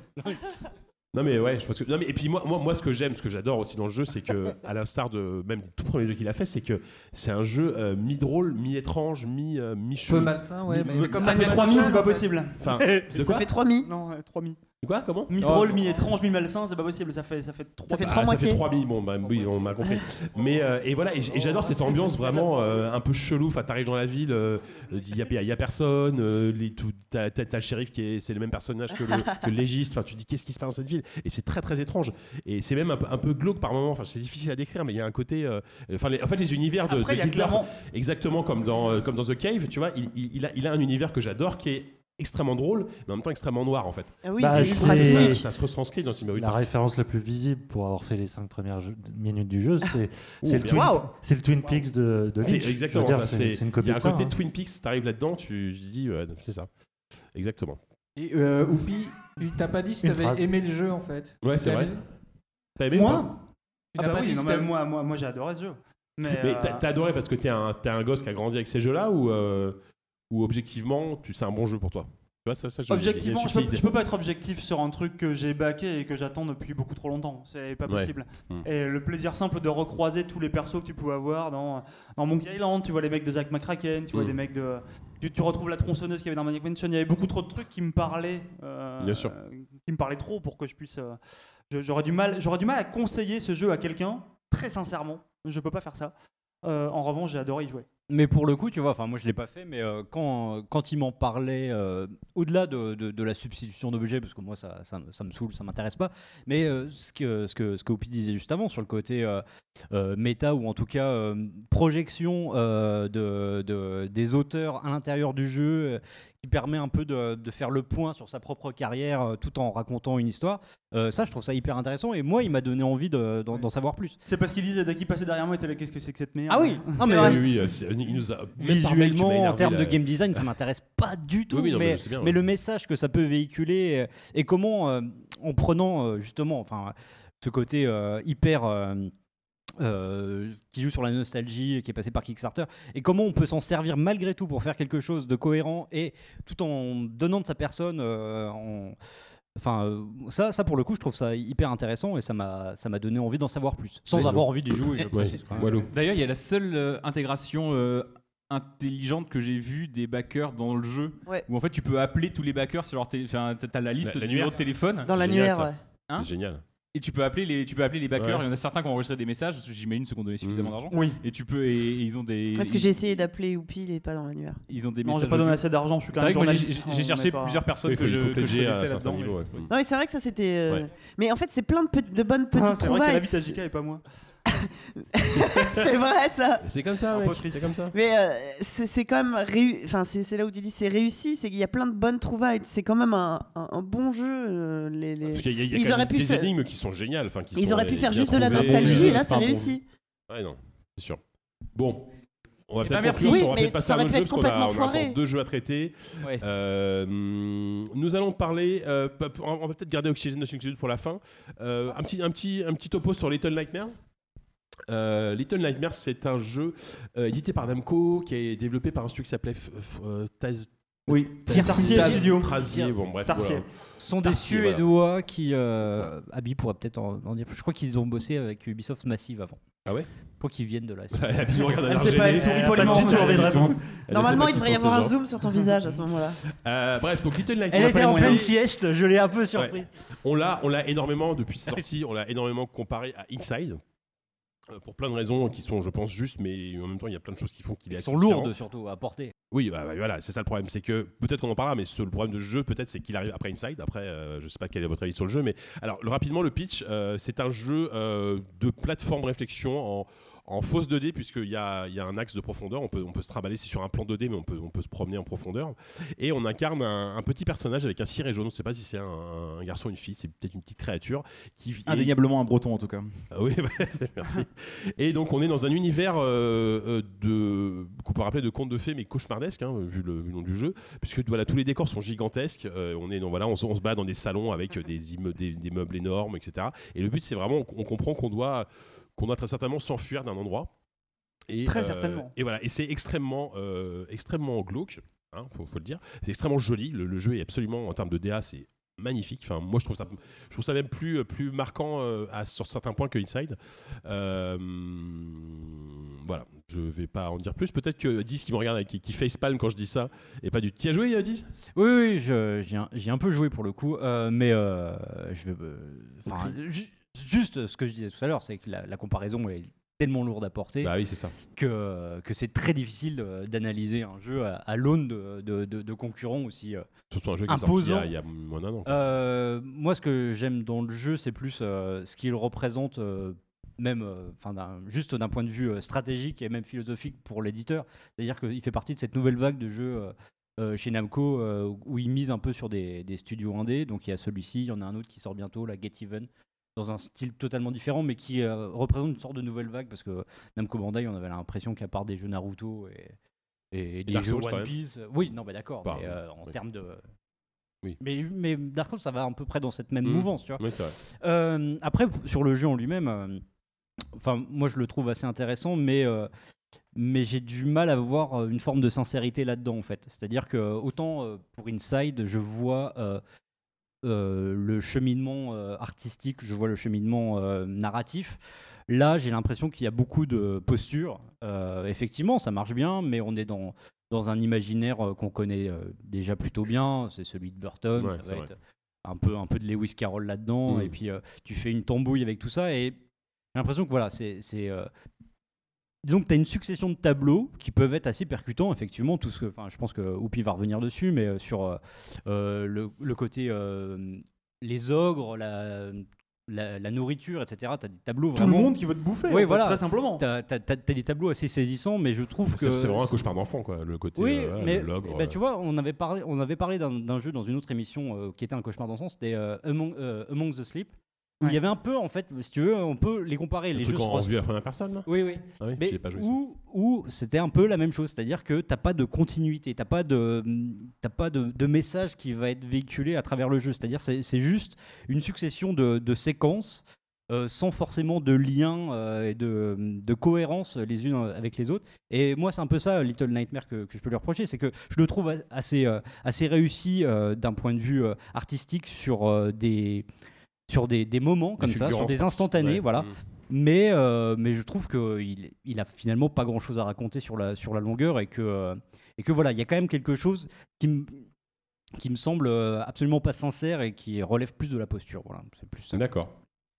Non mais ouais, je pense que non mais et puis moi moi moi ce que j'aime, ce que j'adore aussi dans le jeu, c'est que à l'instar de même des tout premiers jeux qu'il a fait, c'est que c'est un jeu euh, mi drôle, mi étrange, mi euh, mi Peu cheveux. malsain, ouais. Mi- Mais, mi- Comme Ça ça fait fait trois mal mi, ça, c'est pas en fait. possible. Enfin, de Ça quoi fait trois mi. Non, euh, trois mi. Quoi comment Mi Oh, drôle, mi étrange, mi malsain, c'est pas possible. Ça fait, ça fait trois. Ça fait Ah, trois ça moitiés. fait trois mi, bon, bah, oui, on m'a compris. Mais euh, et voilà, et, j- et j'adore cette ambiance vraiment euh, un peu chelou. Enfin, t'arrives dans la ville, il y, a, y a personne, euh, les, tout, t'as, t'as, t'as le shérif qui est, c'est le même personnage que le, que le légiste. Enfin, tu te dis qu'est-ce qui se passe dans cette ville, et c'est très très étrange. Et c'est même un peu, un peu glauque par moment. Enfin, c'est difficile à décrire, mais il y a un côté. euh, Enfin, les, en fait, les univers de, Après, de il y a Hitler, clairement- exactement comme dans euh, comme dans The Cave, tu vois, il, il, il a, il a un univers que j'adore qui est extrêmement drôle, mais en même temps extrêmement noir en fait. Ah oui, Bah, c'est c'est- ultra cynique. Ça se retranscrit dans Simba La référence la plus visible pour avoir fait les cinq premières jeux- minutes du jeu, c'est Ouh, c'est le, bien. Twin- Waouh. c'est le Twin Peaks de, de C'est Lynch. exactement Je veux dire, ça. c'est C'est- c'est une Il copie y a de un ça. côté hein. Twin Peaks, t'arrives là-dedans, tu te dis, euh, c'est ça. Exactement. Et euh, Oupi, tu t'as pas dit si Une t'avais phrase. aimé le jeu en fait. Ouais, c'est T'as vrai. aimé T'as aimé ou Moi pas Tu Ah n'as bah pas oui, dit non, si mais t'as- moi, moi, moi j'ai adoré ce jeu. Mais, Mais euh, t'as t'as adoré parce que t'es un, t'es un gosse qui a grandi avec ces jeux-là ou, euh, ou objectivement, tu, c'est un bon jeu pour toi? Tu vois, ça, ça, je- il y a une objectivement, je peux, subtilité. je peux pas être objectif sur un truc que j'ai backé et que j'attends depuis beaucoup trop longtemps. C'est pas Ouais. possible. Hmm. Et le plaisir simple de recroiser tous les persos que tu pouvais avoir dans, dans Monkey Island, tu vois les mecs de Zack McCracken, tu vois Hmm. des mecs de. Tu, tu retrouves la tronçonneuse qu'il y avait dans Maniac Mansion. Il y avait beaucoup trop de trucs qui me parlaient. euh, Bien sûr. euh, qui me parlaient trop pour que je puisse. euh, je- j'aurais du mal, j'aurais du mal à conseiller ce jeu à quelqu'un. Très sincèrement, je peux pas faire ça. Euh, en revanche, j'ai adoré y jouer. Mais pour le coup, tu vois, enfin moi je l'ai pas fait, mais euh, quand, quand il m'en parlait, euh, au-delà de, de, de la substitution d'objets, parce que moi ça, ça, me- ça me saoule, ça m'intéresse pas, mais euh, ce que ce que ce que Oupi disait juste avant sur le côté euh, euh, méta ou en tout cas euh, projection euh, de, de des auteurs à l'intérieur du jeu, euh, qui permet un peu de, de faire le point sur sa propre carrière euh, tout en racontant une histoire. Euh, ça, je trouve ça hyper intéressant et moi, il m'a donné envie de- d'en d'en savoir plus. C'est parce qu'il disait dès qu'il passait derrière moi, il était là, qu'est-ce que c'est que cette merde? Ah oui, non, mais Oui, oui, euh, c'est- il nous a même par mail, tu m'as visuellement, en énervé, termes de là. game design, ça m'intéresse pas du tout. Oui, oui, non, mais mais je sais bien, mais ouais. le message que ça peut véhiculer euh, et comment, euh, en prenant euh, justement, enfin, ce côté euh, hyper euh, euh, qui joue sur la nostalgie, qui est passé par Kickstarter, et comment on peut s'en servir malgré tout pour faire quelque chose de cohérent et tout en donnant de sa personne. euh, en... Enfin, euh, ça, ça pour le coup, je trouve ça hyper intéressant et ça m'a, ça m'a donné envie d'en savoir plus, sans Ouais, avoir ouais. envie d'y jouer. Je Ouais, précise, quand même. Walou. D'ailleurs, il y a la seule euh, intégration euh, intelligente que j'ai vue des backers dans le jeu, Ouais. où en fait tu peux appeler tous les backers sur leur téléphone. Enfin, t'as t'as la liste La- de l'annuaire. numéros de téléphone. Dans Génial, l'annuaire, ça. ouais. Hein C'est génial. Et tu peux appeler les, tu peux appeler les backers. Ouais. Il y en a certains qui ont enregistré des messages. parce que J'imagine ceux qui ont donné suffisamment Mmh. d'argent. Oui. Et tu peux, et, et ils ont des. Parce que ils- j'ai essayé d'appeler Oupi, il est pas dans l'annuaire. Ils ont des Non, messages. j'ai pas donné de- assez d'argent, je suis C'est quand vrai même que moi j'ai- journaliste. j'ai j'ai on cherché est pas- plusieurs personnes Oui, il faut- que il je faut que je pledger à un connaissais certain là-dedans. niveau, et- ouais. Non, mais c'est vrai que ça c'était. euh, Ouais. Mais en fait, c'est plein de, pe- de bonnes petites Ah, c'est vrai trouvailles. qu'elle habite à J K et pas moi. c'est vrai ça. C'est comme ça, mec. C'est comme ça. Mais euh, c'est, c'est quand même réu... enfin c'est, c'est là où tu dis c'est réussi, c'est qu'il y a plein de bonnes trouvailles. C'est quand même un, un, un bon jeu. Euh, les, les... Parce qu'il y a, il y a Ils auraient pu des se... énigmes qui sont géniales. Enfin, qui Ils sont auraient pu faire bien juste de la trouvées. nostalgie, et là C'est c'est pas un bon réussi. jeu. Ouais, non, c'est sûr. Bon. On va Eh peut-être ben, conclure, merci. on va Oui, peut-être mais passer ça à un aurait autre pu jeu être parce qu'on a, complètement on a encore foiré. deux jeux à traiter. Ouais. Euh, nous allons parler, euh, on va peut-être garder Oxygen Nothing to Do pour la fin. Euh, un petit, un petit, un petit topo sur Little Nightmares. Euh, Little Nightmares, c'est un jeu euh, édité par Namco qui est développé par un studio qui s'appelait f- f- euh, Taz. Oui, Taz- Tarsier Taz- Studio. Trasier, bon bref. Tarsier. Voilà. Ce sont des Tarsier, voilà. Suédois qui. Euh, Abby pourra peut-être en, en dire plus. Je crois qu'ils ont bossé avec Ubisoft Massive avant. Ah ouais? Je crois qu'ils viennent de là. Abby regarde à Elle l'air sait pas, elle gênée. sourit Elle a poliment, pas elle dit ça, sourit du vraiment. tout. Elle Normalement, sait il pas devrait y qui sont avoir un ces gens. zoom sur ton visage à ce moment-là. Euh, bref, donc Little Nightmares. Elle était en c'est- pleine sieste, je l'ai un peu surpris. Ouais. On l'a, on l'a énormément depuis sa sortie, on l'a énormément comparé à Inside. Euh, pour plein de raisons qui sont, je pense, justes, mais en même temps, il y a plein de choses qui font qu'il est Ils assez sont différent. lourdes surtout à porter. Oui, bah, bah, voilà, c'est ça le problème. C'est que peut-être qu'on en parlera, mais ce, le problème de ce jeu, peut-être, c'est qu'il arrive après Inside. Après, euh, je sais pas quel est votre avis sur le jeu, mais alors le- rapidement, le pitch, euh, c'est un jeu euh, de plateforme réflexion en, en fausse deux D, puisqu'il y a, il y a un axe de profondeur. On peut, on peut se trimballer, c'est sur un plan deux D, mais on peut, on peut se promener en profondeur. Et on incarne un, un petit personnage avec un ciré jaune. On ne sait pas si c'est un, un garçon ou une fille, c'est peut-être une petite créature. Qui, Indéniablement un breton en tout cas. Ah oui, bah, merci. Et donc on est dans un univers euh, euh, de qu'on peut rappeler de contes de fées, mais cauchemardesque, hein, vu, le, vu le nom du jeu, puisque voilà, tous les décors sont gigantesques. Euh, on est, donc, voilà, on, se- on se bat dans des salons avec des, imme- des, des meubles énormes, et cetera. Et le but, c'est vraiment, on, on comprend qu'on doit, qu'on doit très certainement s'enfuir d'un endroit. Et, Très euh, certainement. Et voilà, et c'est extrêmement, euh, extrêmement glauque. Hein, faut, faut le dire. C'est extrêmement joli. Le, le jeu est absolument, en termes de D A, c'est magnifique. Enfin, moi, je trouve ça, je trouve ça même plus, plus marquant euh, à, sur certains points que Inside. Euh, voilà, je vais pas en dire plus. Peut-être que Diz qui me regarde, qui, qui facepalm quand je dis ça, et pas du. Qui a joué, euh, Diz? Oui, oui, je- j'ai un, j'ai un peu joué pour le coup, euh, mais euh, je vais. euh, enfin, ju- juste ce que je disais tout à l'heure, c'est que la, la comparaison est tellement lourde à porter Bah oui, c'est ça. que, que c'est très difficile de- d'analyser un jeu à, à l'aune de, de, de- de concurrents aussi euh, Surtout un jeu qui est sorti il y imposants. a- il y a moins d'un an, quoi. Euh, moi, ce que j'aime dans le jeu, c'est plus euh, ce qu'il représente, euh, même euh, enfin, d'un- juste d'un point de vue euh, stratégique et même philosophique pour l'éditeur. C'est-à-dire qu'il fait partie de cette nouvelle vague de jeux euh, euh, chez Namco euh, où ils misent un peu sur des, des studios indés. Donc il y a celui-ci, il y en a un autre qui sort bientôt, la Get Even, dans un style totalement différent, mais qui euh, représente une sorte de nouvelle vague parce que Namco Bandai, on avait l'impression qu'à part des jeux Naruto et, et des Dark jeux Souls, quand One même. Piece, euh, oui, non, bah d'accord, Bah, mais euh, en oui. termes de Oui. mais, mais Dark Souls, ça va à peu près dans cette même Mmh. mouvance, tu vois. Oui, c'est vrai. Euh, après, p- sur le jeu en lui-même, euh, enfin, moi je le trouve assez intéressant, mais, euh, mais j'ai du mal à voir euh, une forme de sincérité là-dedans, en fait. C'est-à-dire que autant euh, pour Inside, je vois euh, euh, le cheminement euh, artistique, je vois le cheminement euh, narratif. Là, j'ai l'impression qu'il y a beaucoup de postures. Euh, effectivement, ça marche bien, mais on est dans, dans un imaginaire euh, qu'on connaît euh, déjà plutôt bien. C'est celui de Burton. Ouais, ça c'est va vrai. être un peu, un peu de Lewis Carroll là-dedans. Mm. Et puis, euh, tu fais une tambouille avec tout ça. Et j'ai l'impression que voilà, c'est. c'est, euh, disons que tu as une succession de tableaux qui peuvent être assez percutants, effectivement. Tout ce que, enfin, je pense que Oupi va revenir dessus, mais euh, sur euh, euh, le, le côté. euh, les ogres, la, la, la nourriture, et cetera. Tu as des tableaux Tout vraiment. le monde qui veut te bouffer, en Oui, fait, voilà. très simplement. Tu as, des tableaux assez saisissants, mais je trouve que. C'est c'est vraiment un cauchemar d'enfant, quoi. Le côté. Oui, euh, voilà, mais l'ogre, bah, euh. tu vois, on avait parlé, on avait parlé d'un d'un jeu dans une autre émission euh, qui était un cauchemar d'enfant, c'était euh, Among, euh, Among the Sleep. Où il y avait un peu, en fait, si tu veux, on peut les comparer. Le les truc jeux en se ressemblent. vue à la première personne, là Oui, oui. Ah oui, Mais j'ai pas joué ça. où, où c'était un peu la même chose, c'est-à-dire que t'as pas de continuité, t'as pas de, t'as pas de, de message qui va être véhiculé à travers le jeu. C'est-à-dire c'est c'est juste une succession de, de séquences euh, sans forcément de lien euh, et de, de cohérence les unes avec les autres. Et moi, c'est un peu ça, Little Nightmare, que, que je peux lui reprocher, c'est que je le trouve a- assez, euh, assez réussi euh, d'un point de vue euh, artistique sur euh, des sur des, des moments comme ça, sur fulgurances des particulières. instantanés, Ouais. voilà. Mm. Mais, euh, mais je trouve qu'il il a finalement pas grand chose à raconter sur la, sur la longueur et que, euh, et que voilà, il y a quand même quelque chose qui me qui me semble euh, absolument pas sincère et qui relève plus de la posture. Voilà, c'est plus ça. D'accord.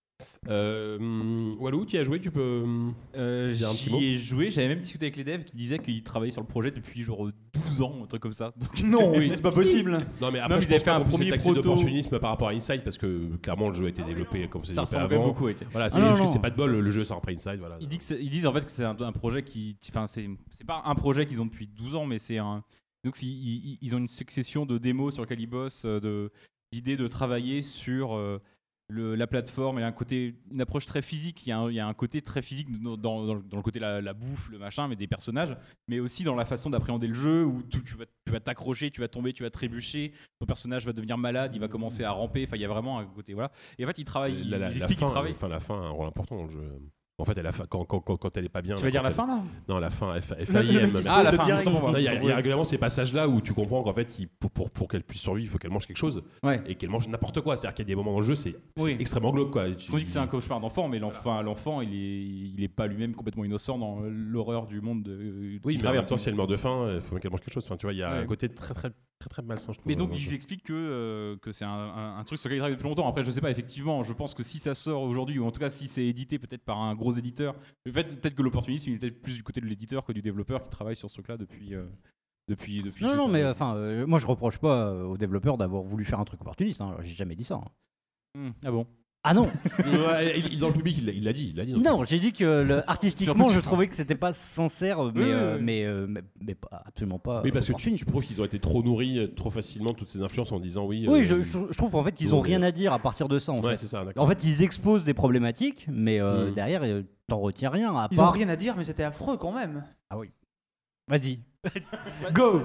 Euh, Walou, tu y as joué, tu peux Euh, dire un petit mot. J'y ai joué, j'avais même discuté avec les devs qui disaient qu'ils travaillaient sur le projet depuis genre douze douze ans, un truc comme ça. Donc, Non, Oui, c'est pas possible. Non, mais après, Non, je ils avaient pense fait pas un qu'on puisse premier être taxé proto. d'opportunisme par rapport à Inside parce que clairement le jeu a été développé comme c'est Ça développé ressemblait avant. beaucoup, ouais, Voilà, Ah c'est non, juste non. que c'est pas de bol, le jeu sort après Inside. Voilà. Ils disent, que c'est- ils disent en fait que c'est un, un projet qui. Enfin, c'est, c'est pas un projet qu'ils ont depuis douze ans, mais c'est un. Donc, c'est- ils, ils ont une succession de démos sur lesquelles ils bossent, euh, de, d'idées de travailler sur euh, le, la plateforme et un côté, une approche très physique. Il y a un, il y a un côté très physique dans, dans, dans le- dans le côté la, la bouffe, le machin, mais des personnages, mais aussi dans la façon d'appréhender le jeu où tu, tu vas, tu vas t'accrocher, tu vas tomber, tu vas trébucher, ton personnage va devenir malade, il va commencer à ramper. Enfin, il y a vraiment un côté. Voilà. Et en fait, ils travaillent. La, la- ils la expliquent fin, qu'ils travaillent. enfin, la fin a un rôle important dans le jeu. En fait, elle a fa- quand, quand, quand, quand elle est pas bien. Tu vas dire la elle- fin, là Non, la fin, F Le- F A I le M. mec qui Ah, la fin, autant pour moi. Non, Il y, a- il y Ouais. a régulièrement ces passages-là où tu comprends qu'en fait, qu'il- pour, pour, pour qu'elle puisse survivre, il faut qu'elle mange quelque chose. Ouais. Et qu'elle mange n'importe quoi. C'est-à-dire qu'il y a des moments dans le jeu, c'est c'est Oui. extrêmement glauque. Quoi. On dit que c'est un cauchemar d'enfant, mais l'enfant, l'enfant il, est, il est pas lui-même complètement innocent dans l'horreur du monde. De, Oui, qu'il mais en même traverse. temps, si elle meurt de faim, il faut bien qu'elle mange quelque chose. Enfin, tu vois, il y a Ouais. un côté très, très, très, très malsain, je trouve. Mais donc dans le ils jeu. expliquent que, euh, que c'est un, un- un truc sur lequel ils travaillent depuis longtemps. Après, je sais pas, effectivement, je pense que si ça sort aujourd'hui, ou en tout cas si c'est édité peut-être par un gros éditeur, le fait peut-être que l'opportunisme il est peut-être plus du côté de l'éditeur que du développeur qui travaille sur ce truc-là depuis. euh, depuis, depuis Non, ce non, temps. mais enfin, euh, moi je reproche pas euh, aux développeurs d'avoir voulu faire un truc opportuniste. Hein. J'ai jamais dit ça. hein. Hmm, ah bon Ah non. Ouais, il- il- dans le public, il l'a- il l'a dit. Il l'a dit dans le Non, j'ai dit que le, artistiquement, Surtout que- je trouvais que c'était pas sincère, mais, Oui, oui, euh, oui. mais, euh, mais, mais pas- absolument pas. Oui, parce que tu, opportuniste. tu trouves qu'ils ont été trop nourris euh, trop facilement de toutes ces influences en disant oui. Oui, euh, je, je- je trouve en fait qu'ils ils ont ont rien des- à dire à partir de ça. En Ouais, fait. c'est ça, d'accord. En fait, ils exposent des problématiques, mais euh, Mm. derrière, euh, t'en retiens rien. À Ils part... ont rien à dire, mais c'était affreux quand même. Ah oui. Vas-y. Go.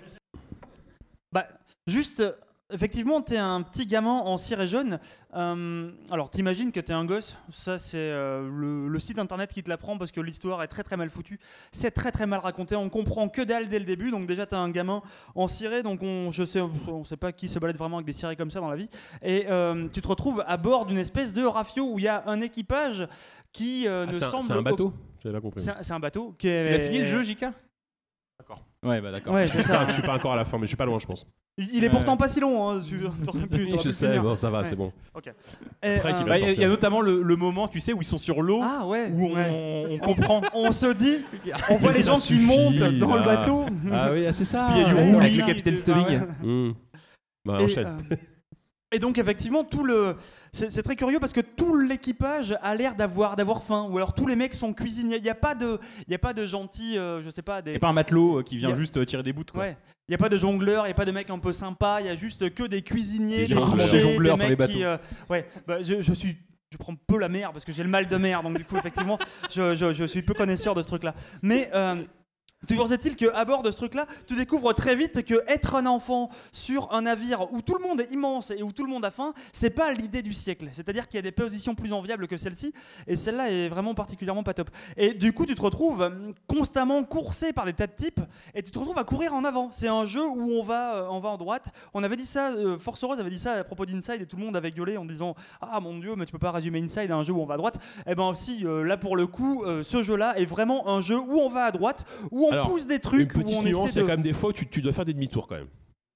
Bah, juste, euh, effectivement, t'es un petit gamin en ciré jaune. Euh, alors, t'imagines que t'es un gosse. Ça, c'est euh, le, le site internet qui te l'apprend parce que l'histoire est très très mal foutue. C'est très très mal raconté. On comprend que dalle dès le début. Donc déjà, t'as un gamin en ciré. Donc on, je sais, on sait pas qui se balade vraiment avec des cirés comme ça dans la vie. Et euh, tu te retrouves à bord d'une espèce de rafio où il y a un équipage qui euh, Ah, ne c'est un- semble. c'est un bateau. J'avais pas compris. C'est un, c'est un bateau. Qui est... Tu l'as fini le jeu, J K? D'accord. Ouais, bah d'accord. Ouais, je, c'est suis ça. pas, je suis pas encore à la fin, mais je suis pas loin, je pense. Il il est Ouais. pourtant pas si long. Hein. Tu- t'aurais pu- Oui, t'aurais pu je le sais, finir. bon, ça va, Ouais. c'est bon. Ok. Après, Et, qu'il euh, va Bah, Il y, a- sortir. il y a notamment le, le moment, tu sais, où ils sont sur l'eau, Ah ouais. où on, ouais. on comprend. On se dit, on voit Mais les ça gens qui suffit, montent dans le là. bateau. Ah oui, ah, c'est ça. Puis il y a du Ouais, roue ouais. avec le capitaine Stubbing. Mmh. Bah, Et, enchaîne. euh, et donc effectivement tout le c'est c'est très curieux parce que tout l'équipage a l'air d'avoir d'avoir faim ou alors tous les mecs sont cuisiniers. Il y a pas de il y a pas de gentils euh, je sais pas des Il n'y a pas un matelot euh, qui vient Il y a- juste euh, tirer des bouts. Quoi. Ouais. Il y a pas de jongleurs, il y a pas de mecs un peu sympas, il y a juste que des cuisiniers, Des des, jongleurs. bouchers, Des jongleurs des sur les mecs qui bateaux. euh, ouais, bah, je, je suis je prends peu la mer parce que j'ai le mal de mer donc du coup effectivement je, je, je suis peu connaisseur de ce truc là. Mais euh, toujours est-il qu'à bord de ce truc-là, tu découvres très vite que être un enfant sur un navire où tout le monde est immense et où tout le monde a faim, c'est pas l'idée du siècle. C'est-à-dire qu'il y a des positions plus enviables que celle-ci, et celle-là est vraiment particulièrement pas top. Et du coup, tu te retrouves euh, constamment coursé par des tas de types, et tu te retrouves à courir en avant. C'est un jeu où on va, euh, on va en droite. On avait dit ça, euh, Force Rose avait dit ça à propos d'Inside, et tout le monde avait gueulé en disant « Ah mon Dieu, mais tu peux pas résumer Inside à un jeu où on va à droite ». Eh ben aussi, euh, là pour le coup, euh, ce jeu-là est vraiment un jeu où on va à droite, où on Alors, pousse des trucs, Une petite où on nuance, essaie il y a de... quand même des fois où tu, tu dois faire des demi-tours quand même.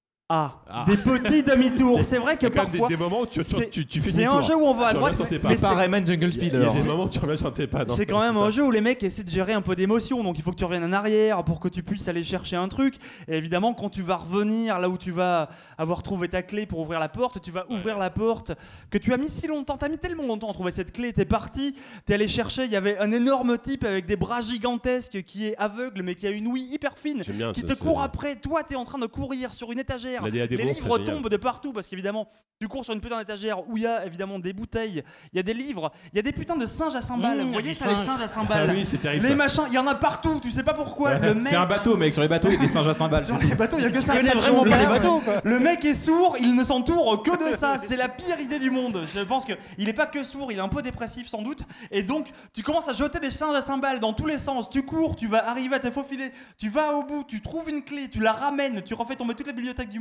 Ah, Ah. des petits demi-tours. C'est vrai que Il y a quand même des- parfois... des moments où tu- tu- c'est- tu- tu fais C'est demi-tour. un jeu où on va à Tu droite. reviens sur tes mais pas. c'est- C'est pas Rayman Jungle Speed, Il y a des moments où tu reviens sur tes pas. non, C'est quand même ça. un jeu où les mecs essaient de gérer un peu d'émotion, donc il faut que tu reviennes en arrière pour que tu puisses aller chercher un truc. Et évidemment, quand tu vas revenir là où tu vas avoir trouvé ta clé pour ouvrir la porte, tu vas ouvrir la porte que tu as mis si longtemps, t'as mis tellement longtemps à trouver cette clé, t'es parti, t'es allé chercher, il y avait un énorme type avec des bras gigantesques qui est aveugle mais qui a une ouïe hyper fine, J'aime bien, qui ça, te c'est- court après, toi t'es en train de courir sur une étagère, La D A des les monstres, livres c'est génial. tombent de partout parce qu'évidemment tu cours sur une putain d'étagère où il y a évidemment des bouteilles, il y a des livres, il y a des putains de singes à cymbales, Mmh, vous voyez des ça les singes. singes à cymbales, Ah oui, c'est terrible, les ça. machins, il y en a partout, tu sais pas pourquoi, le mec... C'est un bateau, mec. Sur les bateaux, il y a des singes à cymbales. Sur les bateaux, il y a que ça. connais pas de vraiment pas les jongleur. bateaux, quoi. Le mec est sourd, il ne s'entoure que de ça. C'est la pire idée du monde. Je pense que il est pas que sourd, il est un peu dépressif sans doute. Et donc, tu commences à jeter des singes à cymbales dans tous les sens. Tu cours, tu vas arriver à te faufiler, tu vas au bout, tu trouves une clé, tu la ramènes, tu refais tomber toute la bibliothèque du monde.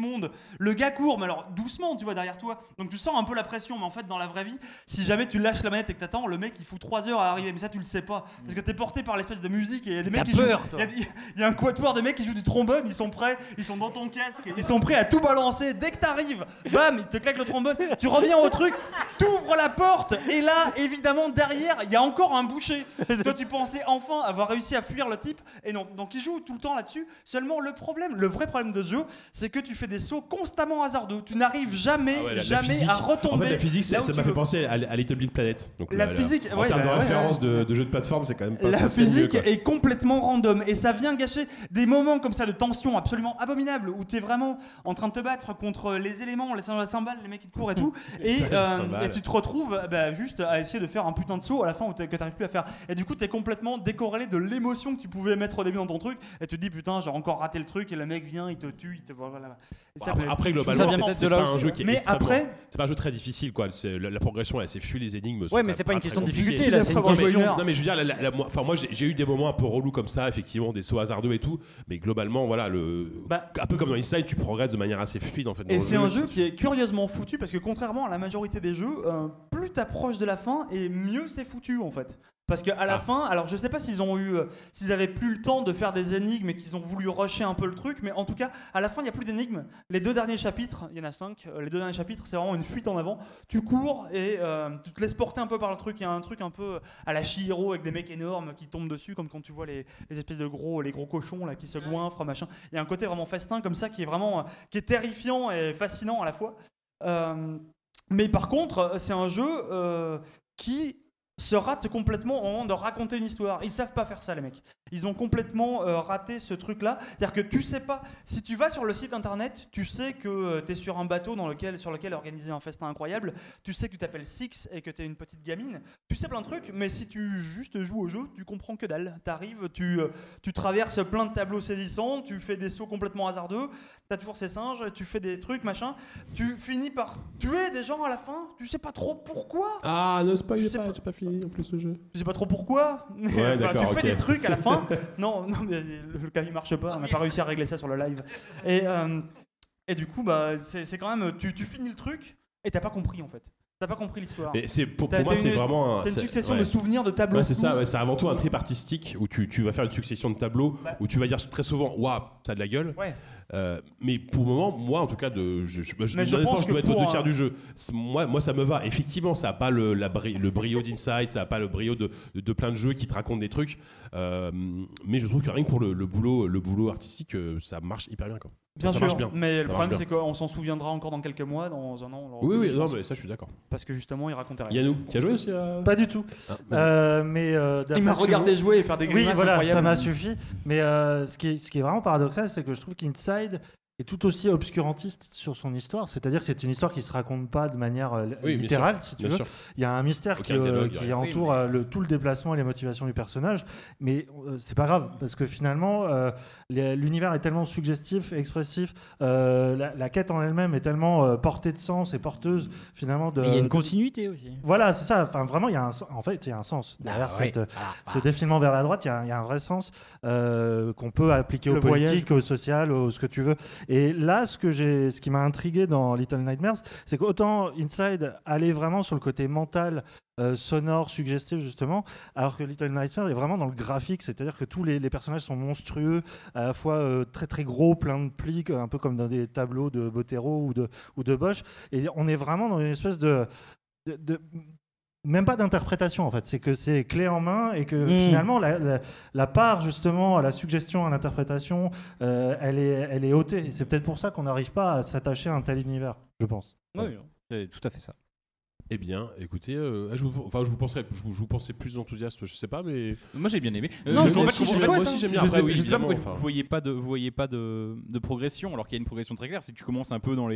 monde. Le gars court, mais alors doucement, tu vois, derrière toi. Donc tu sens un peu la pression, mais en fait, dans la vraie vie, si jamais tu lâches la manette et que t'attends, le mec il fout trois heures à arriver. Mais ça, tu le sais pas. Parce que t'es porté par l'espèce de musique et il y a des mecs T'as qui peur, jouent. Il y, y a un quatuor de mecs qui jouent du trombone, ils sont prêts, ils sont dans ton casque, ils sont prêts à tout balancer. Dès que t'arrives, bam, ils te claquent le trombone, tu reviens au truc, t'ouvres la porte, et là, évidemment, derrière, il y a encore un boucher. Toi, tu pensais enfin avoir réussi à fuir le type, et non. Donc, ils jouent tout le temps là-dessus. Seulement, le problème, le vrai problème de ce jeu, c'est que tu fais des sauts constamment hasardeux. Tu n'arrives jamais, Ah ouais, la- la jamais physique. à retomber. En fait, la physique, ça là où ça tu m'a fait veux. penser à, à Little Big Planet. Donc, La euh, physique, en ouais, termes bah, de ouais, référence ouais. de, de jeux de plateforme, c'est quand même pas La pas ce qu'il y a de mieux, physique quoi. est complètement random et ça vient gâcher des moments comme ça de tension absolument abominable où tu es vraiment en train de te battre contre les éléments, les cymbales, les mecs qui te courent et tout, Les et, singes euh, cymbales. et tu te retrouves bah, juste à essayer de faire un putain de saut à la fin où t'es- que tu n'arrives plus à faire. Et du coup, tu es complètement décorrélé de l'émotion que tu pouvais mettre au début dans ton truc et tu te dis putain, j'ai encore raté le truc et le mec vient, il te tue, il te voilà. Et ça, Après, peut- après, ça globalement, vient c'est peut-être c'est de là pas un aussi, jeu ouais. qui est Mais extrêmement- après, c'est pas un jeu très difficile, quoi. C'est- La, la progression est assez fluide, les énigmes. sont Ouais, mais quand c'est pas même une question de très compliquées. difficulté, là, c'est une Non, mais- question de- Non, mais je veux dire, la- la- la- moi, enfin, moi, j'ai j'ai eu des moments un peu relous comme ça, effectivement, des sauts hasardeux et tout. Mais globalement, voilà, le un peu comme dans Inside, tu progresses de manière assez fluide en fait. dans Et le c'est un jeu qui est curieusement foutu parce que contrairement à la majorité des jeux, euh, plus t'approches de la fin et mieux c'est foutu en fait. Parce qu'à la Ah. fin, alors je sais pas s'ils ont eu, euh, s'ils avaient plus le temps de faire des énigmes et qu'ils ont voulu rusher un peu le truc, mais en tout cas, à la fin, il n'y a plus d'énigmes. Les deux derniers chapitres, il y en a cinq, euh, les deux derniers chapitres, c'est vraiment une fuite en avant. Tu cours et euh, tu te laisses porter un peu par le truc. Il y a un truc un peu à la Chihiro avec des mecs énormes qui tombent dessus, comme quand tu vois les, les espèces de gros, les gros cochons là qui se goinfrent, machin. Il y a un côté vraiment festin comme ça qui est vraiment, euh, qui est terrifiant et fascinant à la fois. Euh, mais par contre, c'est un jeu euh, qui se rate complètement au moment de raconter une histoire. Ils savent pas faire ça, les mecs. Ils ont complètement euh, raté ce truc-là. C'est-à-dire que tu sais pas, si tu vas sur le site internet, tu sais que euh, tu es sur un bateau dans lequel, sur lequel est organisé un festin incroyable, tu sais que tu t'appelles Six et que tu es une petite gamine, tu sais plein de trucs, mais si tu juste joues au jeu, tu comprends que dalle. T'arrives, tu, euh, tu traverses plein de tableaux saisissants, tu fais des sauts complètement hasardeux, t'as toujours ces singes, tu fais des trucs, machin, tu finis par tuer des gens à la fin, tu sais pas trop pourquoi. Ah, ne spoil Tu sais pas, j'ai pas fini en plus le jeu. Je sais pas trop pourquoi. mais Ouais, enfin, d'accord, tu fais ok. des trucs à la fin. non, non, mais le, le clavier marche pas. On n'a pas réussi à régler ça sur le live. Et, euh, et du coup, bah, c'est c'est quand même. Tu, tu finis le truc et t'as pas compris en fait. T'as pas compris l'histoire. Mais c'est pour, T'as- pour moi, t'as c'est une- vraiment. un- t'as une c'est- succession ouais. de souvenirs, de tableaux. Ouais, c'est ça, flous. ouais, c'est avant tout un trip artistique où tu, tu vas faire une succession de tableaux où tu vas dire très souvent waouh, ça a de la gueule. Ouais. Euh, mais pour le moment, moi en tout cas, de, je, je, je, Mais je honnêtement, pense je dois que être aux pour deux tiers un- du jeu. C'est- Moi, moi, ça me va. Effectivement, ça n'a pas le, la bri- le brio d'Inside, ça n'a pas le brio de, de, de plein de jeux qui te racontent des trucs. Euh, mais je trouve que rien que pour le, le boulot, le boulot artistique, euh, ça marche hyper bien. Quoi. Bien ça sûr, marche bien. mais le Ça problème marche c'est bien. qu'on s'en souviendra encore dans quelques mois, dans un an. on l'aura Oui, oublié, oui, je non, pense. mais ça, je suis d'accord. Parce que justement, il racontait rien. Yannou, tu as joué aussi à... Pas du tout. Ah, vas-y. Euh, mais euh, d'après Il m'a ce que regardé vous- jouer et faire des Oui, grimaces voilà, incroyables. ça m'a suffi. Mais euh, ce, qui est, ce qui est vraiment paradoxal, c'est que je trouve qu'Inside est tout aussi obscurantiste sur son histoire. C'est-à-dire que c'est une histoire qui se raconte pas de manière euh, Oui, bien littérale, sûr, si tu bien veux. sûr. Il y a un mystère Aucun qui, euh, dialogue, qui rien. entoure euh, le, tout le déplacement et les motivations du personnage. Mais euh, c'est pas grave, parce que finalement, euh, les- l'univers est tellement suggestif, expressif. euh, la, la quête en elle-même est tellement euh, portée de sens et porteuse, finalement. De, Mais il y a une de- continuité aussi. Voilà, c'est ça. Enfin, vraiment, il y a un, sen- en fait, il y a un sens derrière Ah, ouais. cette, euh, Ah, ce ah. défilement vers la droite. Il y a, il y a un vrai sens euh, qu'on peut appliquer Le au politique, voyage. au social, au ce que tu veux. Et là, ce que j'ai, ce qui m'a intrigué dans Little Nightmares, c'est qu'autant Inside allait vraiment sur le côté mental, euh, sonore, suggestif justement, alors que Little Nightmares est vraiment dans le graphique, c'est-à-dire que tous les, les personnages sont monstrueux, à la fois euh, très très gros, plein de plis, un peu comme dans des tableaux de Botero ou de, ou de Bosch. Et on est vraiment dans une espèce de, de, de- même pas d'interprétation en fait, c'est que c'est clé en main et que Mm. finalement la, la- la part justement à la suggestion, à l'interprétation, euh, elle, est, elle est ôtée. Et c'est peut-être pour ça qu'on n'arrive pas à s'attacher à un tel univers, je pense. Oui, c'est tout à fait ça. Eh bien, écoutez, euh, je, vous, enfin, je vous penserais, je vous, je vous pensais plus enthousiaste, je sais pas, mais Moi j'ai bien aimé. Non, Euh, moi en aussi, fait, j'aime comment- bien, moi aussi, j'aime bien. Je Après, sais, oui, je sais pas pourquoi évidemment, vous enfin. voyez pas de, vous voyez pas de, de progression alors qu'il y a une progression très claire. C'est que tu commences un peu dans les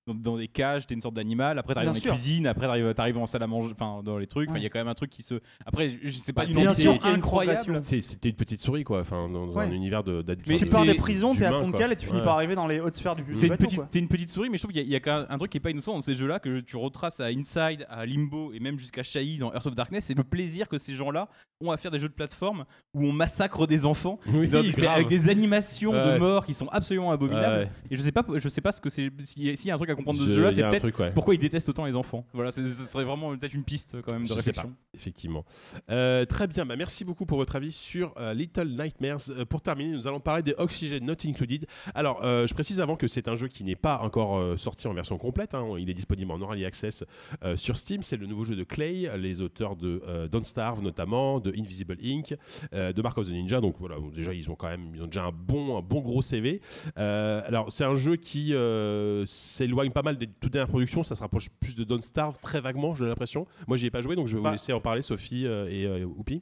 dans, dans des cages, t'es une sorte d'animal. Après, t'arrives Bien dans les sûr. cuisines. Après, t'arrives, t'arrives en salle à manger, enfin dans les trucs. Enfin, il Ouais. y a quand même un truc qui se. Après, je sais pas Bah, une bien entité sûr, incroyable. C'est- C'était une petite souris, quoi, enfin, dans Ouais. un univers de- d'adulte. Mais tu enfin, pars de- des prisons, t'es à d'humains, fond de quoi. cale et tu finis Ouais. par arriver dans les hautes sphères du, du C'est une bateau, petite, quoi. t'es une petite souris, mais je trouve qu'il y a, il y a quand même un truc qui est pas innocent dans ces jeux-là que tu retraces à Inside, à Limbo et même jusqu'à Shy dans Earth of Darkness. C'est le plaisir que ces gens-là ont à faire des jeux de plateforme où on massacre des enfants Oui, dans- grave. avec des animations Ouais. de mort qui sont absolument abominables. Ouais. Et je sais pas, je sais pas ce que c'est. S'il y a- s'il y a un truc à comprendre de ce Je- jeu-là, il y c'est a un peut-être truc, ouais. pourquoi ils détestent autant les enfants. Voilà, c'est- ce serait vraiment peut-être une piste quand même de Je sais réflexion. pas, effectivement. Euh, très bien, bah, merci beaucoup pour votre avis sur euh, Little Nightmares. Euh, pour terminer, nous allons parler de Oxygen Not Included. Alors, euh, je précise avant que c'est un jeu qui n'est pas encore euh, sorti en version complète. Hein. Il est disponible en early access euh, sur Steam. C'est le nouveau jeu de Clay, les auteurs de euh, Don't Starve notamment, de Invisible Inc, euh, de Mark of the Ninja. Donc voilà, déjà ils ont quand même, ils ont déjà un bon, un bon gros C V. Euh, alors c'est un jeu qui euh, s'éloigne pas mal des toutes dernières productions. Ça se rapproche plus de Don't Starve très vaguement, j'ai l'impression. Moi j'y ai pas joué, donc je vais vous Bah. laisser en parler, Sophie euh, et euh, Oupi.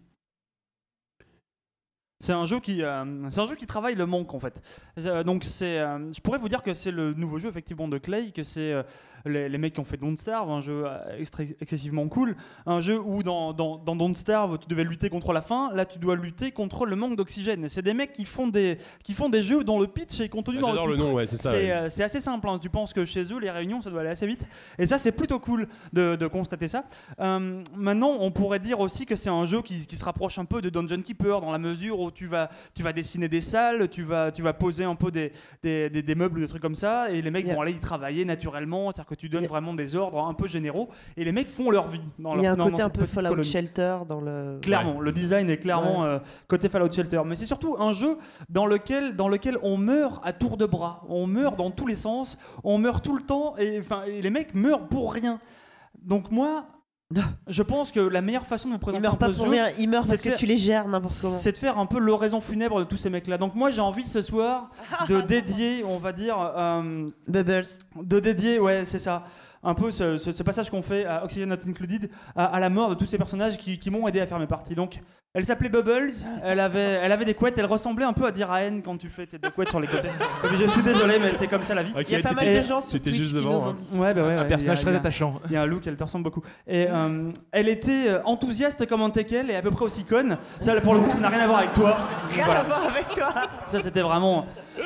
C'est un jeu qui, euh, c'est un jeu qui travaille le manque en fait. Euh, donc c'est, euh, je pourrais vous dire que c'est le nouveau jeu effectivement de Clay, que c'est euh, les, les mecs qui ont fait Don't Starve, un jeu euh, extra- excessivement cool, un jeu où dans, dans, dans Don't Starve tu devais lutter contre la faim, là tu dois lutter contre le manque d'oxygène. Et c'est des mecs qui font des, qui font des jeux dont le pitch est contenu Ah, dans le j'adore le titre. nom, ouais, c'est ça, C'est, ouais. euh, c'est assez simple. Hein. Tu penses que chez eux les réunions ça doit aller assez vite. Et ça c'est plutôt cool de, de constater ça. Euh, maintenant on pourrait dire aussi que c'est un jeu qui, qui se rapproche un peu de Dungeon Keeper dans la mesure où tu vas, tu vas dessiner des salles, tu vas, tu vas poser un peu des, des, des, des meubles ou des trucs comme ça, et les mecs Yeah. vont aller y travailler naturellement, c'est-à-dire que tu donnes vraiment des ordres un peu généraux, et les mecs font leur vie. Dans Il y a leur, un dans- côté dans un cette peu petite Fallout colonie. Shelter dans le. Clairement, le design est clairement Ouais. euh, côté Fallout Shelter, mais c'est surtout un jeu dans lequel, dans lequel on meurt à tour de bras, on meurt dans tous les sens, on meurt tout le temps, et, enfin, et les mecs meurent pour rien. Donc moi, je pense que la meilleure façon de vous présenter meurent un peu pas ce pour jeu, rien, ils meurent c'est parce de que faire- tu les gères n'importe comment. c'est de faire un peu l'oraison funèbre de tous ces mecs-là. Donc moi, j'ai envie ce soir de dédier, on va dire, euh, Bubbles, de dédier, ouais, c'est ça. Un peu ce, ce- ce passage qu'on fait à Oxygen Not Included à, à la mort de tous ces personnages qui, qui m'ont aidé à faire mes parties. Donc, elle s'appelait Bubbles, elle avait, elle avait des couettes, elle ressemblait un peu à Diraen quand tu fais tes deux couettes sur les côtés. Et puis, je suis désolé, mais c'est comme ça la vie. Ok, Il y a pas mal de gens sur C'était Twitch qui nous ont dit ça. Ouais, bah ouais, Un ouais, personnage il y a- très il y a- attachant. Il y a un look, elle te ressemble beaucoup. Et euh, elle était euh, enthousiaste comme un teckel et à peu près aussi conne. Ça, pour le coup, ça n'a rien à voir avec toi. Rien Voilà. à voir avec toi. Ça, c'était vraiment.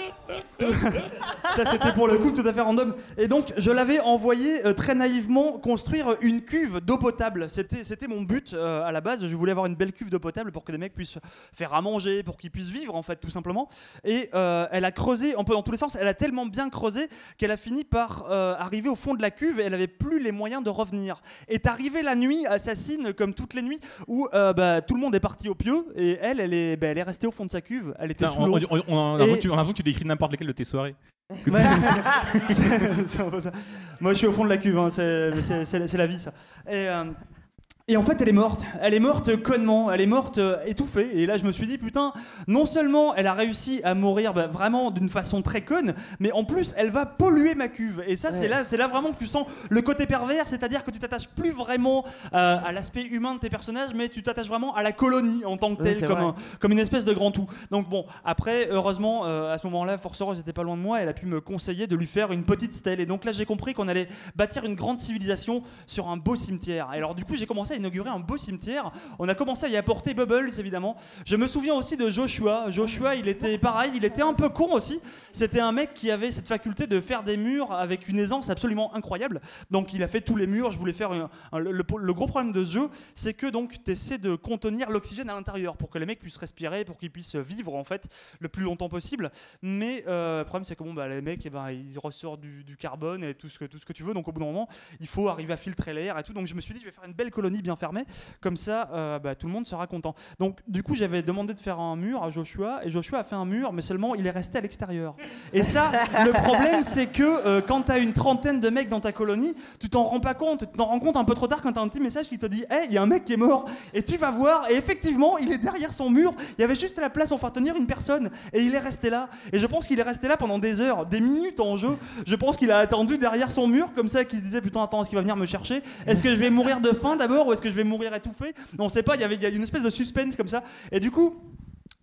Ça, c'était pour le coup tout à fait random. Et donc, je l'avais envoyé euh, très naïvement construire une cuve d'eau potable. C'était, c'était mon but euh, à la base. Je voulais avoir une belle cuve d'eau potable pour que les mecs puissent faire à manger, pour qu'ils puissent vivre, en fait, tout simplement. Et euh, elle a creusé un peu dans tous les sens. Elle a tellement bien creusé qu'elle a fini par euh, arriver au fond de la cuve et elle n'avait plus les moyens de revenir. Est arrivée la nuit assassine, comme toutes les nuits, où euh, bah, tout le monde est parti au pieu et elle, elle est, bah, elle est restée au fond de sa cuve. Elle était Putain, sous on, l'eau. on- on- on a Et- l'impression que tu- on a l'impression que tu décris n'importe lesquelles de tes soirées. Ouais. c'est, c'est un peu ça. Moi, je suis au fond de la cuve, hein, c'est, mais c'est, c'est- c'est la vie, ça. Et, euh, et en fait, elle est morte. Elle est morte connement. Elle est morte euh, étouffée. Et là, je me suis dit, putain, non seulement elle a réussi à mourir bah, vraiment d'une façon très conne, mais en plus, elle va polluer ma cuve. Et ça, Ouais. c'est là, c'est là vraiment que tu sens le côté pervers, c'est-à-dire que tu t'attaches plus vraiment euh, à l'aspect humain de tes personnages, mais tu t'attaches vraiment à la colonie en tant que Ouais, telle, c'est comme, vrai. un- comme une espèce de grand tout. Donc bon, après, heureusement, euh, à ce moment-là, Force Rose n'était pas loin de moi. Elle a pu me conseiller de lui faire une petite stèle. Et donc là, j'ai compris qu'on allait bâtir une grande civilisation sur un beau cimetière. Et alors du coup, j'ai commencé à inaugurer un beau cimetière. On a commencé à y apporter Bubbles, évidemment. Je me souviens aussi de Joshua. Joshua, il était pareil, il était un peu con aussi. C'était un mec qui avait cette faculté de faire des murs avec une aisance absolument incroyable. Donc il a fait tous les murs. Je voulais faire un- un- le, le gros problème de ce jeu, c'est que donc tu essaies de contenir l'oxygène à l'intérieur pour que les mecs puissent respirer, pour qu'ils puissent vivre en fait le plus longtemps possible. Mais euh, le problème, c'est que bon, bah, les mecs, eh ben, ils ressortent du, du carbone et tout ce, que, tout ce que tu veux. Donc au bout d'un moment, il faut arriver à filtrer l'air et tout. Donc je me suis dit, je vais faire une belle colonie bien fermée. Comme ça, euh, bah, tout le monde sera content. Donc du coup, j'avais demandé de faire un mur à Joshua. Et Joshua a fait un mur, mais seulement il est resté à l'extérieur. Et ça, le problème, c'est que euh, quand tu as une trentaine de mecs dans ta colonie, tu t'en rends pas compte. Tu t'en rends compte un peu trop tard quand tu as un petit message qui te dit « Hey, il y a un mec qui est mort !» Et tu vas voir, et effectivement, il est derrière son mur. Il y avait juste la place pour faire tenir une personne. Et il est resté là. Et je pense qu'il est resté là pendant des heures, des minutes en jeu. Je pense qu'il a attendu derrière son mur, comme ça, qu'il se disait « Putain, attends, est-ce qu'il va venir me chercher ? Est-ce que je vais mourir de faim d'abord, ou est-ce que je vais mourir étouffé ?» On sait pas, il y avait il y a une espèce de suspense comme ça. Et du coup...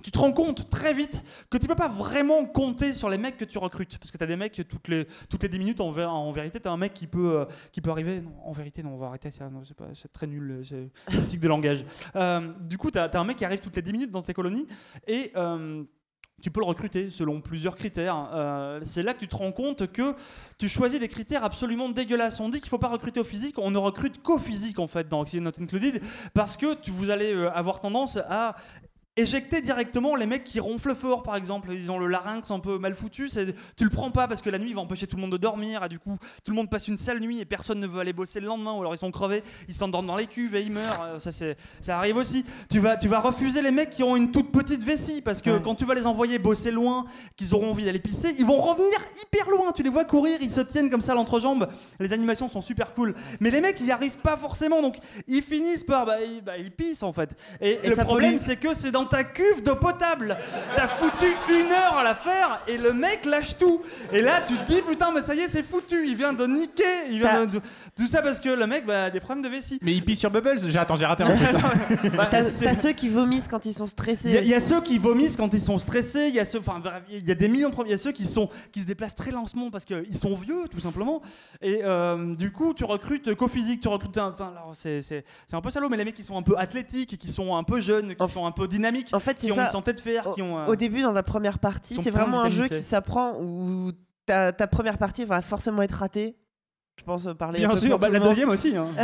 tu te rends compte très vite que tu peux pas vraiment compter sur les mecs que tu recrutes. Parce que tu as des mecs toutes les, toutes les dix minutes, en, vé- en vérité, tu as un mec qui peut, euh, qui peut arriver. Non, en vérité, non, on va arrêter ça, non, c'est, pas, c'est très nul, c'est politique de langage. Euh, du coup, tu as un mec qui arrive toutes les dix minutes dans tes colonies et. Euh, Tu peux le recruter selon plusieurs critères. Euh, c'est là que tu te rends compte que tu choisis des critères absolument dégueulasses. On dit qu'il ne faut pas recruter au physique, on ne recrute qu'au physique en fait dans Oxygen Not Included, parce que tu, vous allez euh, avoir tendance à éjecter directement les mecs qui ronflent fort, par exemple. Ils ont le larynx un peu mal foutu. C'est, tu le prends pas parce que la nuit il va empêcher tout le monde de dormir et du coup tout le monde passe une sale nuit et personne ne veut aller bosser le lendemain, ou alors ils sont crevés, ils s'endorment dans les cuves et ils meurent. Ça, c'est, ça arrive aussi. Tu vas, tu vas refuser les mecs qui ont une toute petite vessie parce que ouais. quand tu vas les envoyer bosser loin, qu'ils auront envie d'aller pisser, ils vont revenir hyper loin. Tu les vois courir, ils se tiennent comme ça à l'entrejambe. Les animations sont super cool. Mais les mecs ils n'y arrivent pas forcément, donc ils finissent par bah, ils, bah, ils pissent en fait. Et, et le problème pollue. C'est que c'est dans ta cuve d'eau potable. T'as foutu une heure à la faire et le mec lâche tout. Et là, tu te dis, putain, mais ça y est, c'est foutu. Il vient de niquer. Il vient de, de- tout ça parce que le mec bah, a des problèmes de vessie. Mais il pisse sur Bubbles. J'ai, attends, j'ai raté un truc. Bah, t'as, t'as ceux qui vomissent quand ils sont stressés. Il y, a- il y a ceux qui vomissent quand ils sont stressés. Il y a ceux, enfin, il y a des millions de problèmes. Il y a ceux qui sont, qui se déplacent très lentement parce qu'ils sont vieux, tout simplement. Et euh, du coup, tu recrutes qu'au physique. Tu recrutes un, putain, alors, c'est, c'est, c'est un peu salaud, mais les mecs qui sont un peu athlétiques, qui sont un peu jeunes, qui sont un peu dynamiques, En fait, c'est qui ont ça. une santé de fer, Au, qui ont. euh, au début, dans la première partie, sont c'est pleins de vraiment un jeu vitamine C. qui s'apprend où ta, ta première partie va forcément être ratée. Je pense euh, parler. Bien un peu sûr, pour bah, tout la le monde. deuxième aussi. Hein.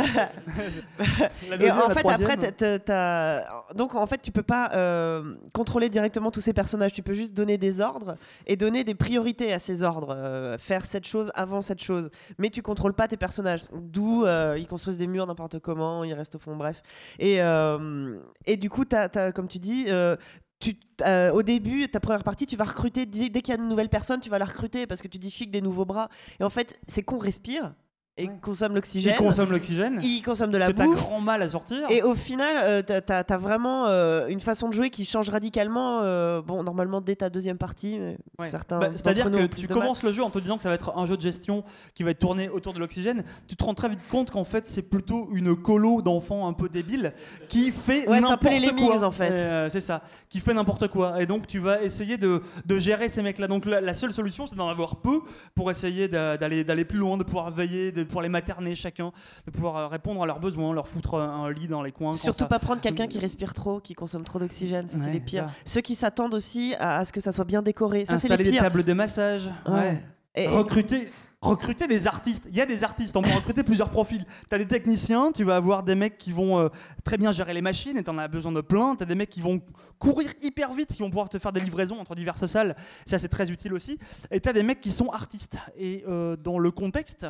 La Et deuxième, en la fait, troisième. après, t'as- t'as- t'as- donc en fait, tu peux pas euh, contrôler directement tous ces personnages. Tu peux juste donner des ordres et donner des priorités à ces ordres. Euh, faire cette chose avant cette chose. Mais tu contrôles pas tes personnages. D'où euh, ils construisent des murs n'importe comment, ils restent au fond, bref. Et euh, et du coup, t'as, t'as, comme tu dis. Euh, tu, euh, au début, ta première partie, tu vas recruter, dès, dès qu'il y a une nouvelle personne, tu vas la recruter parce que tu dis chic des nouveaux bras. Et en fait, c'est qu'on respire et ouais. consomme l'oxygène. Ils consomment l'oxygène. Ils consomment de la que bouffe. t'as grand mal à sortir. Et au final, euh, t'as, t'as, t'as vraiment euh, une façon de jouer qui change radicalement. Euh, bon, normalement, dès ta deuxième partie, mais Ouais. certains. Bah, c'est-à-dire d'entre nous que ont plus tu de mal. commences le jeu en te disant que ça va être un jeu de gestion qui va être tourné autour de l'oxygène. Tu te rends très vite compte qu'en fait c'est plutôt une colo d'enfants un peu débiles qui fait Ouais, c'est un n'importe peu les Lemmings, quoi. en fait. Euh, c'est ça, qui fait n'importe quoi. Et donc tu vas essayer de, de gérer ces mecs-là. Donc la, la seule solution c'est d'en avoir peu pour essayer d'a- d'aller, d'aller plus loin, de pouvoir veiller, de pouvoir les materner chacun, de pouvoir euh, répondre à leurs besoins, leur foutre un, un lit dans les coins. quand Surtout ça- pas prendre quelqu'un qui respire trop, qui consomme trop d'oxygène, ça c'est Ouais, les pires. ça. Ceux qui s'attendent aussi à, à ce que ça soit bien décoré, ça c'est Installer les des pires. tables de massage. Ouais. Ouais. Et- recruter, recruter des artistes. Il y a des artistes, on peut recruter plusieurs profils. Tu as des techniciens, tu vas avoir des mecs qui vont euh, très bien gérer les machines et tu en as besoin de plein. Tu as des mecs qui vont courir hyper vite, qui vont pouvoir te faire des livraisons entre diverses salles. Ça, c'est très utile aussi. Et tu as des mecs qui sont artistes. Et euh, dans le contexte,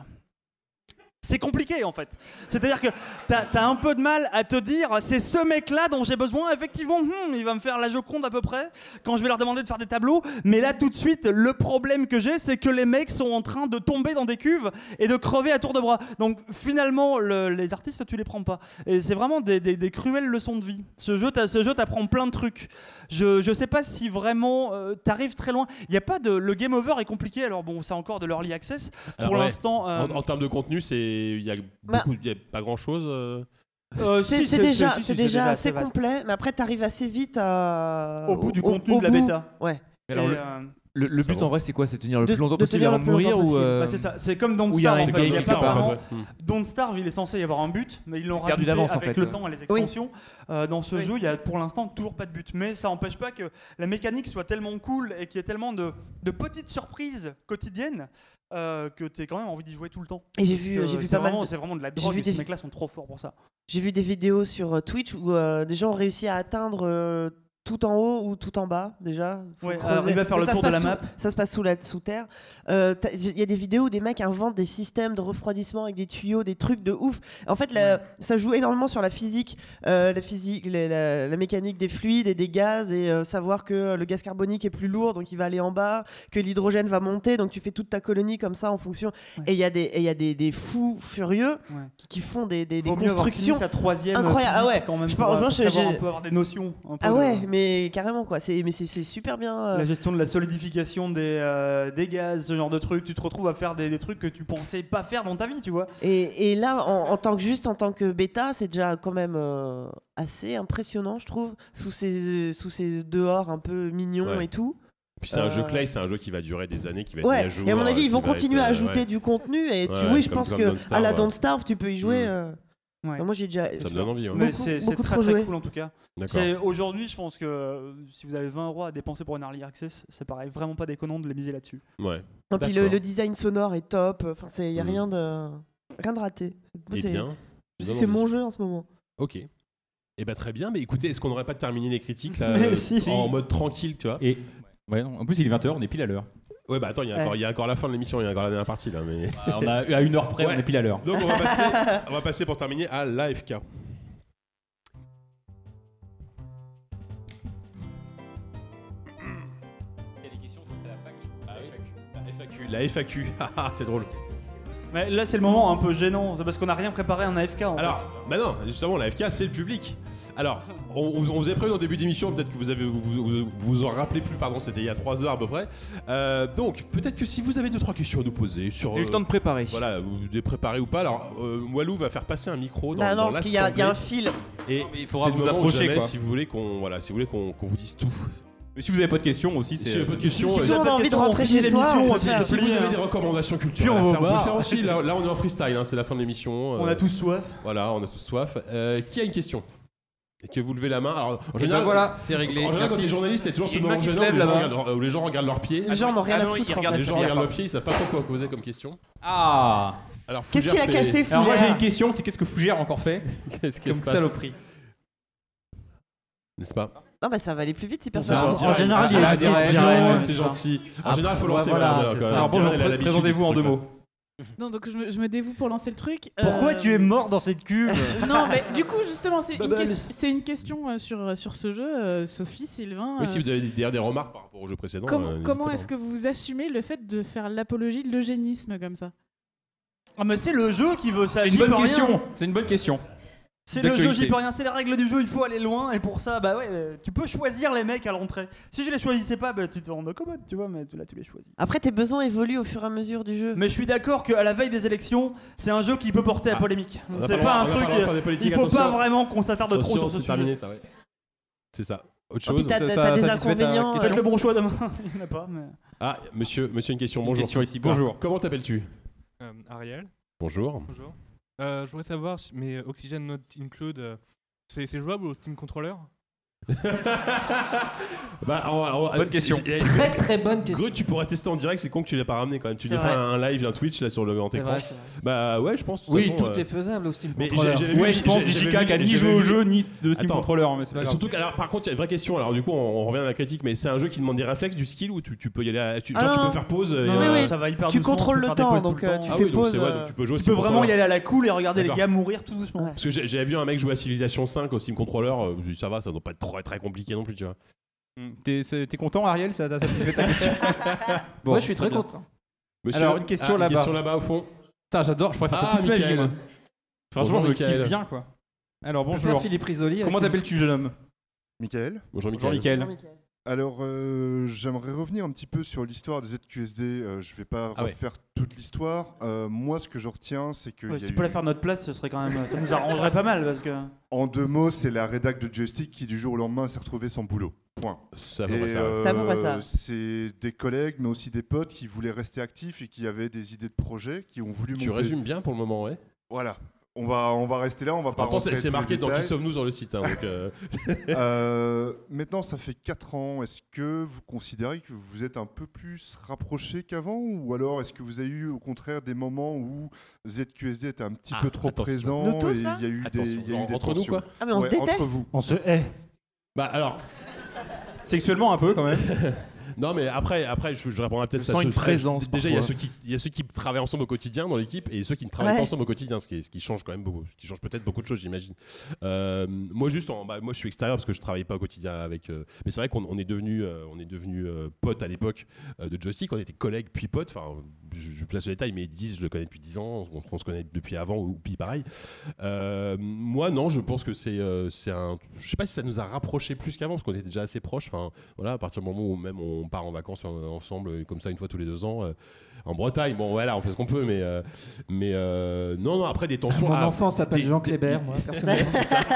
c'est compliqué en fait. C'est-à-dire que t'as, t'as un peu de mal à te dire c'est ce mec-là dont j'ai besoin. Effectivement, hmm, il va me faire la Joconde à peu près quand je vais leur demander de faire des tableaux. Mais là, tout de suite, le problème que j'ai, c'est que les mecs sont en train de tomber dans des cuves et de crever à tour de bras. Donc finalement, le- les artistes, tu les prends pas. Et c'est vraiment des, des- des cruelles leçons de vie. Ce jeu, t'as- ce jeu t'apprend plein de trucs. Je, je sais pas si vraiment euh, t'arrives très loin. Il y a pas de le game over est compliqué. Alors bon, c'est encore de l'early access pour Alors, ouais, l'instant. euh, en, en termes de contenu, c'est il y a Bah- beaucoup, il y a pas grand chose. Euh, c'est, si, c'est c'est- déjà, c'est- si, c'est si, déjà c'est déjà assez assez vaste. complet, mais après t'arrives assez vite à... Au bout du contenu de la bêta. Ouais. Alors, Et, le, euh, le- le ça but va. en vrai, c'est quoi? C'est tenir le De- plus longtemps de possible tenir avant le de plus mourir longtemps ou possible. euh, Bah, c'est ça, c'est comme Don't où il y a Starve, un en fait. game Il y a over, pas quoi, vraiment- en fait, ouais. Don't Starve, il est censé y avoir un but, mais ils l'ont C'est perdu rajouté d'avance, en avec fait. le temps et les extensions. Euh, dans ce jeu, il y a pour l'instant toujours pas de but, mais ça n'empêche pas que la mécanique soit tellement cool et qu'il y ait tellement de, de petites surprises quotidiennes euh, que tu as quand même envie d'y jouer tout le temps. Et j'ai Parce vu, que j'ai vu c'est pas mal. vraiment- de- C'est vraiment de la j'ai drogue. vu et Ces des- mecs-là sont trop forts pour ça. J'ai vu des vidéos sur euh, Twitch où euh, des gens ont réussi à atteindre euh, tout en haut ou tout en bas déjà. Faut Ouais, creuser. alors, il va faire Donc le ça tour se de passe la sous- map. Ça se passe sous, la, sous terre. Euh, t'as- Il y a des vidéos où des mecs inventent des systèmes de refroidissement avec des tuyaux, des trucs de ouf. En fait, la- ça joue énormément sur la physique, euh, la physique, la, la- la mécanique des fluides et des gaz et euh, savoir que le gaz carbonique est plus lourd, donc il va aller en bas, que l'hydrogène va monter, donc tu fais toute ta colonie comme ça en fonction. Et il y a des, et il y a des, des fous furieux Ouais. qui, qui font des, des, des Vaut mieux avoir constructions fini sa troisième incroyables. Ah physique ouais, quand même je pour, pense- pour je- savoir j'ai- un peu avoir des notions. un peu Ah de- ouais, mais mais carrément quoi. C'est, mais c'est, c'est super bien. euh, La gestion de la solidification des, euh, des gaz, ce genre de trucs, tu te retrouves à faire des, des trucs que tu pensais pas faire dans ta vie, tu vois. Et, et là, en, en tant que juste en tant que bêta, c'est déjà quand même euh, assez impressionnant, je trouve, sous ces sous ces dehors un peu mignons Ouais. et tout. Puis c'est un Euh, jeu Clay, c'est un jeu qui va durer des années, qui va être mis Ouais. à jour. Et à mon avis, euh, ils vont qui va continuer être, à euh, ajouter ouais. du contenu. Et tu, Ouais, oui, je comme- pense comme que Don't Starve, à la ouais. Don't Starve, tu peux y jouer. Mm. euh, Ouais. enfin, moi, j'ai déjà. Ça me donne envie. Ouais. Mais Beaucoup- c'est, c'est beaucoup très trop très joué. cool en tout cas. D'accord. C'est, aujourd'hui, je pense que euh, si vous avez vingt euros à dépenser pour une early access, ça paraît vraiment pas déconnant de les miser là-dessus. Ouais. Et puis le, D'accord. le design sonore est top. Enfin, il y a Mm. rien de rien de raté. Eh C'est, bien, je c'est, donne c'est envie. mon jeu en ce moment. Ok. Eh ben très bien, mais écoutez, est-ce qu'on n'aurait pas terminé les critiques là, Mais euh, si. en mode tranquille, tu vois? Et ouais, non. En plus, il est vingt heures, on est pile à l'heure. Ouais, bah attends, il y a Ouais. encore, il y a encore la fin de l'émission, il y a encore la dernière partie là, mais. Bah, on a à une heure près, Ouais. on est pile à l'heure. Donc on va passer, on va passer pour terminer à l'A F K. La F A Q, la F A Q, haha, c'est drôle. Mais là, c'est le moment un peu gênant, c'est parce qu'on n'a rien préparé en A F K. En Alors, bah non, justement, la F K, c'est le public. Alors, on, on- on vous avait prévu en début d'émission, peut-être que vous avez vous, vous, vous, vous en rappelez plus, pardon, c'était il y a trois heures à peu près. Euh, donc, peut-être que si vous avez deux trois questions à nous poser sur. J'ai eu le temps de préparer. Voilà, vous devez préparer ou pas. Alors, euh, Walou va faire passer un micro dans, Bah non, dans parce qu'il y a, il y a un fil. Et il faudra c'est le vous moment ou approcher, jamais quoi. si vous voulez qu'on voilà, si vous voulez qu'on qu'on vous dise tout. Mais si vous avez pas de questions aussi, c'est. Si vous avez pas de questions, Si euh, tout le monde a envie de rentrer chez soi, on si, peut si faire. vous avez des recommandations culturelles, Puis on à va faire, on peut le voir. faire aussi. Là, là, on est en freestyle, hein, c'est la fin de l'émission. On euh, a tous soif. Voilà, on a tous soif. Euh, qui a une question? Et que vous levez la main. Alors, en Et général, ben voilà, c'est réglé. En général, quand Merci. t'es journaliste, c'est toujours Il y ce a une moment main qui se gênant où lève les gens là-bas. regardent- où les gens regardent leurs pieds. Les gens n'ont rien Ah à non, ils foutre. en regardent fait. Les gens bien, regardent par leurs pieds, ils savent pas trop quoi poser comme question. Ah. Alors, Qu'est-ce Fougère qu'il a fait- cassé, Alors moi j'ai Fougère une question, c'est qu'est-ce que Fougère a encore fait Qu'est-ce qui comme se passe? saloperie? N'est-ce pas? Non, bah ça va aller plus vite si Ah, personne. en répond. général, il y a ah, une Diren, question, Diren, ouais, c'est ça. gentil. En Ah, général, il faut ouais, lancer. voilà, voilà, c'est quand ça. même. Alors Diren, bonjour, elle a l'habitude de présentez-vous ce en deux truc-là. mots. Non, donc je me, je me dévoue pour lancer le truc. Pourquoi Euh, tu es mort dans cette cuve? Non, mais du coup, justement, c'est une, Bubbles. ques- c'est une question euh, sur, sur ce jeu. euh, Sophie, Sylvain. Oui, si euh, vous avez des, des remarques par rapport au jeu précédent. comment euh, comment n'hésitez est-ce pas. que vous assumez le fait de faire l'apologie de l'eugénisme comme ça? Ah, mais c'est le jeu qui veut ça. C'est j'y une bonne peux rien. question. C'est une bonne question. C'est le jeu, D'actualité. j'y peux rien, c'est les règles du jeu, il faut aller loin, et pour ça, bah ouais, euh, tu peux choisir les mecs à l'entrée. Si je les choisissais pas, bah tu t'en accommodes, tu vois, mais là tu les choisis. Après, tes besoins évoluent au fur et à mesure du jeu. Mais je suis d'accord qu'à la veille des élections, c'est un jeu qui peut porter à Ah. polémique. On a C'est pas le pas droit- un on a pas truc, le droit de faire des politiques, il faut pas attention. vraiment qu'on s'attarde trop Attention, sur ce c'est sujet. terminé, ça, ouais. C'est ça. Autre Oh, puis chose. t'as, Ça- t'as- ça- t'as des ça satisfait ta inconvénients. question. Faites le bon choix demain, il n'y en a pas, mais... Ah, monsieur, monsieur, une question. Une Bonjour. question ici, Alors, bonjour. Comment t'appelles-tu? Euh, Ariel. Bonjour. Bonjour. Euh, je voudrais savoir, si- mais Oxygen Not Include, euh, c'est c'est jouable au Steam Controller? Bah, alors, alors, Bonne euh, question. c'est- Très très bonne question. Grut, tu pourrais tester en direct, c'est con que tu l'aies pas ramené quand même. Tu C'est devrais faire vrai. un live, un Twitch là sur le grand C'est écran. vrai, c'est vrai. Bah ouais, je pense. de toute Oui, façon, tout euh, est faisable au Steam mais Controller. j'ai- j'avais Ouais, vu- je pense j'ai- J K j'avais qui a vu- ni j'avais joué au vu- jeu ni de Steam Attends. Controller, mais c'est pas grave. Surtout que, alors, par contre, il y a une vraie question. Alors, du coup, on, on revient à la critique, mais c'est un jeu qui demande des réflexes, du skill ou tu, tu peux y aller à, tu, Ah genre, tu non. peux faire pause. et, Non, euh, oui, oui. ça va hyper Tu doucement, contrôles peux le faire des temps, pauses tout donc, le euh, temps. tu Ah fais oui, donc pause, c'est ouais, euh, donc tu peux jouer au Tu Steam peux vraiment y Controller. aller à la cool et regarder les D'accord. gars mourir tout doucement. Parce que j'ai- j'avais vu un mec jouer à Civilization cinq au Steam Controller, euh, je dis, ça va, ça doit pas être trop, très compliqué non plus, tu vois. Hmm. T'es c'est- t'es content, Ariel? Ça t'a satisfait ta question? Bon, Ouais, je suis très bien. content. Monsieur, Alors, une question ah, là-bas. Une question là-bas au fond. Putain, j'adore, je pourrais faire ça Ah, toute ma vie, Mickaël. moi. Franchement, Bonjour, je kiffe Mickaël. bien, quoi. Alors, Je peux faire bonjour. Philippe Risoli. Comment avec une- t'appelles-tu, jeune homme? Michael. Bonjour, Bonjour, Mickaël. Mickaël. Alors, euh, j'aimerais revenir un petit peu sur l'histoire de Z Q S D. Euh, je vais pas Ah ouais. refaire toute l'histoire. Euh, moi, ce que je retiens, c'est que. Ouais, il si y a tu peux eu- la faire à notre place, ce serait quand même, ça nous arrangerait pas mal parce que. En deux mots, c'est la rédac de Joystick qui, du jour au lendemain, s'est retrouvée sans boulot. Point. C'est à peu Et, près ça. euh, C'est à peu près ça. c'est des collègues, mais aussi des potes qui voulaient rester actifs et qui avaient des idées de projets, qui ont voulu Tu monter. résumes bien pour le moment, ouais. Voilà. On va, on va rester là, on va pas. En même temps, c'est rentrer c'est tous les marqué dans Qui détails. sommes-nous sur le site. hein, donc, euh, Euh, maintenant, ça fait quatre ans. Est-ce que vous considérez que vous êtes un peu plus rapproché qu'avant, ou alors est-ce que vous avez eu au contraire des moments où Z Q S D était un petit Ah, peu trop attention. présent Nous tous, et là il y a eu des, Attention, il y a eu des entre nous, tensions. quoi. Ah, mais on se Ouais, déteste. entre vous. On se hait. Bah alors, Sexuellement, un peu, quand même. non mais après, après je, je répondrai peut-être Je à sens ceux- une présence, Déjà, il y a parfois. ceux qui, il y a ceux qui travaillent ensemble au quotidien dans l'équipe et ceux qui ne travaillent pas Ouais. ensemble au quotidien, ce qui, est- ce qui change quand même beaucoup, ce qui change peut-être beaucoup de choses, j'imagine. Euh, moi juste, en, bah, moi je suis extérieur parce que je travaillais pas au quotidien avec. euh, mais c'est vrai qu'on on est devenu, euh, on est devenu euh, potes à l'époque euh, de Joystick. On était collègues puis potes. Enfin, je, je place le détail, mais Diz, je le connais depuis dix ans, on, on se connaît depuis avant, ou puis pareil. Euh, moi, non, je pense que c'est, euh, c'est un. Je sais pas si ça nous a rapprochés plus qu'avant, parce qu'on était déjà assez proches. Enfin, voilà, à partir du moment où même on part en vacances ensemble, comme ça, une fois tous les deux ans. Euh, En Bretagne, bon voilà, on fait ce qu'on peut, mais euh, mais euh, non non après des tensions. Mon ah, enfant s'appelle des- Jean des- Kléber, moi personnellement.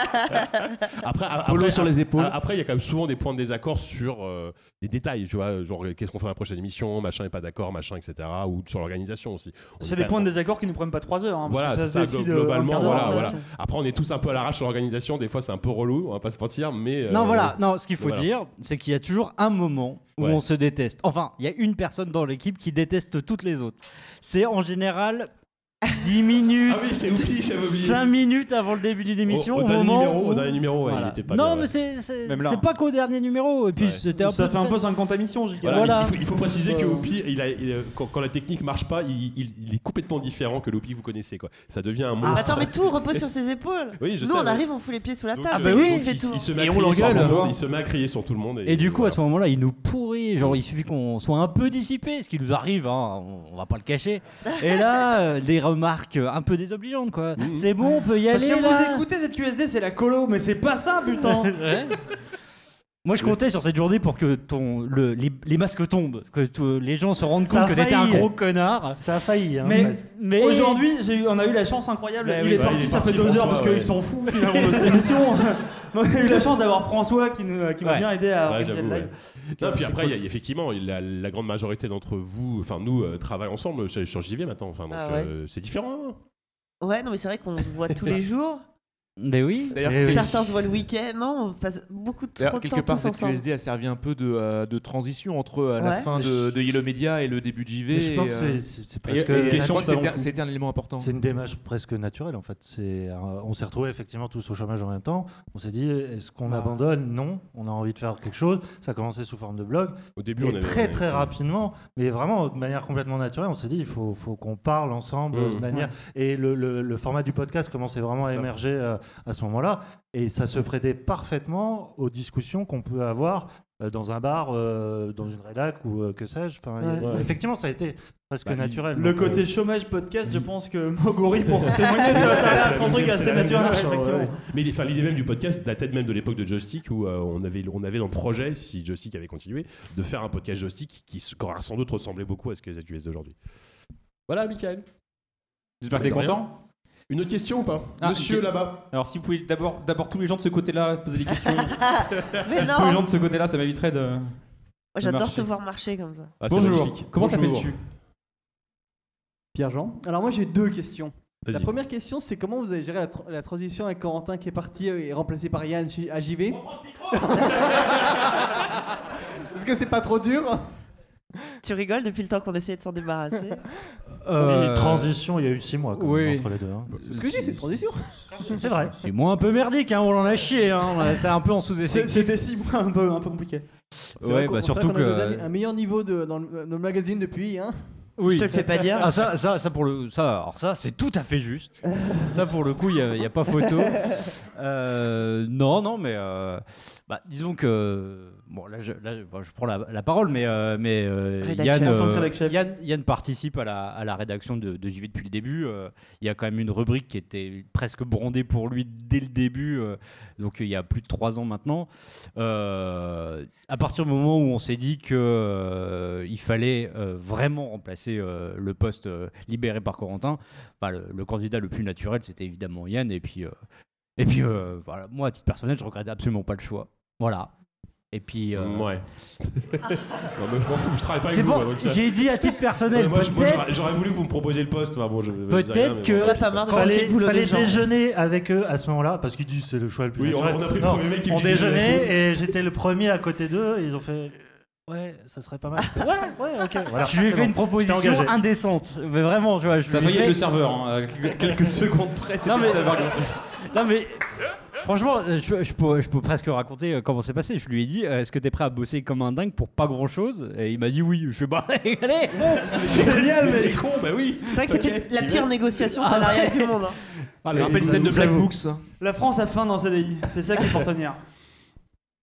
Après, a- Polo après, sur les épaules. a- Après, il y a quand même souvent des points de désaccord sur euh, des détails, tu vois, genre qu'est-ce qu'on fait à la prochaine émission, machin est pas d'accord, machin, et cetera. Ou sur l'organisation aussi. On C'est est des quand points de même- désaccord qui nous prennent pas trois heures. Hein, parce Voilà, que c'est se ça, décide, euh, en globalement, quart d'heure, voilà, en voilà. relation. Après, on est tous un peu à l'arrache sur l'organisation, des fois c'est un peu relou, on va pas se mentir, mais. Non, euh, voilà, non, ce qu'il faut voilà. dire, c'est qu'il y a toujours un moment où Ouais. on se déteste. Enfin, il y a une personne dans l'équipe qui déteste toutes les autres. C'est en général dix minutes, Ah oui, c'est Oupi, j'avais oublié. cinq minutes avant le début d'une émission. Au- au au dernier moment numéro, où- au dernier numéro, ouais, Voilà. il était pas Non, bien, mais ouais. c'est, c'est, Même là. c'est pas qu'au dernier numéro. Et puis Ouais. c'était un Ça peu fait un peu peut-être- cinquante émissions, J K. Voilà, Voilà. Il, faut, il faut préciser que Euh, Oupi, il a, il a- quand, quand la technique marche pas, il, il- il est complètement différent que l'Oupi que vous connaissez. Quoi. Ça devient un Ah, monstre. attends, mais tout repose sur ses épaules. Oui, je Nous, sais, on mais- arrive, on fout les pieds sous la Donc, table. il- c'est bah lui oui. qui fait il, tout. il se met à Et on crier sur l'engueule. tout le monde, il se met à crier sur tout le monde. Et, Et du coup, voilà. à ce moment-là, il nous pourrit. Genre, il suffit qu'on soit un peu dissipé, ce qui nous arrive, hein, on, on va pas le cacher. Et là, euh, des remarques un peu désobligeantes, quoi. C'est bon, on peut y Parce aller. que là. vous écoutez cette Q S D, c'est la colo, mais c'est pas ça, putain. Ouais. Moi, je comptais sur cette journée pour que ton, le, les, les masques tombent, que tout- les gens se rendent Ça compte a que t'étais un failli. gros connard. Ça a failli. Hein, Mais, parce- Mais aujourd'hui, j'ai eu- on a eu la chance incroyable. Bah il, oui, est bah, parti, il est ça parti, fait deux heures François, parce ouais. qu'ils s'en fout finalement de cette émission. On a eu la chance d'avoir François qui, nous, qui m'a Ouais. bien aidé à Ouais, organiser j'avoue, le live. ouais. Non, puis après, il y a- effectivement, la, la grande majorité d'entre vous, enfin nous, euh, travaillent ensemble sur sur J V maintenant. Enfin, donc Ah ouais. euh, c'est différent. hein. Ouais, non, mais c'est vrai qu'on se voit tous les jours. Mais oui. D'ailleurs, Eh oui. Certains se voient le week-end. Non, on passe beaucoup de D'ailleurs, trop de quelque temps part, tous cette ensemble. Q S D a servi un peu de, euh, de transition entre euh, la Ouais. fin Mais de, je- de Yellow Media et le début de J V. Mais je pense et, que euh, c'est- c'est c'est et- presque. et- et je question crois que de c'était savon un- fou. c'était un élément important. C'est une démarche presque naturelle en fait. C'est, euh, on s'est retrouvés effectivement tous au chômage en même temps. On s'est dit, est-ce qu'on Ah. abandonne? Non. On a envie de faire quelque chose. Ça a commencé sous forme de blog. Au début, Et on avait très on très avait- rapidement, mais vraiment de manière complètement naturelle, on s'est dit, il faut, faut qu'on parle ensemble Mmh. de manière. Et le, le- le format du podcast commençait vraiment à C'est ça. émerger euh, à ce moment-là. Et ça se prêtait parfaitement aux discussions qu'on peut avoir euh, dans un bar, euh, dans une rédac ou euh, que sais-je. Enfin, Ouais. il y a- Effectivement, ça a été presque Bah, naturel. Le Donc, côté euh, chômage podcast, je pense que Mogori pour témoigner, ça, ça va être un truc C'est assez la même naturel. démarche, hein, effectivement. ouais. Mais les- enfin, l'idée même du podcast date même de l'époque de Joystick où euh, on, avait, on avait dans le projet, si Joystick avait continué, de faire un podcast Joystick qui, s- qui aura sans doute ressemblé beaucoup à ce que les Z U S d'aujourd'hui. Voilà, Michael. J'espère que t'es De rien. content. Une autre question ou pas Ah, Monsieur ok. là-bas. Alors, si vous pouvez d'abord, d'abord tous les gens de ce côté-là poser des questions. Mais non. Tous les gens de ce côté-là, ça m'éviterait de. Moi, J'adore marcher. te voir marcher comme ça. Ah, c'est Bonjour. magnifique. Comment Bonjour. t'appelles-tu? Pierre-Jean. Alors moi j'ai deux questions. La Vas-y. première question c'est comment vous avez géré la, tra- la transition avec Corentin qui est parti et remplacé par Yann chez- à J V. Est-ce que c'est pas trop dur? Tu rigoles depuis le temps qu'on essayait de s'en débarrasser. Euh, les transitions, il y a eu six mois quand oui. même, entre les deux. hein. Ce que je dis c'est une transition. C'est vrai. C'est moins un peu merdique, hein, on en a chié. Hein, on était un peu en sous-effectif. C'était six mois un peu, un peu compliqué. C'est Ouais, vrai qu'on- bah c'est vrai surtout qu'on a besoin que. un meilleur niveau de, dans, le, dans le magazine depuis. Hein. Oui. Je te le fais pas dire. Ah ça, ça, ça pour le, ça, alors ça, c'est tout à fait juste. Ça pour le coup, il y, y a pas photo. Euh, non, non, mais euh, bah, disons que bon, là, je, là, je- bon, je prends la, la parole, mais euh, mais euh, Rédac-chef. Yann, En tant que euh, rédac-chef. Yann, Yann participe à la, à la rédaction de, de J V depuis le début. Euh, Il y a quand même une rubrique qui était presque brandée pour lui dès le début. euh, donc il y a plus de trois ans maintenant. Euh, à partir du moment où on s'est dit que euh, il fallait euh, vraiment remplacer euh, le poste euh, libéré par Corentin, bah, le, le candidat le plus naturel, c'était évidemment Yann. Et puis, euh, et puis euh, voilà, moi, à titre personnel, je regrette absolument pas le choix. Voilà. Et puis. euh, Ouais. non, mais je m'en fous, je travaille pas avec C'est vous. bon, moi, donc ça- j'ai dit à titre personnel, Ouais, moi, je- moi, peut-être- j'aurais- j'aurais voulu que vous me proposiez le poste. Enfin, bon, je- je dis Peut-être rien, mais que- bon, On a pas marre de Fallait, manger le boulot fallait des gens. déjeuner avec eux à ce moment-là parce qu'ils disent c'est le choix le plus Oui, on- naturel. on a pris le Non, premier mec qui on me dit déjeuner avec déjeunait et j'étais le premier à côté d'eux et ils ont fait ouais ça serait pas mal. ouais ouais ok. Voilà, je lui ai c'est fait bon. une J'étais proposition engagé. indécente. Mais vraiment, tu vois, je Ça a lui ai failli être fait- le serveur. Hein. à quelques- Quelques secondes près, c'était Non, mais- le serveur. Non mais franchement, euh, je, je peux, je peux presque raconter euh, comment c'est passé. Je lui ai dit, euh, est-ce que t'es prêt à bosser comme un dingue pour pas grand chose? Et il m'a dit oui. Je fais bah allez, fonce. Génial, mais t'es con, bah oui. C'est vrai que c'était Ok, la tu pire veux. négociation Ah, salariale ouais. du monde. hein. Ah, Ça mais- me rappelle une scène de Black j'avoue. Books. La France a faim dans C D I, c'est ça qu'il faut retenir.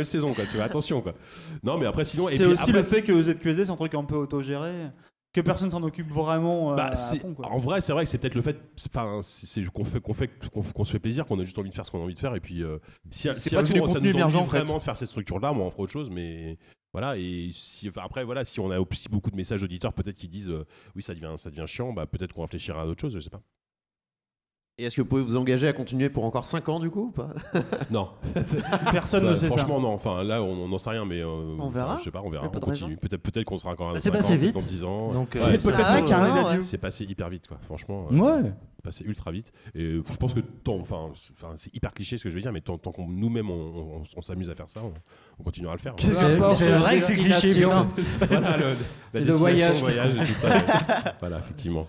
nouvelle saison, quoi. Tu vois, attention, quoi. Non, mais après, sinon. et C'est puis aussi après- le fait que Z Q S D c'est un truc un peu autogéré. que personne s'en occupe vraiment. Euh, Bah, à c'est- fond, quoi. en vrai, c'est vrai que c'est peut-être le fait, c'est- enfin, c'est c'est qu'on fait, qu'on fait, qu'on, qu'on se fait plaisir, qu'on a juste envie de faire ce qu'on a envie de faire, et puis euh, si, C'est si pas un tous jour les ça contenus nous envie émergents, en fait. vraiment de faire cette structure-là, moi on fera autre chose, mais voilà. Et si, enfin, après, voilà, si on a aussi beaucoup de messages auditeurs, peut-être qui disent, euh, oui, ça devient, ça devient chiant, bah peut-être qu'on réfléchira à d'autres choses, je sais pas. Et est-ce que vous pouvez vous engager à continuer pour encore cinq ans du coup ou pas? Non. Personne ne sait ça. Franchement, non. Enfin, là, on n'en sait rien, mais euh, On verra. enfin, je sais pas, on verra. Y a pas On de continue. raison. Peut-être, peut-être qu'on sera encore à Bah, c'est cinq passé ans, vite. dans dix ans. Donc, Ouais, euh, c'est peut-être passé- carnet ouais, d'adieu. c'est passé hyper vite, quoi. Franchement. Ouais. C'est passé ultra vite. Et je pense que tant, enfin, c'est- enfin, c'est hyper cliché ce que je vais dire, mais tant, tant qu'on nous-mêmes on, on- on s'amuse à faire ça, on, on continuera à le faire. Qu'est-ce que c'est- c'est vrai que c'est cliché, putain. Voilà, le, la C'est le destination, voyage. le voyage et tout ça. ouais. Voilà, effectivement.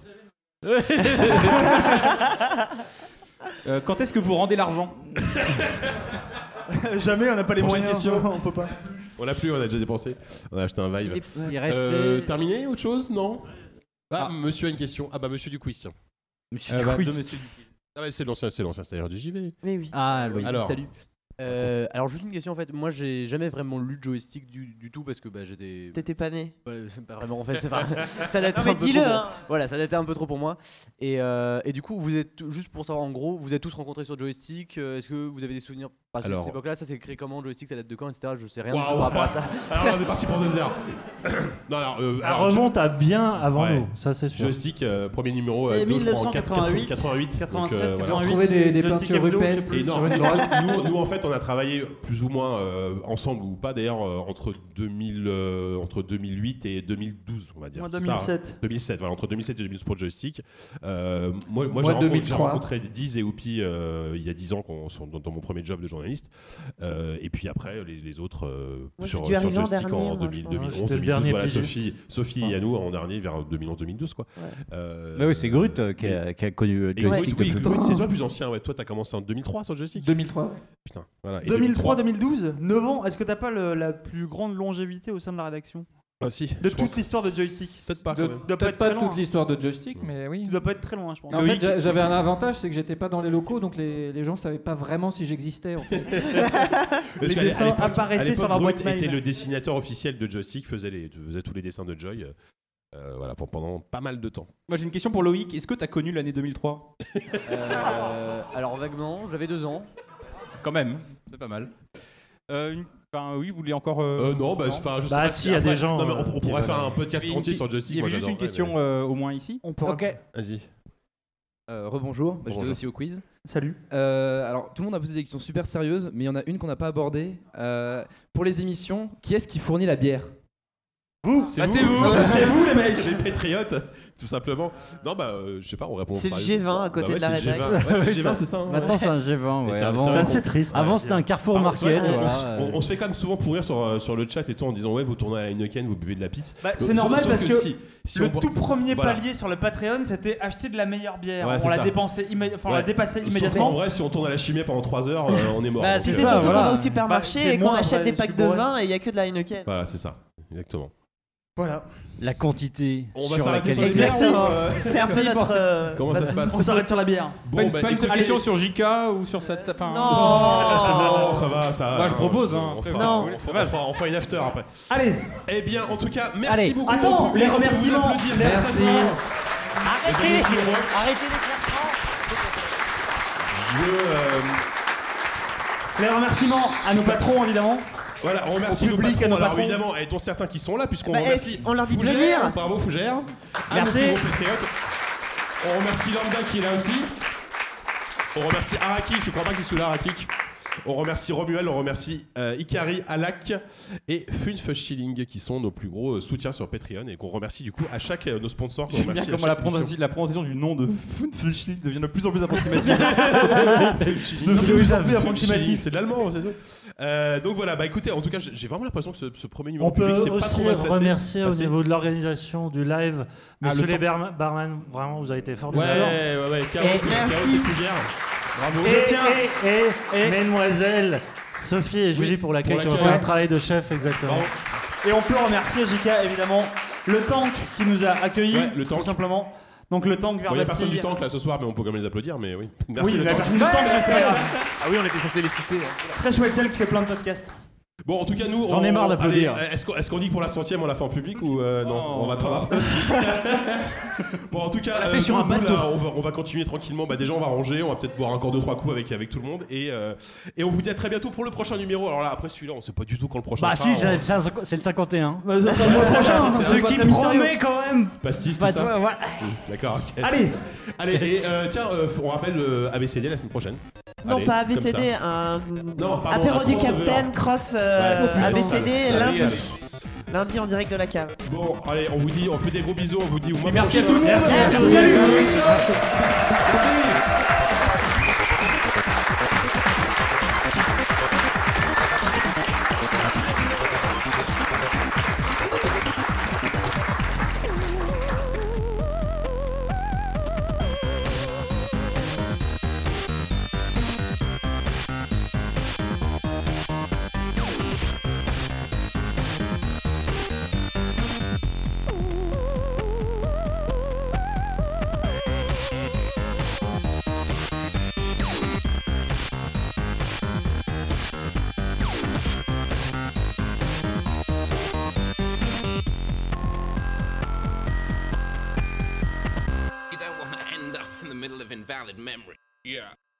Euh, quand est-ce que vous rendez l'argent? Jamais, on n'a pas les Prochaine moyens. question. On peut pas. On l'a plus, on a déjà dépensé. On a acheté un Vive. Il restait- Euh, terminé, autre chose? Non. Ah, monsieur a une question. Ah bah monsieur du quiz, tiens. Monsieur Euh, du bah, quiz. de monsieur du quiz. Ah bah, c'est l'ancien, c'est l'ancien stagiaire du J V. Mais oui. Ah, oui. Alors. Salut. Euh, alors juste une question en fait, moi j'ai jamais vraiment lu de joystick du, du tout parce que bah, j'étais... T'étais pas né. Ouais, pas vraiment en fait, c'est pas... ça datait Non, mais un peu dis-le, trop pour- hein. Voilà, ça datait un peu trop pour moi. Et, euh, et du coup, vous êtes, juste pour savoir en gros, vous êtes tous rencontrés sur joystick, euh, est-ce que vous avez des souvenirs parce que Alors- cette époque-là, ça s'est créé comment, joystick, ça date de quand, et cetera. Je sais rien Waouh. par rapport à ça. Alors là, on est parti pour deux heures. non, alors, euh, Ça alors, remonte à bien avant Ouais. nous, ça c'est sûr. Joystick, euh, premier numéro, euh, Et Glo, je crois, en quatre-vingt-huit, quatre-vingt-huit. quatre-vingt-sept, Donc, euh, voilà. quatre-vingt-huit. Trouver des, des Joystick peintures hebdo, je sais rupestres plus. Et non, sur une droite. nous, nous, en fait, on a travaillé plus ou moins euh, ensemble ou pas d'ailleurs euh, entre, deux mille, euh, entre deux mille huit et deux mille douze, on va dire. Moi, C'est ça, hein. deux mille sept. deux mille sept, voilà, entre deux mille sept et deux mille douze pour le joystick. Euh, moi, moi, Moi, j'ai, rencontré, deux mille j'ai trois. rencontré Diz et Oupi euh, il y a dix ans qu'on, sont dans, dans mon premier job de journaliste. Euh, et puis après, les, les autres euh, Moi, sur, j'ai dû sur arriver en joystick dernier, en moi, deux je mille, pense. deux mille onze, J'étais le deux mille douze. dernier Voilà, pigiste. Sophie, Sophie et Yannou en dernier vers deux mille onze deux mille douze. Quoi. Euh, Bah oui, c'est Grut euh, qui, a, qui a connu euh, et joystick oui, depuis Grut, longtemps. c'est toi le plus ancien. Ouais. Toi, t'as commencé en deux mille trois sur le joystick. deux mille trois. Putain, voilà. Et deux mille trois deux mille douze, neuf ans. Est-ce que t'as pas le- la plus grande longévité au sein de la rédaction? Ah si. De je toute pense. l'histoire de joystick. Peut-être pas. De- quand même. Tu dois pas Peut-être être pas très loin. toute l'histoire de joystick, mais oui. Tu dois pas être très loin, je pense. En fait, j'a- j'avais un avantage, c'est que j'étais pas dans les locaux, donc les, les gens savaient pas vraiment si j'existais. En fait. Parce Les qu'à l'é- dessins à l'époque- apparaissaient à l'époque, sur leur Grut boîte mail. était le dessinateur officiel de Joystick, faisait, les, faisait tous les dessins de Joy. euh, voilà, pour- pendant pas mal de temps. Moi j'ai une question pour Loïc, est-ce que t'as connu l'année deux mille trois? Euh, alors vaguement, j'avais deux ans. Quand même, c'est pas mal. Euh, une- Enfin oui, vous voulez encore... euh, Euh, non, bah, enfin, je sais Bah pas si, il y a après- des gens, Non, mais on, euh, on qui pourrait veulent- faire un podcast Il y avait entier une- sur Joystick. Il y moi, avait juste une j'adorerais, question mais- euh, au moins ici. On peut. Ok. Vas-y. Euh, rebonjour, bah, j'étais Bonjour. aussi au quiz. Salut. Euh, alors tout le monde a posé des questions super sérieuses, mais il y en a une qu'on n'a pas abordée. Euh, pour les émissions, qui est-ce qui fournit la bière? Vous Bah, c'est vous. Ah, C'est vous, les Parce mecs. que les patriotes, tout simplement. Non, bah, euh, je sais pas, on répond. C'est le sérieux. G vingt à côté Bah ouais, de la c'est le G vingt. rédac. Ouais, c'est le G vingt, c'est ça. hein, Maintenant, ouais. c'est un G vingt. Et Ouais. c'est- Avant, c'est C'est assez triste. avant ouais, c'était un Carrefour Par contre, c'est vrai Market. qu'on- voilà. on, on se fait quand même souvent pourrir sur, euh, sur le chat et tout en disant ouais vous tournez à la Heineken, vous buvez de la pizza. Bah, c'est Sauf- normal sauf parce que si, si le on boit- tout premier Voilà. palier sur le Patreon, c'était acheter de la meilleure bière. Ouais, on c'est l'a ça. dépensé, immé- enfin, on l'a Ouais. dépassé Sauf qu'en immédiatement. vrai, si on tourne à la chimie pendant trois heures, euh, on est mort. Bah, Donc, c'est euh, C'est ça, surtout voilà. qu'on va au Bah, supermarché c'est et qu'on moi, achète après, des je packs suis de bourré. vin et il y a que de la Heineken. Voilà, c'est ça, exactement. Voilà. La quantité On va sur la s'arrêter sur qualité. les Merci. questions, euh, C'est un peu Merci pour notre. euh, Comment ça se passe On s'arrête sur la bière. Bon, pas une, bah, pas une écoutez- question sur J K ou sur cette... Enfin, Non. Non, ça va, ça va. Moi, je hein, propose, on hein, fera- après, Non. on fera- on fera- on fera une after après. Allez. Eh bien, en tout cas, merci Allez. beaucoup. Attends, au public. les On peut vous remerciements. applaudir Les- très, très Merci. fort. Arrêtez Et donc, si on- Arrêtez les claquements. Je, euh, Les remerciements à nos patrons, évidemment. Voilà, on remercie Au nos public, patrons, à nos alors patrons. évidemment, et dont certains qui sont là, puisqu'on Bah, remercie est-ce- on leur dit de Fougère, venir. bravo Fougère, à Merci. nos plus gros patriotes. On remercie Lambda qui est là aussi. On remercie Arakik, je crois pas qu'il soit là, Arakik. On remercie Romuald, on remercie euh, Ikari, Alak et Funfushilling qui sont nos plus gros euh, soutiens sur Patreon et qu'on remercie du coup à chaque euh, nos sponsors. qu'on J'aime bien remercie à comment la chaque émission. prononciation, la prononciation du nom de Funfushling devient de plus en plus approximative. De plus en plus approximatif. C'est de l'allemand, c'est ça. Euh, donc voilà, bah écoutez, en tout cas, j'ai j'ai vraiment l'impression que ce, ce premier numéro On peut public, c'est pas aussi trop mal placé. remercier au Passé. niveau de l'organisation du live, Ah, Monsieur le les temps. Barman, barman, vraiment, vous avez été Ouais, formidables. ouais, ouais, Chaos, Et c'est merci. Chaos et Fougère. Bravo. Et, Je tiens- et, et, mesdemoiselles Sophie et Julie pour l'accueil pour qui ont l'accueil. fait un travail de chef, exactement. Bravo. Et on peut remercier J K, évidemment, le tank qui nous a accueillis, Ouais, le tank. tout simplement. Donc le tank vers Bon, il n'y a personne Bastille. du tank là ce soir, mais on peut quand même les applaudir, mais oui. Merci Oui, le il y a tank. personne du tank, mais c'est pas grave. Ah oui, on était censé les citer. hein. Très chouette celle qui fait plein de podcasts. Bon, en tout cas, nous. J'en ai on- marre d'applaudir. allez, Est-ce qu'on est-ce qu'on dit que pour la centième, on l'a fait en public ou euh, non On va attendre un peu. Bon, en tout cas, On l'a fait sur nous, un nous, bateau. là, on, va, on va continuer tranquillement. Bah, déjà, on va ranger. On va peut-être boire encore deux trois coups avec, avec tout le monde. Et, euh, et on vous dit à très bientôt pour le prochain numéro. Alors là, après celui-là, on sait pas du tout quand le prochain Bah sera. si, c'est On- c'est un- c'est le cinquante et un. Bah, ça sera le mois prochain. Ce qui promet quand même. Pastis, tout Bah, ça. toi, voilà. Mmh, D'accord. Allez. Allez, et euh, tiens, euh, on rappelle le A B C D la semaine prochaine. Non, Allez, pas A B comme C D, ça. un Non, pardon, apéro un du crossover. Captain Cross euh, Ouais, putain, A B C D allez, lundi. allez. Lundi en direct de la cave. Bon, allez, on vous dit, on fait des gros bisous, on vous dit au mois merci à prochain. tout le monde. Merci, Merci. merci, Salut. merci. Merci. Merci. You don't want to end up in the middle of invalid memory. Yeah.